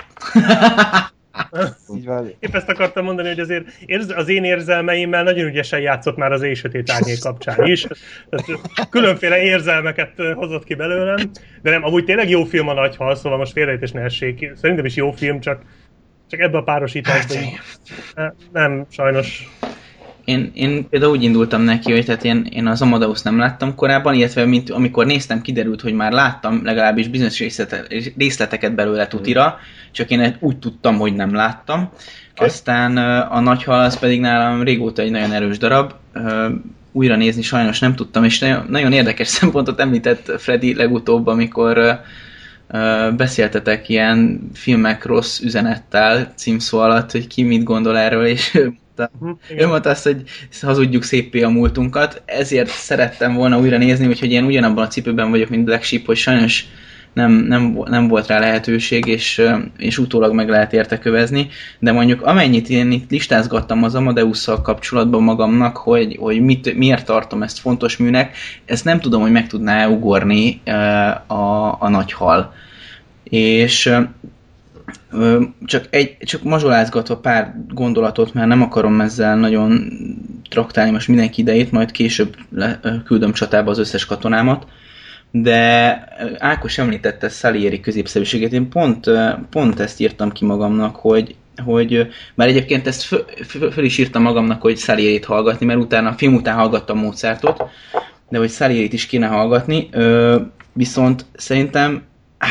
Épp ezt akartam mondani, hogy azért az én érzelmeimmel nagyon ügyesen játszott már az Éjsötét árnyék kapcsán is. Tehát különféle érzelmeket hozott ki belőlem, de nem, amúgy tényleg jó film a Nagyhal, szóval most félrejtés ne essék. Szerintem is jó film, csak, csak ebbe a párosításban hát, nem, sajnos. Én, én például úgy indultam neki, hogy tehát én, én az Amadeus nem láttam korábban, illetve mint, amikor néztem, kiderült, hogy már láttam legalábbis bizonyos részlete, részleteket belőle tutira, csak én úgy tudtam, hogy nem láttam. Okay. Aztán a Nagyhal az pedig nálam régóta egy nagyon erős darab. Újra nézni sajnos nem tudtam, és nagyon, nagyon érdekes szempontot említett Freddy legutóbb, amikor beszéltetek ilyen filmek rossz üzenettel címszó alatt, hogy ki mit gondol erről, és Uh-huh, ő mondta azt, hogy hazudjuk széppé a múltunkat, ezért szerettem volna újra nézni, úgyhogy én ugyanabban a cipőben vagyok, mint Black Sheep, hogy sajnos nem, nem, nem volt rá lehetőség, és, és utólag meg lehet érte kövezni, de mondjuk amennyit én itt listázgattam az Amadeusszal kapcsolatban magamnak, hogy, hogy mit, miért tartom ezt fontos műnek, ezt nem tudom, hogy meg tudná ugorni a, a Nagyhal. És Csak, egy, csak mazsolázgatva pár gondolatot, mert nem akarom ezzel nagyon traktálni most mindenki idejét, majd később le, küldöm csatába az összes katonámat, de Ákos említette Salieri középszerűségét, én pont, pont ezt írtam ki magamnak, hogy, hogy már egyébként ezt föl, föl, föl is írtam magamnak, hogy Salierit hallgatni, mert utána a film után hallgattam Mozartot, de hogy Salierit is kéne hallgatni, viszont szerintem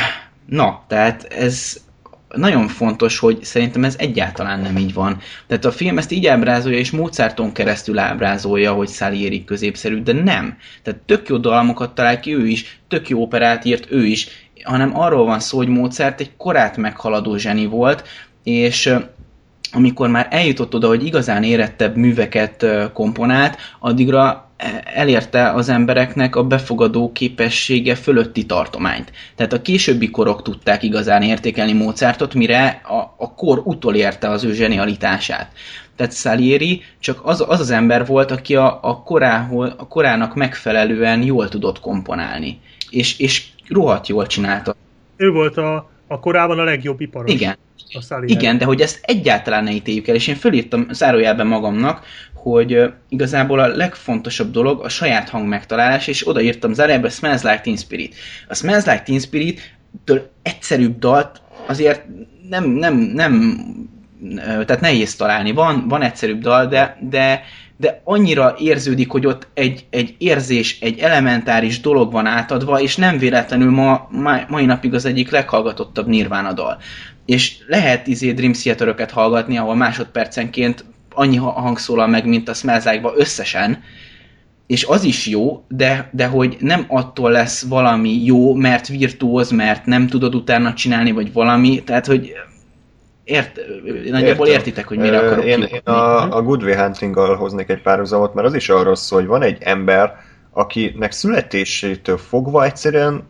na, tehát ez nagyon fontos, hogy szerintem ez egyáltalán nem így van. Tehát a film ezt így ábrázolja, és Mozarton keresztül ábrázolja, hogy Salieri középszerű, de nem. Tehát tök jó dalmokat talál ki ő is, tök jó operát írt ő is, hanem arról van szó, hogy Mozart egy korát meghaladó zseni volt, és amikor már eljutott oda, hogy igazán érettebb műveket komponált, addigra elérte az embereknek a befogadó képessége fölötti tartományt. Tehát a későbbi korok tudták igazán értékelni Mozartot, mire a, a kor utolérte az ő zsenialitását. Tehát Salieri csak az az, az ember volt, aki a, a, korához, a korának megfelelően jól tudott komponálni. És, és rohadt jól csinálta. Ő volt a, a korában a legjobb iparos. Igen. Igen, de hogy ezt egyáltalán ne ítéljük el, és én fölírtam zárójelben magamnak, hogy uh, igazából a legfontosabb dolog a saját hang megtalálás, és odaírtam zárójelben Smells Like Teen Spirit. A Smells Like Teen Spirit-től egyszerűbb dalt azért nem, nem, nem uh, tehát nehéz találni. Van, van egyszerűbb dal, de, de, de annyira érződik, hogy ott egy, egy érzés, egy elementáris dolog van átadva, és nem véletlenül ma, ma, mai napig az egyik leghallgatottabb Nirvana dal. És lehet izé Dream Theater-öket hallgatni, ahol másodpercenként annyi hang szólal meg, mint a Smells Like-ba összesen, és az is jó, de, de hogy nem attól lesz valami jó, mert virtuóz, mert nem tudod utána csinálni, vagy valami, tehát hogy ért, nagyjából értitek, hogy mire akarok Én, én a, a Good Will Hunting-gal hoznék egy párhuzamot, mert az is arról szól, hogy van egy ember, akinek születésétől fogva egyszerűen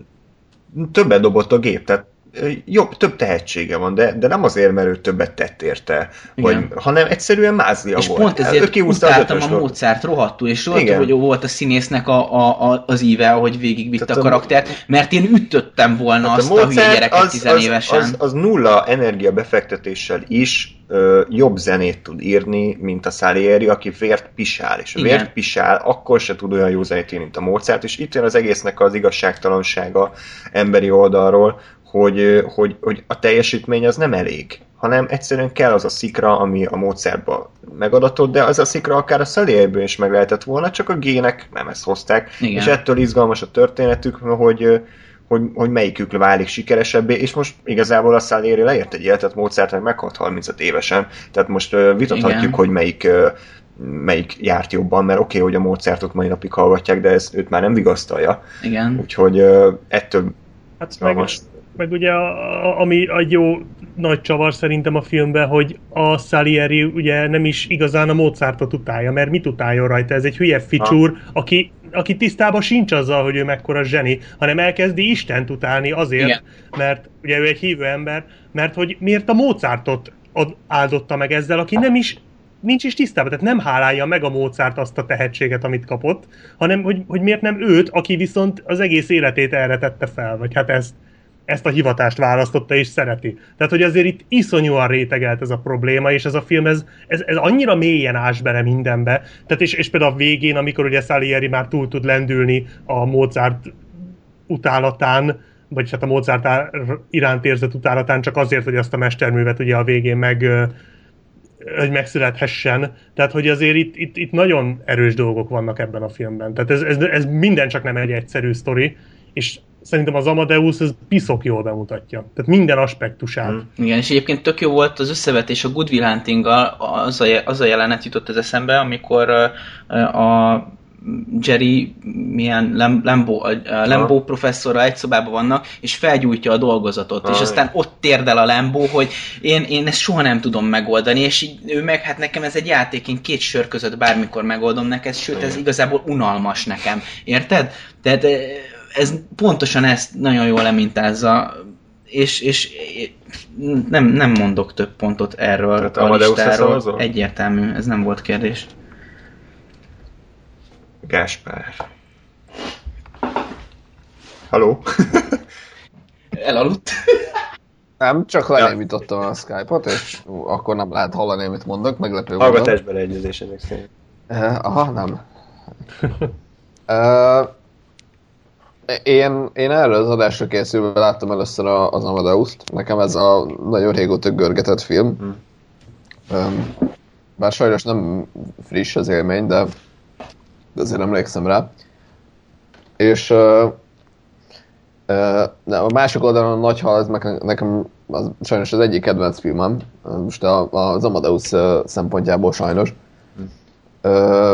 többet dobott a gép, tehát jobb, több tehetsége van, de, de nem azért, mert ő többet tett érte, vagy, hanem egyszerűen mázlia és volt. És pont ezért utáltam a Mozart rohadtul, és rohadtul, hogy jó volt a színésznek a, a, a, az íve, ahogy végigvitte tehát a karaktert, mert én ütöttem volna azt a, a hülye gyereket az, tizenévesen. Az, az, az nulla energia befektetéssel is ö, jobb zenét tud írni, mint a Salieri, aki vért pisál, és a vért pisál, akkor se tud olyan jó zenét írni, mint a Mozart, és itt jön az egésznek az igazságtalansága emberi oldalról, Hogy, hogy, hogy a teljesítmény az nem elég, hanem egyszerűen kell az a szikra, ami a Mozartba megadatott, de az a szikra akár a Salierből is meg lehetett volna, csak a gének nem ezt hozták. Igen. És ettől izgalmas a történetük, hogy, hogy, hogy melyikük válik sikeresebbé, és most igazából a Salieri leért egy életet, Mozart meg meghalt harmincöt évesen, tehát most vitathatjuk, igen, hogy melyik melyik járt jobban, mert oké, okay, hogy a Mozartot mai napig hallgatják, de ez őt már nem vigasztalja. Igen. Úgyhogy ettől hát meg, most... meg ugye, a, ami a jó nagy csavar szerintem a filmben, hogy a Salieri ugye nem is igazán a Mozartot utálja, mert mit utáljon rajta? Ez egy hülye ficsúr, aki, aki tisztában sincs azzal, hogy ő mekkora zseni, hanem elkezdi Istent utálni azért, igen, mert ugye ő egy hívő ember, mert hogy miért a Mozartot áldotta meg ezzel, aki nem is nincs is tisztában, tehát nem hálálja meg a Mozart azt a tehetséget, amit kapott, hanem hogy, hogy miért nem őt, aki viszont az egész életét erre tette fel, vagy hát ezt, ezt a hivatást választotta és szereti. Tehát, hogy azért itt iszonyúan rétegelt ez a probléma, és ez a film, ez, ez, ez annyira mélyen ás bele mindenbe. Tehát és, és például a végén, amikor ugye Salieri már túl tud lendülni a Mozart utálatán, vagyis hát a Mozart iránt érzett utálatán, csak azért, hogy azt a mesterművet ugye a végén meg hogy megszülethessen. Tehát, hogy azért itt, itt, itt nagyon erős dolgok vannak ebben a filmben. Tehát ez, ez, ez minden csak nem egy egyszerű sztori, és szerintem az Amadeus ez piszok jól bemutatja. Tehát minden aspektusát. Mm. Igen, és egyébként tök jó volt az összevetés a Good Will Huntinggal, az a, az a jelenet jutott ez eszembe, amikor a Jerry, milyen Lambo, Lambo professzorral egy szobában vannak, és felgyújtja a dolgozatot, ah, és aztán ott térdel a Lambo, hogy én, én ezt soha nem tudom megoldani, és így, ő meg, hát nekem ez egy játék, én két sör között bármikor megoldom neked, sőt, ez igazából unalmas nekem, érted? Tehát ez pontosan ezt nagyon jól lemintázza, és, és nem, nem mondok több pontot erről tehát a listáról, egyértelmű, ez nem volt kérdés. Gáspár. Halló? Elaludt? Nem, csak lenémítottam a Skype-ot, és akkor nem lehet hallani, amit mondok, meglepő módon. Hallgatás beleegyezés ezek szerint. Uh, aha, nem. uh, én, én erről az adásra készülve láttam először az Amadeust. Nekem ez a nagyon régóta görgetett film. Hmm. Um, bár sajnos nem friss az élmény, de de azért emlékszem rá. És uh, uh, a másik oldalon a Nagy hal, ez nekem az, sajnos az egyik kedvenc filmem, most a, az Amadeus uh, szempontjából sajnos. Uh,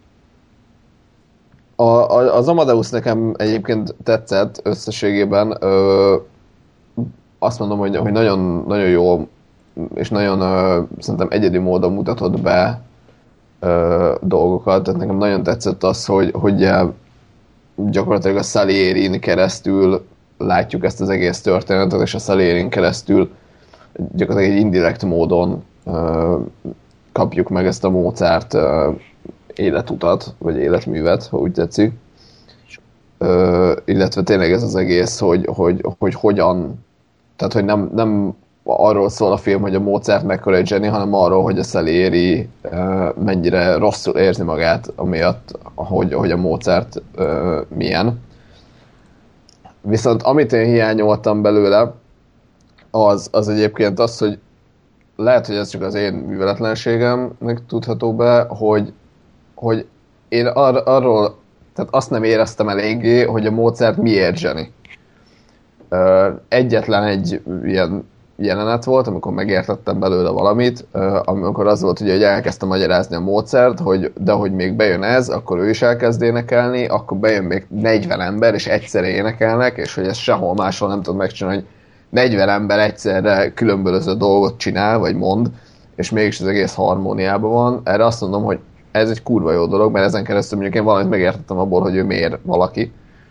a, a, az Amadeus nekem egyébként tetszett összességében. Uh, azt mondom, hogy, hogy nagyon, nagyon jó és nagyon uh, szerintem egyedi módon mutatott be dolgokat, tehát nekem nagyon tetszett az, hogy, hogy gyakorlatilag a Salierin keresztül látjuk ezt az egész történetet, és a Salierin keresztül gyakorlatilag egy indirekt módon uh, kapjuk meg ezt a Mozart uh, életutat, vagy életművet, ha úgy tetszik. Uh, illetve tényleg ez az egész, hogy, hogy, hogy hogyan, tehát hogy nem, nem arról szól a film, hogy a Mozart mekkora egy zseni, hanem arról, hogy a Salieri uh, mennyire rosszul érzi magát, amiatt, hogy, hogy a Mozart uh, milyen. Viszont amit én hiányoltam belőle, az, az egyébként az, hogy lehet, hogy ez csak az én műveletlenségemnek tudható be, hogy, hogy én ar- arról, tehát azt nem éreztem eléggé, hogy a Mozart miért zseni. Uh, egyetlen egy ilyen jelenet volt, amikor megértettem belőle valamit, amikor az volt, ugye, hogy elkezdte magyarázni a Mozart, hogy de hogy még bejön ez, akkor ő is elkezd énekelni, akkor bejön még negyven ember, és egyszerre énekelnek, és hogy ezt sehol máshol nem tud megcsinálni, hogy negyven ember egyszerre különböző dolgot csinál, vagy mond, és mégis az egész harmóniában van. Erre azt mondom, hogy ez egy kurva jó dolog, mert ezen keresztül mondjuk én valamit megértettem abból, hogy ő miért valaki.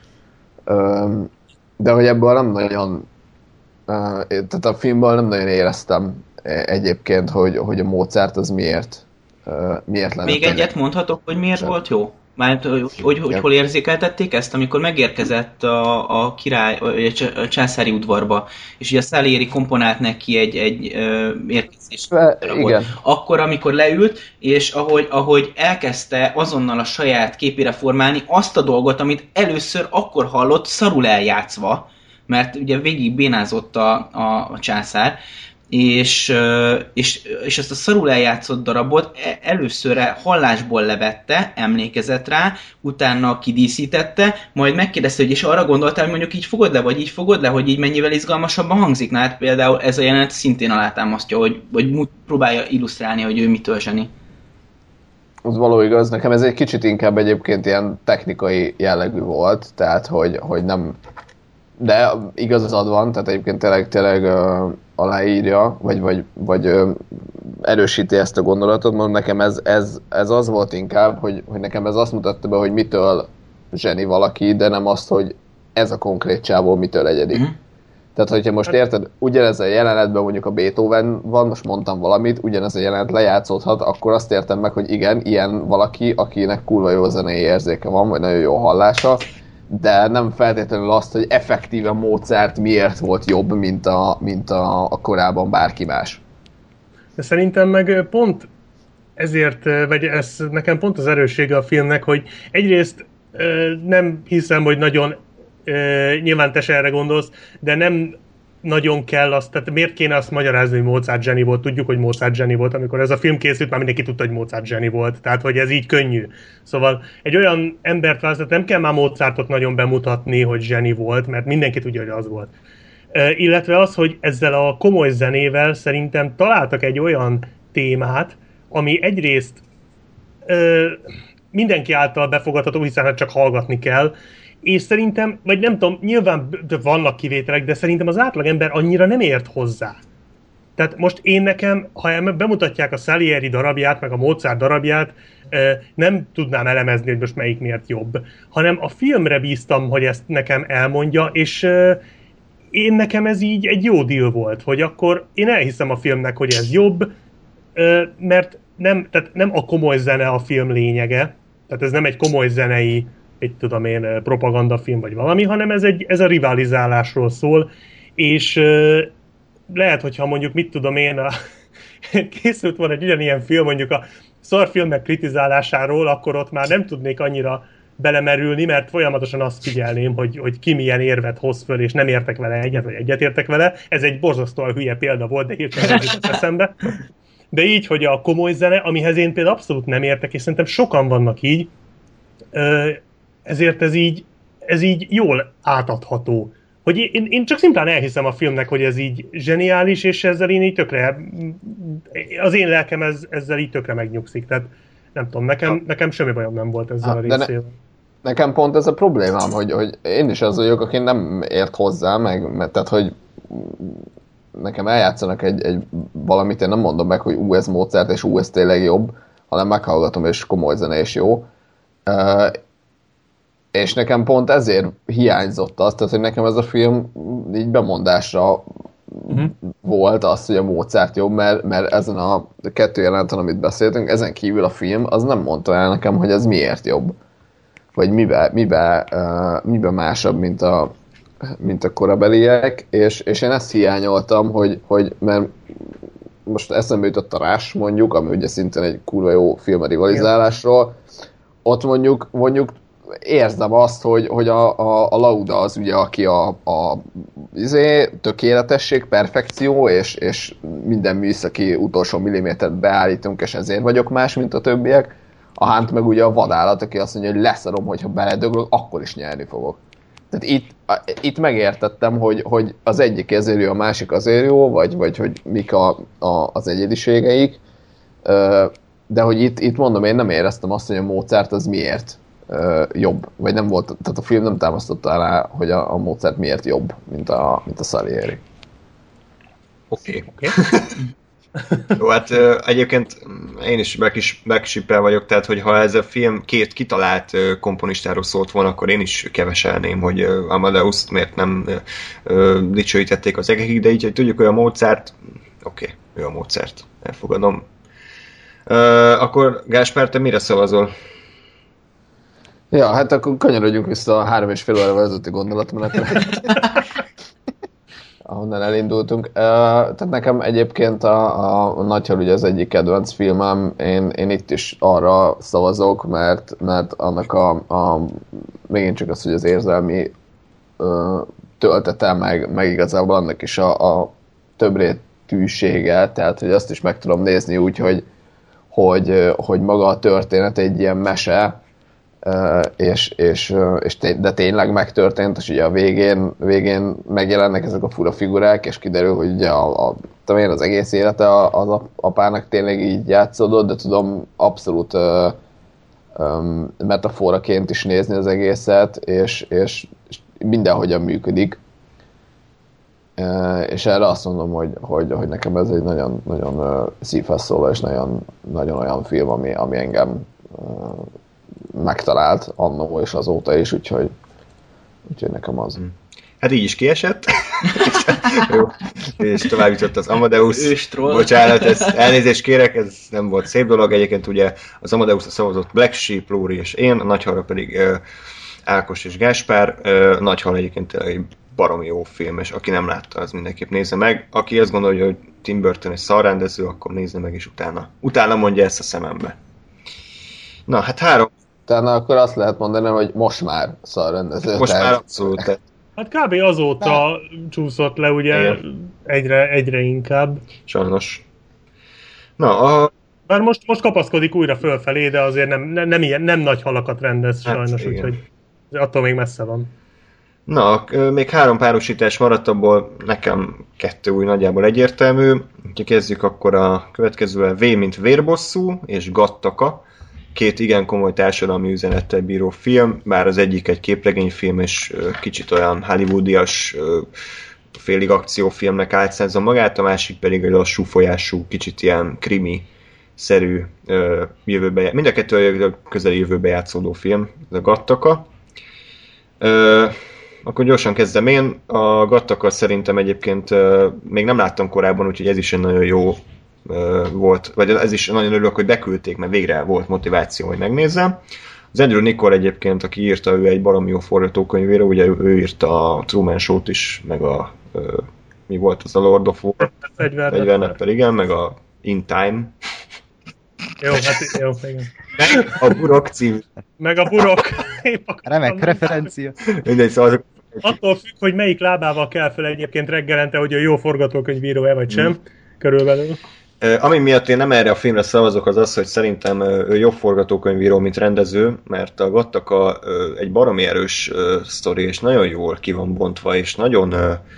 De hogy ebből nem nagyon Uh, tehát a filmből nem nagyon éreztem egyébként, hogy, hogy a Mozart az miért, uh, miért lenne. Még tényleg. Egyet mondhatok, hogy miért sem. Volt jó? Mármint, hogy, hogy, hogy hol érzékeltették ezt, amikor megérkezett a, a király, a császári udvarba, és ugye a Salieri komponált neki egy, egy uh, érkezés. Igen. Akkor, amikor leült, és ahogy, ahogy elkezdte azonnal a saját képére formálni azt a dolgot, amit először akkor hallott, szarul eljátszva, mert ugye végig bénázott a, a, a császár, és, és, és ezt a szarul eljátszott darabot előszörre hallásból levette, emlékezett rá, utána kidíszítette, majd megkérdezte, hogy és arra gondoltál, hogy mondjuk így fogod le, vagy így fogod le, hogy így mennyivel izgalmasabban hangzik. Na hát például ez a jelenet szintén alátámasztja, hogy, hogy próbálja illusztrálni, hogy ő mitől zseni. Az való igaz, nekem ez egy kicsit inkább egyébként ilyen technikai jellegű volt, tehát hogy, hogy nem... De igazad van, tehát egyébként tényleg, tényleg uh, aláírja, vagy, vagy, vagy uh, erősíti ezt a gondolatot, mert nekem ez, ez, ez az volt inkább, hogy, hogy nekem ez azt mutatta be, hogy mitől zseni valaki, de nem azt, hogy ez a konkrét csávó mitől egyedik. Mm. Tehát, hogyha most érted, ugyanez a jelenetben mondjuk a Beethoven van, most mondtam valamit, ugyanez a jelenet lejátszódhat, akkor azt értem meg, hogy igen, ilyen valaki, akinek kurva jó zenei érzéke van, vagy nagyon jó hallása, de nem feltétlenül azt, hogy effektíve Mozart miért volt jobb, mint a, mint a, a korábban bárki más. De szerintem meg pont ezért, vagy ez nekem pont az erőssége a filmnek, hogy egyrészt nem hiszem, hogy nagyon nyilván te se erre gondolsz, de nem nagyon kell azt, tehát miért kéne azt magyarázni, hogy Mozart zseni volt? Tudjuk, hogy Mozart zseni volt, amikor ez a film készült, már mindenki tudta, hogy Mozart zseni volt, tehát hogy ez így könnyű. Szóval egy olyan embert választott, nem kell már Mozartot nagyon bemutatni, hogy zseni volt, mert mindenki tudja, hogy az volt. E, illetve az, hogy ezzel a komoly zenével szerintem találtak egy olyan témát, ami egyrészt e, mindenki által befogadható, hiszen hát csak hallgatni kell, és szerintem, vagy nem tudom, nyilván vannak kivételek, de szerintem az átlagember annyira nem ért hozzá. Tehát most én nekem, ha bemutatják a Salieri darabját, meg a Mozart darabját, nem tudnám elemezni, hogy most melyik miért jobb, hanem a filmre bíztam, hogy ezt nekem elmondja, és én nekem ez így egy jó deal volt, hogy akkor én elhiszem a filmnek, hogy ez jobb, mert nem, tehát nem a komoly zene a film lényege, tehát ez nem egy komoly zenei, egy tudom én, propagandafilm vagy valami, hanem ez, egy, ez a rivalizálásról szól, és uh, lehet, hogyha mondjuk, mit tudom én, a, készült volna egy ugyanilyen film, mondjuk a szarfilmek kritizálásáról, akkor ott már nem tudnék annyira belemerülni, mert folyamatosan azt figyelném, hogy, hogy ki milyen érvet hoz föl, és nem értek vele egyet, vagy egyetértek vele. Ez egy borzasztóan hülye példa volt, de hirtelen jutott eszembe. De így, hogy a komoly zene, amihez én például abszolút nem értek, és szerintem sokan vannak így, uh, ezért ez így, ez így jól átadható. Hogy én, én csak szimplán elhiszem a filmnek, hogy ez így zseniális, és ezzel én így tökre, az én lelkem ez, ezzel így tökre megnyugszik. Tehát nem tudom, nekem, nekem semmi bajom nem volt ezzel ha, a részével. Ne, nekem pont ez a problémám, hogy, hogy én is az vagyok, aki nem ért hozzá, meg, mert tehát, hogy nekem eljátszanak egy, egy valamit, én nem mondom meg, hogy ú, ez Mozart, és ú, ez tényleg jobb, hanem meghallgatom, és komoly zene, és jó. Uh, És nekem pont ezért hiányzott az, tehát hogy nekem ez a film így bemondásra uh-huh. volt az, hogy a Mozart jobb, mert, mert ezen a kettő jeleneten, amit beszéltünk, ezen kívül a film az nem mondta el nekem, hogy ez miért jobb. Vagy miben, miben, uh, miben másabb, mint a, mint a korabeliek, és, és én ezt hiányoltam, hogy, hogy mert most eszembe jutott a Rush mondjuk, ami ugye szintén egy kurva jó film a rivalizálásról, ott mondjuk, mondjuk érzem azt, hogy, hogy a, a, a Lauda az ugye, aki a, a izé, tökéletesség, perfekció, és, és minden műszaki utolsó millimétert beállítunk, és ezért vagyok más, mint a többiek. A Hunt meg ugye a vadállat, aki azt mondja, hogy leszarom, hogyha beledöglök, akkor is nyerni fogok. Tehát itt, itt megértettem, hogy, hogy az egyik ezért jó, a másik azért jó, vagy, vagy hogy mik a, a, az egyediségeik. De hogy itt, itt mondom, én nem éreztem azt, hogy a Mozart az miért jobb, vagy nem volt, tehát a film nem támasztotta rá, hogy a, a Mozart miért jobb, mint a, mint a Salieri. Oké. Okay. Okay. Jó, hát egyébként én is megsippel vagyok, tehát hogyha ez a film két kitalált komponistáról szólt volna, akkor én is keveselném, hogy Amadeus miért nem dicsőítették az egekig, de így, hogy tudjuk, hogy a Mozart, oké, okay, ő a Mozart, elfogadom. Akkor Gáspár, te mire szavazol? Ja, hát akkor kanyarodjunk vissza a három és fél óra vezető gondolatmenetre. Ahonnan elindultunk. Uh, tehát nekem egyébként a, a Nagyhal ugye az egyik kedvenc filmem, én, én itt is arra szavazok, mert, mert annak a, a megint csak az, hogy az érzelmi uh, töltete, meg, meg igazából annak is a, a több, rét, tűséggel, tehát hogy azt is meg tudom nézni úgy, hogy, hogy, hogy maga a történet egy ilyen mese, és, és, és té- de tényleg megtörtént, és ugye a végén, végén megjelennek ezek a fura figurák, és kiderül, hogy ugye a, a, tudom én, az egész élete az apának tényleg így játszódott, de tudom abszolút uh, um, metaforaként is nézni az egészet, és, és, és mindenhogyan működik. Uh, és erre azt mondom, hogy, hogy, hogy nekem ez egy nagyon, nagyon uh, szívhez szóló, és nagyon, nagyon olyan film, ami, ami engem uh, megtalált annó és azóta is, úgyhogy, úgyhogy nekem az. Hát így is kiesett. Jó. És tovább jutott az Amadeus. Őstroll. Bocsánat, ez, elnézést kérek, ez nem volt szép dolog. Egyébként ugye az Amadeusra szavazott Black Sheep, Lóri és én, a Nagyhalra pedig uh, Ákos és Gáspár. Uh, Nagyhal egyébként tényleg egy baromi jó film, és aki nem látta, az mindenképp nézze meg. Aki azt gondolja, hogy Tim Burton egy szarrendező, akkor nézze meg, és utána, utána mondja ezt a szemembe. Na, hát három. Utána akkor azt lehet mondani, hogy most már szarrendező. Most tehát... már abszolút. Hát kb. Azóta hát. csúszott le, ugye, egyre, egyre inkább. Sajnos. Na, a... Bár most, most kapaszkodik újra fölfelé, de azért nem, nem, nem, ilyen, nem nagy halakat rendez hát, sajnos, igen. Úgyhogy attól még messze van. Na, még három párosítás maradt, abból nekem kettő új nagyjából egyértelmű. Ha kezdjük akkor a következővel, V mint vérbosszú és Gattaca. Két igen komoly társadalmi üzenettel bíró film, bár az egyik egy képregényfilm, és kicsit olyan hollywoodias, félig akciófilmnek álcázza magát, a másik pedig egy lassú folyású, kicsit ilyen krimi-szerű jövőbe, mind a kettő a közeli jövőbe játszódó film, ez a Gattaca. Akkor gyorsan kezdem én. A Gattaca szerintem egyébként még nem láttam korábban, úgyhogy ez is egy nagyon jó volt, vagy ez is nagyon örülök, hogy beküldték, mert végre volt motiváció, hogy megnézzem. Az Andrew Niccol egyébként, aki írta, ő egy baromi jó forgatókönyvíró, ugye ő írta a Truman Show-t is, meg a mi volt az a Lord of War fegyvernepper, igen, meg a In Time. Jó, hát jó, igen. A Burok című. Meg a Burok. Remek referencia. Mindegy, szóval azok... Attól függ, hogy melyik lábával kell fel egyébként reggelente, hogy a jó forgatókönyvíró-e vagy sem, mm. körülbelül. Ami miatt én nem erre a filmre szavazok, az az, hogy szerintem ő jobb forgatókönyvíró, mint rendező, mert a Gattaca egy baromi erős sztori, és nagyon jól ki van bontva, és nagyon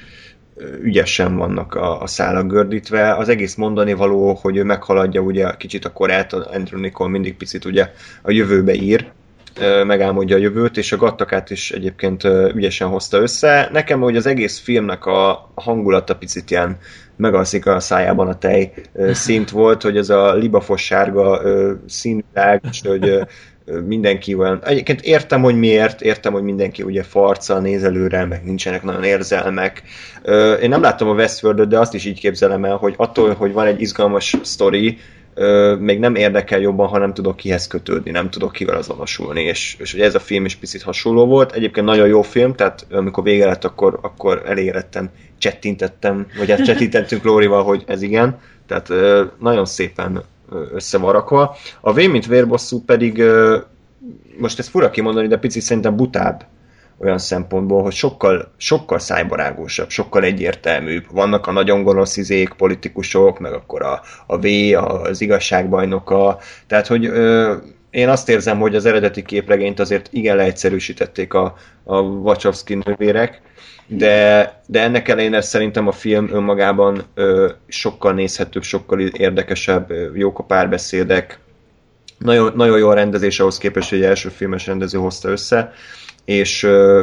ügyesen vannak a, a szálak gördítve. Az egész mondani való, hogy ő meghaladja ugye kicsit a korát, Andrew Niccol mindig picit ugye a jövőbe ír, megálmodja a jövőt, és a Gattacát is egyébként ügyesen hozta össze. Nekem, hogy az egész filmnek a hangulata picit ilyen megalszik a szájában a tej szint volt, hogy ez a libafos sárga színvilág, és hogy mindenki olyan... Egyébként értem, hogy miért, értem, hogy mindenki ugye farccal néz előre, meg nincsenek nagyon érzelmek. Én nem láttam a Westworldot, de azt is így képzelem el, hogy attól, hogy van egy izgalmas sztori, még nem érdekel jobban, ha nem tudok kihez kötődni, nem tudok kivel azonosulni, és, és hogy ez a film is picit hasonló volt. Egyébként nagyon jó film, tehát amikor vége lett, akkor, akkor elégettem, csettintettem, vagy hát csettintettünk Lórival, hogy ez igen, tehát nagyon szépen össze van rakva. A V mint vérbosszú pedig, most ezt fura kimondani, de picit szerintem butább olyan szempontból, hogy sokkal, sokkal szájbarágósabb, sokkal egyértelműbb. Vannak a nagyon gonosz izék, politikusok, meg akkor a, a V, az igazságbajnoka. Tehát, hogy ö, én azt érzem, hogy az eredeti képregényt azért igen leegyszerűsítették a, a Wachowski nővérek, de, de ennek ellenére szerintem a film önmagában ö, sokkal nézhetőbb, sokkal érdekesebb, jók a párbeszédek, nagyon, nagyon jó a rendezés ahhoz képest, hogy egy első filmes rendező hozta össze, és ö,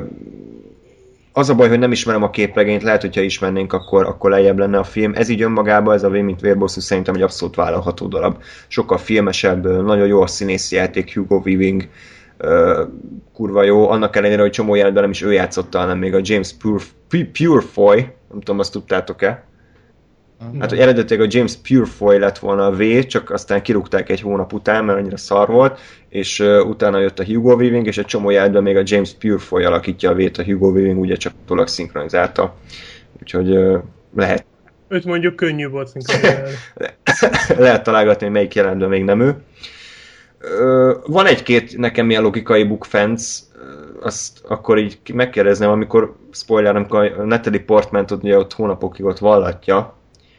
az a baj, hogy nem ismerem a képregényt, lehet, hogyha ismernénk, akkor, akkor lejjebb lenne a film. Ez így önmagában, ez a V mint vérbosszú szerintem egy abszolút vállalható darab. Sokkal filmesebb, nagyon jó a színészi játék, Hugo Weaving, ö, kurva jó, annak ellenére, hogy csomó jelenetben nem is ő játszotta, hanem még a James Pure, Purefoy, nem tudom, azt tudtátok-e? Hát, hogy eredetileg a James Purefoy lett volna a V, csak aztán kirúgták egy hónap után, mert annyira szar volt, és uh, utána jött a Hugo Weaving, és egy csomó jelentben még a James Purefoy alakítja a V-t, a Hugo Weaving ugye csak tolak szinkronizálta. Úgyhogy uh, lehet... Őt mondjuk könnyű volt szinkronizálni. lehet találgatni, hogy melyik jelentben még nem ő. Uh, van egy-két nekem ilyen logikai bukfenc, azt akkor így megkérdeznem, amikor spoiler, amikor a Natalie Portman ugye ott hónapokig ott vallatja,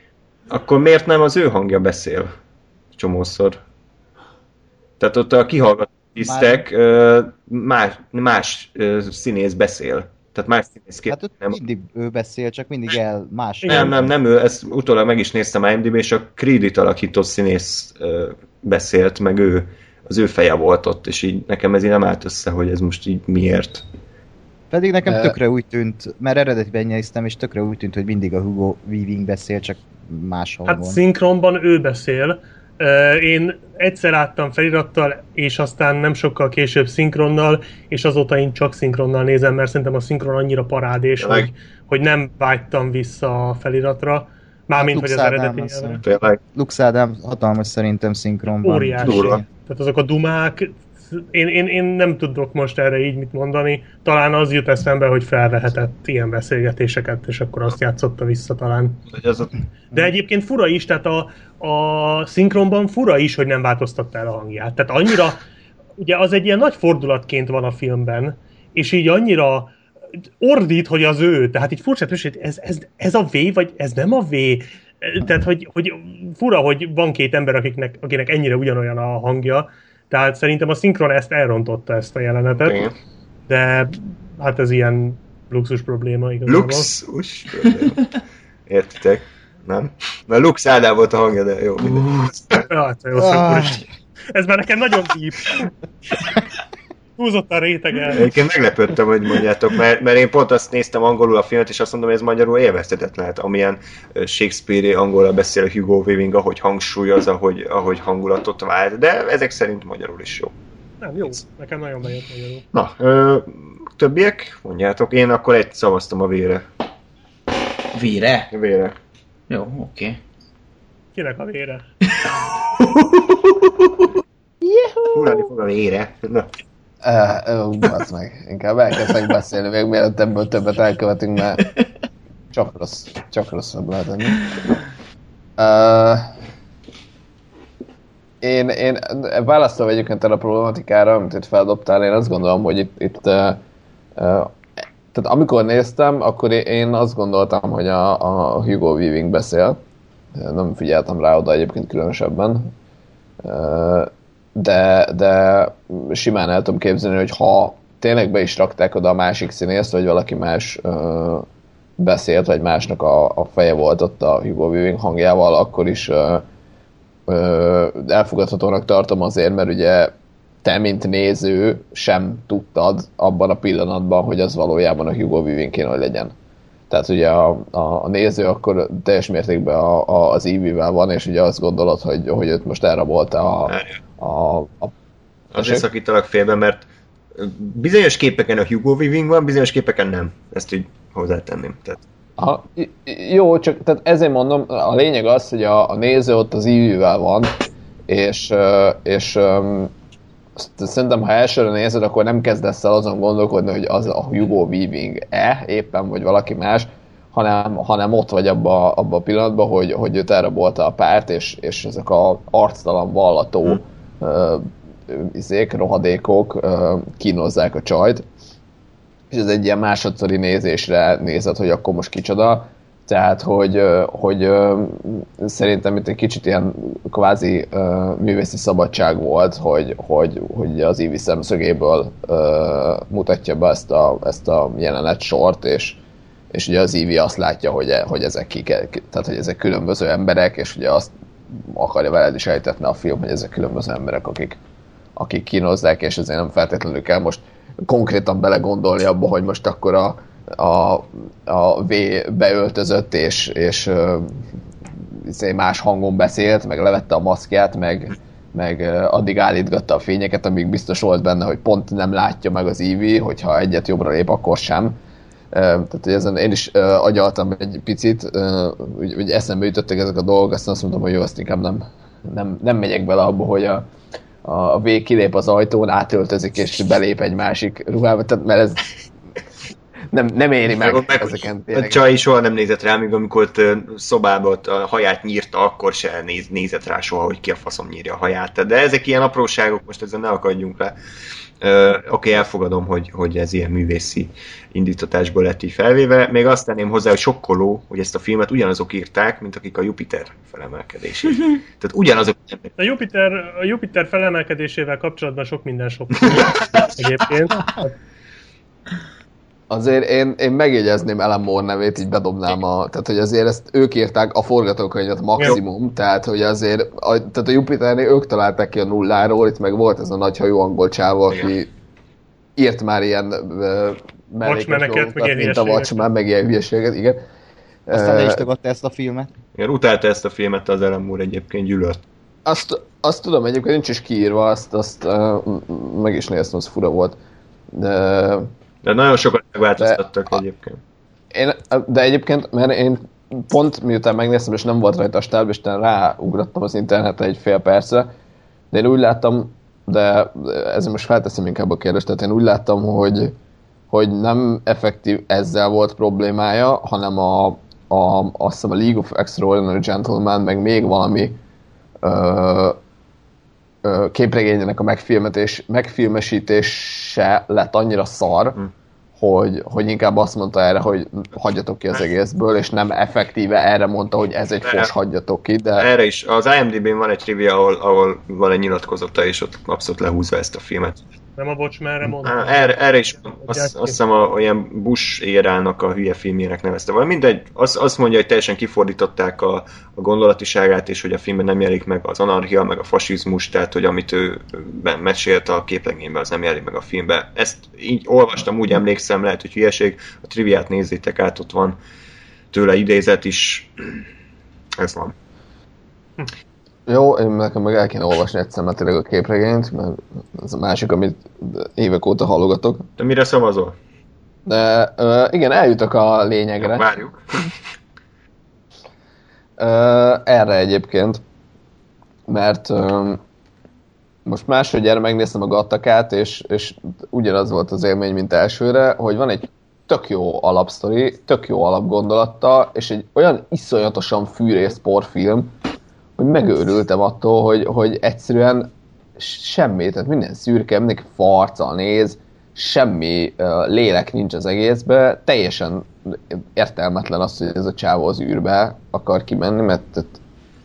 Akkor miért nem az ő hangja beszél csomószor? Tehát ott a kihallgató tisztek ö, más, más ö, színész beszél. Tehát más színész kép. Hát ott nem, mindig ő beszél, csak mindig el más. nem, nem, nem ő, ezt utólag meg is néztem I M D B, és a Creed-it alakító színész ö, beszélt, meg ő, az ő feje volt ott, és így nekem ez így nem állt össze, hogy ez most így miért. Pedig nekem De- tökre úgy tűnt, mert eredetiben néztem, és tökre úgy tűnt, hogy mindig a Hugo Weaving beszél, csak más hangon. Hát szinkronban ő beszél. Ö, Én egyszer láttam felirattal, és aztán nem sokkal később szinkronnal, és azóta én csak szinkronnal nézem, mert szerintem a szinkron annyira parádés, Tényleg? hogy, hogy nem vágytam vissza a feliratra. Mármint, hogy az Lux Ádám eredeti azt nyelven. hiszem. Tényleg. Lux Ádám hatalmas szerintem szinkronban. Óriási. Durva. Tehát azok a dumák, én, én, én nem tudok most erre így mit mondani. Talán az jut eszembe, hogy felvehetett ilyen beszélgetéseket, és akkor azt játszotta vissza talán. Hogy az ott, De egyébként fura is, tehát a, a szinkronban fura is, hogy nem változtatta el a hangját. Tehát annyira, ugye az egy ilyen nagy fordulatként van a filmben, és így annyira ordít, hogy az ő, tehát így furcsa, hogy ez, ez, ez a V, vagy ez nem a V? Tehát, hogy, hogy fura, hogy van két ember, akiknek, akinek ennyire ugyanolyan a hangja, tehát szerintem a szinkron ezt elrontotta, ezt a jelenetet, igen. de hát ez ilyen luxus probléma igazából. Luxus. Értitek? Nem? Mert Lux Ádám volt a hangja, de jó. Hát, jó, akkor is. Ez már nekem nagyon deep. Húzottan rétegel. Egyébként meglepődtem, hogy mondjátok, mert, mert én pont azt néztem angolul a filmet, és azt mondom, hogy ez magyarul élvezhetetlen lehet, amilyen Shakespeare-i angolra beszél Hugo Weaving, ahogy hangsúlyoz, ahogy, ahogy hangulatot vált, de ezek szerint magyarul is jó. Nem, jó. Nekem nagyon bejött magyarul. Na, ö, többiek? Mondjátok, én akkor egy szavaztam a vére. Vére? A vére. Jó, oké. Okay. Kinek a vére? Hullani fog a vére. Na. Uh, uh, basz meg. Inkább elkezdek beszélni, még mielőtt ebből többet elkövetünk, mert csak rossz, csak rosszabb lehet enni. Uh, én, én választva egyébként erre a problematikára, amit itt feldobtál, én azt gondolom, hogy itt, itt uh, uh, tehát amikor néztem, akkor én azt gondoltam, hogy a, a Hugo Weaving beszél. Nem figyeltem rá oda egyébként különösebben. Uh, De, de simán el tudom képzelni, hogy ha tényleg be is rakták oda a másik színészt, vagy valaki más ö, beszélt, vagy másnak a, a feje volt ott a Hugo Weaving hangjával, akkor is ö, ö, elfogadhatónak tartom azért, mert ugye te, mint néző sem tudtad abban a pillanatban, hogy az valójában a Hugo Weaving kéne, hogy legyen. Tehát ugye a, a, a néző akkor teljes mértékben a, a, az Evie-vel van, és ugye azt gondolod, hogy, hogy őt most elrabolta a, a, a Azért szakítalak félbe, mert bizonyos képeken a Hugo Weaving van, bizonyos képeken nem. Ezt így hozzátenném. Tehát. Ha, jó, csak tehát ezért mondom, a lényeg az, hogy a, a néző ott az Evie-vel van, és, és szerintem, ha elsőre nézed, akkor nem kezdesz el azon gondolkodni, hogy az a Hugo Weaving-e éppen, vagy valaki más, hanem, hanem ott vagy abban abba a pillanatban, hogy, hogy őt elrabolta a párt, és, és ezek a arctalan vallató hmm. uh, izék, rohadékok uh, kínozzák a csajt. És ez egy ilyen másodszori nézésre nézed, hogy akkor most kicsoda. Tehát, hogy, hogy szerintem itt egy kicsit ilyen kvázi művészi szabadság volt, hogy, hogy, hogy az Evie szemszögéből mutatja be ezt a, ezt a jelenet sort, és, és ugye az Evie azt látja, hogy, hogy ezek kik, tehát, hogy ezek különböző emberek, és ugye azt akarja veled is elhitetni a film, hogy ezek különböző emberek, akik, akik kínozzák, és ezért nem feltétlenül kell most konkrétan belegondolni abba, hogy most akkor a A, a V beöltözött, és, és uh, más hangon beszélt, meg levette a maszkját, meg, meg uh, addig állítgatta a fényeket, amíg biztos volt benne, hogy pont nem látja meg az Evie, hogyha egyet jobbra lép, akkor sem. Uh, tehát, hogy ezen én is uh, agyaltam egy picit, uh, úgy, úgy eszembe jutottak ezek a dolgok, aztán azt mondtam, hogy jó, azt inkább nem, nem, nem megyek bele abba, hogy a, a V kilép az ajtón, átöltözik, és belép egy másik ruhába, tehát, mert ez nem, nem éri meg, meg ezeken a tényleg. csaj soha nem nézett rá, míg amikor ott szobába a haját nyírta, akkor se néz, nézett rá soha, hogy ki a faszom nyírja a haját. De ezek ilyen apróságok, most ezzel ne akadjunk le. Uh, Oké, okay, elfogadom, hogy, hogy ez ilyen művészi indítatásból lett így felvéve. Még azt tenném hozzá, hogy sokkoló, hogy ezt a filmet ugyanazok írták, mint akik a Jupiter felemelkedését. Tehát ugyanazok. A Jupiter, a Jupiter felemelkedésével kapcsolatban sok minden sok egyébként. Azért én, én megjegyezném Alan Moore nevét, így bedobnám a... Tehát, hogy azért ezt ők írták a forgatókönyvet maximum, jó. Tehát, hogy azért... A, tehát a Jupiternél ők találták ki a nulláról, itt meg volt ez a nagyhajú angol csáva, aki írt már ilyen uh, mellékes dolgokat, mint a Watchmen, meg ilyen hülyeséget, igen. Aztán le is tagadta ezt a filmet. Igen, utálta ezt a filmet az Alan Moore egyébként, gyűlölt. Azt, azt tudom, egyébként nincs is kiírva, azt, azt uh, meg is néztem, az fura volt. De... De nagyon sokat megváltoztattak de, egyébként. Én, de egyébként, mert én pont miután megnéztem, és nem volt rajta a stáb, és ráugrattam az internetre egy fél percre, de én úgy láttam, de ezzel most felteszem inkább a kérdést, tehát én úgy láttam, hogy, hogy nem effektív ezzel volt problémája, hanem a, a, azt hiszem a League of Extraordinary Gentlemen, meg még valami ö, ö, képregényének a megfilmetés, megfilmesítése lett annyira szar, hm. hogy, hogy inkább azt mondta erre, hogy hagyjatok ki az egészből, és nem effektíve erre mondta, hogy ez egy fos, hagyjatok ki, de... Erre is. Az IMDb-n van egy trivia, ahol, ahol van egy nyilatkozata, és ott abszolút lehúzva ezt a filmet. Nem a Watchmenre mondtam. Erre, erre is azt, azt hiszem a, olyan Bush érának a hülye filmjének nevezte. Vagy mindegy, azt, azt mondja, hogy teljesen kifordították a, a gondolatiságát, és hogy a filmben nem jelenik meg az anarchia, meg a fasizmus, tehát hogy amit ő mesélt a képregényben, az nem jelenik meg a filmben. Ezt így olvastam, úgy emlékszem, lehet, hogy hülyeség. A triviát nézzétek át, ott van tőle idézet is. Ez van. Hm. Jó, én nekem meg el kéne olvasni egyszer már tényleg a képregényt, mert ez a másik, amit évek óta hallogatok. De mire szavazol? De uh, igen, eljutok a lényegre. Várjuk. uh, erre egyébként, mert um, most másodjára megnéztem a Gattakát, és, és ugyanaz volt az élmény, mint elsőre, hogy van egy tök jó alapsztori, tök jó alapgondolatta, és egy olyan iszonyatosan fűrész porfilm, hogy megőrültem attól, hogy, hogy egyszerűen semmi, tehát minden szürke, mindenki farccal néz, semmi uh, lélek nincs az egészben, teljesen értelmetlen az, hogy ez a csávó az űrbe akar kimenni, mert tehát,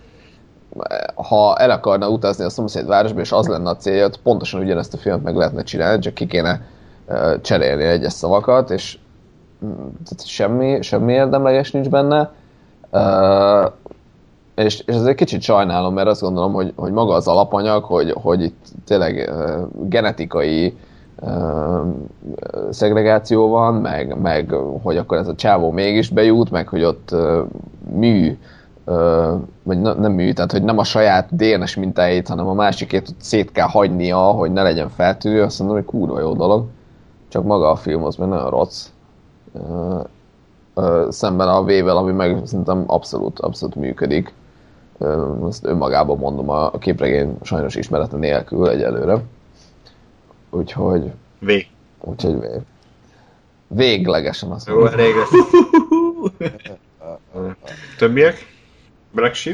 ha el akarna utazni a szomszéd városba, és az lenne a célja, pontosan ugyanezt a filmet meg lehetne csinálni, csak ki kéne uh, cserélni egyes szavakat, és tehát semmi, semmi érdemleges nincs benne. Uh, És, és ezért kicsit sajnálom, mert azt gondolom, hogy, hogy maga az alapanyag, hogy, hogy itt tényleg uh, genetikai uh, szegregáció van, meg, meg hogy akkor ez a csávó mégis bejut, meg hogy ott uh, mű, uh, vagy na, nem mű, tehát hogy nem a saját dé en es mintáit, hanem a másikét szét kell hagynia, hogy ne legyen feltűnő, azt mondom, hogy kurva jó dolog. Csak maga a film az meg nagyon rossz. Uh, uh, szemben a V-vel, ami meg szerintem abszolút, abszolút működik. Azt önmagában mondom, a képregény sajnos ismerete nélkül egyelőre. Úgyhogy... V. Úgyhogy V. Véglegesen azt mondom. Jó, elég lesz. Többiek? Black Sheep?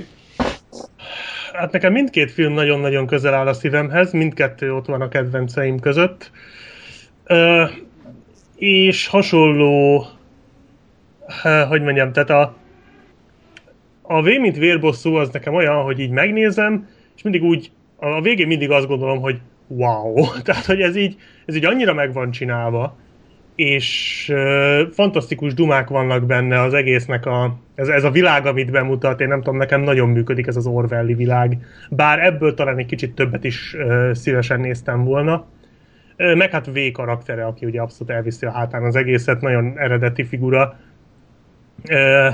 Hát nekem mindkét film nagyon-nagyon közel áll a szívemhez, mindkettő ott van a kedvenceim között. Uh, és hasonló... Uh, hogy mondjam, tehát a A V, mint vérbosszú, az nekem olyan, hogy így megnézem, és mindig úgy, a végén mindig azt gondolom, hogy wow, tehát hogy ez így, ez így annyira meg van csinálva, és uh, fantasztikus dumák vannak benne az egésznek, a, ez, ez a világ, amit bemutat, én nem tudom, nekem nagyon működik ez az Orwelli világ, bár ebből talán egy kicsit többet is uh, szívesen néztem volna. Uh, meg hát V karaktere, aki ugye abszolút elviszi a hátán az egészet, nagyon eredeti figura. Uh,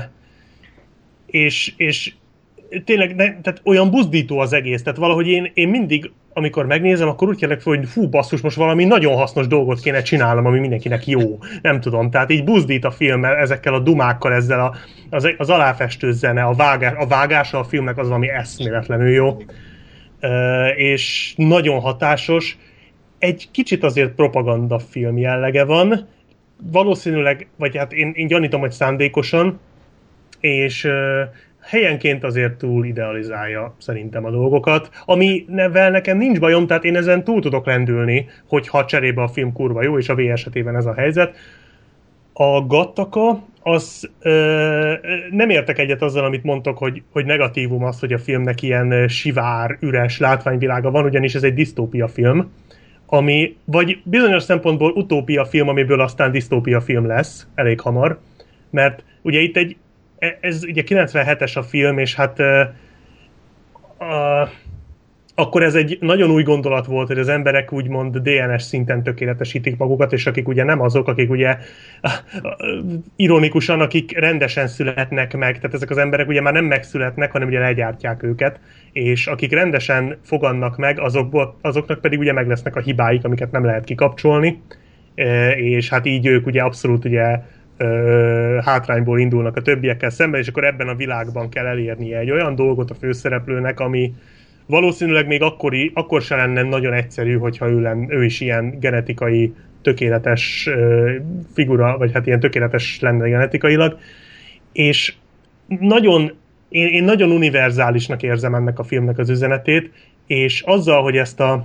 És, és tényleg ne, tehát olyan buzdító az egész, tehát valahogy én, én mindig, amikor megnézem, akkor úgy kellek fel, hogy fú basszus, most valami nagyon hasznos dolgot kéne csinálnom, ami mindenkinek jó. Nem tudom, tehát így buzdít a film ezekkel a dumákkal, ezzel a, az, az aláfestő zene, a, vágás, a vágása a filmnek az, ami eszméletlenül jó. E, és nagyon hatásos. Egy kicsit azért propaganda film jellege van, valószínűleg, vagy hát én, én gyanítom, hogy szándékosan, és uh, helyenként azért túl idealizálja szerintem a dolgokat, amivel nekem nincs bajom, tehát én ezen túl tudok lendülni, hogyha cserébe a film kurva jó, és a V esetében ez a helyzet. A Gattaca, az ö, nem értek egyet azzal, amit mondtok, hogy, hogy negatívum az, hogy a filmnek ilyen sivár, üres látványvilága van, ugyanis ez egy disztópia film, ami vagy bizonyos szempontból utópia film, amiből aztán disztópia film lesz elég hamar, mert ugye itt egy, ez ugye kilencvenhetes a film, és hát ö, a, akkor ez egy nagyon új gondolat volt, hogy az emberek úgymond dé en es szinten tökéletesítik magukat, és akik ugye nem azok, akik ugye ironikusan, akik rendesen születnek meg, tehát ezek az emberek ugye már nem megszületnek, hanem ugye legyártják őket, és akik rendesen fogannak meg, azokból, azoknak pedig ugye meg lesznek a hibáik, amiket nem lehet kikapcsolni, és hát így ők ugye abszolút ugye hátrányból indulnak a többiekkel szemben, és akkor ebben a világban kell elérnie egy olyan dolgot a főszereplőnek, ami valószínűleg még akkori, akkor se lenne nagyon egyszerű, hogyha ő, len, ő is ilyen genetikai tökéletes uh, figura, vagy hát ilyen tökéletes lenne genetikailag, és nagyon, én, én nagyon univerzálisnak érzem ennek a filmnek az üzenetét, és azzal, hogy ezt a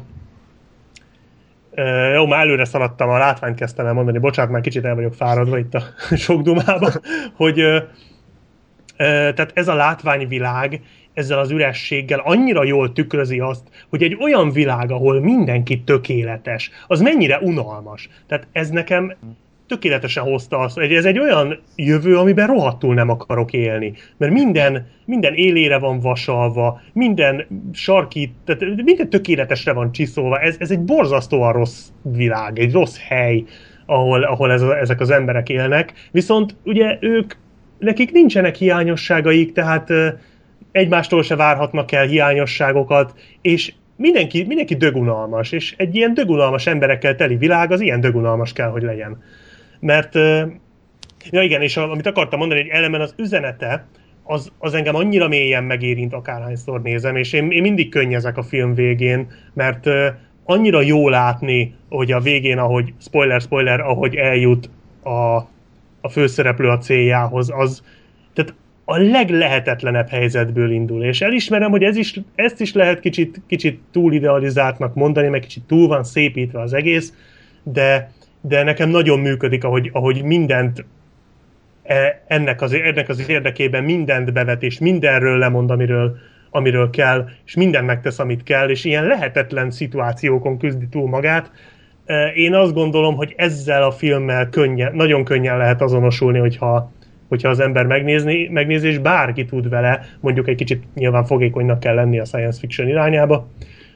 uh, jó, már előre szaladtam, a látványt kezdtem el mondani, bocsánat, már kicsit el vagyok fáradva itt a sok dumában, hogy uh, uh, tehát ez a látványvilág ezzel az ürességgel annyira jól tükrözi azt, hogy egy olyan világ, ahol mindenki tökéletes, az mennyire unalmas. Tehát ez nekem tökéletesen hozta azt, hogy ez egy olyan jövő, amiben rohadtul nem akarok élni. Mert minden, minden élére van vasalva, minden sarki, tehát minden tökéletesre van csiszolva. Ez, ez egy borzasztóan rossz világ, egy rossz hely, ahol, ahol ez a, ezek az emberek élnek. Viszont ugye ők, nekik nincsenek hiányosságaik, tehát egymástól se várhatnak el hiányosságokat, és mindenki, mindenki dögunalmas, és egy ilyen dögunalmas emberekkel teli világ az ilyen dögunalmas kell, hogy legyen. Mert, ja igen, és amit akartam mondani, hogy elemen az üzenete, az, az engem annyira mélyen megérint, akárhányszor nézem, és én, én mindig könnyezek a film végén, mert annyira jó látni, hogy a végén, ahogy, spoiler, spoiler, ahogy eljut a, a főszereplő a céljához, az, tehát a leglehetetlenebb helyzetből indul, és elismerem, hogy ez is, ezt is lehet kicsit, kicsit túl idealizáltnak mondani, meg kicsit túl van szépítve az egész, de, de nekem nagyon működik, ahogy, ahogy mindent ennek az, ennek az érdekében mindent bevet, és mindenről lemond, amiről, amiről kell, és mindent megtesz, amit kell, és ilyen lehetetlen szituációkon küzdi túl magát. Én azt gondolom, hogy ezzel a filmmel könnyen, nagyon könnyen lehet azonosulni, hogyha hogyha az ember megnézni, megnézi, és bárki tud vele, mondjuk egy kicsit nyilván fogékonynak kell lenni a science fiction irányába.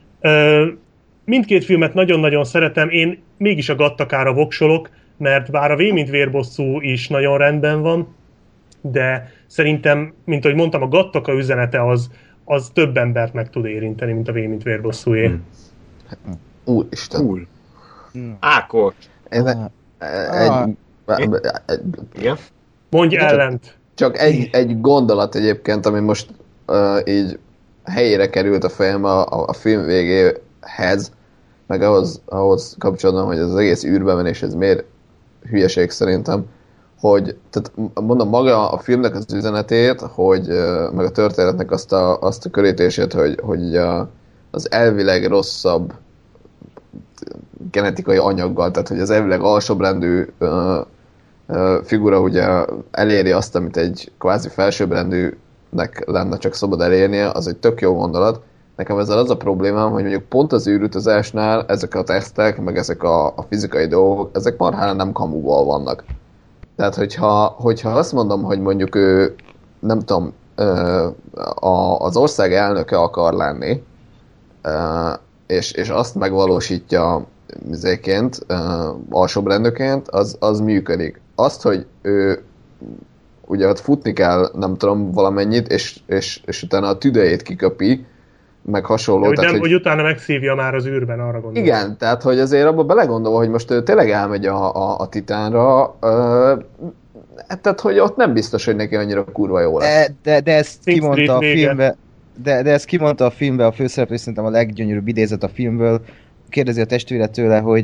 Mindkét filmet nagyon-nagyon szeretem, én mégis a Gattakára voksolok, mert bár a V mint vérbosszú is nagyon rendben van, de szerintem, mint ahogy mondtam, a Gattaca üzenete az, az több embert meg tud érinteni, mint a V mint vérbosszúé. Hmm. Úristen. Cool. Ákos. Ez egy... Igen? Mondj ellent! Csak egy, egy gondolat egyébként, ami most uh, így helyére került a fejem a, a, a film végéhez, meg ahhoz, ahhoz kapcsolatban, hogy az egész űrbemenés, ez miért hülyeség szerintem, hogy, tehát mondom, maga a filmnek az üzenetét, hogy, uh, meg a történetnek azt a, azt a körítését, hogy, hogy a, az elvileg rosszabb genetikai anyaggal, tehát hogy az elvileg alsóbrendű uh, figura ugye eléri azt, amit egy kvázi felsőbbrendűnek lenne csak szabad elérnie, az egy tök jó gondolat. Nekem ezzel az a problémám, hogy mondjuk pont az űrutazásnál ezek a tesztek, meg ezek a, a fizikai dolgok, ezek marhára nem kamuval vannak. Tehát, hogyha, hogyha azt mondom, hogy mondjuk ő, nem tudom, az ország elnöke akar lenni, és, és azt megvalósítja mizéként, alsóbbrendűként, az, az működik. Azt, hogy ő ugye ott futni kell, nem tudom, valamennyit, és, és, és utána a tüdejét kiköpi, meg hasonló. Hogy, tehát, nem, hogy, hogy utána megszívja már az űrben, arra gondolom. Igen, tehát hogy azért abban belegondolva, hogy most ő tényleg elmegy a, a, a Titánra, ö, tehát hogy ott nem biztos, hogy neki annyira kurva jó lesz. De, de, de ezt Six kimondta a filmbe, de, de ezt kimondta a filmbe a főszereplő, szerintem a leggyönyörűbb idézet a filmből. Kérdezi a testvére tőle, hogy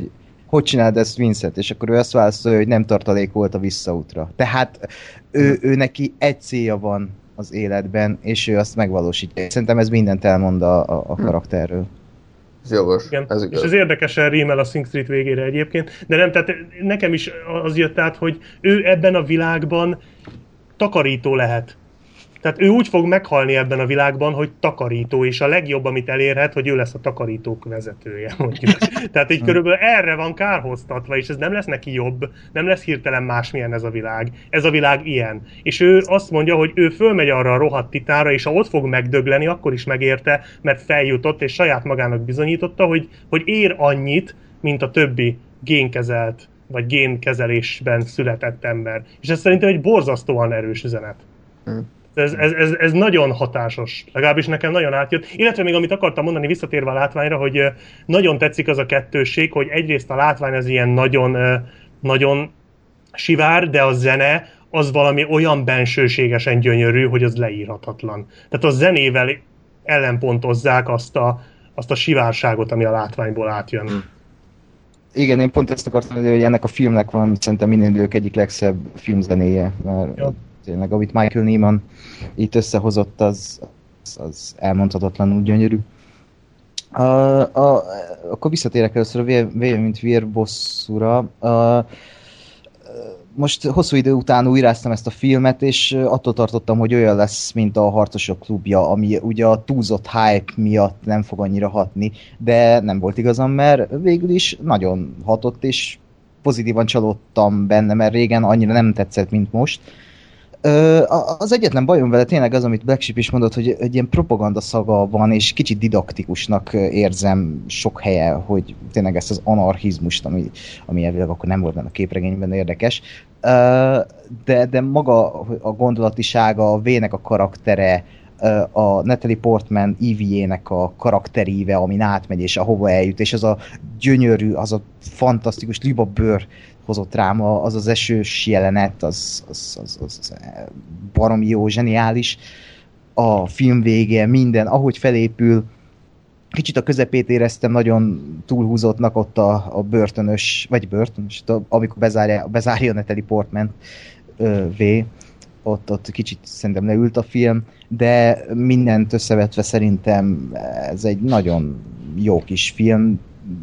hogy csináld ezt, Vincent? És akkor ő azt válaszolja, hogy nem tartalékolt a visszaútra. Tehát ő, ő neki egy célja van az életben, és ő azt megvalósítja. Szerintem ez mindent elmond a, a, a karakterről. Ez jogos. Igen. Ez És ez érdekesen rímel a Sing Street végére egyébként, de nem, tehát nekem is az jött át, hogy ő ebben a világban takarító lehet. Tehát ő úgy fog meghalni ebben a világban, hogy takarító, és a legjobb, amit elérhet, hogy ő lesz a takarítók vezetője. Mondjuk. Tehát így körülbelül erre van kárhoztatva, és ez nem lesz neki jobb, nem lesz hirtelen másmilyen ez a világ. Ez a világ ilyen. És ő azt mondja, hogy ő fölmegy arra a rohadt titára, és ha ott fog megdögleni, akkor is megérte, mert feljutott, és saját magának bizonyította, hogy, hogy ér annyit, mint a többi génkezelt, vagy génkezelésben született ember. És ez szerintem egy borzasztóan erős üzenet. Hmm. Ez, ez, ez, ez nagyon hatásos, legalábbis nekem nagyon átjött. Illetve még amit akartam mondani visszatérve a látványra, hogy nagyon tetszik az a kettősség, hogy egyrészt a látvány az ilyen nagyon, nagyon sivár, de a zene az valami olyan bensőségesen gyönyörű, hogy az leírhatatlan. Tehát a zenével ellenpontozzák azt a, azt a sivárságot, ami a látványból átjön. Igen, én pont ezt akartam mondani, hogy ennek a filmnek van szerintem minden idők egyik legszebb filmzenéje, mert ja. Tényleg, amit Michael Nyman itt összehozott, az, az, az elmondhatatlanul gyönyörű. A, a, akkor visszatérek először a Vér, mint vérbosszúra. A, most hosszú idő után újráztam ezt a filmet, és attól tartottam, hogy olyan lesz, mint a Harcosok klubja, ami ugye a túlzott hype miatt nem fog annyira hatni, de nem volt igazam, mert végül is nagyon hatott, és pozitívan csalódtam benne, mert régen annyira nem tetszett, mint most. Az egyetlen bajom vele tényleg az, amit Black Sheep is mondott, hogy egy ilyen propaganda szaga van, és kicsit didaktikusnak érzem sok helye, hogy tényleg ezt az anarchizmust, ami, ami elvileg akkor nem volt benne a képregényben, érdekes. De, de maga a gondolatisága, a V-nek a karaktere, a Natalie Portman Evie-nek a karakteríve, amin átmegy, és ahova eljut, és az a gyönyörű, az a fantasztikus libabőr hozott rám, az az esős jelenet, az, az, az, az, az baromi jó, zseniális. A film vége, minden, ahogy felépül, kicsit a közepét éreztem nagyon túlhúzottnak ott a, a börtönös, vagy börtönös, amikor bezárja, bezárja Natalie Portman V, ott, ott kicsit szerintem leült a film, de mindent összevetve szerintem ez egy nagyon jó kis film.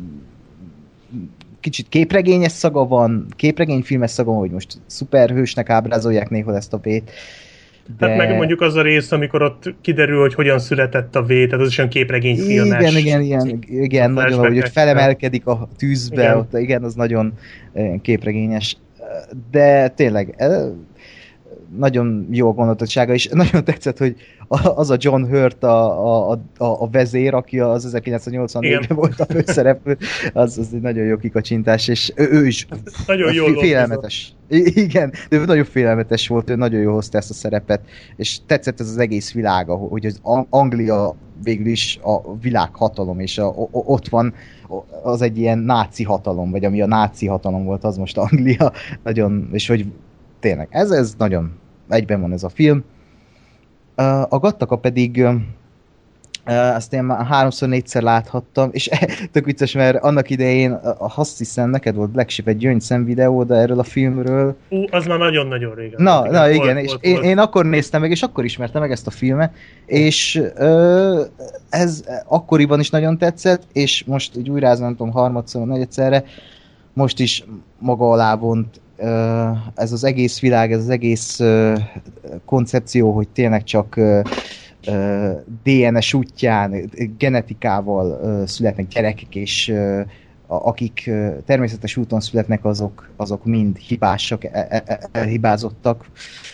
Kicsit képregényes szaga van, képregényfilmes szaga van, hogy most szuperhősnek ábrázolják néhol ezt a V-t. De... Hát meg mondjuk az a rész, amikor ott kiderül, hogy hogyan született a V, tehát az is olyan képregényfilmes. Igen, igen, igen, igen nagyon, hogy ott felemelkedik a tűzbe, igen. Ott, igen, az nagyon képregényes. De tényleg, nagyon jó a gondolatottsága, és nagyon tetszett, hogy az a John Hurt a, a, a, a vezér, aki az ezerkilencszáznyolcvannégyben volt a főszereplő, az, az egy nagyon jó kikacsintás, és ő, ő is nagyon jól félelmetes. Igen, de ő nagyon félelmetes volt, ő nagyon jól hozta ezt a szerepet, és tetszett ez az egész világa, hogy az Anglia végül is a világhatalom, és a, a, ott van az egy ilyen náci hatalom, vagy ami a náci hatalom volt, az most Anglia, nagyon, és hogy tényleg, ez, ez nagyon egyben van ez a film. A Gattaca pedig azt én már háromszor, négyszer láthattam, és tök vicces, mert annak idején azt hiszem, neked volt Black Sheep egy gyöngyszem videó, de erről a filmről. Ú, az már nagyon-nagyon régen. Na, volt, na igen, igen, volt, és volt, én, volt. én akkor néztem meg, és akkor ismertem meg ezt a filmet, és ez akkoriban is nagyon tetszett, és most úgy újrázom, nem tudom, harmadszor, negyedszerre, most is maga alá vont ez az egész világ, ez az egész koncepció, hogy tényleg csak dé en es útján, genetikával születnek gyerekek, és akik természetes úton születnek, azok, azok mind hibásak, elhibázottak.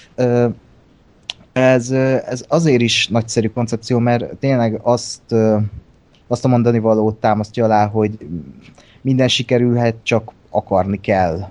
Ez, ez azért is nagyszerű koncepció, mert tényleg azt, azt a mondani valót támasztja alá, hogy minden sikerülhet, csak akarni kell.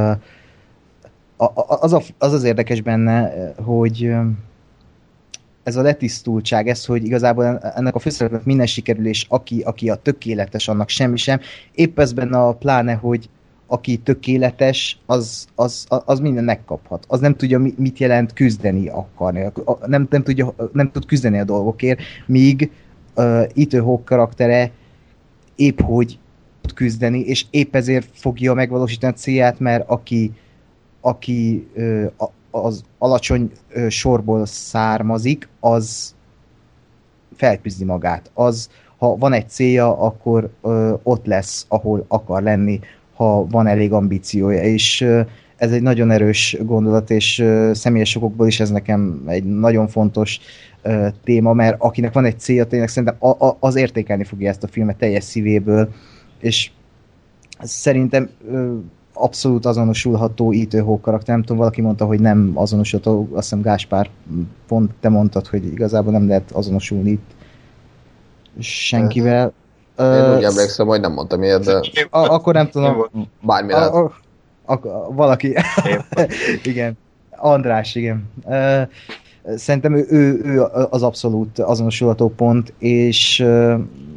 Az, a, az az érdekes benne, hogy ez a letisztultság, ez, hogy igazából ennek a főszereplőnek minden sikerül, és aki, aki a tökéletes, annak semmi sem. Épp ez benne a pláne, hogy aki tökéletes, az, az, az minden megkaphat. Az nem tudja, mit jelent küzdeni akarni. Nem, nem, tudja, nem tud küzdeni a dolgokért, míg uh, Ethan Hawke karaktere épp hogy küzdeni, és épp ezért fogja megvalósítani a célját, mert aki, aki ö, az alacsony ö, sorból származik, az felküzdi magát. Az, ha van egy célja, akkor ö, ott lesz, ahol akar lenni, ha van elég ambíciója, és ö, ez egy nagyon erős gondolat, és ö, személyes okokból is ez nekem egy nagyon fontos ö, téma, mert akinek van egy célja, tényleg szerintem a, a, az értékelni fogja ezt a filmet teljes szívéből, és szerintem ö, abszolút azonosulható Ethan Hawke karakter. Nem tudom, valaki mondta, hogy nem azonosulható, azt hiszem Gáspár, pont te mondtad, hogy igazából nem lehet azonosulni itt senkivel. Én uh, úgy emlékszem, hogy nem mondtam ilyet, de... A, akkor nem tudom. Bármi lehet. A, a, a, valaki. Igen. András, igen. Uh, szerintem ő, ő, ő az abszolút azonosulható pont, és uh,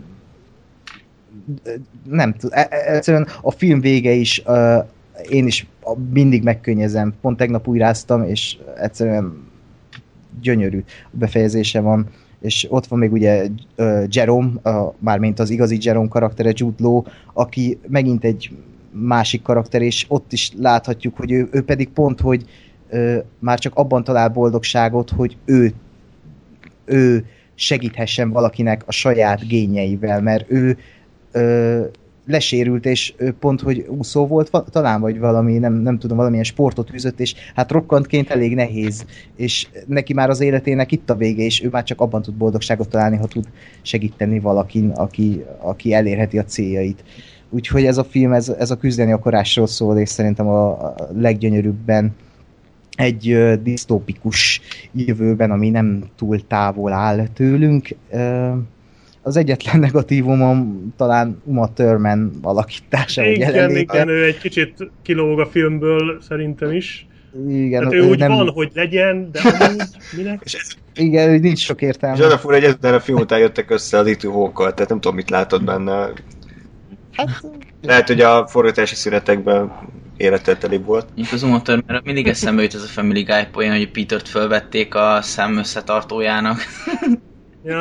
nem tudom, egyszerűen a film vége is uh, én is mindig megkönnyezem. Pont tegnap újráztam, és egyszerűen gyönyörű befejezése van. És ott van még ugye uh, Jerome, uh, mármint az igazi Jerome karaktere, Jude Law, aki megint egy másik karakter, és ott is láthatjuk, hogy ő, ő pedig pont, hogy uh, már csak abban talál boldogságot, hogy ő, ő segíthessen valakinek a saját génjeivel, mert ő uh, lesérült, és ő pont, hogy úszó volt, talán vagy valami, nem, nem tudom, valamilyen sportot űzött, és hát rokkantként elég nehéz, és neki már az életének itt a vége, és ő már csak abban tud boldogságot találni, ha tud segíteni valakin, aki, aki elérheti a céljait. Úgyhogy ez a film, ez, ez a küzdeni akarásról szól, és szerintem a, a leggyönyörűbben egy uh, disztópikus jövőben, ami nem túl távol áll tőlünk. Uh, Az egyetlen negatívumom talán Uma Thurman alakítása. Igen, igen, ő egy kicsit kilóg a filmből szerintem is. Igen, tehát ő, ő úgy nem... van, hogy legyen, de amúgy minek? Igen, hogy nincs sok értelme. És az a fura, hogy ezután a film után jöttek össze az Ethan Hawke-kal, tehát nem tudom, mit látod benne. Hát... Lehet, hogy a forgatási szünetekben élettel telibb volt. Itt az Uma Thurman, mindig eszembe jut ez a Family Guy poén, hogy Petert fölvették a szem összetartójának. Ja.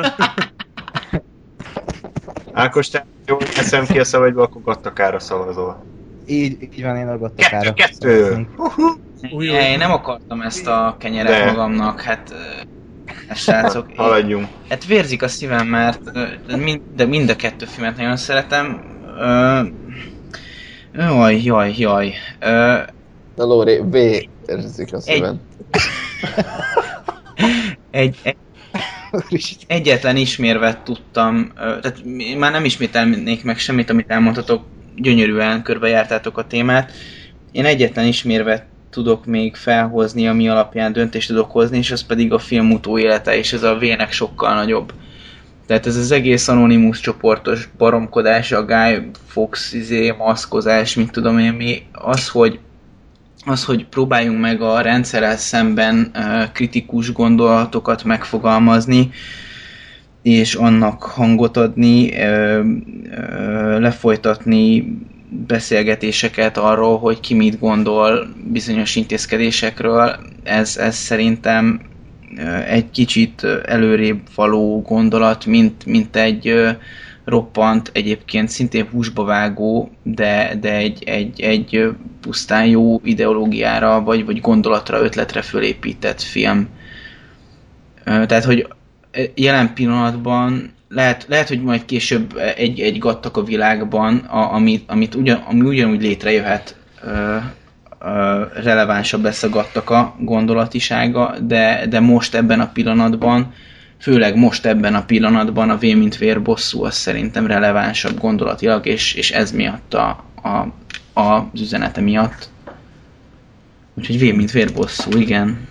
Ákos, te jó, eszem ki a szavagyba, akkor Gattakára szavazol. Így, így van, én a Gattakára Kettő, kettő! Én nem akartam ezt a kenyeret de. magamnak, hát... hát srácok, haladjunk. Én, hát vérzik a szívem, mert mind, de mind a kettő filmet nagyon szeretem. Jaj, jaj, jaj. Na Lóri, vérzik a szívem. Egy... egy Egyetlen ismérvet tudtam, tehát már nem ismételnék meg semmit, amit elmondhatok, gyönyörűen körbejártátok a témát. Én egyetlen ismérvet tudok még felhozni, ami alapján döntést tudok hozni, és az pedig a film utóélete, és ez a vének sokkal nagyobb. Tehát ez az egész Anonymous csoportos baromkodás, a Guy Fawkes izé, maszkozás, mit tudom én mi, az, hogy az, hogy próbáljunk meg a rendszerrel szemben uh, kritikus gondolatokat megfogalmazni, és annak hangot adni, uh, uh, lefolytatni beszélgetéseket arról, hogy ki mit gondol bizonyos intézkedésekről, ez, ez szerintem uh, egy kicsit előrébb való gondolat, mint, mint egy uh, roppant, egyébként szintén húsba vágó, de, de egy, egy, egy pusztán jó ideológiára, vagy, vagy gondolatra, ötletre fölépített film. Tehát, hogy jelen pillanatban lehet, lehet hogy majd később egy, egy gattak a világban, a, amit, amit ugyan, ami ugyanúgy létrejöhet, ö, ö, relevánsabb lesz a gattaka gondolatisága, de, de most ebben a pillanatban, főleg most ebben a pillanatban a V mint vér bosszú az szerintem relevánsabb gondolatilag, és, és ez miatt a, a, a, az üzenete miatt. Úgyhogy V mint vér bosszú, igen.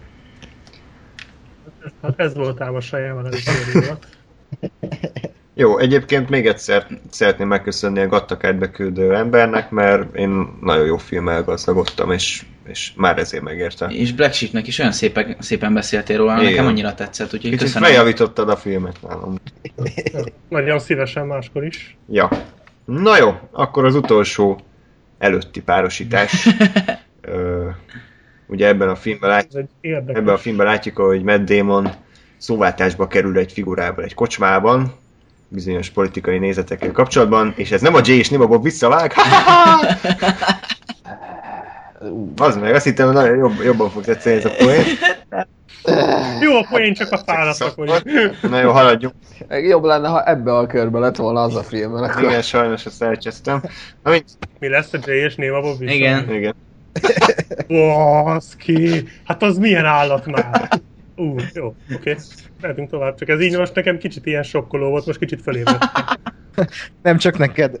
Hát ez volt ám a sajában az izéről. Jó, egyébként még egyszer szeretném megköszönni a Gattakát beküldő embernek, mert én nagyon jó filmmel gazdagodtam, és, és már ezért megérte. És Black Sheepnek is olyan szépen, szépen beszéltél róla, igen. Nekem annyira tetszett, úgyhogy kicsit köszönöm. feljavítottad a filmet nálam. Nagyon szívesen máskor is. Ja. Na jó, akkor az utolsó előtti párosítás. Ö, ugye ebben a filmben látjuk, ebben a filmben látjuk, hogy Matt Damon szóváltásba kerül egy figurával egy kocsmában, bizonyos politikai nézetekkel kapcsolatban, és ez nem a Jay és nem a Bob visszavág. Az meg, azt hittem, hogy nagyon jobb, jobban fog tetszeni ez a poén. Jó a poén, csak a fáradtak vagyunk. Na jó, haladjunk. Jobb lenne, ha ebbe a körbe lett volna az a film. Akkor... Igen, sajnos ezt elcsesztem. Mi lesz a Jay és Néma Bob vissza? Igen. Igen. Baszki! Hát az milyen állat már? Ú, uh, jó, oké. Okay. Mehetünk tovább. Csak ez így most nekem kicsit ilyen sokkoló volt, most kicsit fölébredtem. Nem csak neked.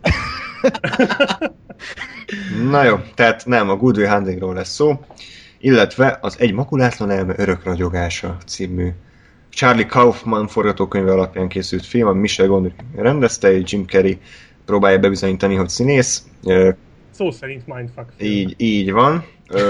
Na jó, tehát nem, a Good Will Huntingról lesz szó, illetve az Egy makulátlan elme örökragyogása című Charlie Kaufman forgatókönyve alapján készült film, ami Michel Gondry rendezte, és Jim Carrey próbálja bebizonyítani, hogy színész. Szó szerint mindfuck film. Így, így van.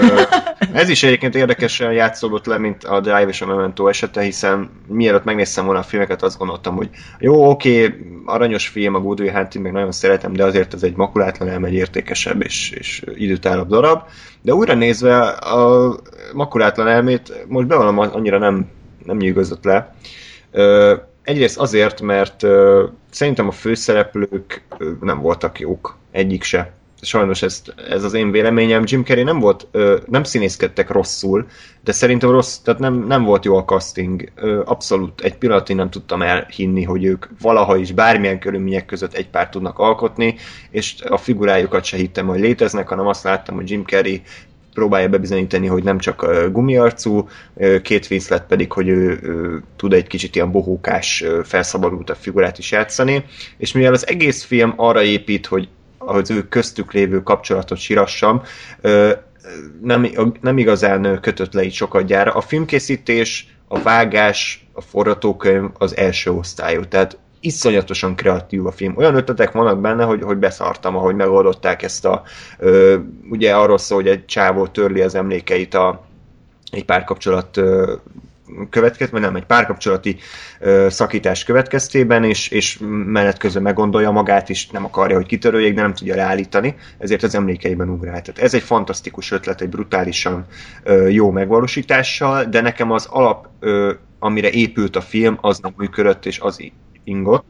Ez is egyébként érdekesen játszódott le, mint a Drive és a Memento esete, hiszen mielőtt megnéztem volna a filmeket, azt gondoltam, hogy jó, oké, aranyos film, a Good Will Hunting, meg nagyon szeretem, de azért ez egy makulátlan elme, egy értékesebb és, és időtállóbb darab. De újra nézve a makulátlan elmét most bevallom, annyira nem, nem nyűgözött le. Egyrészt azért, mert szerintem a főszereplők nem voltak jók, egyik se. Sajnos ez, ez az én véleményem. Jim Carrey nem volt, ö, nem színészkedtek rosszul, de szerintem rossz, tehát nem, nem volt jó a casting. Ö, abszolút egy pillanatig nem tudtam elhinni, hogy ők valaha is bármilyen körülmények között egy párt tudnak alkotni, és a figurájukat se hittem, hogy léteznek, hanem azt láttam, hogy Jim Carrey próbálja bebizonyítani, hogy nem csak uh, gumiarcú, uh, Kate Winslet pedig, hogy ő uh, tud egy kicsit ilyen bohókás, uh, felszabadultabb figurát is játszani, és mivel az egész film arra épít, hogy az ő köztük lévő kapcsolatot sírassam, nem, nem igazán kötött le így sokat gyára. A filmkészítés, a vágás, a forgatókönyv az első osztályú, tehát iszonyatosan kreatív a film. Olyan ötletek vannak benne, hogy, hogy beszartam, ahogy megoldották ezt a... Ugye arról szól, hogy egy csávó törli az emlékeit a, egy párkapcsolat következ, vagy nem, egy párkapcsolati ö, szakítás következtében, és, és menet közben meggondolja magát, és nem akarja, hogy kitöröljék, de nem tudja leállítani, ezért az emlékeiben ugrál. Tehát ez egy fantasztikus ötlet, egy brutálisan ö, jó megvalósítással, de nekem az alap, ö, amire épült a film, az nem működött, és az ingott.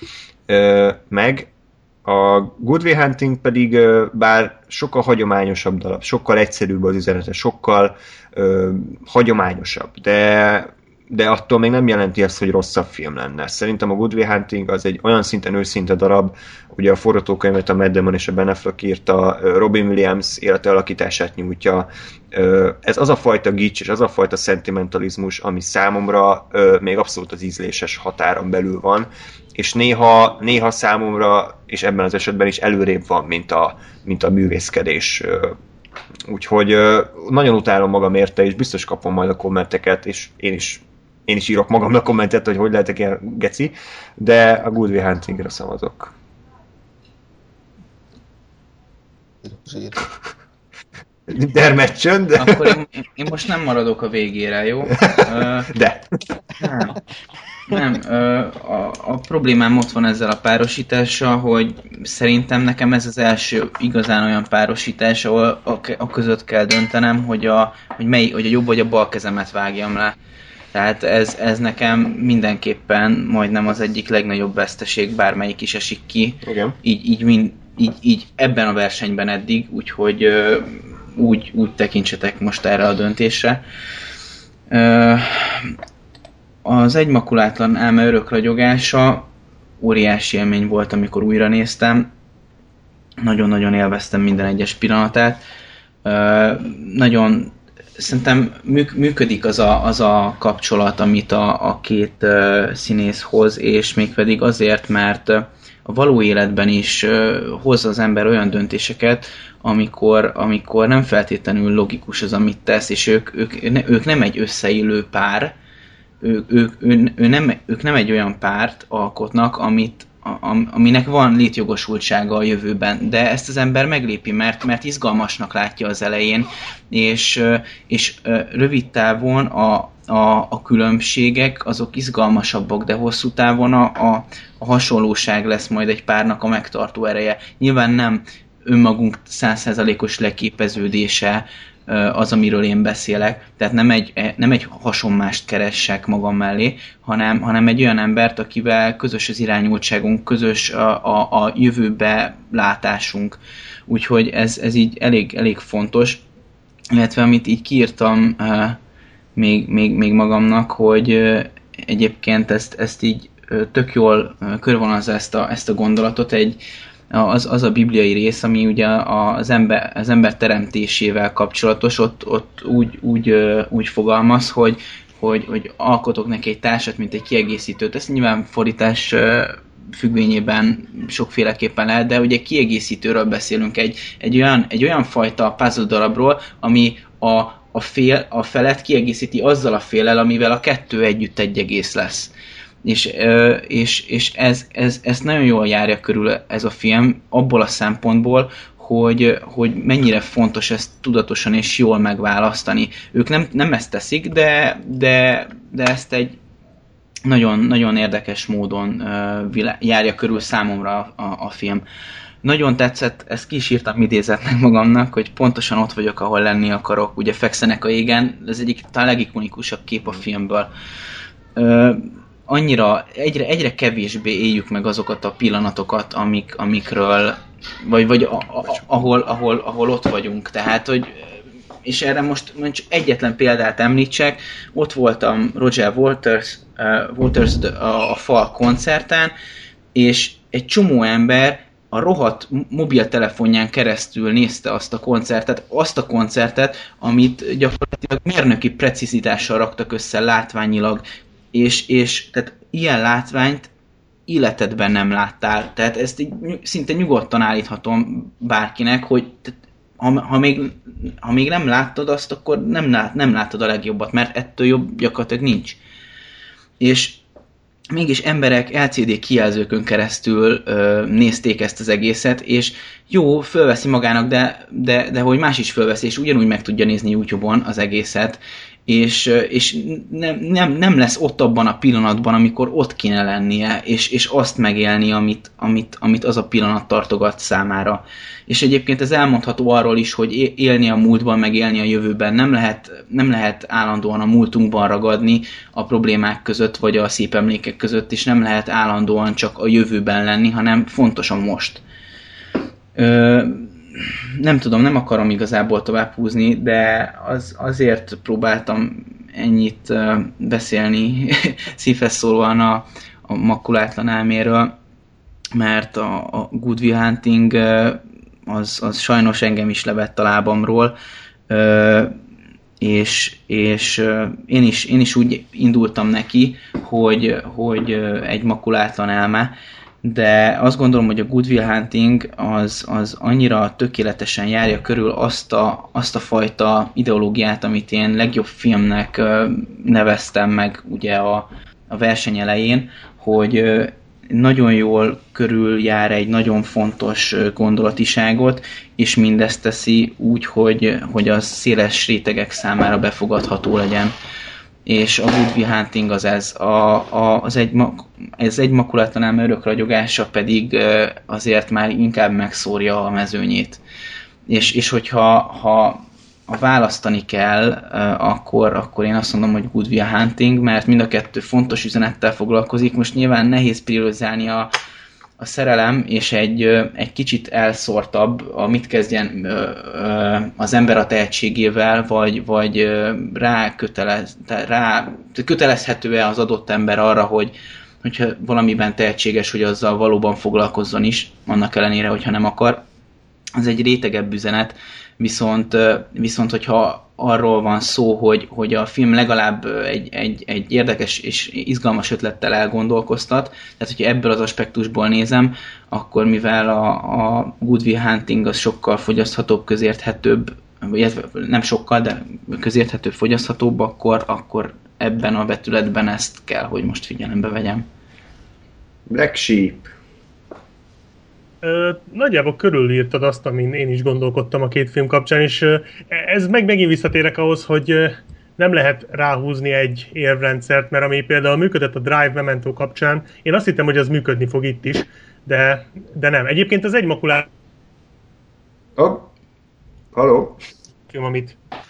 Ö, meg a Good Will Hunting pedig, bár sokkal hagyományosabb darab, sokkal egyszerűbb az üzenete, sokkal ö, hagyományosabb, de, de attól még nem jelenti azt, hogy rosszabb film lenne. Szerintem a Good Will Hunting az egy olyan szinten őszinte darab, ugye a forgatókönyvet a Matt Damon és a Ben Affleck írta, Robin Williams élete alakítását nyújtja. Ez az a fajta gics és az a fajta szentimentalizmus, ami számomra még abszolút az ízléses határon belül van, és néha, néha számomra, és ebben az esetben is előrébb van, mint a, mint a művészkedés. Úgyhogy nagyon utálom magam érte, és biztos kapom majd a kommenteket, és én is, én is írok magamnak kommentet, hogy hogy lehetek ilyen geci, de a Good Will Huntingra szavazok. Dermed csönd. Akkor én, én most nem maradok a végére, jó? De. Nem. Nem, a, a problémám ott van ezzel a párosítással, hogy szerintem nekem ez az első igazán olyan párosítás, ahol a, a között kell döntenem, hogy a, hogy, mely, hogy a jobb vagy a bal kezemet vágjam le. Tehát ez, ez nekem mindenképpen majdnem az egyik legnagyobb veszteség, bármelyik is esik ki. Igen. Így, így, mind, így, így ebben a versenyben eddig, úgyhogy úgy, úgy tekintsetek most erre a döntésre. Az Egy makulátlan elme örökragyogása óriási élmény volt, amikor újra néztem. Nagyon-nagyon élveztem minden egyes pillanatát. Nagyon szerintem működik az a, az a kapcsolat, amit a, a két színész hoz, és mégpedig azért, mert a való életben is hozza az ember olyan döntéseket, amikor, amikor nem feltétlenül logikus az, amit tesz, és ők, ők, ők nem egy összeillő pár, Ők, ők, ő, ő nem, ők nem egy olyan párt alkotnak, amit, aminek van létjogosultsága a jövőben, de ezt az ember meglépi, mert, mert izgalmasnak látja az elején, és, és rövid távon a, a, a különbségek azok izgalmasabbak, de hosszú távon a, a, a hasonlóság lesz majd egy párnak a megtartó ereje. Nyilván nem önmagunk száz százalékos leképeződése az, amiről én beszélek. Tehát nem egy, nem egy hasonmást keressek magam mellé, hanem, hanem egy olyan embert, akivel közös az irányultságunk, közös a, a, a jövőbe látásunk. Úgyhogy ez, ez így elég, elég fontos. Illetve amit így kiírtam még, még, még magamnak, hogy egyébként ezt, ezt így tök jól körvonalazza ezt a, ezt a gondolatot egy Az, az a bibliai rész, ami ugye az ember, az ember teremtésével kapcsolatos, ott, ott úgy, úgy, úgy fogalmaz, hogy, hogy, hogy alkotok neki egy társat, mint egy kiegészítőt. Ezt nyilván fordítás függvényében sokféleképpen lehet, de ugye kiegészítőről beszélünk, egy, egy, olyan, egy olyan fajta puzzle darabról, ami a, a, fél, a felet kiegészíti azzal a féllel, amivel a kettő együtt egy egész lesz. És, és, és ez, ez, ez nagyon jól járja körül ez a film abból a szempontból, hogy, hogy mennyire fontos ezt tudatosan és jól megválasztani. Ők nem, nem ezt teszik, de, de, de ezt egy nagyon, nagyon érdekes módon járja körül számomra a, a, a film. Nagyon tetszett, ezt ki is írtam idézetnek magamnak, hogy pontosan ott vagyok, ahol lenni akarok. Ugye fekszenek a égen, ez egyik talán legikonikusabb kép a filmből. Annyira, egyre, egyre kevésbé éljük meg azokat a pillanatokat, amik, amikről, vagy, vagy a, a, ahol, ahol, ahol ott vagyunk. Tehát, hogy, és erre most, most egyetlen példát említsek, ott voltam Roger Waters, uh, Waters a, a Fal koncerten, és egy csomó ember a rohadt mobiltelefonján keresztül nézte azt a koncertet, azt a koncertet, amit gyakorlatilag mérnöki precizitással raktak össze látványilag, És, és tehát ilyen látványt életedben nem láttál. Tehát ezt így szinte nyugodtan állíthatom bárkinek, hogy ha, ha, még, ha még nem láttad azt, akkor nem, lát, nem láttad a legjobbat, mert ettől jobb gyakorlatilag nincs. És mégis emberek el cé dé kijelzőkön keresztül ö, nézték ezt az egészet, és jó, fölveszi magának, de, de, de hogy más is fölveszi, és ugyanúgy meg tudja nézni YouTube-on az egészet, és, és nem, nem, nem lesz ott abban a pillanatban, amikor ott kéne lennie, és, és azt megélni, amit, amit, amit az a pillanat tartogat számára. És egyébként ez elmondható arról is, hogy élni a múltban, meg élni a jövőben. Nem lehet, nem lehet állandóan a múltunkban ragadni a problémák között, vagy a szép emlékek között, és nem lehet állandóan csak a jövőben lenni, hanem fontos a most. Ö, nem tudom, nem akarom igazából tovább húzni, de az, azért próbáltam ennyit uh, beszélni szívhez szólóan a, a makulátlan elméről, mert a, a Good Will Hunting uh, az, az sajnos engem is levett a lábamról, uh, és, és uh, én, is, én is úgy indultam neki, hogy, hogy uh, egy makulátlan elme, de azt gondolom, hogy a Good Will Hunting az, az annyira tökéletesen járja körül azt a, azt a fajta ideológiát, amit én legjobb filmnek neveztem meg ugye a, a verseny elején, hogy nagyon jól körül jár egy nagyon fontos gondolatiságot, és mindezt teszi úgy, hogy, hogy az széles rétegek számára befogadható legyen. És a Good Will Hunting az ez, a, a, az egy, ez egy makulátlan elme örökragyogása pedig azért már inkább megszórja a mezőnyét. És, és hogyha ha a választani kell, akkor, akkor én azt mondom, hogy Good Will Hunting, mert mind a kettő fontos üzenettel foglalkozik. Most nyilván nehéz priorizálni a, a szerelem, és egy, egy kicsit elszórtabb, a mit kezdjen az ember a tehetségével, vagy, vagy rá, kötelez, rá kötelezhető-e az adott ember arra, hogy hogyha valamiben tehetséges, hogy azzal valóban foglalkozzon is, annak ellenére, hogyha nem akar. Ez egy rétegebb üzenet, viszont, viszont hogyha arról van szó, hogy, hogy a film legalább egy, egy, egy érdekes és izgalmas ötlettel elgondolkoztat, tehát hogyha ebből az aspektusból nézem, akkor mivel a, a Good Will Hunting az sokkal fogyaszthatóbb, közérthetőbb, nem sokkal, de közérthetőbb, fogyaszthatóbb, akkor, akkor ebben a vetületben ezt kell, hogy most figyelembe vegyem. Black Sheep. Nagyjából körülírtad azt, amin én is gondolkodtam a két film kapcsán, és ez meg megint visszatérek ahhoz, hogy nem lehet ráhúzni egy érvrendszert, mert ami például működött a Drive Memento kapcsán, én azt hittem, hogy az működni fog itt is, de, de nem. Egyébként az egy makulát... Oh. Halló? Film, amit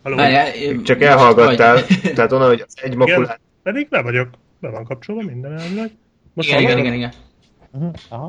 Halló? Várjál, Csak most elhallgattál, vagy. tehát onnan, hogy az egy Igen, makulát... pedig be vagyok. Be van kapcsolva minden elvileg. Most Igen, igen, hallod? igen, igen. Uh-huh. Aha.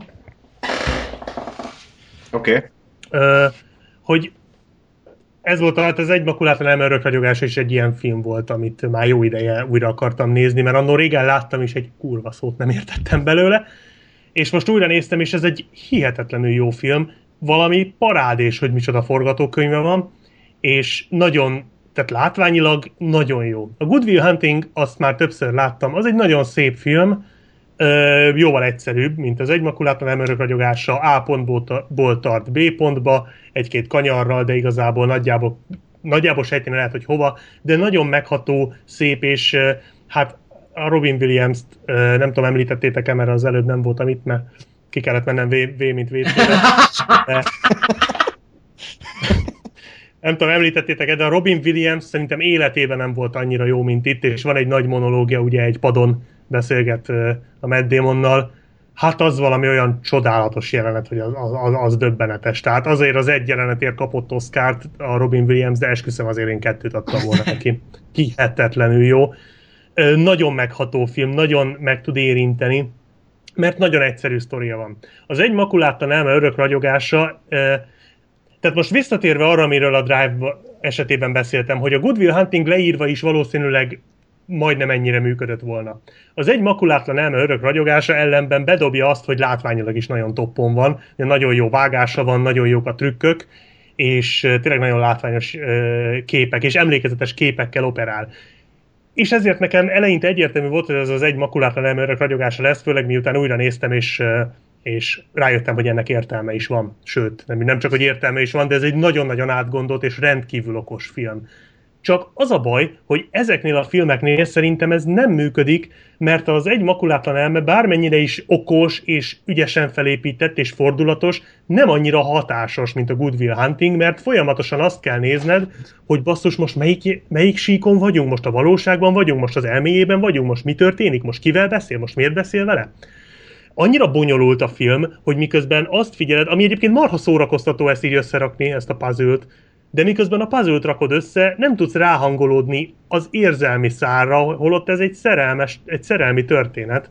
Oké. Okay. Ö, hogy ez volt hát az Egy makulátlan elme örökragyogás, és egy ilyen film volt, amit már jó ideje újra akartam nézni, mert annól régen láttam, és egy kurva szót nem értettem belőle, és most újra néztem, és ez egy hihetetlenül jó film, valami parádés, hogy micsoda forgatókönyve van, és nagyon, tehát látványilag nagyon jó. A Good Will Hunting, azt már többször láttam, az egy nagyon szép film, Ö, jóval egyszerűbb, mint az Egy makulátlan elme örökragyogása, A pontból tart B pontba, egy-két kanyarral, de igazából nagyjából, nagyjából sejteni lehet, hogy hova, de nagyon megható, szép, és hát a Robin Williams-t nem tudom, említettétek-e, mert az előbb nem voltam itt, mert ki kellett mennem V, v mint vécére. Nem tudom, említettétek, de a Robin Williams szerintem életében nem volt annyira jó, mint itt, és van egy nagy monológia, ugye egy padon beszélget a Matt Damonnal. Hát az valami olyan csodálatos jelenet, hogy az, az, az döbbenetes. Tehát azért az egy jelenetért kapott Oscart a Robin Williams, de esküszöm azért én kettőt adtam volna neki. Hihetetlenül jó. Nagyon megható film, nagyon meg tud érinteni, mert nagyon egyszerű sztoria van. Az Egy makulátlan elme örökragyogása, tehát most visszatérve arra, amiről a Drive esetében beszéltem, hogy a Good Will Hunting leírva is valószínűleg majdnem ennyire működött volna. Az Egy makulátlan elme örökragyogása ellenben bedobja azt, hogy látványilag is nagyon toppon van, nagyon jó vágása van, nagyon jók a trükkök, és tényleg nagyon látványos képek, és emlékezetes képekkel operál. És ezért nekem eleinte egyértelmű volt, hogy ez az Egy makulátlan elme örökragyogása lesz, főleg miután újra néztem, és, és rájöttem, hogy ennek értelme is van. Sőt, nem, nem csak, hogy értelme is van, de ez egy nagyon-nagyon átgondolt és rendkívül okos film. Csak az a baj, hogy ezeknél a filmeknél szerintem ez nem működik, mert az Egy makulátlan elme bármennyire is okos és ügyesen felépített és fordulatos, nem annyira hatásos, mint a Good Will Hunting, mert folyamatosan azt kell nézned, hogy basszus, most melyik, melyik síkon vagyunk, most a valóságban vagyunk, most az elméjében vagyunk, most mi történik, most kivel beszél, most miért beszél vele? Annyira bonyolult a film, hogy miközben azt figyeled, ami egyébként marha szórakoztató ezt így összerakni, ezt a puzzle-t, de miközben a puzzle-t rakod össze, nem tudsz ráhangolódni az érzelmi szárra, holott ez egy szerelmes, egy szerelmi történet.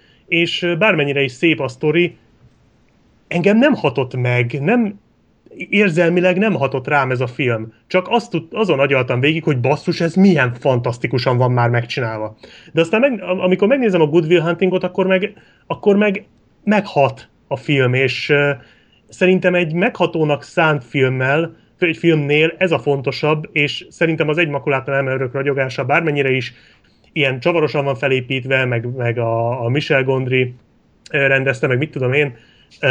És bármennyire is szép a sztori, engem nem hatott meg, nem, érzelmileg nem hatott rám ez a film. Csak azt tud, azon agyaltam végig, hogy basszus, ez milyen fantasztikusan van már megcsinálva. De aztán meg, amikor megnézem a Good Will Huntingot, akkor meg, akkor meg meghat a film, és uh, szerintem egy meghatónak szánt filmmel, egy filmnél ez a fontosabb, és szerintem az Egy makulátlan elme örökragyogása bármennyire is ilyen csavarosan van felépítve, meg, meg a, a Michel Gondry rendezte, meg mit tudom én,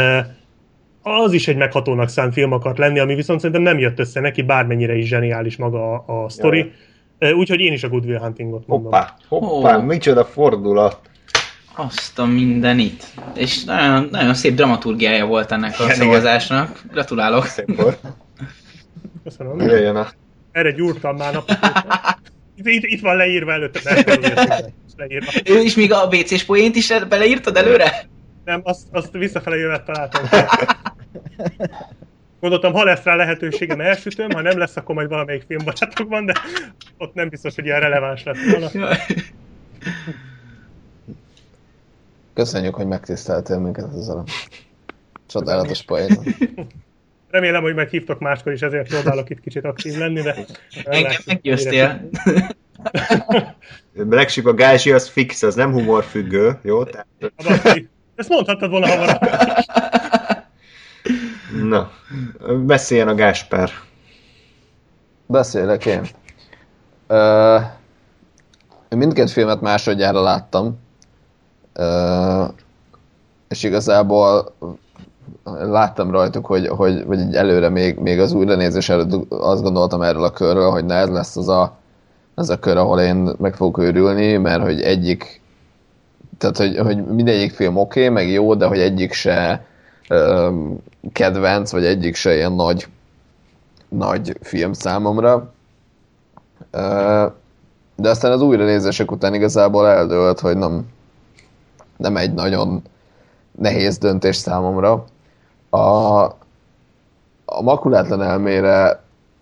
az is egy meghatónak szánt film akart lenni, ami viszont szerintem nem jött össze neki, bármennyire is zseniális maga a, a sztori. Úgyhogy én is a Good Will Huntingot mondom. Hoppá, hoppá, oh. Micsoda fordulat! Azt a mindenit. És nagyon, nagyon szép dramaturgiája volt ennek a igen, szavazásnak. Igen. Gratulálok. Szép volt. Köszönöm. Jöjjön a... Erre gyúrtam már napot. Itt, itt, itt van leírva előtte. Leírva. Ő is még a vé cés poént is beleírtad előre? Nem, azt, azt visszafele jövet találtam. Gondoltam, ha lesz rá lehetőségem, elsütöm, ha nem lesz, akkor majd valamelyik filmbarátokban, de ott nem biztos, hogy ilyen releváns lesz volna. Köszönjük, hogy megtiszteltél minket ezzel a csodálatos poénnal. Remélem, hogy meghívtok máskor is, ezért próbálok itt kicsit aktív lenni, de... Engem meggyőztél. Legsőbb a gázsi az fix, az nem humorfüggő, jó? Tehát... Ezt mondhattad volna hamarabb. Na, beszéljen a Gáspár. Beszélek én. Uh, mindkét filmet másodjára láttam. Uh, és igazából láttam rajtuk, hogy, hogy vagy így előre még, még az újranézés előtt azt gondoltam erről a körről, hogy na ez lesz az a, az a kör, ahol én meg fogok őrülni, mert hogy egyik, tehát hogy, hogy mindegyik film oké, okay, meg jó, de hogy egyik se um, kedvenc, vagy egyik se ilyen nagy, nagy film számomra. Uh, de aztán az újranézések után igazából eldőlt, hogy nem, nem egy nagyon nehéz döntés számomra. A, a makulátlan elmére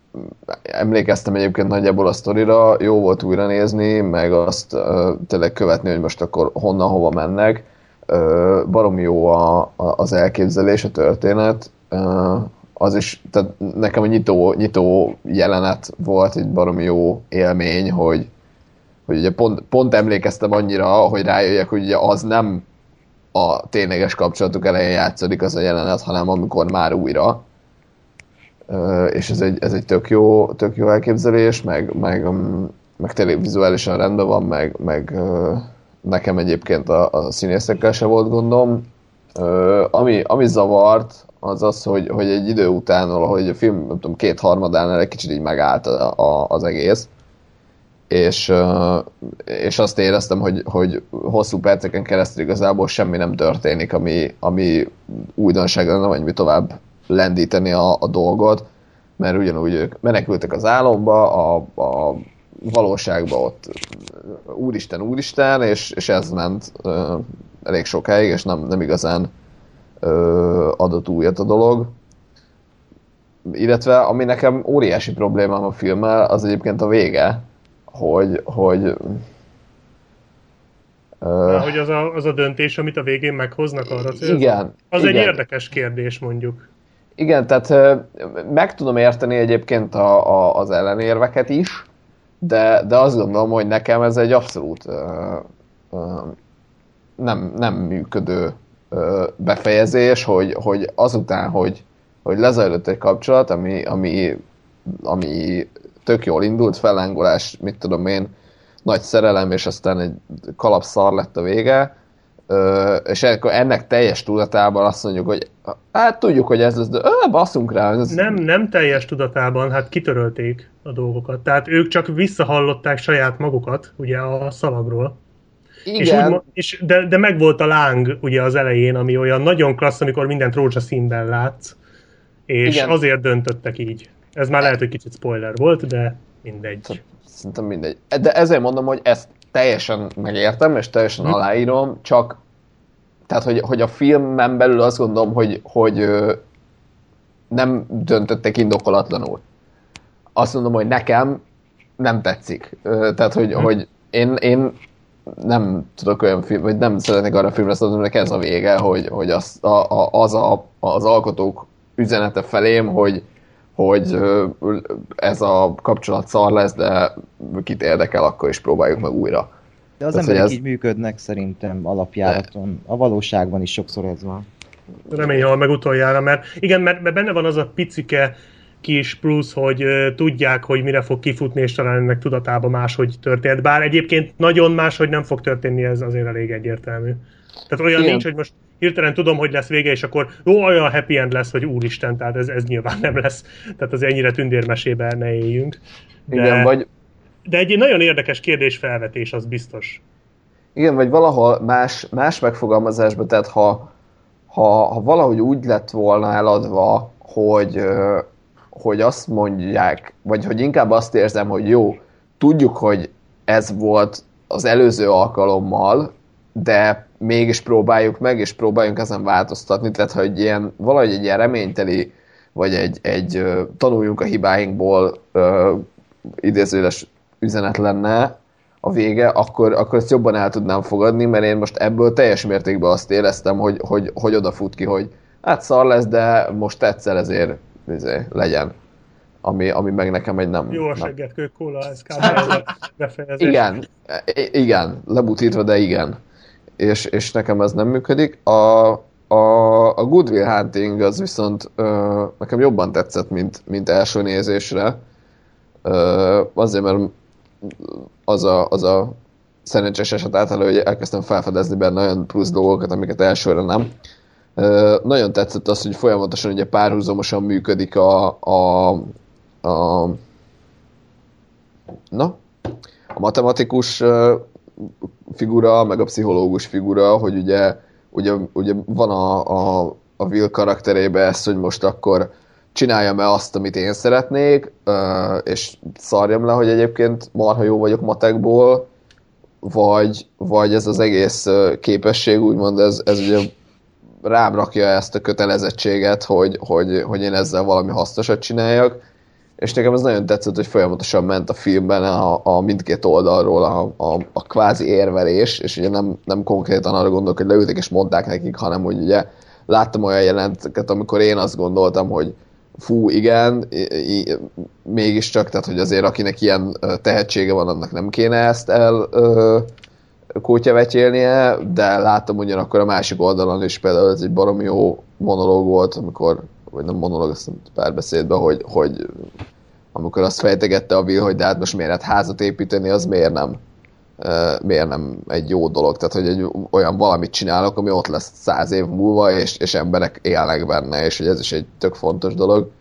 emlékeztem egyébként nagyjából a sztorira, jó volt újra nézni, meg azt uh, tényleg követni, hogy most akkor honnan, hova mennek. Uh, baromi jó a, a, az elképzelés, a történet. Uh, az is, tehát nekem a nyitó, nyitó jelenet volt egy baromi jó élmény, hogy, hogy ugye pont, pont emlékeztem annyira, hogy rájöjjek, hogy ugye az nem a tényleges kapcsolatuk elején játszódik az a jelenet, hanem amikor már újra. És ez egy, ez egy tök jó, tök jó elképzelés, meg, meg, meg tényleg vizuálisan rendben van, meg, meg nekem egyébként a, a színészekkel se volt gondom. Ami, ami zavart, az az, hogy, hogy egy idő után, hogy a film, nem tudom, kétharmadánál egy kicsit így megállt a, a, az egész. És, és azt éreztem, hogy, hogy hosszú perceken keresztül igazából semmi nem történik, ami, ami újdonság lenne, vagy mi tovább lendíteni a, a dolgot, mert ugyanúgy ők menekültek az álomba, a, a valóságba ott úristen, úristen, és, és ez ment ö, elég sokáig, és nem, nem igazán ö, adott újat a dolog. Illetve, ami nekem óriási problémám a filmmel, az egyébként a vége, hogy, hogy uh, hogy az a, az a döntés, amit a végén meghoznak arra célzó? Igen. Az igen. egy érdekes kérdés, mondjuk. Igen, tehát uh, meg tudom érteni egyébként a, a, az ellenérveket is, de, de azt gondolom, hogy nekem ez egy abszolút uh, uh, nem, nem működő uh, befejezés, hogy, hogy azután, hogy, hogy lezajlott egy kapcsolat, ami, ami, ami tök jól indult, fellángolás, mit tudom én, nagy szerelem, és aztán egy kalapszar lett a vége, és ennek teljes tudatában azt mondjuk, hogy hát tudjuk, hogy ez lesz, de ö, basszunk rá. Ez... Nem, nem teljes tudatában, hát kitörölték a dolgokat. Tehát ők csak visszahallották saját magukat, ugye a szalagról. Igen. És úgy, és, de, de megvolt a láng ugye az elején, ami olyan nagyon klassz, amikor mindent rózsaszínben látsz, és igen. Azért döntöttek így. Ez már lehet, hogy kicsit spoiler volt, de mindegy. Szerintem mindegy. De ezért mondom, hogy ezt teljesen megértem, és teljesen hm. aláírom, csak tehát, hogy, hogy a filmen belül azt gondolom, hogy, hogy nem döntöttek indokolatlanul. Azt mondom, hogy nekem nem tetszik. Tehát, hogy, hm. hogy én, én nem tudok olyan film, vagy nem szeretnék arra a filmre szólni, hogy ez a vége, hogy, hogy az, a, a, az, a, az alkotók üzenete felém, hogy hogy ez a kapcsolat szar lesz, de kit érdekel, akkor is próbáljuk meg újra. De az Tehát, emberek ez... így működnek szerintem alapjáraton. A valóságban is sokszor ez van. Remény hal meg utoljára, mert igen, mert, mert benne van az a picike kis plusz, hogy uh, tudják, hogy mire fog kifutni, és talán ennek tudatában máshogy történt. Bár egyébként nagyon máshogy nem fog történni, ez azért elég egyértelmű. Tehát olyan igen. nincs, hogy most hirtelen tudom, hogy lesz vége, és akkor jó, olyan happy end lesz, hogy úristen, tehát ez, ez nyilván nem lesz. Tehát az ennyire tündérmesében ne éljünk. De, igen, vagy... de egy nagyon érdekes kérdésfelvetés, az biztos. Igen, vagy valahol más, más megfogalmazásban, tehát ha, ha, ha valahogy úgy lett volna eladva, hogy, hogy azt mondják, vagy hogy inkább azt érzem, hogy jó, tudjuk, hogy ez volt az előző alkalommal, de mégis próbáljuk meg, és próbáljunk ezen változtatni, tehát ha egy ilyen, valahogy egy ilyen reményteli, vagy egy, egy uh, tanuljunk a hibáinkból uh, idézőles üzenet lenne a vége, akkor, akkor ezt jobban el tudnám fogadni, mert én most ebből teljes mértékben azt éreztem, hogy, hogy, hogy odafut ki, hogy hát szar lesz, de most egyszer ezért ezért legyen. Ami, ami meg nekem egy nem... Jó a segget, kőkóla, ez kb. Befejezés. Igen, igen, lebutítva, de igen. És, és nekem ez nem működik. A, a, a Good Will Hunting az viszont ö, nekem jobban tetszett, mint, mint első nézésre. Ö, azért, mert az a, az a szerencsés eset által, hogy elkezdtem felfedezni benne olyan plusz dolgokat, amiket elsőre nem. Ö, nagyon tetszett az, hogy folyamatosan ugye párhuzamosan működik a, a, a na, a matematikus figura, meg a pszichológus figura, hogy ugye, ugye, ugye van a, a, a Will karakterében ez, hogy most akkor csináljam-e azt, amit én szeretnék, és szarjam le, hogy egyébként marha jó vagyok matekból, vagy, vagy ez az egész képesség, úgymond ez, ez ugye rám rakja ezt a kötelezettséget, hogy, hogy, hogy én ezzel valami hasznosat csináljak, és nekem ez nagyon tetszett, hogy folyamatosan ment a filmben a, a mindkét oldalról a, a, a kvázi érvelés, és ugye nem, nem konkrétan arra gondolok, hogy leültek és mondták nekik, hanem hogy ugye láttam olyan jelenteket, amikor én azt gondoltam, hogy fú, igen, í- í- mégiscsak, tehát hogy azért akinek ilyen tehetsége van, annak nem kéne ezt el ö, kótyavetyélnie, de láttam ugyanakkor a másik oldalon is például ez egy baromi jó monológ volt, amikor, vagy nem monológ, azt mondtam párbeszédben, hogy, hogy amikor azt fejtegette a Will, hogy de hát most miért hát házat építeni, az miért nem, uh, miért nem egy jó dolog, tehát hogy egy olyan valamit csinálok, ami ott lesz száz év múlva, és, és emberek élnek benne, és hogy ez is egy tök fontos dolog.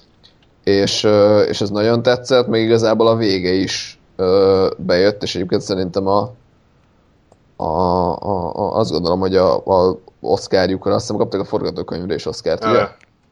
És, uh, és ez nagyon tetszett, még igazából a vége is uh, bejött, és egyébként szerintem a A, a, a, azt gondolom, hogy a, a Oscarjukra, azt hiszem kaptak a forgatókönyvre is Oscart, ugye?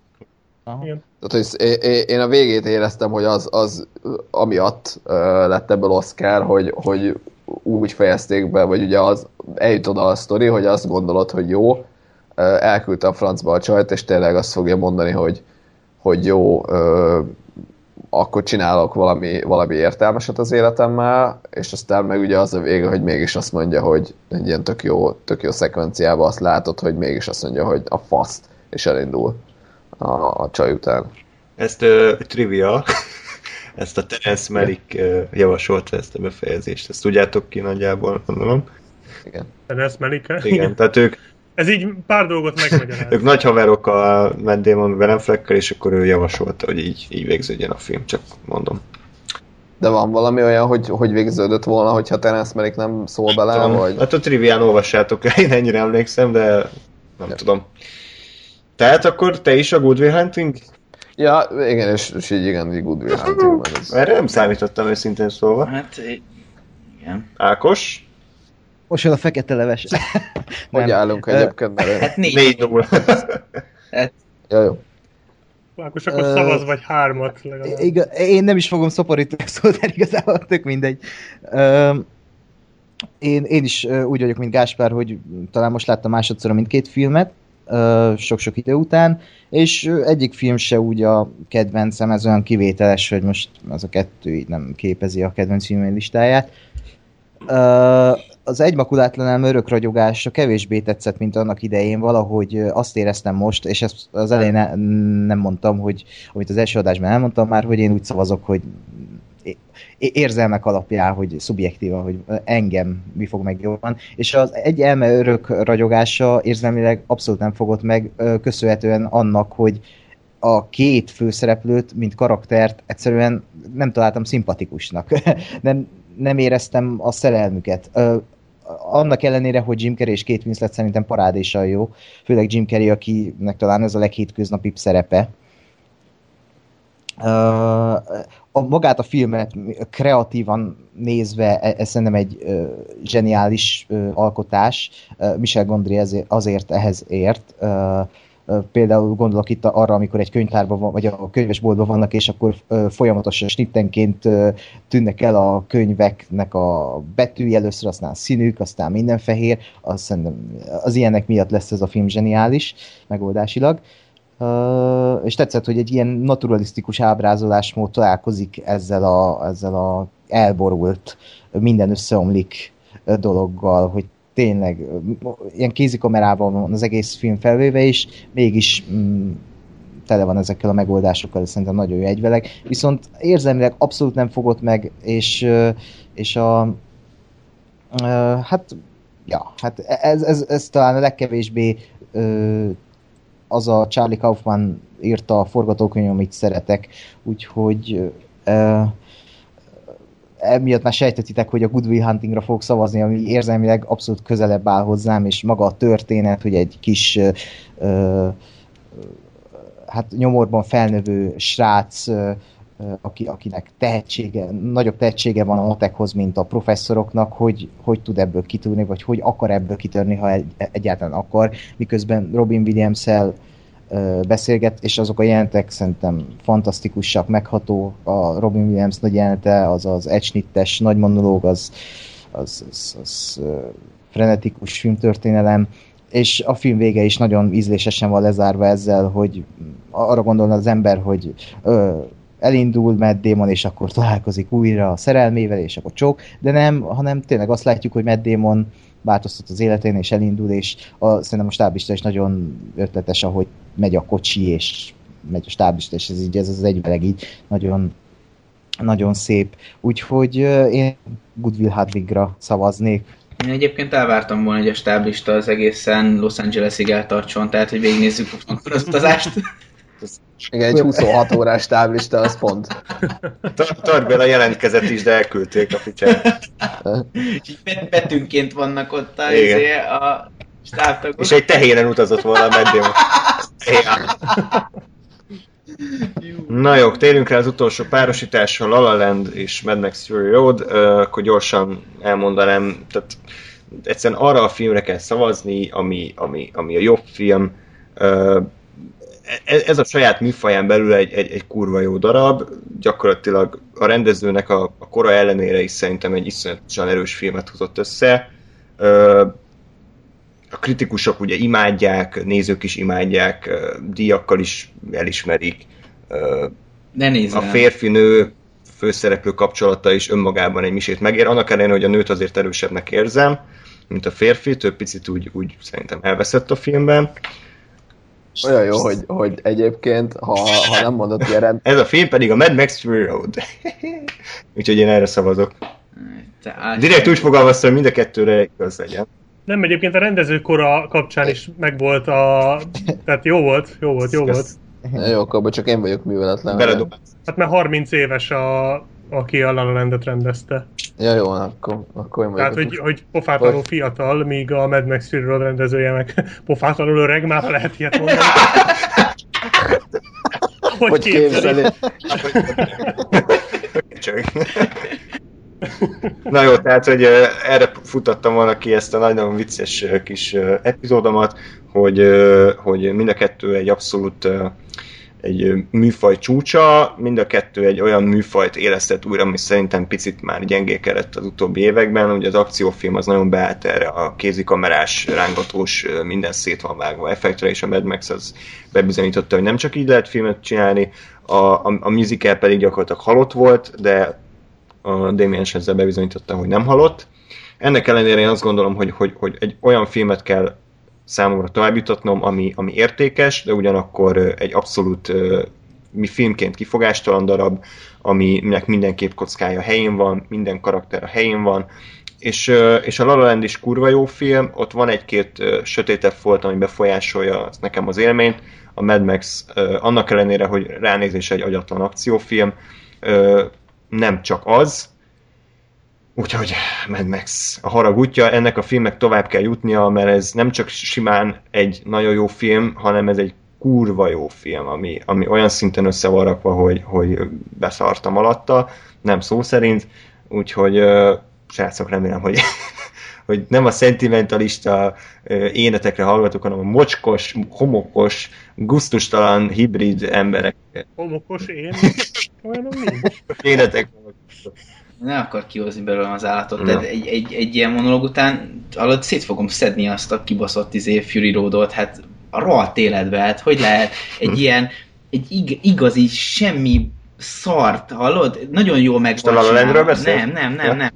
Igen. Tehát, hogy én a végét éreztem, hogy az, az amiatt uh, lett ebből Oscar, hogy, hogy úgy fejezték be, vagy ugye az eljut oda a sztori, hogy azt gondolod, hogy jó, uh, elküldte a francba a csajt, és tényleg azt fogja mondani, hogy, hogy jó, uh, akkor csinálok valami, valami értelmeset az életemmel, és aztán meg ugye az a vége, hogy mégis azt mondja, hogy egy ilyen tök jó, tök jó szekvenciában azt látod, hogy mégis azt mondja, hogy a faszt, és elindul a, a csaj után. Ezt uh, trivia, ezt a Terence Malick uh, javasolta ezt a befejezést. Ezt tudjátok ki nagyjából, gondolom. Igen. Terence Malick? Igen, tehát ők, Ez így pár dolgot megmagyaráz. ők nagy haverok a Matt Damon Ben Affleckkel, és akkor ő javasolta, hogy így, így végződjön a film, csak mondom. De van valami olyan, hogy, hogy végződött volna, hogyha Terence Malick nem szól bele, Tudom, vagy... hát a trivián olvassátok el, én ennyire emlékszem, de nem ja. tudom. Tehát akkor te is a Good Will Hunting? Ja, igen, és, és így igen, így Good Will Hunting van ez. Erre nem számítottam őszintén szólva. Hát, igen. Ákos? Most jön a fekete leves. Hogy Nem. állunk Ö, egyébként, mert... Hát négy. négy nulla. Hát, Ja, jó. Akkor akkor Ö, szavaz vagy hármat legalább. Igaz, én nem is fogom szoporítani a szót, de igazából tök mindegy. Ö, én, én is ö, úgy vagyok, mint Gáspár, hogy talán most láttam másodszor mindkét filmet, ö, sok-sok idő után, és ö, egyik film se úgy a kedvencem, ez olyan kivételes, hogy most az a kettő így nem képezi a kedvenc filmén listáját. Ö, az Egymakulátlan elme örökragyogása kevésbé tetszett, mint annak idején, valahogy azt éreztem most, és ezt az elején ne, nem mondtam, hogy amit az első adásban elmondtam már, hogy én úgy szavazok, hogy érzelmek alapján, hogy szubjektívan, hogy engem mi fog meg jobban. És az Egy elme örökragyogása érzelmileg abszolút nem fogott meg, köszönhetően annak, hogy a két főszereplőt, mint karaktert egyszerűen nem találtam szimpatikusnak. nem, nem éreztem a szerelmüket. Annak ellenére, hogy Jim Carrey és Kate Winslet szerintem parádésan jó, főleg Jim Carrey, akinek talán ez a leghétköznapibb szerepe. A magát a filmet kreatívan nézve, ez szerintem egy zseniális alkotás. Michel Gondry azért ehhez ért. Például gondolok itt arra, amikor egy könyvtárban van, vagy a könyvesboltban vannak, és akkor folyamatosan snittenként tűnnek el a könyveknek a betűi, először aztán színük, aztán minden fehér. Az, szerintem, az ilyenek miatt lesz ez a film zseniális, megoldásilag. És tetszett, hogy egy ilyen naturalisztikus ábrázolásmód találkozik ezzel a, ezzel a elborult, minden összeomlik dologgal, hogy tényleg ilyen kézikamerával van az egész film felvéve is, mégis mm, tele van ezekkel a megoldásokkal, szerintem nagyon jó egyveleg. Viszont érzelmileg abszolút nem fogott meg, és, és a hát, ja, hát ez, ez, ez talán a legkevésbé az a Charlie Kaufman írta a forgatókönyv, amit szeretek, úgyhogy emiatt már sejtetitek, hogy a Good Will Huntingra fogok szavazni, ami érzelmileg abszolút közelebb áll hozzám, és maga a történet, hogy egy kis ö, hát nyomorban felnövő srác, ö, aki, akinek tehetsége, nagyobb tehetsége van a matekhoz, mint a professzoroknak, hogy, hogy tud ebből kitörni, vagy hogy akar ebből kitörni, ha egy, egyáltalán akar, miközben Robin Williams-el beszélget, és azok a jelentek szerintem fantasztikusak, megható. A Robin Williams nagy jelente, az az egysnittes nagy monológ, az, az, az, az frenetikus filmtörténelem, és a film vége is nagyon ízlésesen van lezárva ezzel, hogy arra gondolna az ember, hogy ö, elindul Matt Damon, és akkor találkozik újra a szerelmével, és akkor csók, de nem, hanem tényleg azt látjuk, hogy Matt Damon változtat az életén, és elindul, és a, szerintem a stáblista is nagyon ötletes, ahogy megy a kocsi, és megy a stáblista, és ez így, ez az egyveleg így nagyon, nagyon szép. Úgyhogy uh, én Good Will Huntingra szavaznék. Én egyébként elvártam volna, hogy a stáblista az egészen Los Angelesig eltartson, tehát hogy végignézzük akkor az utazást. Igen, egy huszonhat órás táblista, az pont. Tart bele a jelentkezet is, de elküldték a ficsát. Bet- betűnként vannak ott a, izé, a stábtagok. És egy tehéren utazott volna a Matt Damon. Na jó, térjünk rá az utolsó párosításra, La La Land és Mad Max Fury Road, uh, akkor gyorsan elmondanám, tehát egyszerűen arra a filmre kell szavazni, ami, ami, ami a jobb film. Uh, ez a saját műfaján belül egy, egy, egy kurva jó darab, gyakorlatilag a rendezőnek a, a kora ellenére is szerintem egy iszonyatosan erős filmet hozott össze. Uh, a kritikusok ugye imádják, nézők is imádják, díjakkal is elismerik. Ne nézzem. A férfi-nő főszereplő kapcsolata is önmagában egy misét megér. Annak ellenére, hogy a nőt azért erősebbnek érzem, mint a férfi, több picit úgy, úgy szerintem elveszett a filmben. Olyan jó, hogy, hogy egyébként, ha, ha nem mondod ilyen... Ez a film pedig a Mad Max Fury Road. Úgyhogy én erre szavazok. Direkt úgy fogalmaztam, hogy mind a kettőre igaz legyen. Nem, egyébként a rendezőkora kapcsán is megvolt a... Tehát jó volt, jó volt, jó volt. Jó, akkor csak én vagyok műveletlen. Beledobálsz. Hát már harminc éves, a, aki a La La Landet rendezte. Ja, jó, akkor, akkor én vagyok. Tehát, hogy, hogy pofátlanul fiatal, míg a Mad Max Fury Road rendezője meg pofátlanul öreg, már lehet ilyet mondani. Hogy, hogy képzeli? Na jó, tehát, hogy uh, erre futattam volna ki ezt a nagyon vicces uh, kis uh, epizódomat, hogy, uh, hogy mind a kettő egy abszolút uh, egy uh, műfaj csúcsa, mind a kettő egy olyan műfajt élesztett újra, ami szerintem picit már gyengékedett az utóbbi években. Ugye az akciófilm az nagyon beállt erre a kézikamerás, rángatós, uh, minden szét van vágva effektre, és a Mad Max az bebizonyította, hogy nem csak így lehet filmet csinálni, a, a, a musical pedig gyakorlatilag halott volt, de a Damien ezzel bebizonyította, hogy nem halott. Ennek ellenére én azt gondolom, hogy, hogy, hogy egy olyan filmet kell számomra továbbjutatnom, ami, ami értékes, de ugyanakkor egy abszolút mi filmként kifogástalan darab, aminek minden képkockája helyén van, minden karakter a helyén van, és, és a La La Land is kurva jó film, ott van egy-két sötétebb folt, ami befolyásolja nekem az élményt, a Mad Max annak ellenére, hogy ránézés egy agyatlan akciófilm, nem csak az, úgyhogy Mad Max a harag útja, ennek a filmnek tovább kell jutnia, mert ez nem csak simán egy nagyon jó film, hanem ez egy kurva jó film, ami, ami olyan szinten össze van rakva, hogy, hogy beszartam alatta, nem szó szerint, úgyhogy uh, srácok, remélem, hogy, hogy nem a szentimentalista uh, énetekre hallgatok, hanem a mocskos, homokos, gusztustalan, hibrid emberek. Homokos én? Olyanom nincs. Énetek. Ne akar kihozni belőlem az állatot, tehát egy, egy, egy ilyen monológ után alatt szét fogom szedni azt a kibaszott izé Fury Roadot, hát a rohadt életbe, hát hogy lehet egy ilyen, egy ig, igazi semmi szart, hallod? Nagyon jól meg van csinálva. Nem, nem, nem, nem.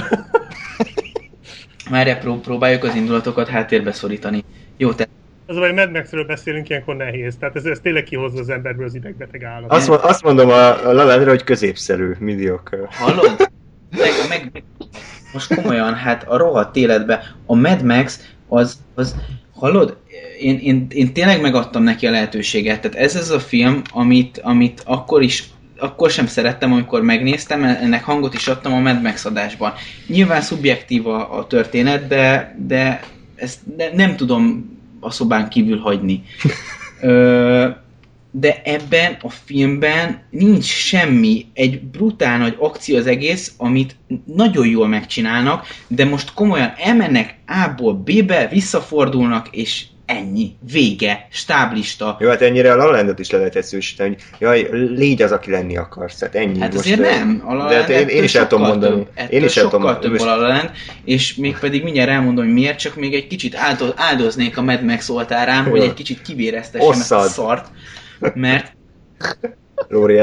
Már pró- próbáljuk az indulatokat háttérbe szorítani. Jó, te... Az a baj, Mad Max-ről beszélünk, ilyenkor nehéz. Tehát ez, ez tényleg kihozza az emberből az idegbeteg állat. Azt, azt mondom a, a La La Landre, hogy középszerű, mediocre. Hallod? Meg, meg, meg, most komolyan, hát a rohadt életbe a Mad Max az, az hallod? Én, én, én tényleg megadtam neki a lehetőséget. Tehát ez az a film, amit, amit akkor is akkor sem szerettem, amikor megnéztem, ennek hangot is adtam a Mad Max adásban. Nyilván szubjektív a, a történet, de, de ezt de nem tudom a szobán kívül hagyni. Ö, de ebben a filmben nincs semmi, egy brutál nagy akció az egész, amit nagyon jól megcsinálnak, de most komolyan elmennek A-ból B-be, visszafordulnak, és ennyi, vége, stáblista. Jó, hát ennyire a La La Landet is le lehet egyszerűsíteni, hogy jaj, légy az, aki lenni akarsz, hát ennyi. Hát most azért nem, a La La Land én, én is el tudom mondani. Több, én is el tudom mondani. Több a La La Land, és még pedig mindjárt elmondom, hogy miért, csak még egy kicsit áldoz, áldoznék a Mad Max oltárán, hogy egy kicsit kivéreztessem ezt a szart, mert... Lóri, ez a...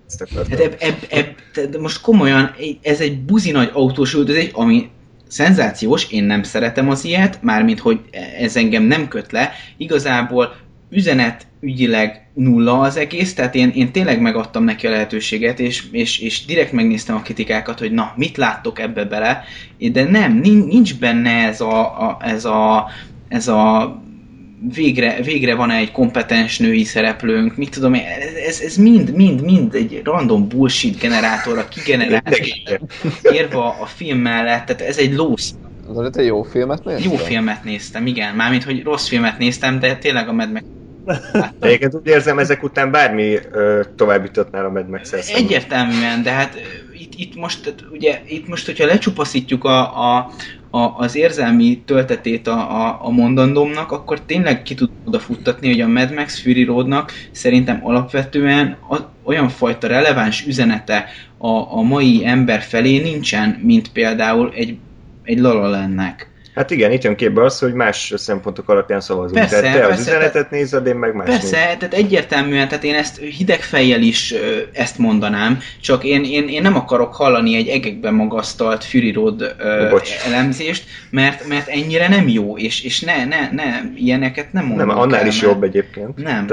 Hát eb, eb, eb, de most komolyan, ez egy buzi nagy autós üldözés, ami szenzációs, én nem szeretem az ilyet, mármint, hogy ez engem nem köt le. Igazából üzenet ügyileg nulla az egész, tehát én, én tényleg megadtam neki a lehetőséget, és, és, és direkt megnéztem a kritikákat, hogy na, mit láttok ebbe bele, de nem, nincs benne ez a, a, ez a, ez a végre, végre van egy kompetens női szereplőnk, mit tudom én, ez, ez mind, mind, mind egy random bullshit generátorra kigenerált, érve a film mellett, tehát ez egy lósz. Az te jó filmet néztem? Jó filmet néztem, igen, mármint, hogy rossz filmet néztem, de tényleg a Mad Max. Egyébként úgy érzem, ezek után bármi ö, tovább jutatnál a Mad Max-el szemben. Egyértelműen, de hát itt, itt most, ugye, itt most, hogyha lecsupaszítjuk a, a, a, az érzelmi töltetét a, a, a mondandómnak, akkor tényleg ki tud oda futtatni, hogy a Mad Max Fury Roadnak szerintem alapvetően a, olyan fajta releváns üzenete a, a mai ember felé nincsen, mint például egy, egy La La Landnek. Hát igen, itt jön képbe az, hogy más szempontok alapján szavazunk. Persze, tehát te persze, az üzenetet nézed, én meg más Persze, nézed. Tehát egyértelműen, tehát én ezt hideg fejjel is ö, ezt mondanám, csak én, én, én nem akarok hallani egy egekben magasztalt Fury Road ö, elemzést, mert, mert ennyire nem jó, és, és ne, ne, ne, ilyeneket nem mondom. Nem, annál el, is mert... jobb egyébként. Nem.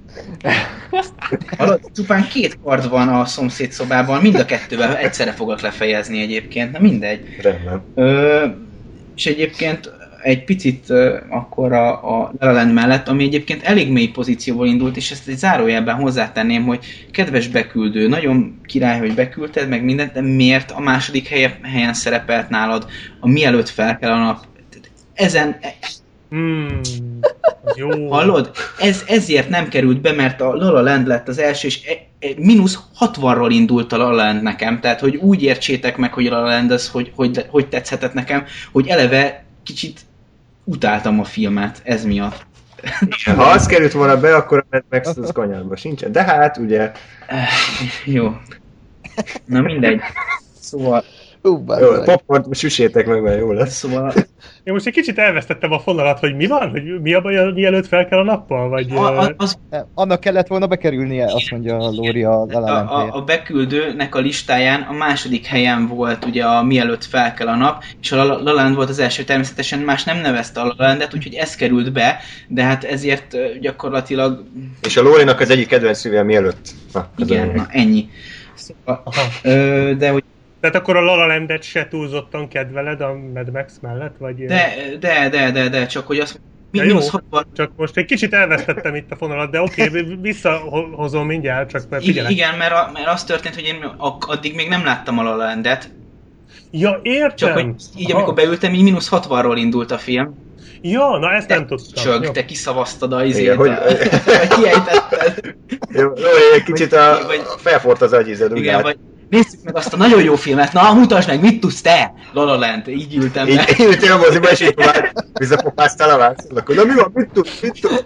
Hallod, csupán két kard van a szomszéd szobában, mind a kettővel egyszerre foglak lefejezni egyébként, na mindegy. Rendben. Ö, és egyébként egy picit uh, akkor a, a La La Land mellett, ami egyébként elég mély pozícióból indult, és ezt egy zárójelben hozzátenném, hogy kedves beküldő, nagyon király, hogy beküldted meg mindent, de miért a második helye, helyen szerepelt nálad a mielőtt fel kell a nap? Ezen... Hmm, jó. Hallod? Ez, ezért nem került be, mert a La La Land lett az első, és e, e, mínusz hatvanról indult a La La Land nekem, tehát hogy úgy értsétek meg, hogy a La La Land az, hogy, hogy, hogy tetszhetett nekem, hogy eleve kicsit utáltam a filmet, ez miatt. Ha az került volna be, akkor a Mad Max az kanyarba sincsen. De hát ugye... Jó. Na mindegy. Szóval... Uh, jó, popcorn süssétek meg, mert jó lesz. Szóval... Én most egy kicsit elvesztettem a fonalat, hogy mi van? Hogy mi a baj, mielőtt fel kell a nappal? Vagy, a, a, az... Annak kellett volna bekerülnie, azt mondja a Lóri a La La Land a, a, a beküldőnek a listáján a második helyen volt ugye a mielőtt fel kell a nap, és a La La Land volt az első, természetesen más nem nevezte a La La Landet, úgyhogy ez került be, de hát ezért gyakorlatilag... És a Lórinak az egyik kedvenc szűvel mielőtt. Na, igen, na, ennyi. Szóval, ö, de hogy Tehát akkor a La La Landet se túlzottan kedveled a Mad Max mellett? Vagy... De, de, de, de, de, csak hogy azt ja, jó, csak most egy kicsit elvesztettem itt a fonalat, de oké, okay, visszahozom mindjárt, csak mert figyelek. Igen, mert, a, mert az történt, hogy én addig még nem láttam a La La Landet. Ja, értem! Csak hogy így, amikor beültem, így mínusz hatvanról indult a film. Ja, na ezt te, nem tudtam. Csak, jó. te kiszavaztad a izét, igen, hogy... kiejtetted. Jó, jó, egy kicsit a... vagy... felfort az agyized, igen, vagy nézzük meg azt a nagyon jó filmet, na mutasd meg, mit tudsz te? La La Land, így ültem be. Így ültél a moziba, és így már visszapopáztál a vászon, akkor na mi van, mit tudsz, mit tudsz?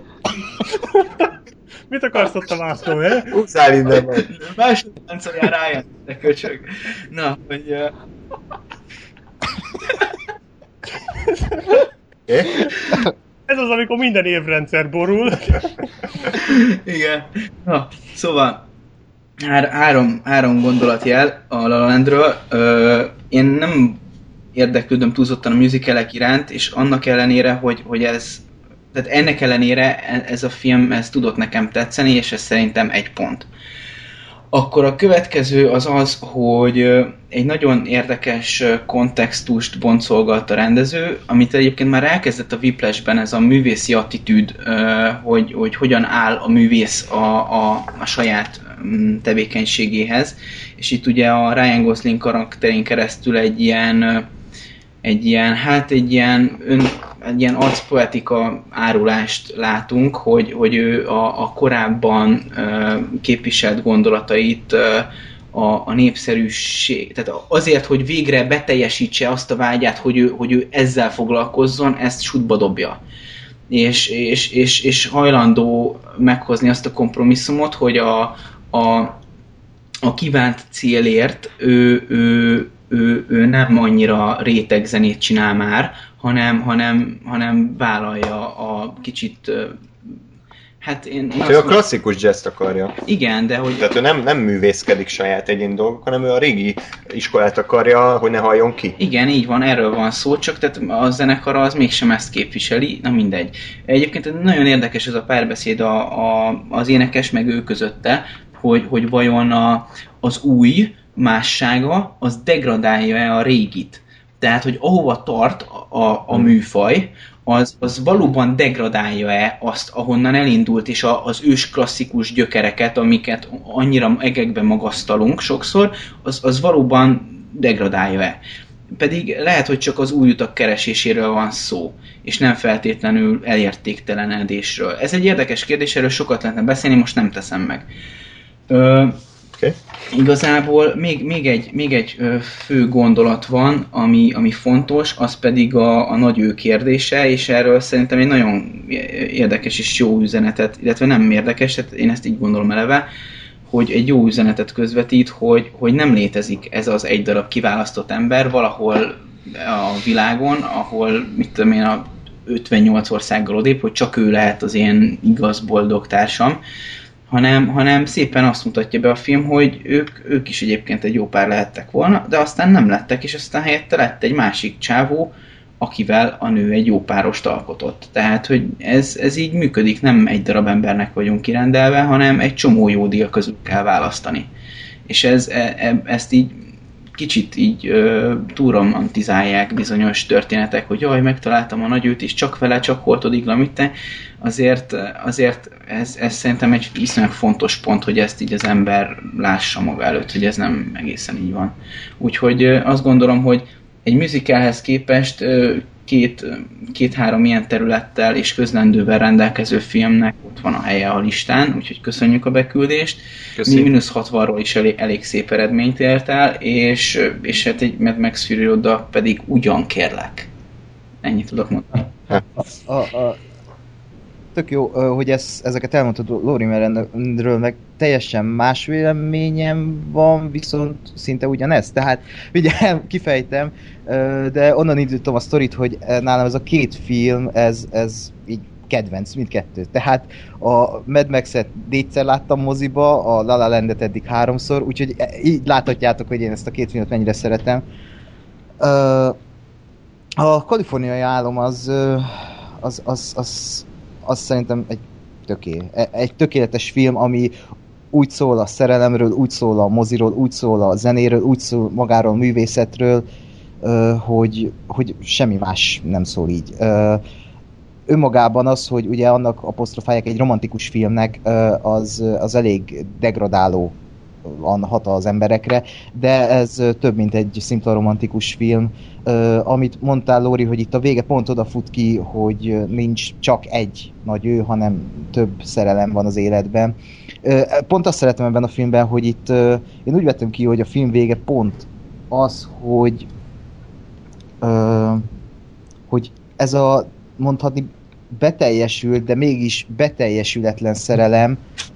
Mit akarsz ott a vászon, eh? Húzzál innen majd. Másodláncanyán rájön, de köcsög. Na, hogy... Uh... Okay. Ez az, amikor minden évrendszer borul. Igen. Na, szóval hár, három, három gondolatjel a La La Landről. Ö, én nem érdeklődöm túlzottan a musicalek iránt, és annak ellenére, hogy, hogy ez, tehát ennek ellenére ez a film, ez tudott nekem tetszeni, és ez szerintem egy pont. Akkor a következő az az, hogy egy nagyon érdekes kontextust boncolgat a rendező, amit egyébként már elkezdett a Whiplashben, ez a művészi attitűd, hogy, hogy hogyan áll a művész a, a, a saját tevékenységéhez. És itt ugye a Ryan Gosling karakterén keresztül egy ilyen, egy ilyen, hát egy ilyen, ön, egy ilyen arcpoetika árulást látunk, hogy, hogy ő a, a korábban uh, képviselt gondolatait uh, a, a népszerűség, tehát azért, hogy végre beteljesítse azt a vágyát, hogy ő, hogy ő ezzel foglalkozzon, ezt sútba dobja. És, és, és, és hajlandó meghozni azt a kompromisszumot, hogy a, a, a kívánt célért ő, ő Ő, ő nem annyira réteg zenét csinál már, hanem, hanem, hanem vállalja a kicsit Hát én, én hát ő a klasszikus jazzt akarja. Igen, de hogy... Tehát ő nem, nem művészkedik saját egyéni dolgok, hanem ő a régi iskolát akarja, hogy ne halljon ki. Igen, így van, erről van szó, csak tehát a zenekara az mégsem ezt képviseli, na mindegy. Egyébként nagyon érdekes ez a párbeszéd a, a, az énekes meg ő közötte, hogy, hogy vajon a, az új mássága az degradálja-e a régit. Tehát, hogy ahova tart a, a műfaj, az, az valóban degradálja-e azt, ahonnan elindult, és a, az ős klasszikus gyökereket, amiket annyira egekben magasztalunk sokszor, az, az valóban degradálja-e. Pedig lehet, hogy csak az új utak kereséséről van szó, és nem feltétlenül elértéktelenedésről. Ez egy érdekes kérdés, erről sokat lehetne beszélni, most nem teszem meg. Ö, Okay. Igazából még, még egy, még egy fő gondolat van, ami, ami fontos, az pedig a, a nagy ő kérdése, és erről szerintem egy nagyon érdekes és jó üzenetet, illetve nem érdekes, tehát én ezt így gondolom eleve, hogy egy jó üzenetet közvetít, hogy, hogy nem létezik ez az egy darab kiválasztott ember valahol a világon, ahol, mit tudom én, a ötvennyolc országgal odébb, hogy csak ő lehet az én igaz, boldog társam, Hanem, hanem szépen azt mutatja be a film, hogy ők, ők is egyébként egy jó pár lehettek volna, de aztán nem lettek, és aztán helyette lett egy másik csávó, akivel a nő egy jó párost alkotott. Tehát, hogy ez, ez így működik, nem egy darab embernek vagyunk kirendelve, hanem egy csomó jó díj közül kell választani. És ez, e, e, ezt így kicsit így ö, túlromantizálják bizonyos történetek, hogy jaj, megtaláltam a nagyőt, és csak vele, csak holtodigla, mit te. Azért, azért ez, ez szerintem egy iszonylag fontos pont, hogy ezt így az ember lássa maga előtt, hogy ez nem egészen így van. Úgyhogy ö, azt gondolom, hogy egy musicalhez képest ö, két, két-három ilyen területtel és közlendővel rendelkező filmnek ott van a helye a listán, úgyhogy köszönjük a beküldést. Mi mínusz hatvanról is elég, elég szép eredményt ért el, és, és hát egy Mad Max Fury Road pedig ugyan kérlek. Ennyit tudok mondani. A, a, a, tök jó, hogy ez, ezeket elmondtad Lóri, mert erről meg teljesen más véleményem van, viszont szinte ugyanez. Tehát ugye kifejtem, de onnan indítom a sztorit, hogy nálam ez a két film, ez, ez így kedvenc, mindkettő. Tehát a Mad Max-et négyszer láttam moziba, a La La Landet eddig háromszor, úgyhogy így láthatjátok, hogy én ezt a két filmet mennyire szeretem. A Kaliforniai álom az, az, az, az, az szerintem egy, töké, egy tökéletes film, ami úgy szól a szerelemről, úgy szól a moziról, úgy szól a zenéről, úgy szól magáról a művészetről, hogy, hogy semmi más nem szól így. Önmagában az, hogy ugye annak apostrofálják egy romantikus filmnek, az, az elég degradáló hat az emberekre, de ez több, mint egy szimpla romantikus film. Amit mondtál, Lóri, hogy itt a vége pont odafut ki, hogy nincs csak egy nagy ő, hanem több szerelem van az életben. Pont azt szeretem ebben a filmben, hogy itt én úgy vettem ki, hogy a film vége pont az, hogy hogy ez a mondhatni beteljesült, de mégis beteljesületlen szerelem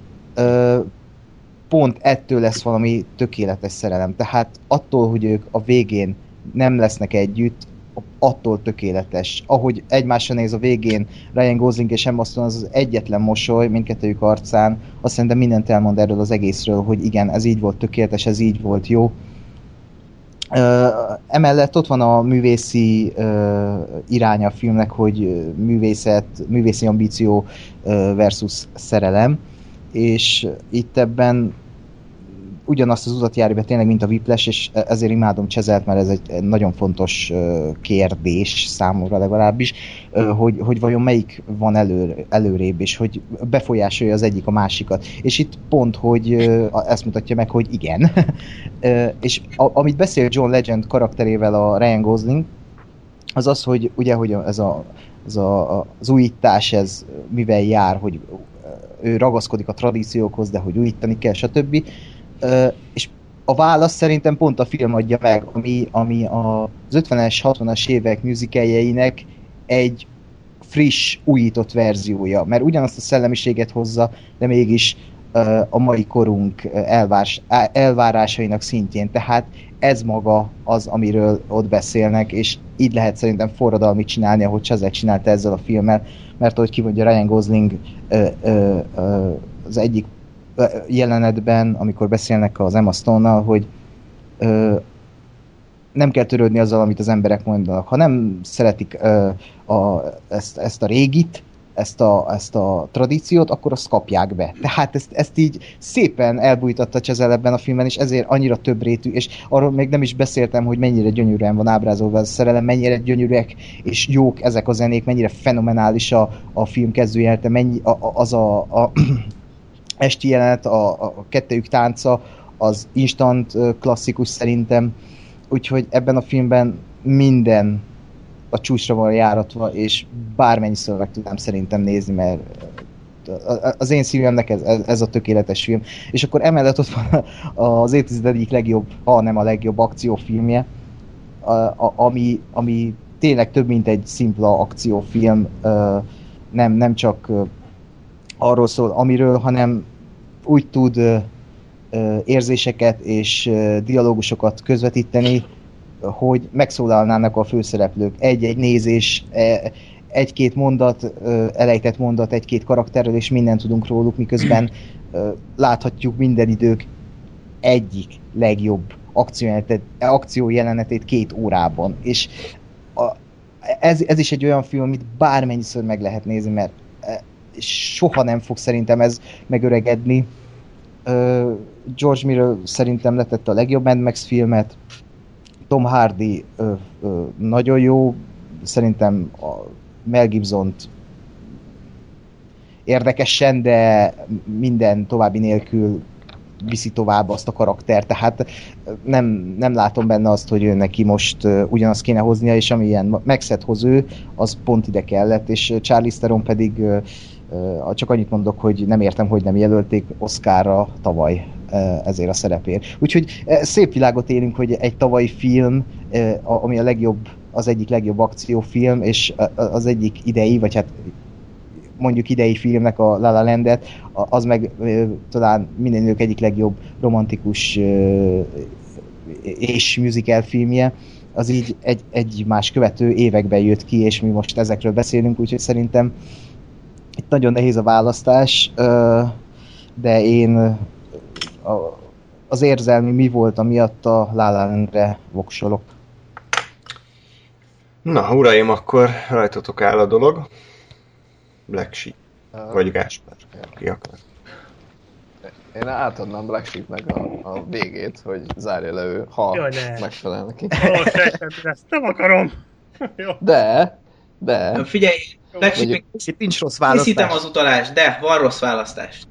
pont ettől lesz valami tökéletes szerelem. Tehát attól, hogy ők a végén nem lesznek együtt, attól tökéletes. Ahogy egymásra néz a végén Ryan Gosling és Emma Stone, az az egyetlen mosoly mindkettőjük arcán, azt szerintem mindent elmond erről az egészről, hogy igen, ez így volt tökéletes, ez így volt jó. Uh, emellett ott van a művészi uh, iránya a filmnek, hogy művészet, művészi ambíció uh, versus szerelem, és itt ebben ugyanazt az utat járja be tényleg, mint a Whiplash, és ezért imádom Chazelle-t, mert ez egy nagyon fontos uh, kérdés számomra legalábbis, uh, hogy, hogy vajon melyik van elő, előrébb, és hogy befolyásolja az egyik a másikat. És itt pont, hogy uh, ezt mutatja meg, hogy igen. uh, és a, amit beszél John Legend karakterével a Ryan Gosling, az az, hogy ugye, hogy ez, a, ez a, az újítás, ez mivel jár, hogy ő ragaszkodik a tradíciókhoz, de hogy újítani kell, stb. Uh, és a válasz szerintem pont a film adja meg, ami, ami az ötvenes, hatvanas évek musicaljeinek egy friss, újított verziója, mert ugyanazt a szellemiséget hozza, de mégis a mai korunk elvárs, elvárásainak szintjén. Tehát ez maga az, amiről ott beszélnek, és így lehet szerintem forradalmit csinálni, ahogy Chazelle csinálta ezzel a filmmel, mert ahogy kimondja Ryan Gosling ö, ö, ö, az egyik jelenetben, amikor beszélnek az Emma Stone-nal, hogy ö, nem kell törődni azzal, amit az emberek mondanak. Ha nem szeretik ö, a, ezt, ezt a régit, ezt a, ezt a tradíciót, akkor azt kapják be. Tehát ezt, ezt így szépen elbújtatta Chazelle ebben a filmben, és ezért annyira többrétű, és arról még nem is beszéltem, hogy mennyire gyönyörűen van ábrázolva a szerelem, mennyire gyönyörűek és jók ezek a zenék, mennyire fenomenális a, a film kezdőjelente, mennyi a, a, az a, a esti jelenet, a, a kettejük tánca, az instant klasszikus szerintem, úgyhogy ebben a filmben minden a csúcsra van járatva, és bármennyiszor meg tudnám szerintem nézni, mert az én szívemnek ez, ez a tökéletes film. És akkor emellett ott van az évtized egyik legjobb, ha nem a legjobb akciófilmje, ami, ami tényleg több, mint egy szimpla akciófilm, nem, nem csak arról szól, amiről, hanem úgy tud érzéseket és dialógusokat közvetíteni, hogy megszólalnának a főszereplők. Egy-egy nézés, egy-két mondat, elejtett mondat, egy-két karakterről, és mindent tudunk róluk, miközben láthatjuk minden idők egyik legjobb akciójelenetét két órában. És a, ez, ez is egy olyan film, amit bármennyiszor meg lehet nézni, mert soha nem fog szerintem ez megöregedni. George Miller szerintem letette a legjobb Mad Max filmet, Tom Hardy ö, ö, nagyon jó, szerintem a Mel Gibsont érdekesen, de minden további nélkül viszi tovább azt a karaktert, tehát nem, nem látom benne azt, hogy ő neki most uh, ugyanazt kéne hoznia, és amilyen Maxet hoz ő, az pont ide kellett, és Charlize Theron pedig uh, uh, csak annyit mondok, hogy nem értem, hogy nem jelölték Oscarra tavaly uh, ezért a szerepért. Úgyhogy uh, szép világot élünk, hogy egy tavalyi film, uh, ami a legjobb, az egyik legjobb akciófilm, és uh, az egyik idei, vagy hát mondjuk idei filmnek a La La Landet, az meg uh, talán minden idők egyik legjobb romantikus uh, és musical filmje, az így egy, egy más követő években jött ki, és mi most ezekről beszélünk, úgyhogy szerintem itt nagyon nehéz a választás, uh, de én uh, az érzelmi mi volt, amiatt a La La Landre voksolok. Na, uraim, akkor rajtatok áll a dolog. Black Sheep. Vagy Gáspár. Ki akar. Én átadnám Black Sheepnek a, a végét, hogy zárja le ő, ha Jaj, megfelel neki. Ó, sejtem, ezt nem akarom. Jó. De, de... Na, figyelj, Black Sheep, még Itt nincs rossz választás. készítem az utalást, de van rossz választás.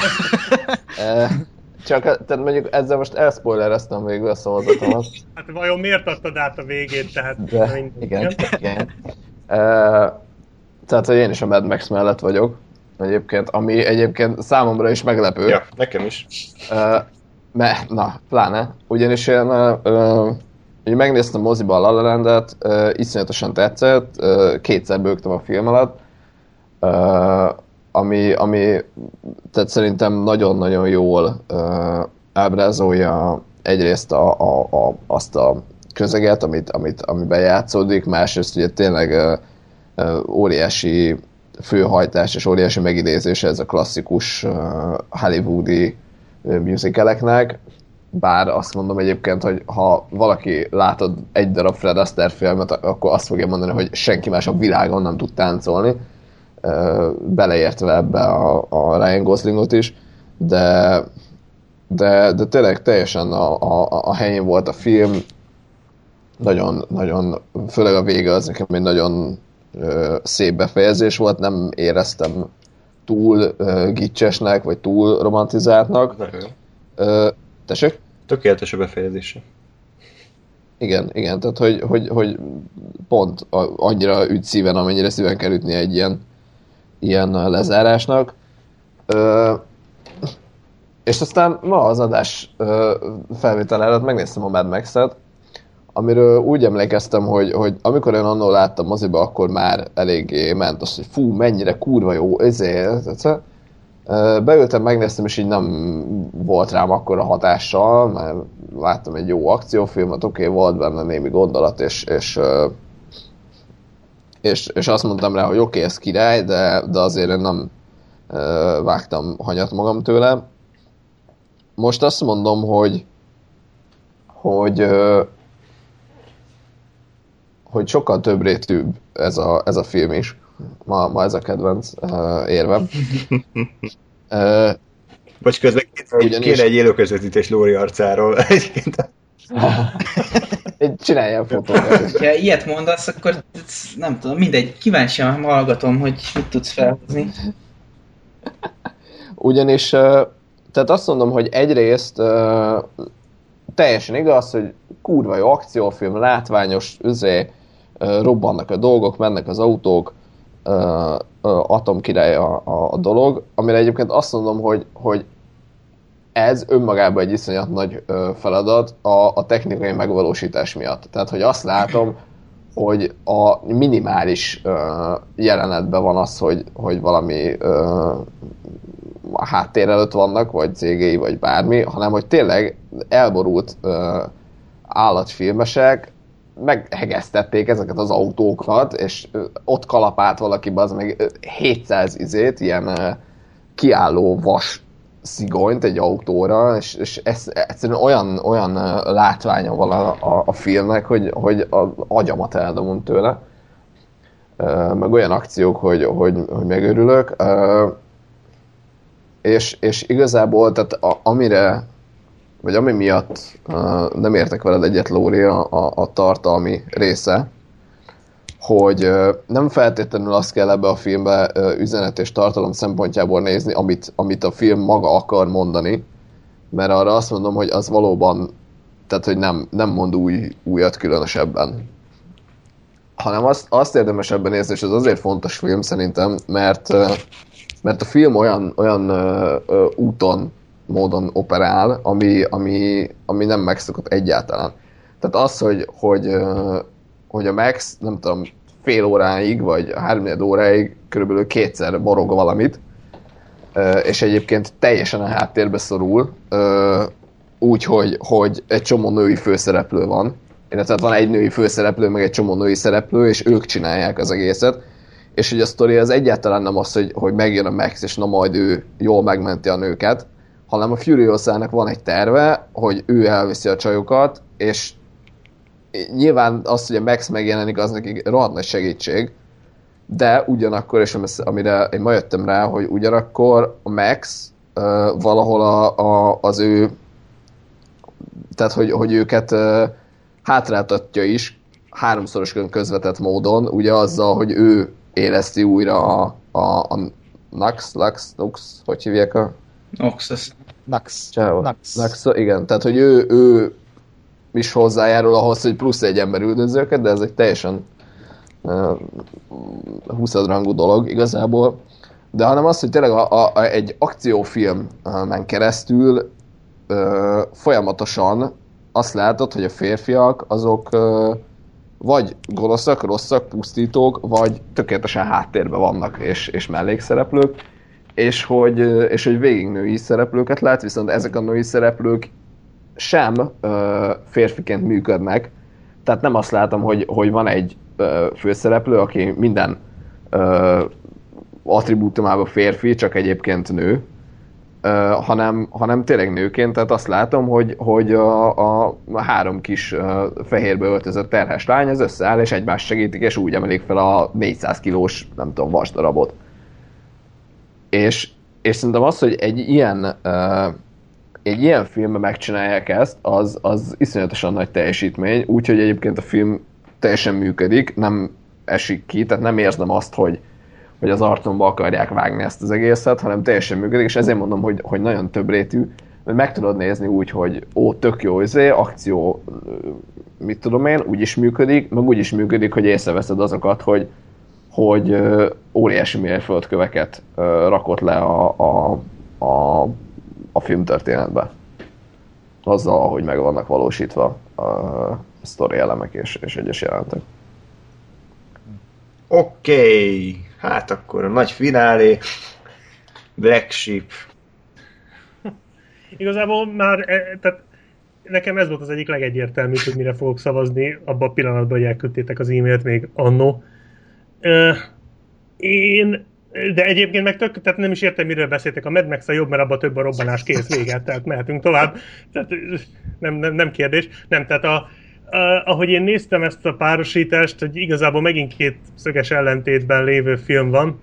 Csak tehát mondjuk ezzel most elspoilereztem végül a szavazatomat. Hát vajon miért adtad át a végét, tehát... De, igen, igen. Uh, tehát, hogy én is a Mad Max mellett vagyok, egyébként, ami egyébként számomra is meglepő. Ja, nekem is. Uh, mert, na, pláne. Ugyanis én uh, uh, megnéztem moziba a La La Landet, uh, iszonyatosan tetszett, uh, kétszer bőgtem a film alatt, uh, ami, ami tehát szerintem nagyon-nagyon jól uh, ábrázolja egyrészt a, a, a, azt a közeget, amit, amit, amiben játszódik, másrészt ugye tényleg uh, uh, óriási főhajtás és óriási megidézése ez a klasszikus uh, hollywoodi uh, musicaleknek, bár azt mondom egyébként, hogy ha valaki látod egy darab Fred Astaire filmet, akkor azt fogja mondani, hogy senki más a világon nem tud táncolni, uh, beleértve ebbe a, a Ryan Goslingot is, de, de, de tényleg teljesen a, a, a helyén volt a film, nagyon, nagyon, főleg a vége az nekem egy nagyon uh, szép befejezés volt, nem éreztem túl uh, gicsesnek, vagy túl romantizáltnak. Uh, tessék? Tökéletes a befejezése. Igen, igen, tehát hogy, hogy, hogy pont annyira üt szíven, amennyire szíven kell ütni egy ilyen, ilyen lezárásnak. Uh, és aztán ma az adás uh, felvétel előtt megnéztem a Mad Max-et, amiről úgy emlékeztem, hogy, hogy amikor én annól láttam moziba, akkor már eléggé ment az, hogy fú, mennyire kurva jó, ezért, Beültem, megnéztem, és így nem volt rám akkora hatással, mert láttam egy jó akciófilmet, oké, okay, volt benne némi gondolat, és, és, és, és azt mondtam rá, hogy oké, okay, ez király, de, de azért én nem vágtam hanyat magam tőle. Most azt mondom, hogy hogy, hogy sokkal több rétűbb ez a, ez a film is. Ma, ma ez a kedvenc uh, érvem. Uh, Vagy közben ugyanis... kéne egy élőközvetítés Lóri arcáról. Csináljál fotókat. Ha ilyet mondasz, akkor nem tudom, mindegy, kíváncsian hallgatom, hogy mit tudsz felhozni. Ugyanis, uh, tehát azt mondom, hogy egyrészt uh, teljesen igaz, hogy kurva jó akciófilm, látványos, üzé, uh, robbannak a dolgok, mennek az autók, Uh, uh, atomkirály a, a, a dolog, amire egyébként azt mondom, hogy, hogy ez önmagában egy iszonyat nagy uh, feladat a, a technikai megvalósítás miatt. Tehát, hogy azt látom, hogy a minimális uh, jelenetben van az, hogy, hogy valami uh, a háttér előtt vannak, vagy cé gé i, vagy bármi, hanem hogy tényleg elborult uh, állatfilmesek meghegesztették ezeket az autókat, és ott kalapált valaki, az meg hétszáz izét, ilyen kiálló vas szigonyt egy autóra, és, és ez egyszerűen olyan, olyan látványa van a, a, a filmnek, hogy, hogy az agyamat eldobom tőle. Meg olyan akciók, hogy, hogy, hogy megörülök. És, és igazából, tehát a, amire vagy ami miatt uh, nem értek veled egyet, Lóri, a, a, a tartalmi része, hogy uh, nem feltétlenül azt kell ebbe a filmbe uh, üzenet és tartalom szempontjából nézni, amit, amit a film maga akar mondani, mert arra azt mondom, hogy az valóban, tehát hogy nem, nem mond új, újat különösebben. Hanem azt, azt érdemes ebben nézni, és ez azért fontos film szerintem, mert, uh, mert a film olyan, olyan uh, uh, úton, módon operál, ami, ami, ami nem megszokott egyáltalán. Tehát az, hogy, hogy, hogy a Max, nem tudom, fél óráig, vagy háromnegyed óráig körülbelül kétszer borog valamit, és egyébként teljesen a háttérbe szorul, úgy, hogy, hogy egy csomó női főszereplő van, illetve van egy női főszereplő, meg egy csomó női szereplő, és ők csinálják az egészet, és hogy a sztori az egyáltalán nem az, hogy, hogy megjön a Max, és na majd ő jól megmenti a nőket, hanem a Furiosának van egy terve, hogy ő elviszi a csajokat, és nyilván az, hogy a Max megjelenik, az neki rohadt nagy segítség, de ugyanakkor, és amire én ma jöttem rá, hogy ugyanakkor a Max uh, valahol a, a, az ő, tehát hogy, hogy őket uh, hátráltatja is háromszorosan közvetett módon, ugye azzal, hogy ő éleszti újra a, a, a Nux, Lux, Nux, hogy hívják a Noxus. Nax. Nax. Nax. Igen, tehát hogy ő, ő is hozzájárul ahhoz, hogy plusz egy ember üldözze őket, de ez egy teljesen uh, huszadrangú dolog igazából. De hanem az, hogy tényleg a, a, a, egy akciófilmen keresztül uh, folyamatosan azt látod, hogy a férfiak azok uh, vagy gonoszak, rosszak, pusztítók, vagy tökéletesen háttérben vannak, és, és mellékszereplők. És hogy, és hogy végig női szereplőket lát, viszont ezek a női szereplők sem ö, férfiként működnek. Tehát nem azt látom, hogy, hogy van egy ö, főszereplő, aki minden ö, attribútumában férfi, csak egyébként nő, ö, hanem, hanem tényleg nőként. Tehát azt látom, hogy, hogy a, a, a három kis ö, fehérbe öltözött terhes lány az összeáll, és egymást segítik, és úgy emelik fel a négyszáz kilós, nem tudom, vasdarabot. És, és szerintem az, hogy egy ilyen, uh, egy ilyen filmben megcsinálják ezt, az, az iszonyatosan nagy teljesítmény, úgyhogy egyébként a film teljesen működik, nem esik ki, tehát nem érzem azt, hogy, hogy az arcomba akarják vágni ezt az egészet, hanem teljesen működik, és ezért mondom, hogy, hogy nagyon többrétű, mert meg tudod nézni úgy, hogy ó, tök jó izé, akció, mit tudom én, úgy is működik, meg úgy is működik, hogy észreveszed azokat, hogy hogy uh, óriási mérföldköveket uh, rakott le a, a, a, a filmtörténetbe. Azzal, ahogy meg vannak valósítva a, a sztori elemek és, és egyes jelentek. Oké, okay. Hát akkor a nagy finálé. Black Sheep. Igazából már, e, tehát nekem ez volt az egyik legegyértelműbb, hogy mire fogok szavazni abban a pillanatban, hogy elküldtétek az e-mailt még annó. Uh, én, de egyébként meg tök, tehát nem is értem, miről beszéltek. A Mad Max a jobb, mert abban több a robbanás, kész, véget, tehát mehetünk tovább. Tehát nem, nem, nem kérdés. Nem, tehát a, a, ahogy én néztem ezt a párosítást, hogy igazából megint két szöges ellentétben lévő film van.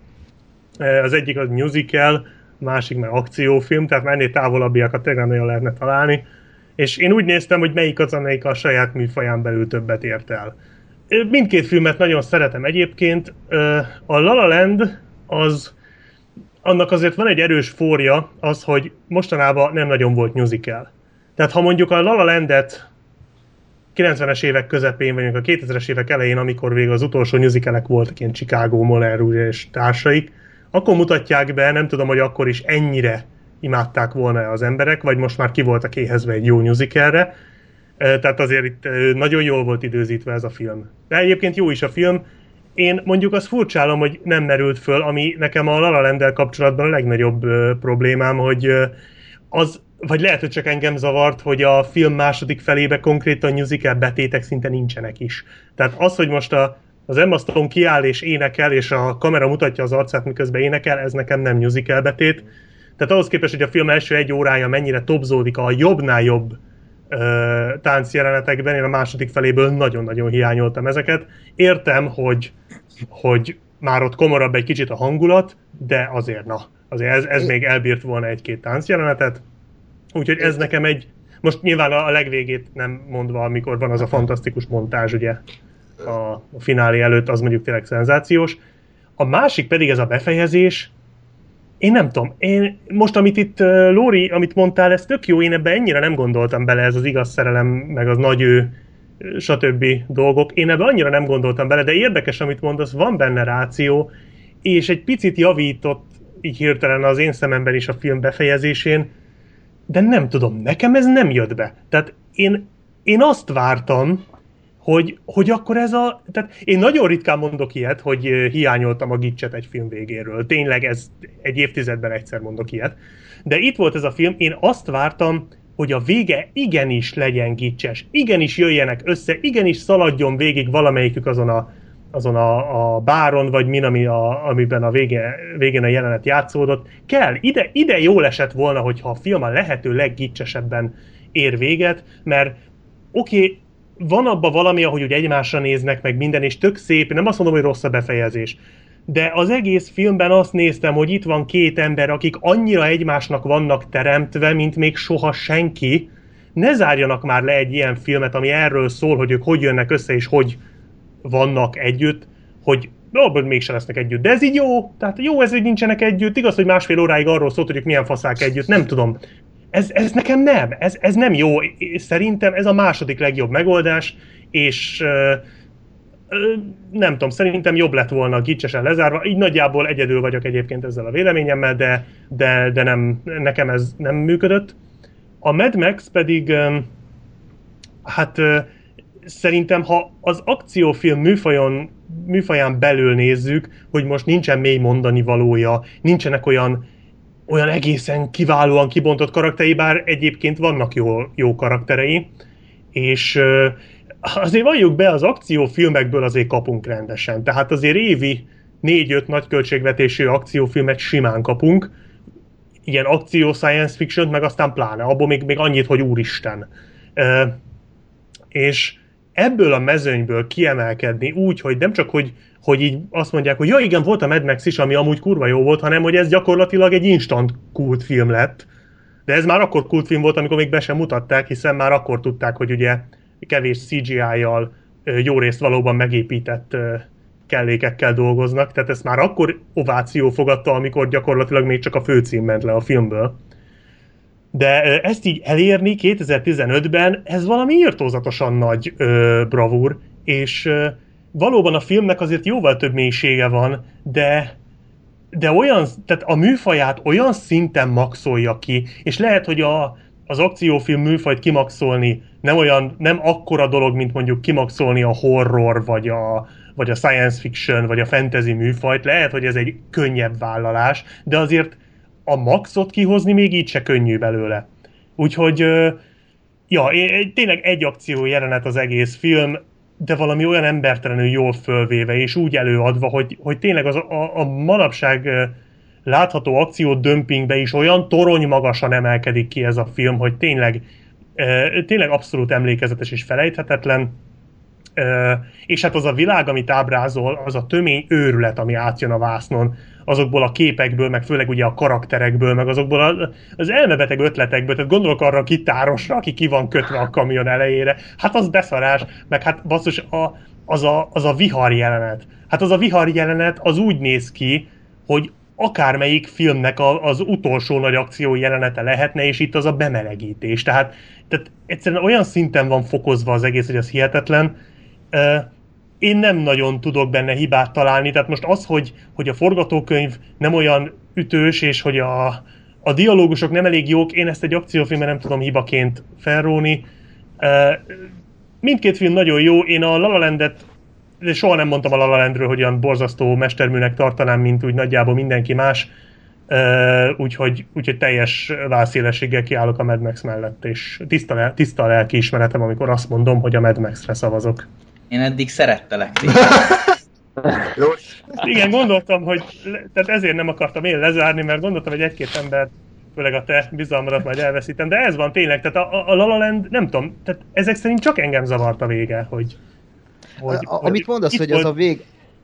Az egyik az musical, másik meg akciófilm, tehát már ennél távolabbiakat tényleg nagyon lehetne találni. És én úgy néztem, hogy melyik az, amelyik a saját műfaján belül többet ért el. Mindkét filmet nagyon szeretem egyébként. A La La Land, az, annak azért van egy erős fórja, az, hogy mostanában nem nagyon volt musical. Tehát ha mondjuk a La La Landet kilencvenes évek közepén, vagy a kétezres évek elején, amikor végül az utolsó musicalek voltak, ilyen Chicago, Moulin Rouge és társaik, akkor mutatják be, nem tudom, hogy akkor is ennyire imádták volna az emberek, vagy most már ki voltak éhezve egy jó musicalre. Tehát azért itt nagyon jól volt időzítve ez a film. De egyébként jó is a film. Én mondjuk azt furcsálom, hogy nem merült föl, ami nekem a La La Landdel kapcsolatban a legnagyobb problémám, hogy az, vagy lehet, hogy csak engem zavart, hogy a film második felébe konkrétan musical betétek szinte nincsenek is. Tehát az, hogy most a az Emma Stone kiáll és énekel, és a kamera mutatja az arcát, miközben énekel, ez nekem nem musical betét. Tehát ahhoz képest, hogy a film első egy órája mennyire topzódik a jobbnál jobb ö, táncjelenetekben, én a második feléből nagyon-nagyon hiányoltam ezeket. Értem, hogy, hogy már ott komorabb egy kicsit a hangulat, de azért na, azért ez, ez még elbírt volna egy-két táncjelenetet. Úgyhogy ez nekem egy, most nyilván a legvégét nem mondva, amikor van az a fantasztikus montázs, ugye, a, a finálé előtt, az mondjuk tényleg szenzációs. A másik pedig ez a befejezés, én nem tudom, én most amit itt uh, Lóri, amit mondtál, ez tök jó, én ebben ennyire nem gondoltam bele, ez az igaz szerelem, meg az nagy ő, stb. Dolgok, én ebben annyira nem gondoltam bele, de érdekes, amit mondasz, van benne ráció, és egy picit javított így hirtelen az én szememben is a film befejezésén, de nem tudom, nekem ez nem jött be. Tehát én, én azt vártam, Hogy, hogy akkor ez a... Tehát én nagyon ritkán mondok ilyet, hogy hiányoltam a gicset egy film végéről. Tényleg ez egy évtizedben egyszer mondok ilyet. De itt volt ez a film, én azt vártam, hogy a vége igenis legyen gicses, igenis jöjjenek össze, igenis szaladjon végig valamelyikük azon a, azon a, a báron, vagy min, ami a, amiben a vége, végén a jelenet játszódott. Kell, ide, ide jól esett volna, hogyha a film a lehető leggicsesebben ér véget, mert oké, okay, van abban valami, ahogy úgy egymásra néznek, meg minden, és tök szép, nem azt mondom, hogy rossz a befejezés. De az egész filmben azt néztem, hogy itt van két ember, akik annyira egymásnak vannak teremtve, mint még soha senki. Ne zárjanak már le egy ilyen filmet, ami erről szól, hogy ők hogy jönnek össze, és hogy vannak együtt, hogy abban mégsem lesznek együtt. De ez így jó, tehát jó ez, hogy nincsenek együtt. Igaz, hogy másfél óráig arról szólt, hogy ők milyen faszák együtt, nem tudom. Ez, ez nekem nem, ez, ez nem jó. Szerintem ez a második legjobb megoldás, és ö, ö, nem tudom, szerintem jobb lett volna gicsesen lezárva. Így nagyjából egyedül vagyok egyébként ezzel a véleményemmel, de, de, de nem, nekem ez nem működött. A Mad Max pedig, ö, hát ö, szerintem, ha az akciófilm műfajon, műfaján belül nézzük, hogy most nincsen mély mondani valója, nincsenek olyan olyan egészen kiválóan kibontott karakterei, bár egyébként vannak jó, jó karakterei, és uh, azért valljuk be, az akciófilmekből azért kapunk rendesen. Tehát azért évi négy-öt nagy költségvetésű akciófilmet simán kapunk, ilyen akció science fiction, meg aztán pláne, abból még, még annyit, hogy úristen. Uh, és ebből a mezőnyből kiemelkedni úgy, hogy nem csak, hogy hogy így azt mondják, hogy ja igen, volt a Mad Max is, ami amúgy kurva jó volt, hanem hogy ez gyakorlatilag egy instant kultfilm lett. De ez már akkor kultfilm volt, amikor még be sem mutatták, hiszen már akkor tudták, hogy ugye kevés cé gé í-jal jó részt valóban megépített kellékekkel dolgoznak, tehát ezt már akkor ováció fogadta, amikor gyakorlatilag még csak a főcím ment le a filmből. De ezt így elérni kétezer-tizenötben, ez valami irtózatosan nagy ö, bravúr, és ö, valóban a filmnek azért jóval több mélysége van, de, de olyan, tehát a műfaját olyan szinten maxolja ki, és lehet, hogy a, az akciófilm műfajt kimaxolni nem olyan, nem akkora dolog, mint mondjuk kimaxolni a horror, vagy a, vagy a science fiction, vagy a fantasy műfajt, lehet, hogy ez egy könnyebb vállalás, de azért a maxot kihozni még így se könnyű belőle. Úgyhogy, ja, tényleg egy akció jelenet az egész film, de valami olyan embertelenül jól fölvéve, és úgy előadva, hogy, hogy tényleg az, a, a manapság látható akciódömpingbe is olyan torony magasan emelkedik ki ez a film, hogy tényleg, tényleg abszolút emlékezetes és felejthetetlen. És hát az a világ, amit ábrázol, az a tömény őrület, ami átjön a vásznon, azokból a képekből, meg főleg ugye a karakterekből, meg azokból az elmebeteg ötletekből, tehát gondolok arra a gitárosra, aki ki van kötve a kamion elejére, hát az beszarás, meg hát basszus, a, az, a, az a vihar jelenet. Hát az a vihar jelenet az úgy néz ki, hogy akármelyik filmnek a, az utolsó nagy akció jelenete lehetne, és itt az a bemelegítés. Tehát, tehát egyszerűen olyan szinten van fokozva az egész, hogy az hihetetlen. Én nem nagyon tudok benne hibát találni, tehát most az, hogy, hogy a forgatókönyv nem olyan ütős, és hogy a, a dialógusok nem elég jók, én ezt egy akciófilmben nem tudom hibaként felróni. Mindkét film nagyon jó, én a La La Landet, de soha nem mondtam a La La Landről, hogy olyan borzasztó mesterműnek tartanám, mint úgy nagyjából mindenki más, úgyhogy, úgyhogy teljes válszélességgel kiállok a Mad Max mellett, és tiszta, tiszta a lelkiismeretem, amikor azt mondom, hogy a Mad Maxre szavazok. Én eddig szerettelek. Igen, gondoltam, hogy tehát ezért nem akartam én lezárni, mert gondoltam, hogy egy-két ember, főleg a te bizalmadat majd elveszítem, de ez van tényleg, tehát a, a La La Land, nem tudom, tehát ezek szerint csak engem zavart a vége, hogy... hogy a, amit mondasz, hogy volt... az a vég,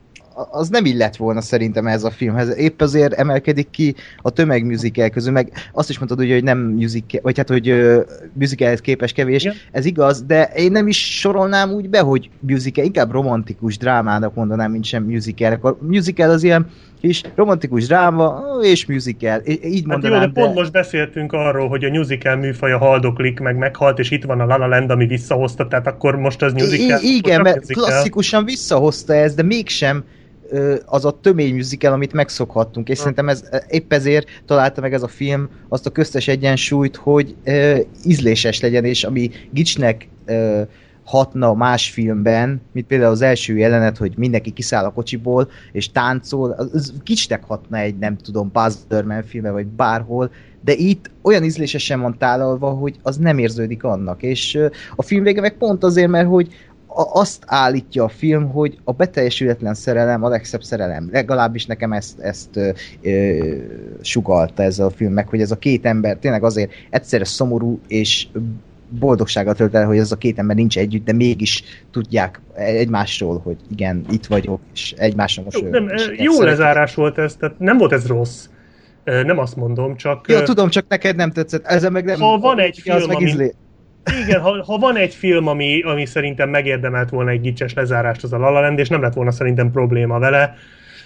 az nem illett volna szerintem ez a filmhez. Épp azért emelkedik ki a tömegmusical közül, meg azt is mondtad ugye, hogy nem musical, vagy hát, hogy uh, musicalhez képes kevés, ja. Ez igaz, de én nem is sorolnám úgy be, hogy musical, inkább romantikus drámának mondanám, mint sem musical. A musical az ilyen kis romantikus dráma és musical, így mondanám. Hát jó, de pont de... most beszéltünk arról, hogy a musical műfaja haldoklik, meg meghalt, és itt van a La La Land, ami visszahozta, tehát akkor most az musical. I- igen, mert musical. Klasszikusan visszahozta ez, de mégsem az a tömény musical, amit megszokhattunk, és hmm. szerintem ez, épp ezért találta meg ez a film azt a köztes egyensúlyt, hogy uh, ízléses legyen, és ami gicsnek uh, hatna más filmben, mint például az első jelenet, hogy mindenki kiszáll a kocsiból, és táncol, az gicsnek hatna egy, nem tudom, Baz Luhrmann filme, vagy bárhol, de itt olyan ízlésesen van tálalva, hogy az nem érződik annak, és uh, a film vége meg pont azért, mert hogy azt állítja a film, hogy a beteljesületlen szerelem a legszebb szerelem. Legalábbis nekem ezt, ezt ö, ö, sugalta ez a film, meg hogy ez a két ember tényleg azért egyszerre szomorú és boldogsággal tölt el, hogy ez a két ember nincs együtt, de mégis tudják egymásról, hogy igen, itt vagyok, és egymásra most... Jó, nem, jó lezárás volt ez, tehát nem volt ez rossz. Nem azt mondom, csak... Jó, tudom, csak neked nem tetszett. Ezzel meg nem... Ha van egy film, meg ami... Izlé... Igen, ha, ha van egy film, ami, ami szerintem megérdemelt volna egy gicses lezárást, az a La La Land, és nem lett volna szerintem probléma vele.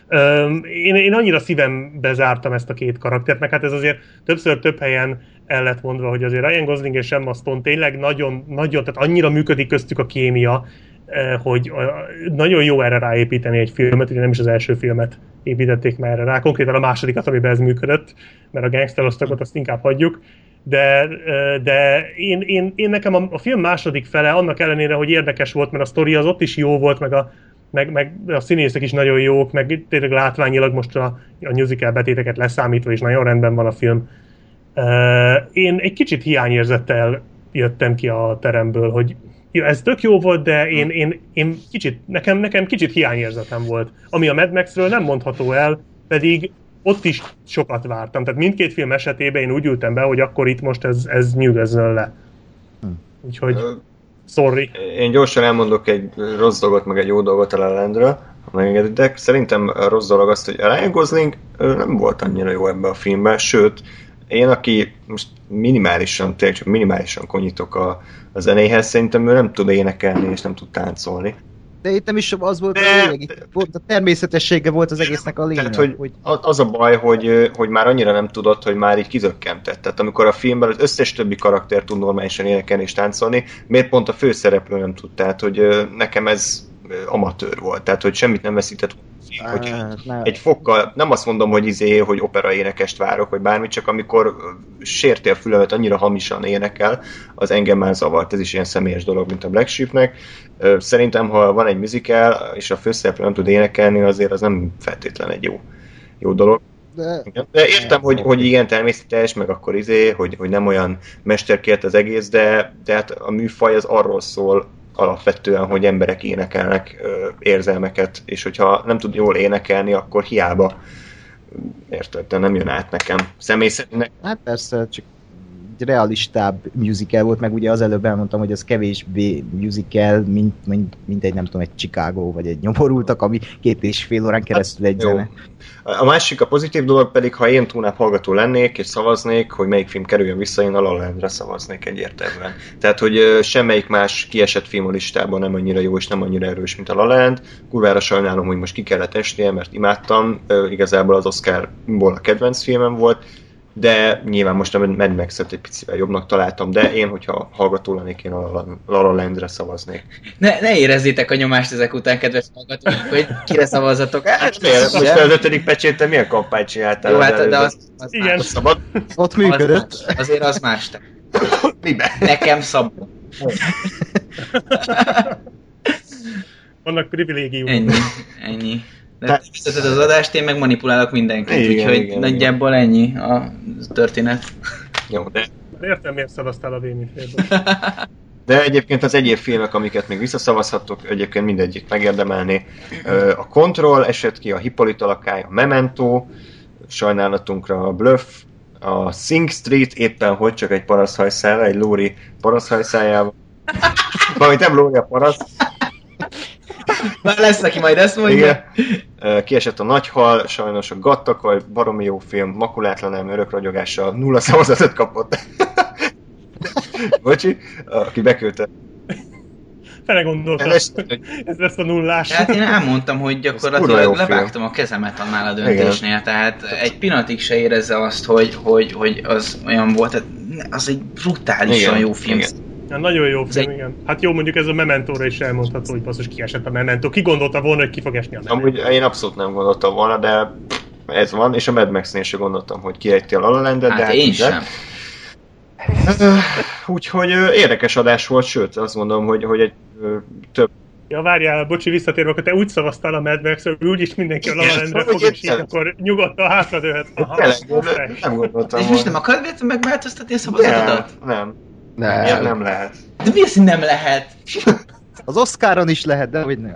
Üm, én, én annyira szívembe zártam ezt a két karaktert, meg hát ez azért többször több helyen el lett mondva, hogy azért Ryan Gosling és Emma Stone tényleg nagyon, nagyon, tehát annyira működik köztük a kémia, hogy nagyon jó erre ráépíteni egy filmet, ugye nem is az első filmet építették már erre rá, konkrétan a másodikat, amiben ez működött, mert a gangsterosztagot azt inkább hagyjuk. De, de én, én, én nekem a, a film második fele, annak ellenére, hogy érdekes volt, mert a sztori az ott is jó volt, meg a, meg, meg a színészek is nagyon jók, meg tényleg látványilag most a, a musical betéteket leszámítva is nagyon rendben van a film. Én egy kicsit hiányérzettel jöttem ki a teremből, hogy ja, ez tök jó volt, de én, én, én kicsit, nekem, nekem kicsit hiányérzetem volt. Ami a Mad Maxről nem mondható el, pedig ott is sokat vártam. Tehát mindkét film esetében én úgy ültem be, hogy akkor itt most ez, ez nyűgözzön le. Úgyhogy, sorry. Én gyorsan elmondok egy rossz dolgot, meg egy jó dolgot a La La Landről, ha megengeditek. Szerintem a rossz dolog az, hogy Ryan Gosling nem volt annyira jó ebben a filmben, sőt, én, aki most minimálisan, tényleg csak minimálisan konyítok a, a zenéhez, szerintem ő nem tud énekelni és nem tud táncolni. De itt nem is az volt de, a lényeg, a természetessége volt az egésznek a lényeg. Tehát, hogy, hogy... Az a baj, hogy, hogy már annyira nem tudott, hogy már így kizökkentett. Tehát amikor a filmben az összes többi karakter tud normálisan énekelni és táncolni, miért pont a főszereplő nem tud? Tehát, hogy nekem ez amatőr volt. Tehát, hogy semmit nem veszített. Hogy egy fokkal, nem azt mondom, hogy izé, hogy opera énekest várok, vagy bármit, csak amikor sérti a fülemet, annyira hamisan énekel, az engem már zavart. Ez is ilyen személyes dolog, mint a Black Sheepnek. Szerintem, ha van egy musical, és a főszereplő nem tud énekelni, azért az nem feltétlen egy jó, jó dolog. De... De értem, hogy, hogy igen, természetes, meg akkor izé, hogy, hogy nem olyan mesterkélt az egész, de, de hát a műfaj az arról szól alapvetően, hogy emberek énekelnek ö, érzelmeket, és hogyha nem tud jól énekelni, akkor hiába, érted, de nem jön át nekem. Személy szerint... Hát persze, csak egy realistább musical volt, meg ugye az előbb elmondtam, hogy az kevésbé musical, mint, mint, mint egy nem tudom, egy Chicago, vagy egy Nyomorultak, ami két és fél órán keresztül egy Jó. zene. A másik, a pozitív dolog pedig, ha én túlnább hallgató lennék, és szavaznék, hogy melyik film kerüljön vissza, én a La La Landre szavaznék egyértelműen. Tehát, hogy semmelyik más kiesett film a listában nem annyira jó és nem annyira erős, mint a La La Land. Kurvára sajnálom, hogy most ki kellett esnie, mert imádtam. Igazából az Oscarból a kedvenc filmem volt, de nyilván most a Mad Max-et egy picivel jobbnak találtam, de én, hogyha hallgató lennék, én a La La Landre szavaznék. Ne, ne érezzétek a nyomást ezek után, kedves hallgatók, hogy kire szavazzatok. Hát, Miért? Most az ötödik pecséten milyen kampányt csináltál? jó, hát, de az, az Igen. más. Szabad? Ott működött. Az más. Azért az más. Te. Miben? Nekem szabad. Vannak privilégiumok. Ennyi. Ennyi. De Tehát- te vezeted az adást, én meg manipulálok mindenkit, Igen, úgyhogy igen, nagyjából ennyi a történet. Jó, de Értem, miért szavaztál a vémifélből. De egyébként az egyéb filmek, amiket még visszaszavazhattok, egyébként mindegyik megérdemelni. Ö, A Control esett ki, a Hippolyta lakály, a Memento, sajnálatunkra a Bluff, a Sing Street éppen hogy csak egy paraszthajszára, egy lóri paraszthajszájával. Valamint nem lóri a paraszt. Már lesz, aki majd ezt mondja. Igen. Ö, Kiesett a Nagyhal, sajnos a Gattakaj, baromi jó film, makulátlan elme örökragyogással nulla szavazatot kapott. Bocsi, aki beküldte. Fele gondoltam, Ez- hogy ez lesz a nullás. Hát én elmondtam, hogy kurva jó gyakorlatilag film. levágtam a kezemet annál a döntésnél, tehát egy pillanatig se érezze azt, hogy, hogy, hogy az olyan volt, tehát az egy brutálisan Igen, jó film. igen. Ja, nagyon jó film, egy- igen. Hát jó, mondjuk ez a Mementóra is elmondható, hogy basszus kiesett a Memento. Ki gondolta volna, hogy ki fog esni a Memento? Amúgy én abszolút nem gondoltam volna, de ez van, és a Mad Max-nél sem gondoltam, hogy kiejti a La La Landet, de Hát én így lett. sem. Úgyhogy ö, érdekes adás volt, sőt azt mondom, hogy, hogy egy ö, több... Ja, várjál, bocsi, visszatérve, akkor te úgy szavaztál a Mad Max-ről, hogy úgyis mindenki a La La Landre Igen, fog, és így igen. akkor nyugodtan hátradőhet. Aha, Tényleg, osztály. nem gondoltam És most nem akarod véletlenül megváltoztatni a szavazatodat? Nem, nem. Nem. Ilyet nem lehet. De mi az, hogy nem lehet? Az Oscaron is lehet, de hogy nem.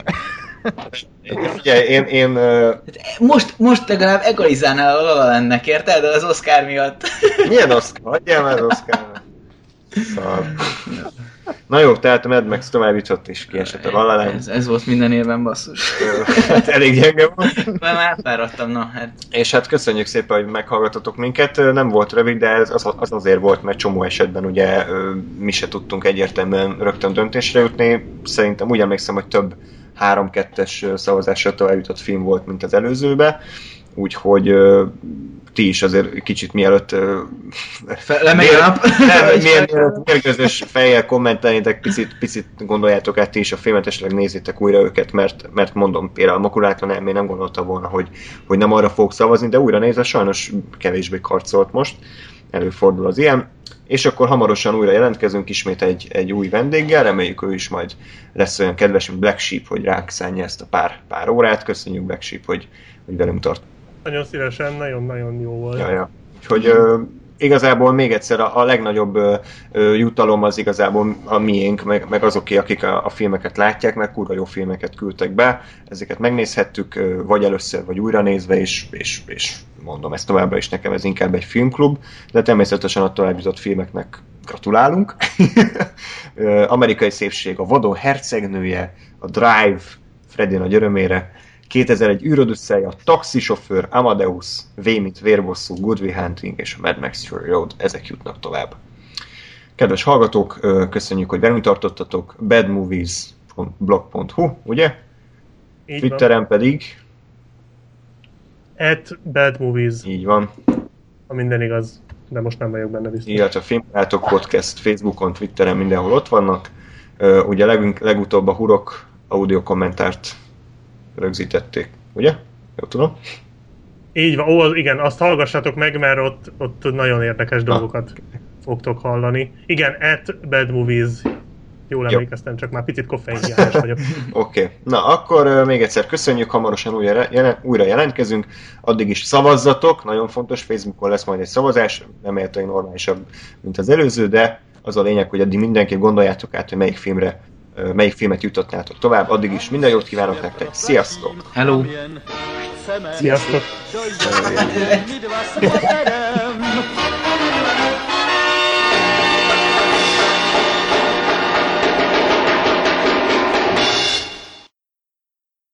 Ugye, én, én ö, Hát most, most legalább egalizálnál a La La Landnek, érted? De az Oscar miatt. milyen Oscar? Hagyjál már Oscar. Szar. Na jó, tehát a Mad Max tovább jutott is kiesett a La La Land. Ez, ez volt minden érben, basszus. Hát elég gyenge volt. Már már fáradtam, na hát. És hát köszönjük szépen, hogy meghallgatotok minket. Nem volt rövid, de ez az, az azért volt, mert csomó esetben ugye ö, mi se tudtunk egyértelműen rögtön döntésre jutni. Szerintem úgy emlékszem, hogy több három-kettes szavazásra tovább jutott film volt, mint az előzőbe. Úgyhogy ö, ti is azért kicsit mielőtt ö, Lemegy a nap. nem, hogy miért, miért mérgezős fejjel kommentelnétek, picit, picit gondoljátok át ti is a filmet, esetleg nézzétek újra őket, mert, mert mondom, például a makulátlan elmé nem gondolta volna, hogy, hogy nem arra fog szavazni, de újra nézve sajnos kevésbé karcolt most, előfordul az ilyen. És akkor hamarosan újra jelentkezünk ismét egy, egy új vendéggel, reméljük ő is majd lesz olyan kedves, mint Black Sheep, hogy ránk szánja ezt a pár, pár órát. Köszönjük Black Sheep, hogy, hogy velünk tart. Nagyon szívesen, nagyon-nagyon jó volt. Ja, ja. Úgyhogy ö, igazából még egyszer a, a legnagyobb ö, ö, jutalom az igazából a miénk, meg, meg azoké, akik a, a filmeket látják, meg kurva jó filmeket küldtek be. Ezeket megnézhettük, ö, vagy először, vagy újra nézve, és, és, és mondom, ez továbbra is nekem ez inkább egy filmklub, de természetesen a tovább jutott filmeknek gratulálunk. Ö, Amerikai szépség, a Vadon hercegnője, a Drive, Freddy nagy örömére, kétezer-egy űrodüsszeja, a Taxisofőr, Amadeus, V mint vérbosszú, Good Will Hunting és a Mad Max Fury Road, ezek jutnak tovább. Kedves hallgatók, köszönjük, hogy velünk tartottatok, badmovies pont blog pont hu, ugye? Így Twitteren pedig, van. At Bad Movies, így van, ha minden igaz, de most nem vagyok benne biztos. illetve a Filmbarátok Podcast Facebookon, Twitteren mindenhol ott vannak. Ö, Ugye legünk, legutóbb a Hurok audio kommentárt rögzítették, ugye? Jó tudom? Így van, ó, az- igen, azt hallgassátok meg, mert ott, ott nagyon érdekes dolgokat fogtok hallani. Igen, at Bad Movies jól emlékeztem, csak már picit koffeinhiányos vagyok. Oké, okay. Na akkor uh, még egyszer köszönjük, hamarosan újra, jelen, újra jelentkezünk, addig is szavazzatok, nagyon fontos, Facebookon lesz majd egy szavazás, remélhetőleg normálisabb, mint az előző, de az a lényeg, hogy addig mindenképp gondoljátok át, hogy melyik filmre, uh, melyik filmet jutotnátok tovább, addig is minden jót kívánok nektek, sziasztok! Hello! Sziasztok! Sziasztok.